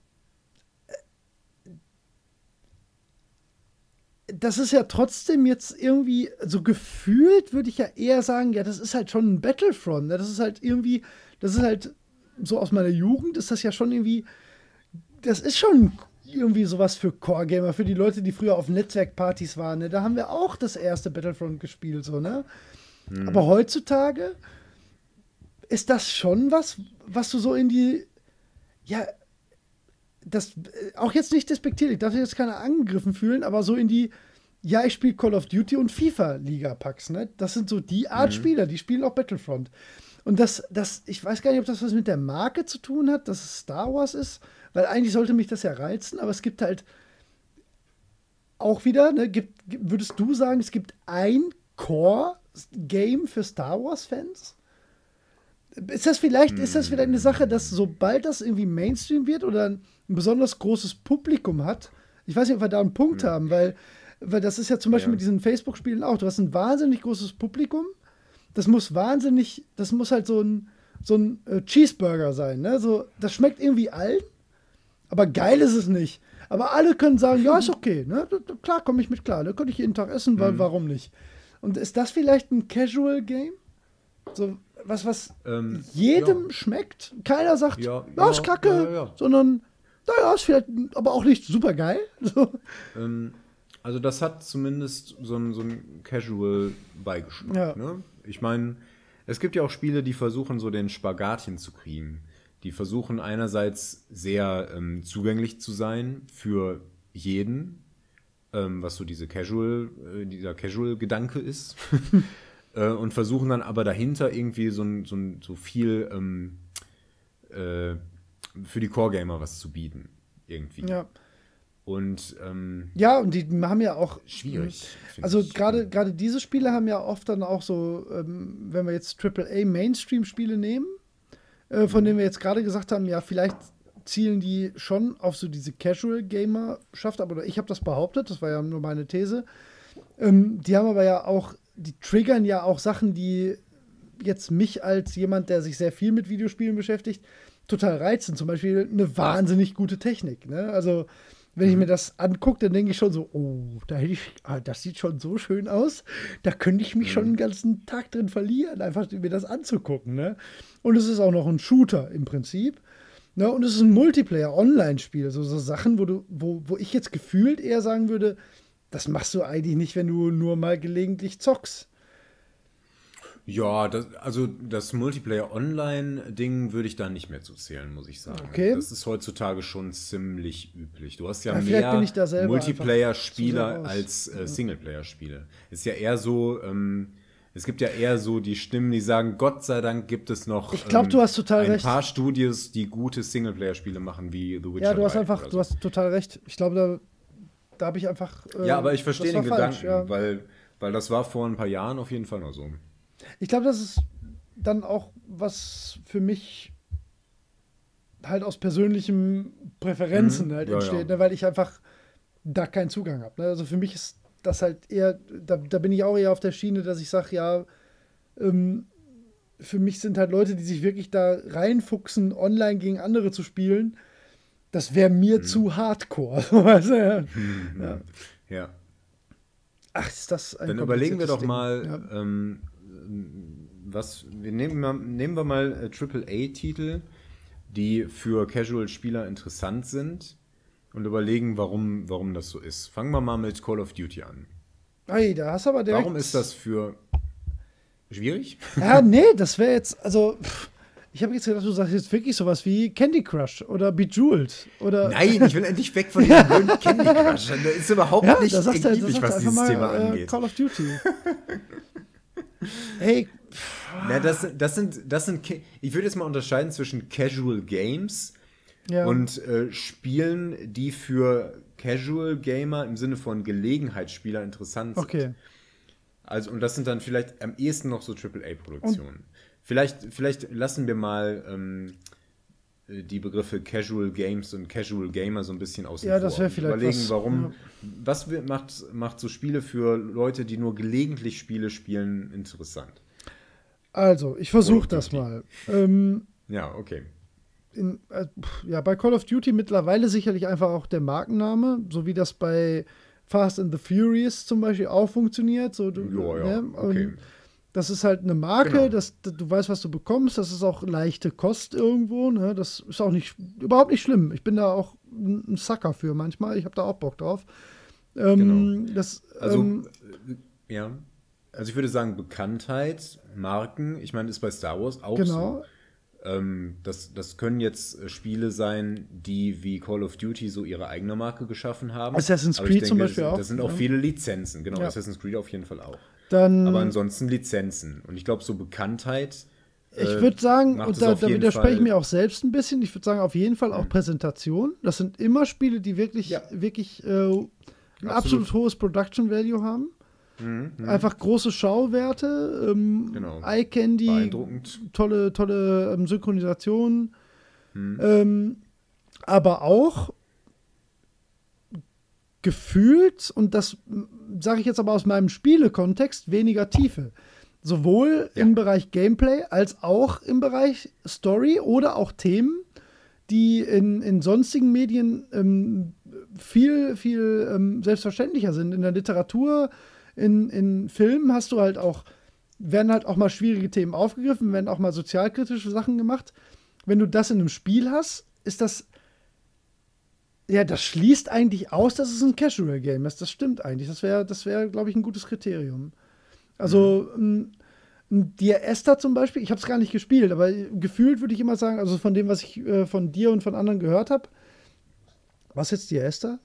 das ist ja trotzdem jetzt irgendwie, so gefühlt würde ich ja eher sagen, ja, das ist halt schon ein Battlefront. Ne? Das ist halt irgendwie, das ist halt so aus meiner Jugend, ist das ja schon irgendwie, das ist schon irgendwie sowas für Core-Gamer, für die Leute, die früher auf Netzwerkpartys waren. Ne? Da haben wir auch das erste Battlefront gespielt, so, ne? Mhm. Aber heutzutage ist das schon was, was du so in die, ja, das, auch jetzt nicht despektierlich, darf ich jetzt keine angegriffen fühlen, aber so in die, ja, ich spiele Call of Duty und FIFA-Liga packst, ne? Das sind so die Art mhm. Spieler, die spielen auch Battlefront. Und das, das, ich weiß gar nicht, ob das was mit der Marke zu tun hat, dass es Star Wars ist, weil eigentlich sollte mich das ja reizen, aber es gibt halt auch wieder, ne, gibt, würdest du sagen, es gibt ein Core-Game für Star Wars-Fans? Ist das vielleicht, ist das vielleicht eine Sache, dass sobald das irgendwie Mainstream wird oder ein, ein besonders großes Publikum hat, ich weiß nicht, ob wir da einen Punkt mhm. haben, weil, weil das ist ja zum Beispiel ja. mit diesen Facebook-Spielen auch, du hast ein wahnsinnig großes Publikum, das muss wahnsinnig, das muss halt so ein, so ein äh, Cheeseburger sein, ne? So, das schmeckt irgendwie allen, aber geil ist es nicht. Aber alle können sagen, ja, ist okay, ne? Klar, komme ich mit klar, da könnte ich jeden Tag essen, weil mhm. warum nicht? Und ist das vielleicht ein Casual-Game? So, was, was ähm, jedem ja. schmeckt? Keiner sagt, ja, ja, ist kacke, ja, ja, ja. sondern, naja, ist vielleicht, aber auch nicht super geil. So. Ähm, also das hat zumindest so einen so Casual-Beigeschmack. Ja. Ne? Ich meine, es gibt ja auch Spiele, die versuchen, so den Spagat hinzukriegen. Die versuchen einerseits sehr ähm, zugänglich zu sein für jeden, ähm, was so diese Casual, äh, dieser Casual-Gedanke ist. äh, und versuchen dann aber dahinter irgendwie so, so, so viel ähm, äh, für die Core-Gamer was zu bieten. Irgendwie. Ja. Und ähm, ja, und die haben ja auch schwierig. Also gerade gerade diese Spiele haben ja oft dann auch so, ähm, wenn wir jetzt Triple A Mainstream-Spiele nehmen, äh, von denen wir jetzt gerade gesagt haben, ja, vielleicht zielen die schon auf so diese Casual-Gamerschaft, aber ich habe das behauptet, das war ja nur meine These. Ähm, die haben aber ja auch, die triggern ja auch Sachen, die jetzt mich als jemand, der sich sehr viel mit Videospielen beschäftigt, total reizen. Zum Beispiel eine wahnsinnig gute Technik, ne? Also wenn ich mir das angucke, dann denke ich schon so, oh, da hätte ich, ah, das sieht schon so schön aus. Da könnte ich mich mhm. schon den ganzen Tag drin verlieren, einfach mir das anzugucken. Ne? Und es ist auch noch ein Shooter im Prinzip. Ne? Und es ist ein Multiplayer-Online-Spiel. Also so Sachen, wo du, wo, wo ich jetzt gefühlt eher sagen würde, das machst du eigentlich nicht, wenn du nur mal gelegentlich zockst. Ja, das, also das Multiplayer-Online-Ding würde ich da nicht mehr zu zählen, muss ich sagen. Okay. Das ist heutzutage schon ziemlich üblich. Du hast ja, ja mehr Multiplayer-Spieler als äh, Singleplayer-Spiele. Ist ja eher so, ähm, es gibt ja eher so die Stimmen, die sagen, Gott sei Dank gibt es noch ich glaub, ähm, du hast total ein recht. paar Studios, die gute Singleplayer-Spiele machen, wie The Witcher. Ja, du hast einfach, so. du hast total recht. Ich glaube, da, da habe ich einfach äh, Ja, aber ich verstehe den falsch, Gedanken, ja. weil, weil das war vor ein paar Jahren auf jeden Fall noch so. Ich glaube, das ist dann auch was für mich halt aus persönlichen Präferenzen mhm. halt ja, entsteht, ja. Ne, weil ich einfach da keinen Zugang habe. Ne? Also für mich ist das halt eher, da, da bin ich auch eher auf der Schiene, dass ich sage, ja, ähm, für mich sind halt Leute, die sich wirklich da reinfuchsen, online gegen andere zu spielen, das wäre mir mhm. zu hardcore. Weißt du? Ja. Mhm. Ja. ja. Ach, ist das ein Dann überlegen wir doch Ding. mal, ja. ähm, was, wir nehmen, mal, nehmen wir mal äh, Triple A Titel, die für Casual-Spieler interessant sind und überlegen, warum, warum das so ist. Fangen wir mal mit Call of Duty an. Hey, da hast du aber direkt... Warum ist das für schwierig? Ja, nee, das wäre jetzt, also... Pff. Ich habe jetzt gedacht, du sagst jetzt wirklich sowas wie Candy Crush oder Bejeweled oder. Nein, ich will endlich weg von diesem blöden Candy Crush. Das ist überhaupt ja, nicht ergiebig, was dieses mal, Thema äh, angeht. Call of Duty. Hey. Na, das, das sind, das sind, ich würde jetzt mal unterscheiden zwischen Casual Games ja. und äh, Spielen, die für Casual Gamer im Sinne von Gelegenheitsspieler interessant sind. Okay. Also, und das sind dann vielleicht am ehesten noch so Triple A Produktionen. Vielleicht, vielleicht lassen wir mal ähm, die Begriffe Casual Games und Casual Gamer so ein bisschen außen ja, vor. Das wäre vielleicht überlegen, was, warum, ja. was macht, macht so Spiele für Leute, die nur gelegentlich Spiele spielen, interessant? Also, ich versuche das mal. Ähm, ja, okay. In, äh, ja, bei Call of Duty mittlerweile sicherlich einfach auch der Markenname, so wie das bei Fast and the Furious zum Beispiel auch funktioniert. So, du, ja, ja, ne? okay. Das ist halt eine Marke, genau. das, du weißt, was du bekommst, das ist auch leichte Kost irgendwo, ne? Das ist auch nicht, überhaupt nicht schlimm. Ich bin da auch ein Sucker für manchmal, ich habe da auch Bock drauf. Ähm, genau. das, also, ähm, ja. also ich würde sagen, Bekanntheit, Marken, ich meine, ist bei Star Wars auch genau. so. Ähm, das, das können jetzt Spiele sein, die wie Call of Duty so ihre eigene Marke geschaffen haben. Assassin's Aber Creed denke, zum Beispiel das, auch. Das sind auch ja. viele Lizenzen, genau. Ja. Assassin's Creed auf jeden Fall auch. Dann, Aber ansonsten Lizenzen. Und ich glaube, so Bekanntheit. Ich würde sagen, macht und es da, auf da jeden widerspreche ich Fall- mir auch selbst ein bisschen, ich würde sagen, auf jeden Fall auch Präsentation. Das sind immer Spiele, die wirklich, Ja. wirklich äh, ein absolut. Absolut. hohes Production Value haben. Mhm, mhm. Einfach große Schauwerte, ähm, Genau. Eye Candy, Beeindruckend. tolle, tolle ähm, Synchronisation. Mhm. Ähm, aber auch gefühlt, und das sage ich jetzt aber aus meinem Spielekontext, weniger Tiefe. Sowohl Ja. im Bereich Gameplay als auch im Bereich Story oder auch Themen, die in, in sonstigen Medien ähm, viel, viel ähm, selbstverständlicher sind. In der Literatur, in, in Filmen hast du halt auch, werden halt auch mal schwierige Themen aufgegriffen, werden auch mal sozialkritische Sachen gemacht. Wenn du das in einem Spiel hast, ist das, ja, das schließt eigentlich aus, dass es ein Casual-Game ist. Das stimmt eigentlich. Das wäre, das wäre, glaube ich, ein gutes Kriterium. Also, mhm. ein Dear Esther zum Beispiel, ich habe es gar nicht gespielt, aber gefühlt würde ich immer sagen, also von dem, was ich äh, von dir und von anderen gehört habe, was jetzt Dear Esther?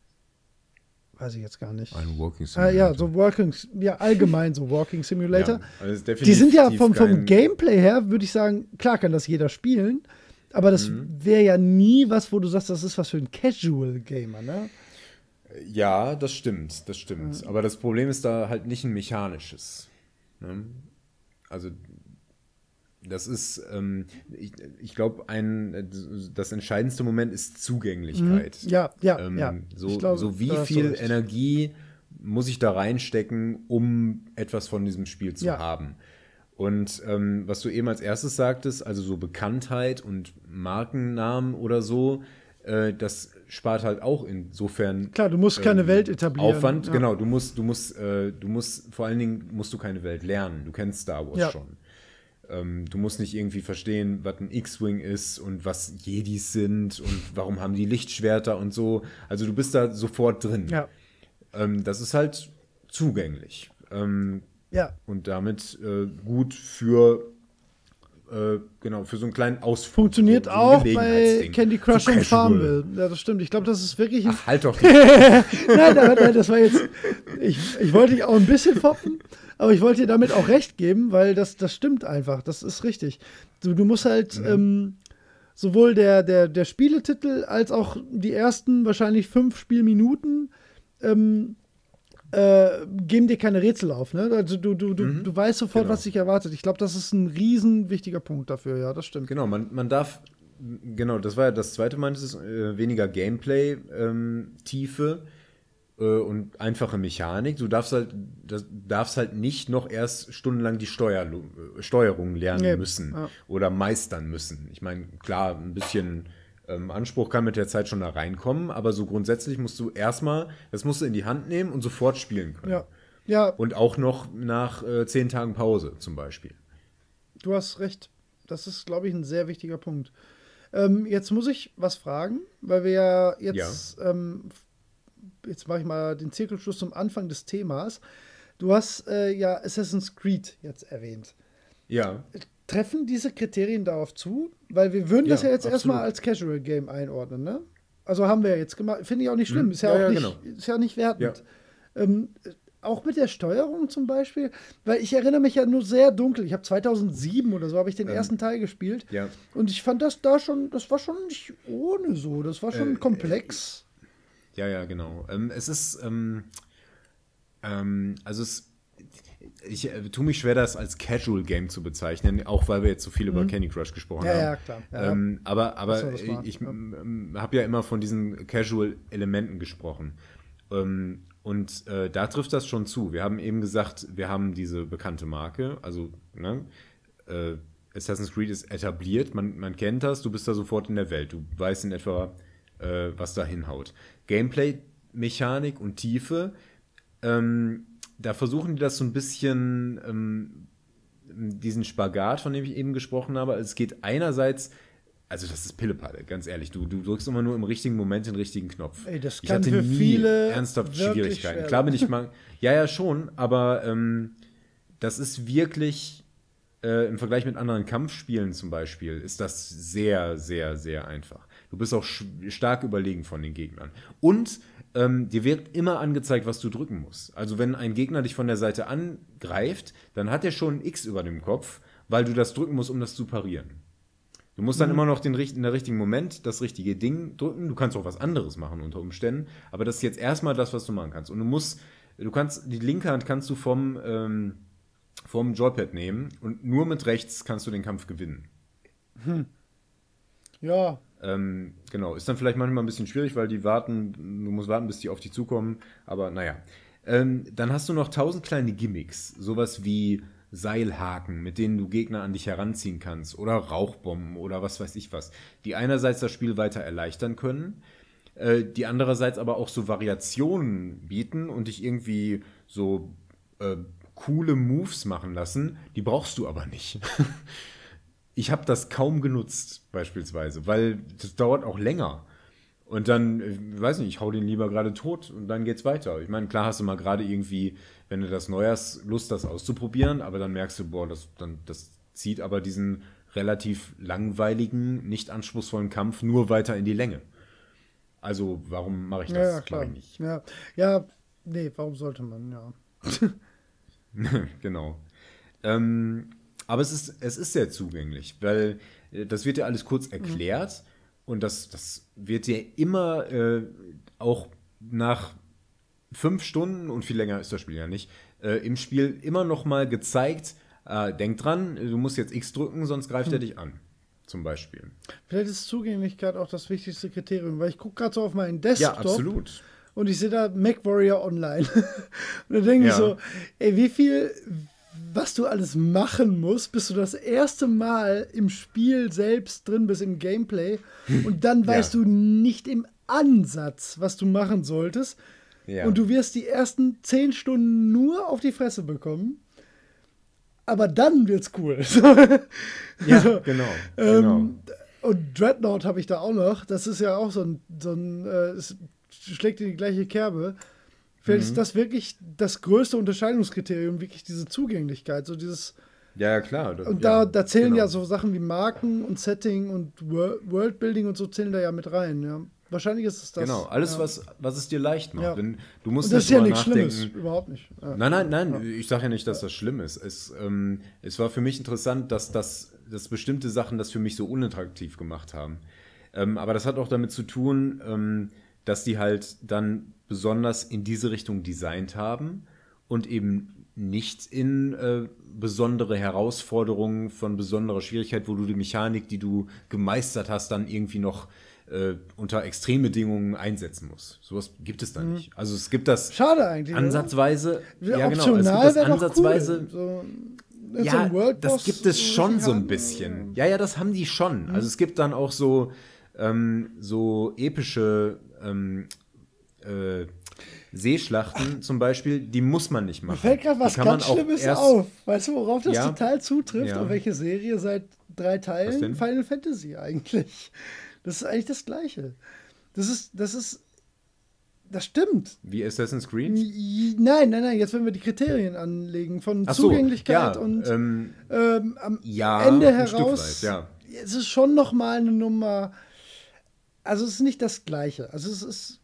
Weiß ich jetzt gar nicht. Ein Walking Ah, Simulator. ja, so Walking, ja, allgemein so Walking Simulator. Ja, also ist Die sind ja definitiv vom, vom kein- Gameplay her, würde ich sagen, klar kann das jeder spielen, aber das Mhm. wäre ja nie was, wo du sagst, das ist was für ein Casual-Gamer, ne? Ja, das stimmt, das stimmt. Aber das Problem ist da halt nicht ein mechanisches. Ne? Also das ist, ähm, ich, ich glaube, ein das entscheidendste Moment ist Zugänglichkeit. Ja, ja, ähm, ja. So, Ich glaube, so wie da hast du viel recht. Energie muss ich da reinstecken, um etwas von diesem Spiel zu Ja. haben. Und ähm, was du eben als erstes sagtest, also so Bekanntheit und Markennamen oder so, äh, das spart halt auch insofern Klar, du musst keine ähm, Welt etablieren. Aufwand, ja. genau. Du musst, du musst, äh, du musst, vor allen Dingen musst du keine Welt lernen. Du kennst Star Wars Ja. schon. Ähm, du musst nicht irgendwie verstehen, was ein X-Wing ist und was Jedis sind und warum haben die Lichtschwerter und so. Also du bist da sofort drin. Ja, Ähm, das ist halt zugänglich. Ähm, ja. und damit äh, gut für äh, genau, für so einen kleinen Ausflug. Funktioniert so, so ein auch bei Gelegenheitsding. Candy Crush So und casual. Farmville. Ja, das stimmt. Ich glaube, das ist wirklich ein Ach, halt doch die nein, nein, nein, das war jetzt. Ich, ich wollte dich auch ein bisschen foppen, aber ich wollte dir damit auch recht geben, weil das, das stimmt einfach. Das ist richtig. Du, du musst halt Mhm. ähm, sowohl der, der, der Spieletitel als auch die ersten wahrscheinlich fünf Spielminuten ähm, äh, geben dir keine Rätsel auf. Ne? Also du, du, du, Mhm. du weißt sofort, Genau. was dich erwartet. Ich glaube, das ist ein riesen wichtiger Punkt dafür. Ja, das stimmt. Genau, man, man darf, genau, das war ja das zweite, meintest du, äh, weniger Gameplay-Tiefe äh, und einfache Mechanik. Du darfst halt, das, darfst halt nicht noch erst stundenlang die Steuer, Steuerung lernen Nee, müssen ja. oder meistern müssen. Ich meine, klar, ein bisschen ähm, Anspruch kann mit der Zeit schon da reinkommen, aber so grundsätzlich musst du erstmal, das musst du in die Hand nehmen und sofort spielen können. Ja. Ja, Und auch noch nach äh, zehn Tagen Pause zum Beispiel. du hast recht. Das ist, glaube ich, ein sehr wichtiger Punkt. Ähm, jetzt muss ich was fragen, weil wir ja jetzt, Ähm, jetzt mache ich mal den Zirkelschluss zum Anfang des Themas. Du hast äh, ja Assassin's Creed jetzt erwähnt. Ja. Treffen diese Kriterien darauf zu? Weil wir würden das Ja, ja jetzt erstmal absolut. als Casual Game einordnen, ne? Also haben wir ja jetzt gemacht. Finde ich auch nicht schlimm. Mhm. Ist ja, Ja, auch ja, nicht, genau. ist ja nicht wertend. Ähm, auch mit der Steuerung zum Beispiel, weil ich erinnere mich ja nur sehr dunkel. Ich habe zweitausendsieben oder so habe ich den Ähm, ersten Teil gespielt. Ja. Und ich fand das da schon, das war schon nicht ohne so. Das war schon Äh, komplex. Ja, ja, genau. Ähm, es ist, ähm, ähm, also es, ich äh, tue mich schwer, das als Casual Game zu bezeichnen, auch weil wir jetzt so viel über Candy Crush gesprochen Mhm. Ja, haben. ja, klar. Ja. Ähm, aber aber Ach so, das war- ich ja. habe ja immer von diesen Casual-Elementen gesprochen. Ähm, und äh, da trifft das schon zu. Wir haben eben gesagt, wir haben diese bekannte Marke, also ne, äh, Assassin's Creed ist etabliert, man, man kennt das, du bist da sofort in der Welt, du weißt in etwa, äh, was da hinhaut. Gameplay, Mechanik und Tiefe, ähm, da versuchen die das so ein bisschen, ähm, diesen Spagat, von dem ich eben gesprochen habe. Also es geht einerseits, also das ist Pillepalle, ganz ehrlich, du, du drückst immer nur im richtigen Moment den richtigen Knopf. Ey, das Ich kann hatte für nie viele ernsthaft wirklich Schwierigkeiten. schwer Klar sein. bin ich mal, ja, ja schon, aber ähm, das ist wirklich, äh, im Vergleich mit anderen Kampfspielen zum Beispiel, ist das sehr, sehr, sehr einfach. Du bist auch sch- stark überlegen von den Gegnern. Und ähm, dir wird immer angezeigt, was du drücken musst. Also wenn ein Gegner dich von der Seite angreift, dann hat er schon ein X über dem Kopf, weil du das drücken musst, um das zu parieren. Du musst dann mhm. immer noch den, in der richtigen Moment das richtige Ding drücken. Du kannst auch was anderes machen unter Umständen, aber das ist jetzt erstmal das, was du machen kannst. Und du musst, du kannst, die linke Hand kannst du vom, ähm, vom Joypad nehmen und nur mit rechts kannst du den Kampf gewinnen. Hm. Ja. Ähm, genau, ist dann vielleicht manchmal ein bisschen schwierig, weil die warten, du musst warten, bis die auf dich zukommen, aber naja. Ähm, dann hast du noch tausend kleine Gimmicks, sowas wie Seilhaken, mit denen du Gegner an dich heranziehen kannst, oder Rauchbomben oder was weiß ich was, die einerseits das Spiel weiter erleichtern können, äh, die andererseits aber auch so Variationen bieten und dich irgendwie so äh, coole Moves machen lassen, die brauchst du aber nicht. Ich habe das kaum genutzt, beispielsweise, weil das dauert auch länger. Und dann, ich weiß nicht, ich hau den lieber gerade tot und dann geht's weiter. Ich meine, klar hast du mal gerade irgendwie, wenn du das neu hast, Lust, das auszuprobieren, aber dann merkst du, boah, das, dann, das zieht aber diesen relativ langweiligen, nicht anspruchsvollen Kampf nur weiter in die Länge. Also, warum mache ich das? Ja, ja, klar. Mach ich nicht. Ja, ja, nee, warum sollte man, ja. Genau. Ähm, aber es ist, es ist sehr zugänglich, weil äh, das wird ja alles kurz erklärt mhm. und das, das wird dir immer äh, auch nach fünf Stunden, und viel länger ist das Spiel ja nicht, äh, im Spiel immer noch mal gezeigt, äh, denk dran, du musst jetzt X drücken, sonst greift mhm. er dich an, zum Beispiel. Vielleicht ist Zugänglichkeit auch das wichtigste Kriterium, weil ich gucke gerade so auf meinen Desktop. Ja, absolut. Und ich sehe da MacWarrior Online. Und dann denke ja. ich so, ey, wie viel, was du alles machen musst, bis du das erste Mal im Spiel selbst drin bist, im Gameplay. Und dann weißt ja. du nicht im Ansatz, was du machen solltest. Ja. Und du wirst die ersten zehn Stunden nur auf die Fresse bekommen. Aber dann wird's cool. Ja, also, genau. Ähm, genau. Und Dreadnought habe ich da auch noch. Das ist ja auch so ein, so ein äh, es schlägt in die gleiche Kerbe. Vielleicht mhm. ist das wirklich das größte Unterscheidungskriterium, wirklich diese Zugänglichkeit, so dieses. Ja, ja, klar. Das, und da, ja, da zählen genau. ja so Sachen wie Marken und Setting und Worldbuilding und so zählen da ja mit rein, ja. Wahrscheinlich ist es das. Genau, alles, ja. was, was es dir leicht macht. Ja. Wenn, du musst und das nicht ist ja nichts nachdenken. Schlimmes, überhaupt nicht. Ja. Nein, nein, nein, ja. ich sage ja nicht, dass das schlimm ist. Es, ähm, es war für mich interessant, dass, das, dass bestimmte Sachen das für mich so unattraktiv gemacht haben. Ähm, aber das hat auch damit zu tun, ähm, dass die halt dann besonders in diese Richtung designt haben und eben nicht in äh, besondere Herausforderungen von besonderer Schwierigkeit, wo du die Mechanik, die du gemeistert hast, dann irgendwie noch äh, unter Extrembedingungen einsetzen musst. Sowas gibt es da mhm. nicht. Also es gibt das Schade eigentlich, ansatzweise, oder? Ja genau, es gibt das ansatzweise, cool. so, ja, so das gibt es schon so ein bisschen. Ja, ja, das haben die schon. Mhm. Also es gibt dann auch so ähm, so epische ähm, äh, Seeschlachten zum Beispiel, die muss man nicht machen. Mir fällt gerade was ganz Schlimmes auf. Weißt du, worauf das ja, total zutrifft? ja. Auf welche Serie seit drei Teilen? Final Fantasy eigentlich. Das ist eigentlich das Gleiche. Das ist, das ist, das stimmt. Wie Assassin's Creed? Nein, nein, nein, jetzt wenn wir die Kriterien anlegen von Ach so, Zugänglichkeit ja, und ähm, ähm, am ja, Ende ein heraus, Stück weit, ja. Es ist schon noch mal eine Nummer, also es ist nicht das Gleiche. Also es ist,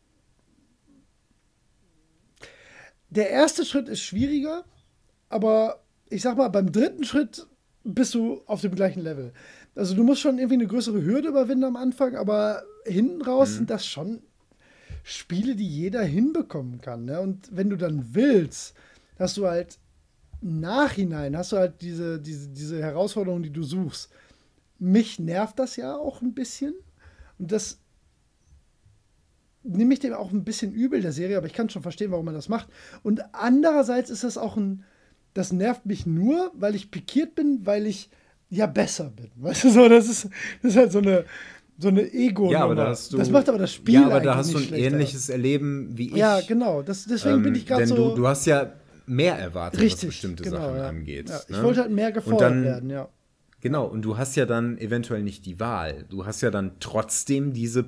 der erste Schritt ist schwieriger, aber ich sag mal, beim dritten Schritt bist du auf dem gleichen Level. Also du musst schon irgendwie eine größere Hürde überwinden am Anfang, aber hinten raus mhm. sind das schon Spiele, die jeder hinbekommen kann. Ne? Und wenn du dann willst, hast du halt im Nachhinein, hast du halt diese, diese, diese Herausforderung, die du suchst. Mich nervt das ja auch ein bisschen. Und das nehme ich dem auch ein bisschen übel, der Serie, aber ich kann schon verstehen, warum man das macht. Und andererseits ist das auch ein, das nervt mich nur, weil ich pikiert bin, weil ich ja besser bin. Weißt du, so, das ist, das ist halt so eine, so eine Ego-Nummer. Ja, aber da hast du, das macht aber das Spiel Ja, aber da hast du ein schlechter. ähnliches Erleben wie ich. Ja, genau. Das, deswegen ähm, bin ich gerade so... Denn du, du hast ja mehr erwartet, richtig, was bestimmte genau, Sachen ja. angeht. Ja, ich ne? wollte halt mehr gefordert dann, werden, ja. Genau, und du hast ja dann eventuell nicht die Wahl. Du hast ja dann trotzdem diese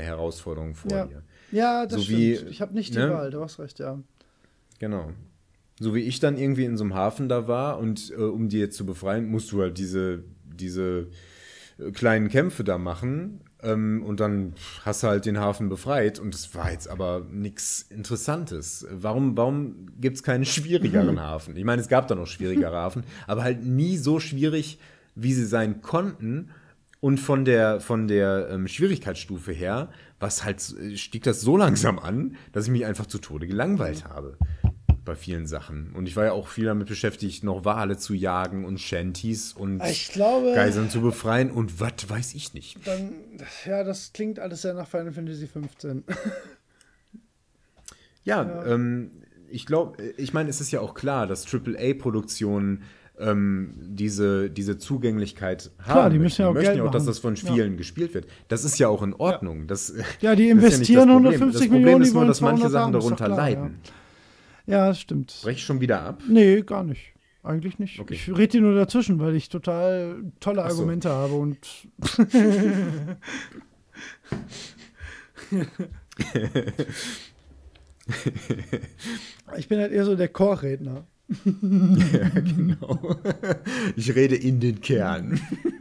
Pille-Palle-Herausforderung vor ja. dir. Ja, das so stimmt. Wie, ich habe nicht die ne? Wahl, du hast recht, ja. Genau. so wie ich dann irgendwie in so einem Hafen da war und äh, um die jetzt zu befreien, musst du halt diese, diese äh, kleinen Kämpfe da machen ähm, und dann hast du halt den Hafen befreit und das war jetzt aber nichts Interessantes. Warum, warum gibt es keinen schwierigeren Hafen? Ich meine, es gab da noch schwierigere Hafen, aber halt nie so schwierig, wie sie sein konnten. Und von der, von der ähm, Schwierigkeitsstufe her, was halt, stieg das so langsam an, dass ich mich einfach zu Tode gelangweilt habe. Bei vielen Sachen. Und ich war ja auch viel damit beschäftigt, noch Wale zu jagen und Shanties und ich glaube, Geiseln zu befreien und was weiß ich nicht. Dann, ja, das klingt alles sehr nach Final Fantasy fünfzehn. ja, ja. Ähm, ich glaube, ich meine, es ist ja auch klar, dass Triple A-Produktionen ähm, diese, diese Zugänglichkeit haben. Klar, die müssen ja auch, die möchten Geld ja auch, dass machen. das von vielen ja. gespielt wird. Das ist ja auch in Ordnung. Ja, das, ja die das investieren ja hundertfünfzig Millionen. Das Problem ist nur, dass manche Sachen haben, darunter klar, leiden. Ja. Ja, das stimmt. Brech ich schon wieder ab? Nee, gar nicht. Eigentlich nicht. Okay. Ich rede dir nur dazwischen, weil ich total tolle Ach so. Argumente habe und ich bin halt eher so der Chorredner. Ja, genau. Ich rede in den Kern.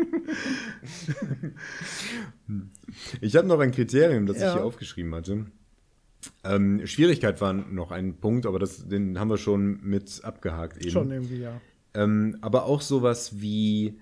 Ich habe noch ein Kriterium, das ja. ich hier aufgeschrieben hatte. Ähm, Schwierigkeit war noch ein Punkt, aber das, den haben wir schon mit abgehakt eben. Schon irgendwie, ja. Ähm, aber auch sowas wie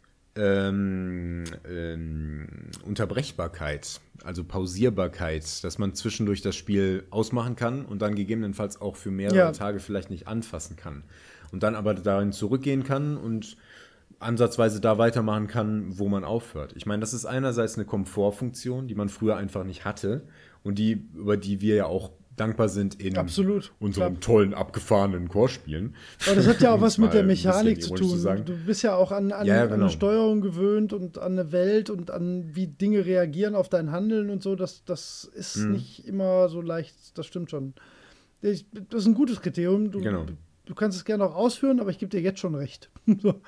ähm, ähm, Unterbrechbarkeit, also Pausierbarkeit, dass man zwischendurch das Spiel ausmachen kann und dann gegebenenfalls auch für mehrere ja. Tage vielleicht nicht anfassen kann. Und dann aber dahin zurückgehen kann und ansatzweise da weitermachen kann, wo man aufhört. Ich meine, das ist einerseits eine Komfortfunktion, die man früher einfach nicht hatte und die, über die wir ja auch dankbar sind in Absolut. unserem Klar. tollen, abgefahrenen Core-Spielen. Aber das hat ja auch was mit der Mal ein Mechanik bisschen zu ironisch zu tun. sagen. Du bist ja auch an, an, Ja, ja, an genau. eine Steuerung gewöhnt und an eine Welt und an wie Dinge reagieren auf dein Handeln und so. Das, das ist Mhm. nicht immer so leicht. Das stimmt schon. Ich, das ist ein gutes Kriterium. Du, Genau. du kannst es gerne auch ausführen, aber ich gebe dir jetzt schon recht. So.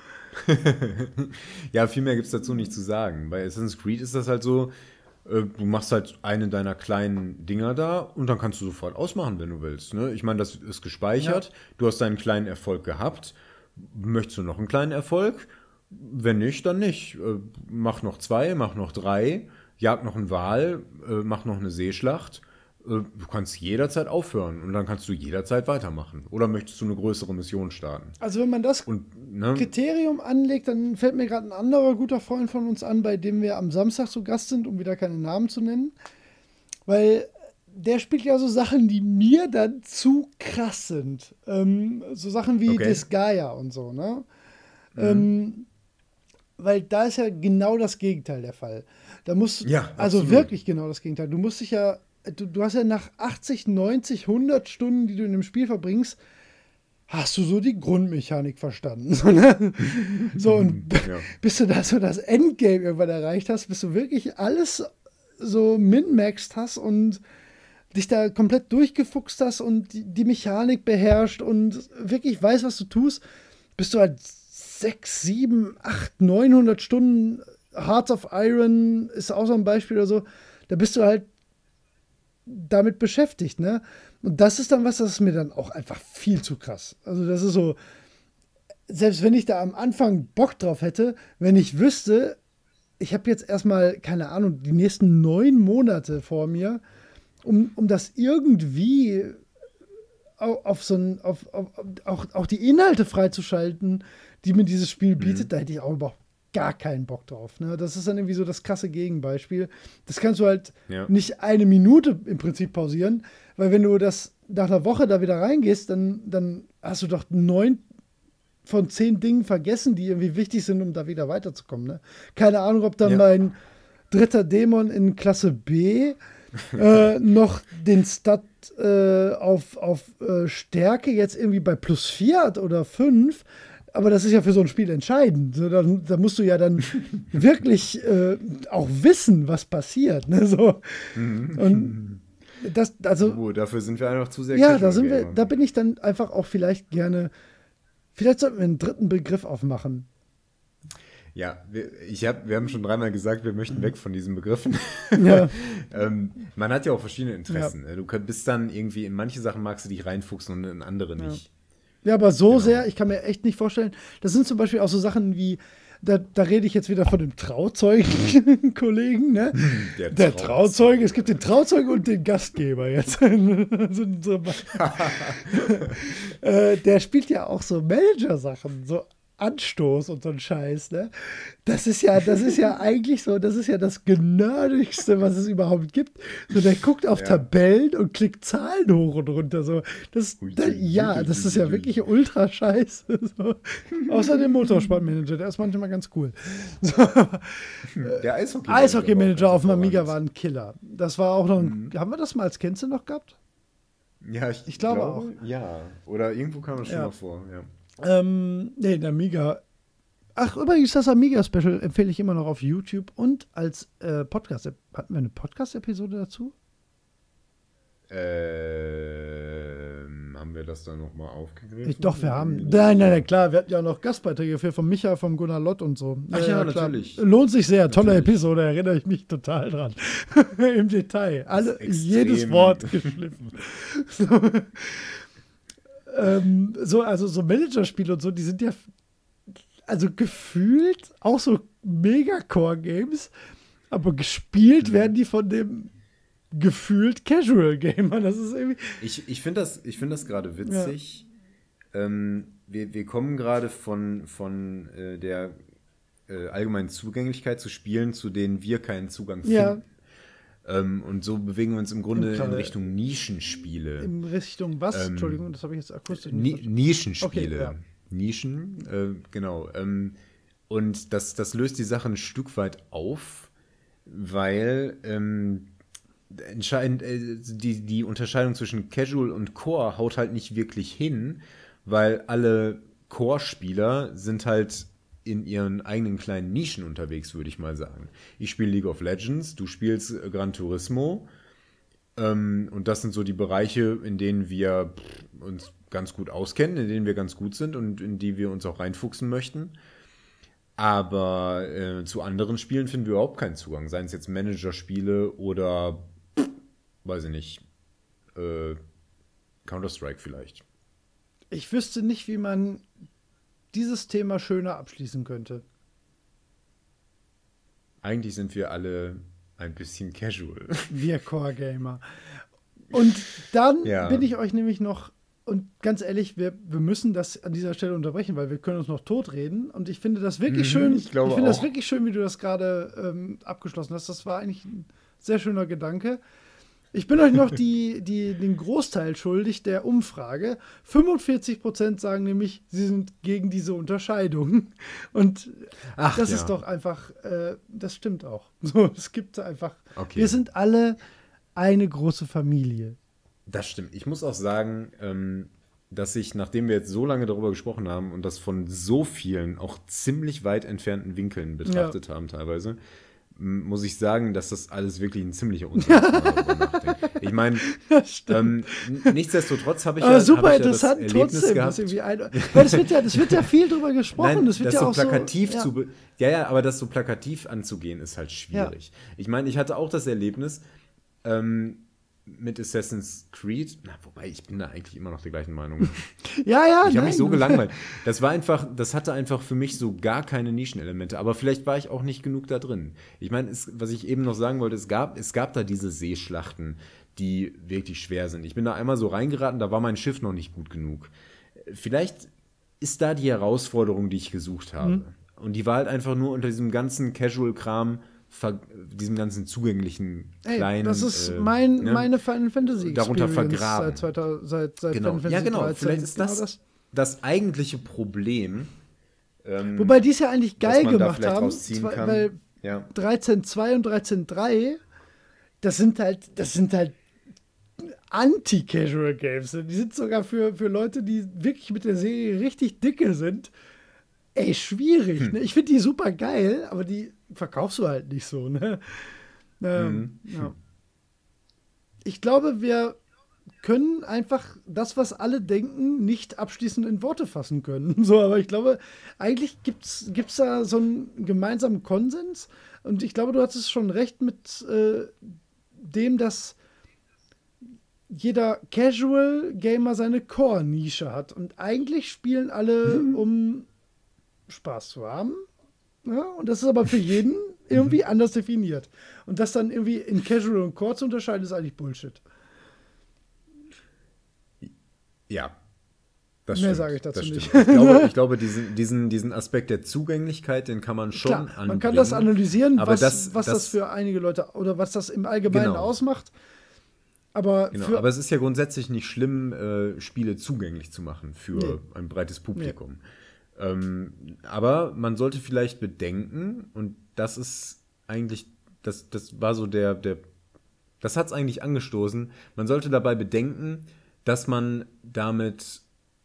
Ja, viel mehr gibt es dazu nicht zu sagen. Bei Assassin's Creed ist das halt so, äh, du machst halt eine deiner kleinen Dinger da und dann kannst du sofort ausmachen, wenn du willst. Ne? Ich meine, das ist gespeichert, Ja. du hast deinen kleinen Erfolg gehabt. Möchtest du noch einen kleinen Erfolg? Wenn nicht, dann nicht. Äh, mach noch zwei, mach noch drei, jag noch einen Wal, äh, mach noch eine Seeschlacht. Äh, du kannst jederzeit aufhören und dann kannst du jederzeit weitermachen. Oder möchtest du eine größere Mission starten? Also wenn man das Und, ne? Kriterium anlegt, dann fällt mir gerade ein anderer guter Freund von uns an, bei dem wir am Samstag zu Gast sind, um wieder keine Namen zu nennen. Weil der spielt ja so Sachen, die mir dann zu krass sind. Ähm, so Sachen wie Okay. Disgaea und so, ne? Mhm. Ähm, weil da ist ja genau das Gegenteil der Fall. Da musst Ja, also absolut. wirklich genau das Gegenteil. Du musst dich ja, du, du hast ja nach achtzig, neunzig, hundert Stunden, die du in dem Spiel verbringst, hast du so die Grundmechanik verstanden. So, ne? So, und Ja. bis du da so das Endgame irgendwann erreicht hast, bis du wirklich alles so min-maxed hast und dich da komplett durchgefuchst hast und die, die Mechanik beherrscht und wirklich weißt, was du tust, bist du halt sechs, sieben, acht, neunhundert Stunden. Hearts of Iron ist auch so ein Beispiel oder so. Da bist du halt damit beschäftigt, ne? Und das ist dann was, das ist mir dann auch einfach viel zu krass. Also das ist so, selbst wenn ich da am Anfang Bock drauf hätte, wenn ich wüsste, ich habe jetzt erstmal, keine Ahnung, die nächsten neun Monate vor mir, um, um das irgendwie auf, auf so ein, auf, auf, auch, auch die Inhalte freizuschalten, die mir dieses Spiel bietet, mhm. da hätte ich auch überhaupt gar keinen Bock drauf. Ne? Das ist dann irgendwie so das krasse Gegenbeispiel. Das kannst du halt Ja. nicht eine Minute im Prinzip pausieren, weil wenn du das nach einer Woche da wieder reingehst, dann, dann hast du doch neun von zehn Dingen vergessen, die irgendwie wichtig sind, um da wieder weiterzukommen. Ne? Keine Ahnung, ob dann Ja. mein dritter Dämon in Klasse B äh, noch den Stat äh, auf, auf äh, Stärke jetzt irgendwie bei plus vier hat oder fünf. Aber das ist ja für so ein Spiel entscheidend. So, da, da musst du ja dann wirklich äh, auch wissen, was passiert. Ne? So. Und das, also, Oh, dafür sind wir einfach zu sehr ja, da sind wir, Casual-Gamer. da bin ich dann einfach auch vielleicht gerne. Vielleicht sollten wir einen dritten Begriff aufmachen. Ja, wir, ich hab, wir haben schon dreimal gesagt, wir möchten weg von diesen Begriffen. Ja. ähm, man hat ja auch verschiedene Interessen. Ne? Du könnt, bist dann irgendwie, in manche Sachen magst du dich reinfuchsen und in andere nicht. Ja, aber so Genau. sehr, ich kann mir echt nicht vorstellen, das sind zum Beispiel auch so Sachen wie, da, da rede ich jetzt wieder von dem Trauzeugen-Kollegen, ne? Der, Der Trauzeuge, es gibt den Trauzeugen und den Gastgeber jetzt. So- so- äh, der spielt ja auch so Manager-Sachen, so Anstoß und so ein Scheiß, ne? Das ist ja, das ist ja eigentlich so, das ist ja das Generdigste, was es überhaupt gibt. So, der guckt auf Ja. Tabellen und klickt Zahlen hoch und runter. So, das, Ui, da, ui, ja, ui, das ui, ist ja ui. wirklich ultra scheiße. So. Außer dem Motorsportmanager, der ist manchmal ganz cool. So, Der Eishockey-Manager. Eishockey-Manager auf dem war auch Amiga ganz war ein Killer. Das war auch noch ein, Mhm. haben wir das mal als Kennzeichen noch gehabt? Ja, ich, Ich glaube Ja, oder irgendwo kam das schon Ja. mal vor. Ja. Ähm, nee, der Amiga. Ach, übrigens, das Amiga-Special empfehle ich immer noch auf YouTube und als äh, Podcast. Hatten wir eine Podcast-Episode dazu? Ähm, haben wir das dann nochmal aufgegriffen? Ich, doch, wir haben. Nein, nein, nein, klar. Wir hatten ja noch Gastbeiträge für von Micha, vom Gunnar Lott und so. Ach ja, klar. natürlich. Lohnt sich sehr. Tolle Natürlich. Episode, erinnere ich mich total dran. Im Detail. Alle, extrem. jedes Wort geschliffen. so, ähm, so, also so Managerspiele und so, die sind ja also gefühlt auch so Mega-Core-Games, aber gespielt Mhm. werden die von dem gefühlt Casual-Gamer. Das ist irgendwie. Ich, ich finde das, ich find das gerade witzig. Ähm, wir, wir kommen gerade von, von äh, der äh, allgemeinen Zugänglichkeit zu Spielen, zu denen wir keinen Zugang finden. Ja. Ähm, und so bewegen wir uns im Grunde Gerade in Richtung Nischenspiele. In Richtung was? Ähm, Entschuldigung, das habe ich jetzt akustisch Ni nicht Nischenspiele. Okay, ja. Nischen, äh, genau. Ähm, und das, das löst die Sache ein Stück weit auf, weil ähm, entscheidend, äh, die, die Unterscheidung zwischen Casual und Core haut halt nicht wirklich hin, weil alle Core-Spieler sind halt in ihren eigenen kleinen Nischen unterwegs, würde ich mal sagen. Ich spiele League of Legends, du spielst äh, Gran Turismo, ähm, und das sind so die Bereiche, in denen wir pff, uns ganz gut auskennen, in denen wir ganz gut sind und in die wir uns auch reinfuchsen möchten. Aber äh, zu anderen Spielen finden wir überhaupt keinen Zugang. Seien es jetzt Managerspiele oder, pff, weiß ich nicht, äh, Counter-Strike vielleicht. Ich wüsste nicht, wie man dieses Thema schöner abschließen könnte. Eigentlich sind wir alle ein bisschen casual. Wir Core-Gamer. Und dann Ja. bin ich euch nämlich noch, und ganz ehrlich, wir, wir müssen das an dieser Stelle unterbrechen, weil wir können uns noch totreden. Und ich finde das wirklich Mhm, schön. ich glaube finde das auch. wirklich schön, wie du das gerade ähm, abgeschlossen hast. Das war eigentlich ein sehr schöner Gedanke. Ich bin euch noch die, die, den Großteil schuldig der Umfrage. fünfundvierzig Prozent sagen nämlich, sie sind gegen diese Unterscheidung. Und Ach, das ja. ist doch einfach, äh, das stimmt auch. So, es gibt einfach, Okay. wir sind alle eine große Familie. Das stimmt. Ich muss auch sagen, ähm, dass ich, nachdem wir jetzt so lange darüber gesprochen haben und das von so vielen, auch ziemlich weit entfernten Winkeln betrachtet haben teilweise, m- muss ich sagen, dass das alles wirklich ein ziemlicher Unsinn ist, wenn man darüber nachdenkt. Ich meine, Das stimmt. ähm, n- nichtsdestotrotz habe ich, Aber ja, super hab ich ja das interessant Erlebnis trotzdem. gehabt. Das irgendwie ein, weil es wird, ja, das wird ja viel drüber gesprochen. Nein, das wird das ja so auch plakativ so, ja. zu. Be ja, ja, aber das so plakativ anzugehen, ist halt schwierig. Ich meine, ich hatte auch das Erlebnis ähm, mit Assassin's Creed, na, wobei ich bin da eigentlich immer noch der gleichen Meinung. Ja, ja, Ich habe mich so nein. gelangweilt. Das war einfach, das hatte einfach für mich so gar keine Nischenelemente. Aber vielleicht war ich auch nicht genug da drin. Ich meine, es- was ich eben noch sagen wollte, es gab, es gab da diese Seeschlachten, die wirklich schwer sind. Ich bin da einmal so reingeraten, da war mein Schiff noch nicht gut genug. Vielleicht ist da die Herausforderung, die ich gesucht habe. Mhm. Und die war halt einfach nur unter diesem ganzen Casual-Kram, ver- diesem ganzen zugänglichen Ey, kleinen. das ist äh, mein, ne? meine Final Fantasy Darunter Experience vergraben. Seit, zweitausend, seit, seit Genau. Final Fantasy Ja, genau. dreizehn. Vielleicht ist das, Genau das. das eigentliche Problem. Ähm, Wobei die es ja eigentlich was geil man da gemacht vielleicht haben, rausziehen zwei, kann. weil ja. dreizehn Punkt zwei und dreizehn Punkt drei, das sind halt, das sind halt Anti-Casual Games. Die sind sogar für, für Leute, die wirklich mit der Serie richtig dicke sind, ey, schwierig. Hm. Ne? Ich finde die super geil, aber die verkaufst du halt nicht so. Ne? Ähm, Mhm. ja. Ich glaube, wir können einfach das, was alle denken, nicht abschließend in Worte fassen können. So, aber ich glaube, eigentlich gibt es da so einen gemeinsamen Konsens. Und ich glaube, du hattest schon recht mit äh, dem, dass jeder Casual-Gamer seine Core-Nische hat. Und eigentlich spielen alle, hm. um Spaß zu haben. Ja, und das ist aber für jeden irgendwie anders definiert. Und das dann irgendwie in Casual und Core zu unterscheiden, ist eigentlich Bullshit. Ja. Das Mehr stimmt, sage ich dazu nicht. nicht. Ich glaube, ich glaube diesen, diesen, diesen Aspekt der Zugänglichkeit, den kann man schon Klar, anbringen. man kann das analysieren, aber was, das, was das, das für einige Leute oder was das im Allgemeinen genau. ausmacht. Aber, genau, für, aber es ist ja grundsätzlich nicht schlimm, äh, Spiele zugänglich zu machen für nee. ein breites Publikum. Nee. Ähm, aber man sollte vielleicht bedenken, und das ist eigentlich, das, das war so der, der das hat es eigentlich angestoßen, man sollte dabei bedenken, dass man damit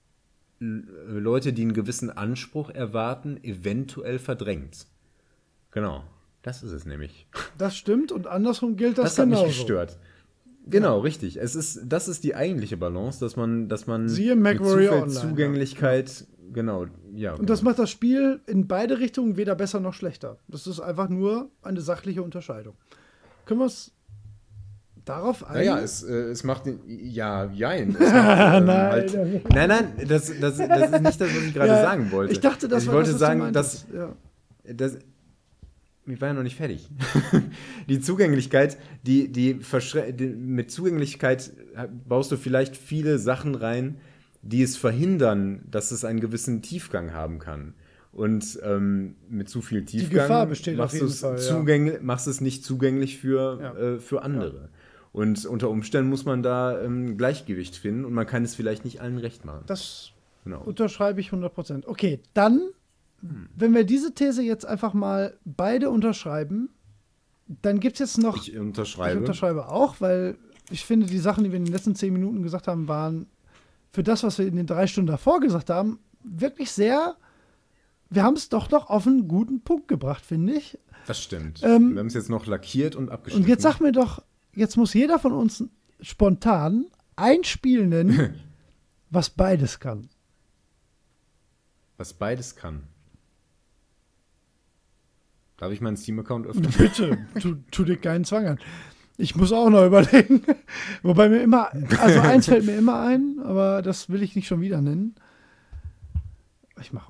Leute, die einen gewissen Anspruch erwarten, eventuell verdrängt. Genau, das ist es nämlich. Das stimmt und andersrum gilt das, das genauso. Das hat mich gestört. Genau, ja. richtig. Es ist, das ist die eigentliche Balance, dass man, dass man Siehe mit zu viel Online, Zugänglichkeit, ja. genau, ja. Und genau. das macht das Spiel in beide Richtungen weder besser noch schlechter. Das ist einfach nur eine sachliche Unterscheidung. Können wir es darauf einigen? Naja, es, äh, es macht den, ja, jein. Es macht, ähm, nein, halt, nein, nein, das, das, das ist nicht das, was ich gerade ja, sagen wollte. Ich dachte, das ich war wollte das, sagen, dass, ja. dass ich war ja noch nicht fertig. Die Zugänglichkeit, die, die, verschre- die mit Zugänglichkeit baust du vielleicht viele Sachen rein, die es verhindern, dass es einen gewissen Tiefgang haben kann. Und ähm, mit zu viel Tiefgang die Gefahr besteht machst, auf jeden Fall, zugänglich, ja. machst es nicht zugänglich für, ja. äh, für andere. Ja. Und unter Umständen muss man da ähm, Gleichgewicht finden und man kann es vielleicht nicht allen recht machen. Das genau. unterschreibe ich hundert Prozent. Okay, dann, hm. wenn wir diese These jetzt einfach mal beide unterschreiben, dann gibt es jetzt noch... Ich unterschreibe. Ich unterschreibe auch, weil ich finde, die Sachen, die wir in den letzten zehn Minuten gesagt haben, waren für das, was wir in den drei Stunden davor gesagt haben, wirklich sehr... Wir haben es doch noch auf einen guten Punkt gebracht, finde ich. Das stimmt. Ähm, wir haben es jetzt noch lackiert und abgeschnitten. Und jetzt sag mir doch, jetzt muss jeder von uns spontan ein Spiel nennen, was beides kann. Was beides kann? Darf ich meinen Steam-Account öffnen? Bitte, tu, tu dir keinen Zwang an. Ich muss auch noch überlegen. Wobei mir immer, also eins fällt mir immer ein, aber das will ich nicht schon wieder nennen. Ich mache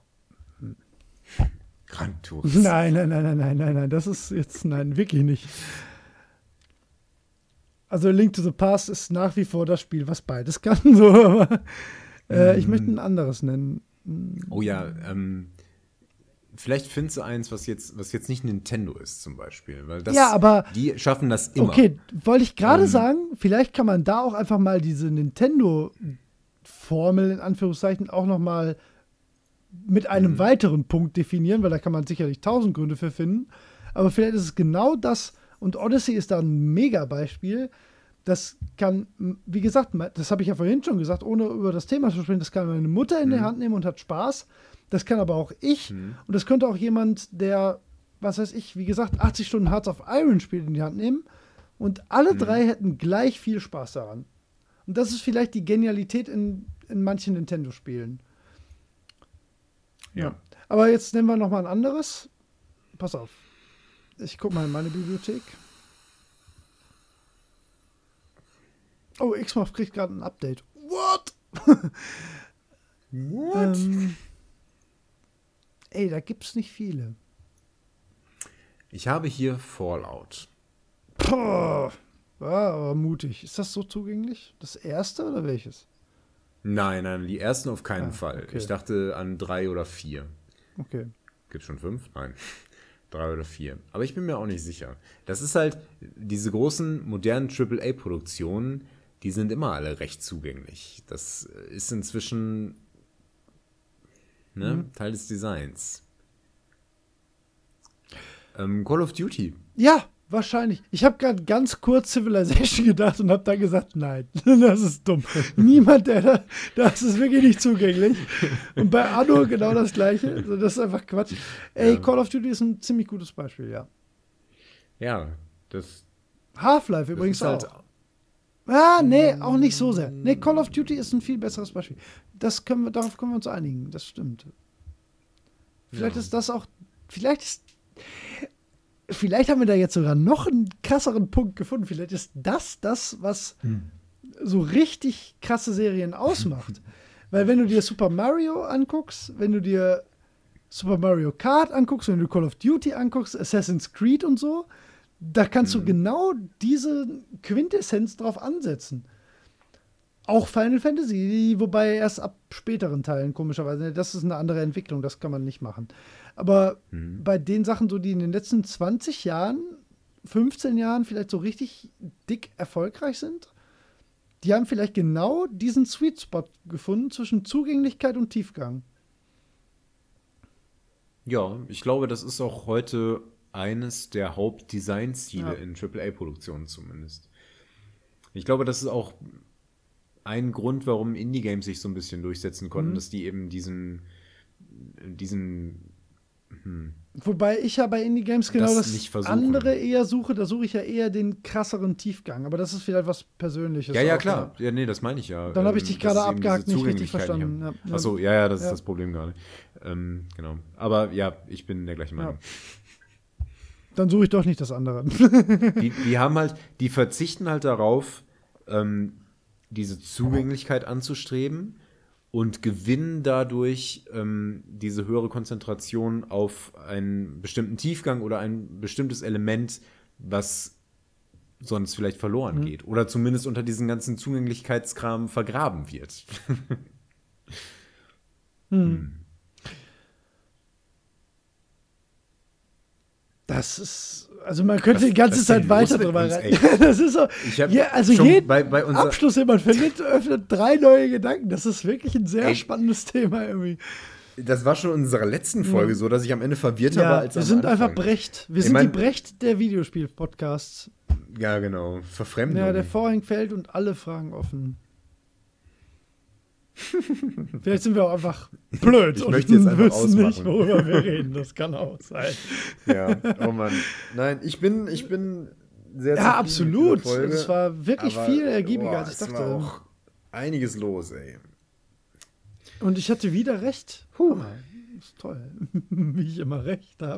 Gran Turismo. Nein, nein, nein, nein, nein, nein, nein, das ist jetzt, nein, wirklich nicht. Also Link to the Past ist nach wie vor das Spiel, was beides kann, so, aber äh, mm. ich möchte ein anderes nennen. Oh ja, ähm, vielleicht findest du eins, was jetzt, was jetzt nicht Nintendo ist, zum Beispiel, weil das, ja, aber, die schaffen das immer. Okay, wollte ich gerade ähm, sagen, vielleicht kann man da auch einfach mal diese Nintendo-Formel in Anführungszeichen auch noch mal mit einem mhm. weiteren Punkt definieren, weil da kann man sicherlich tausend Gründe für finden. Aber vielleicht ist es genau das, und Odyssey ist da ein Mega-Beispiel. Das kann, wie gesagt, das habe ich ja vorhin schon gesagt, ohne über das Thema zu sprechen, das kann meine Mutter in mhm. die Hand nehmen und hat Spaß. Das kann aber auch ich. Mhm. Und das könnte auch jemand, der, was weiß ich, wie gesagt, achtzig Stunden Hearts of Iron spielt, in die Hand nehmen. Und alle mhm. drei hätten gleich viel Spaß daran. Und das ist vielleicht die Genialität in, in manchen Nintendo-Spielen. Ja. Aber jetzt nehmen wir noch mal ein anderes. Pass auf. Ich gucke mal in meine Bibliothek. Oh, Xbox kriegt gerade ein Update. What? What? ähm, ey, da gibt's nicht viele. Ich habe hier Fallout. Puh, war aber mutig. Ist das so zugänglich? Das erste oder welches? Nein, nein, die ersten auf keinen ah, Fall. Okay. Ich dachte an drei oder vier. Okay. Gibt's schon fünf? Nein. Drei oder vier. Aber ich bin mir auch nicht sicher. Das ist halt, diese großen, modernen Triple A Produktionen, die sind immer alle recht zugänglich. Das ist inzwischen ne, mhm. Teil des Designs. Ähm, Call of Duty. Ja, wahrscheinlich. Ich habe gerade ganz kurz Civilization gedacht und habe dann gesagt, nein, das ist dumm. Niemand, der da, das ist wirklich nicht zugänglich. Und bei Anno genau das Gleiche. Also das ist einfach Quatsch. Ey, ja. Call of Duty ist ein ziemlich gutes Beispiel, ja. Ja, das Half-Life das übrigens ist halt auch. Ah, nee, auch nicht so sehr. Nee, Call of Duty ist ein viel besseres Beispiel. Das können wir, darauf können wir uns einigen, das stimmt. Vielleicht ja. ist das auch, vielleicht ist Vielleicht haben wir da jetzt sogar noch einen krasseren Punkt gefunden. Vielleicht ist das das, was hm. so richtig krasse Serien ausmacht. Weil wenn du dir Super Mario anguckst, wenn du dir Super Mario Kart anguckst, wenn du Call of Duty anguckst, Assassin's Creed und so, da kannst mhm. du genau diese Quintessenz drauf ansetzen. Auch Final Fantasy, wobei erst ab späteren Teilen, komischerweise. Das ist eine andere Entwicklung, das kann man nicht machen. Aber mhm. bei den Sachen, so die in den letzten zwanzig Jahren, fünfzehn Jahren vielleicht so richtig dick erfolgreich sind, die haben vielleicht genau diesen Sweet Spot gefunden zwischen Zugänglichkeit und Tiefgang. Ja, ich glaube, das ist auch heute eines der Hauptdesignziele ja. in Triple A-Produktionen zumindest. Ich glaube, das ist auch ein Grund, warum Indie-Games sich so ein bisschen durchsetzen konnten, mhm. dass die eben diesen, diesen hm, Wobei ich ja bei Indie-Games genau das, das andere eher suche, da suche ich ja eher den krasseren Tiefgang, aber das ist vielleicht was Persönliches. Ja, ja, auch, klar. Ja, nee, das meine ich ja. Dann habe ich dich gerade abgehakt, nicht richtig verstanden. Ja, ja. Achso, ja, ja, das ja. ist das Problem gerade. Ähm, genau. Aber ja, ich bin der gleichen Meinung. Ja. Dann suche ich doch nicht das andere. die, die haben halt, die verzichten halt darauf, ähm, diese Zugänglichkeit anzustreben und gewinnen dadurch ähm, diese höhere Konzentration auf einen bestimmten Tiefgang oder ein bestimmtes Element, was sonst vielleicht verloren mhm. geht. Oder zumindest unter diesen ganzen Zugänglichkeitskram vergraben wird. mhm. hm. Das ist, also man könnte was, die ganze Zeit weiter drüber reden. Das ist so, ja, also jeden bei, bei Abschluss, den man findet, öffnet drei neue Gedanken. Das ist wirklich ein sehr ey, spannendes Thema irgendwie. Das war schon in unserer letzten Folge ja. so, dass ich am Ende verwirrter ja, war als wir am sind Anfang. Einfach Brecht. Wir ich sind mein, die Brecht der Videospiel-Podcasts. Ja, genau. Verfremdung. Ja, der Vorhang fällt und alle Fragen offen. Vielleicht sind wir auch einfach blöd ich und möchte jetzt einfach wissen nicht, worüber wir reden. Das kann auch sein. Ja, oh Mann. Nein, ich bin, ich bin sehr Ja, absolut. Folge, es war wirklich viel ergiebiger, oh, als ich dachte. Es war auch einiges los, ey. Und ich hatte wieder recht. Huh. Das ist toll, wie ich immer recht habe.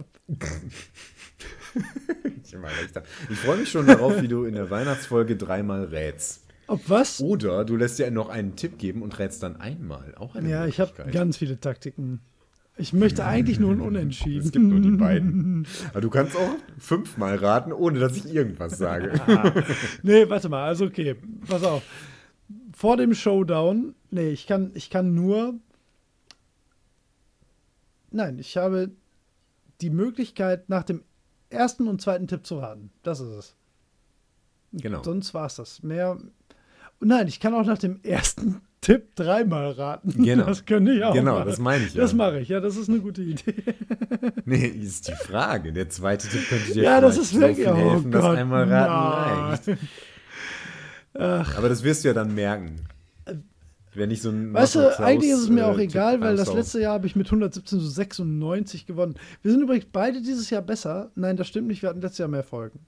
ich immer recht habe. Ich freue mich schon darauf, wie du in der Weihnachtsfolge dreimal rätst. Ob was? Oder du lässt dir noch einen Tipp geben und rätst dann einmal. Auch eine Ja, ich habe ganz viele Taktiken. Ich möchte eigentlich nur ein Unentschieden. Es gibt nur die beiden. Aber du kannst auch fünfmal raten, ohne dass ich irgendwas sage. Ah. Nee, warte mal. Also okay, pass auf. Vor dem Showdown, nee, ich kann, ich kann nur Nein, ich habe die Möglichkeit, nach dem ersten und zweiten Tipp zu raten. Das ist es. Genau. Sonst war es das. Mehr. Und nein, ich kann auch nach dem ersten Tipp dreimal raten. Genau. Das könnte ich auch Genau, machen. Das meine ich ja. Das mache ich, ja, das ist eine gute Idee. Nee, ist die Frage. Der zweite Tipp könnte dir ja, das ist so wirklich, viel helfen, oh dass Gott, einmal raten reicht. Ach. Aber das wirst du ja dann merken. Wenn ich so ein Weißt du, eigentlich ist es mir auch egal, weil das letzte Jahr habe ich mit hundertsiebzehn zu sechsundneunzig gewonnen. Wir sind übrigens beide dieses Jahr besser. Nein, das stimmt nicht, wir hatten letztes Jahr mehr Folgen.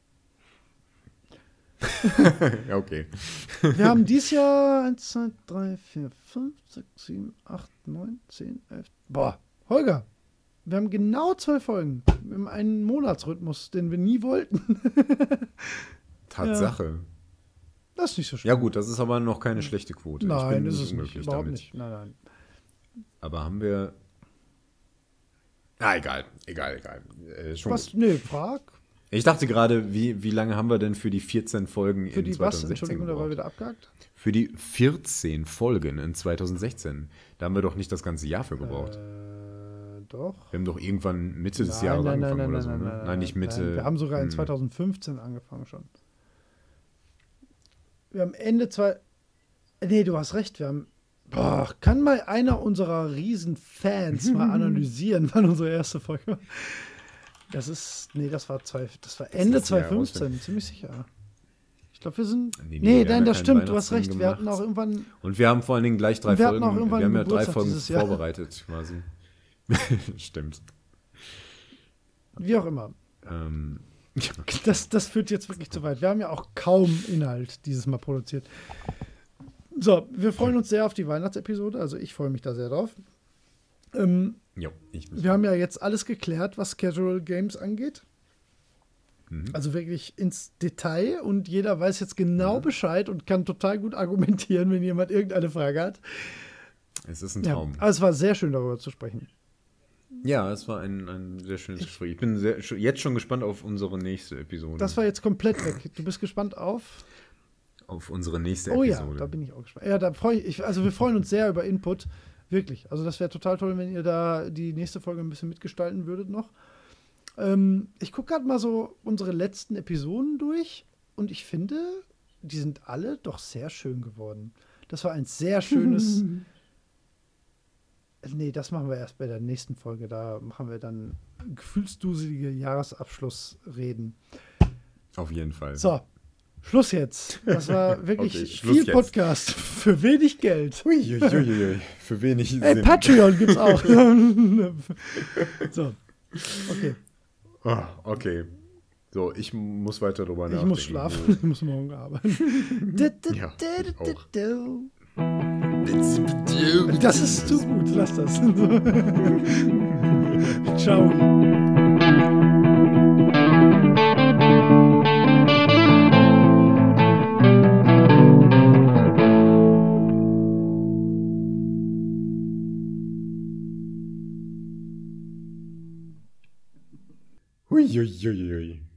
Ja, okay. Wir haben dieses Jahr eins, zwei, drei, vier, fünf, sechs, sieben, acht, neun, zehn, elf. Boah, Holger, wir haben genau zwei Folgen. Wir haben einen Monatsrhythmus, den wir nie wollten. Tatsache. Ja. Das ist nicht so schlimm. Ja gut, das ist aber noch keine schlechte Quote. Nein, ich bin ist es nicht. Überhaupt damit. nicht. Nein, nein. Aber haben wir... Ah, egal. Egal, egal. Äh, schon Was? Gut. Nee, frag. Ich dachte gerade, wie, wie lange haben wir denn für die vierzehn Folgen für in die zwanzig sechzehn was? Entschuldigung, gebraucht? da war wieder abgehakt? Für die vierzehn Folgen in zwanzig sechzehn. Da haben wir doch nicht das ganze Jahr für gebraucht. Äh, doch. Wir haben doch irgendwann Mitte des nein, Jahres nein, angefangen nein, oder nein, so, nein, ne? Nein, Nein, nein, nicht Mitte. Nein, wir haben sogar in hm. zwanzig fünfzehn angefangen schon. Wir haben Ende zwei... Nee, du hast recht, wir haben... Boah, kann mal einer unserer Riesenfans mal analysieren, wann unsere erste Folge war? Das ist... Nee, das war, zwei, das war Ende zwanzig fünfzehn, ziemlich sicher. Ich glaube, wir sind... Nee, nee, nee nein, das stimmt, du hast recht. Wir hatten auch irgendwann... Und wir haben vor allen Dingen gleich drei wir Folgen... Hatten auch irgendwann wir haben ja Geburtstag drei Folgen dieses Jahr. vorbereitet, quasi. Stimmt. Wie auch immer. Ähm... Das, das führt jetzt wirklich zu weit. Wir haben ja auch kaum Inhalt dieses Mal produziert. So, wir freuen uns sehr auf die Weihnachtsepisode. Also ich freue mich da sehr drauf. Ähm, jo, ich wir haben ja jetzt alles geklärt, was Casual Games angeht. Mhm. Also wirklich ins Detail und jeder weiß jetzt genau mhm. Bescheid und kann total gut argumentieren, wenn jemand irgendeine Frage hat. Es ist ein Traum. Ja, aber es war sehr schön, darüber zu sprechen. Ja, es war ein, ein sehr schönes Gespräch. Ich bin sehr, jetzt schon gespannt auf unsere nächste Episode. Das war jetzt komplett weg. Du bist gespannt auf? Auf unsere nächste oh, Episode. Oh ja, da bin ich auch gespannt. Ja, da freue ich, also wir freuen uns sehr über Input. Wirklich. Also das wäre total toll, wenn ihr da die nächste Folge ein bisschen mitgestalten würdet noch. Ähm, ich gucke gerade mal so unsere letzten Episoden durch und ich finde, die sind alle doch sehr schön geworden. Das war ein sehr schönes... Nee, das machen wir erst bei der nächsten Folge. Da machen wir dann gefühlsduselige Jahresabschlussreden. Auf jeden Fall. So, Schluss jetzt. Das war wirklich okay, viel jetzt. Podcast für wenig Geld. Uiuiui, für wenig Ey, Sinn. Patreon gibt's auch. So, okay. Oh, okay. So, ich muss weiter drüber ich nachdenken. Ich muss schlafen. Ich muss morgen arbeiten. Ja, ich auch. Das ist zu gut. Lass das. Ciao. Uiuiui.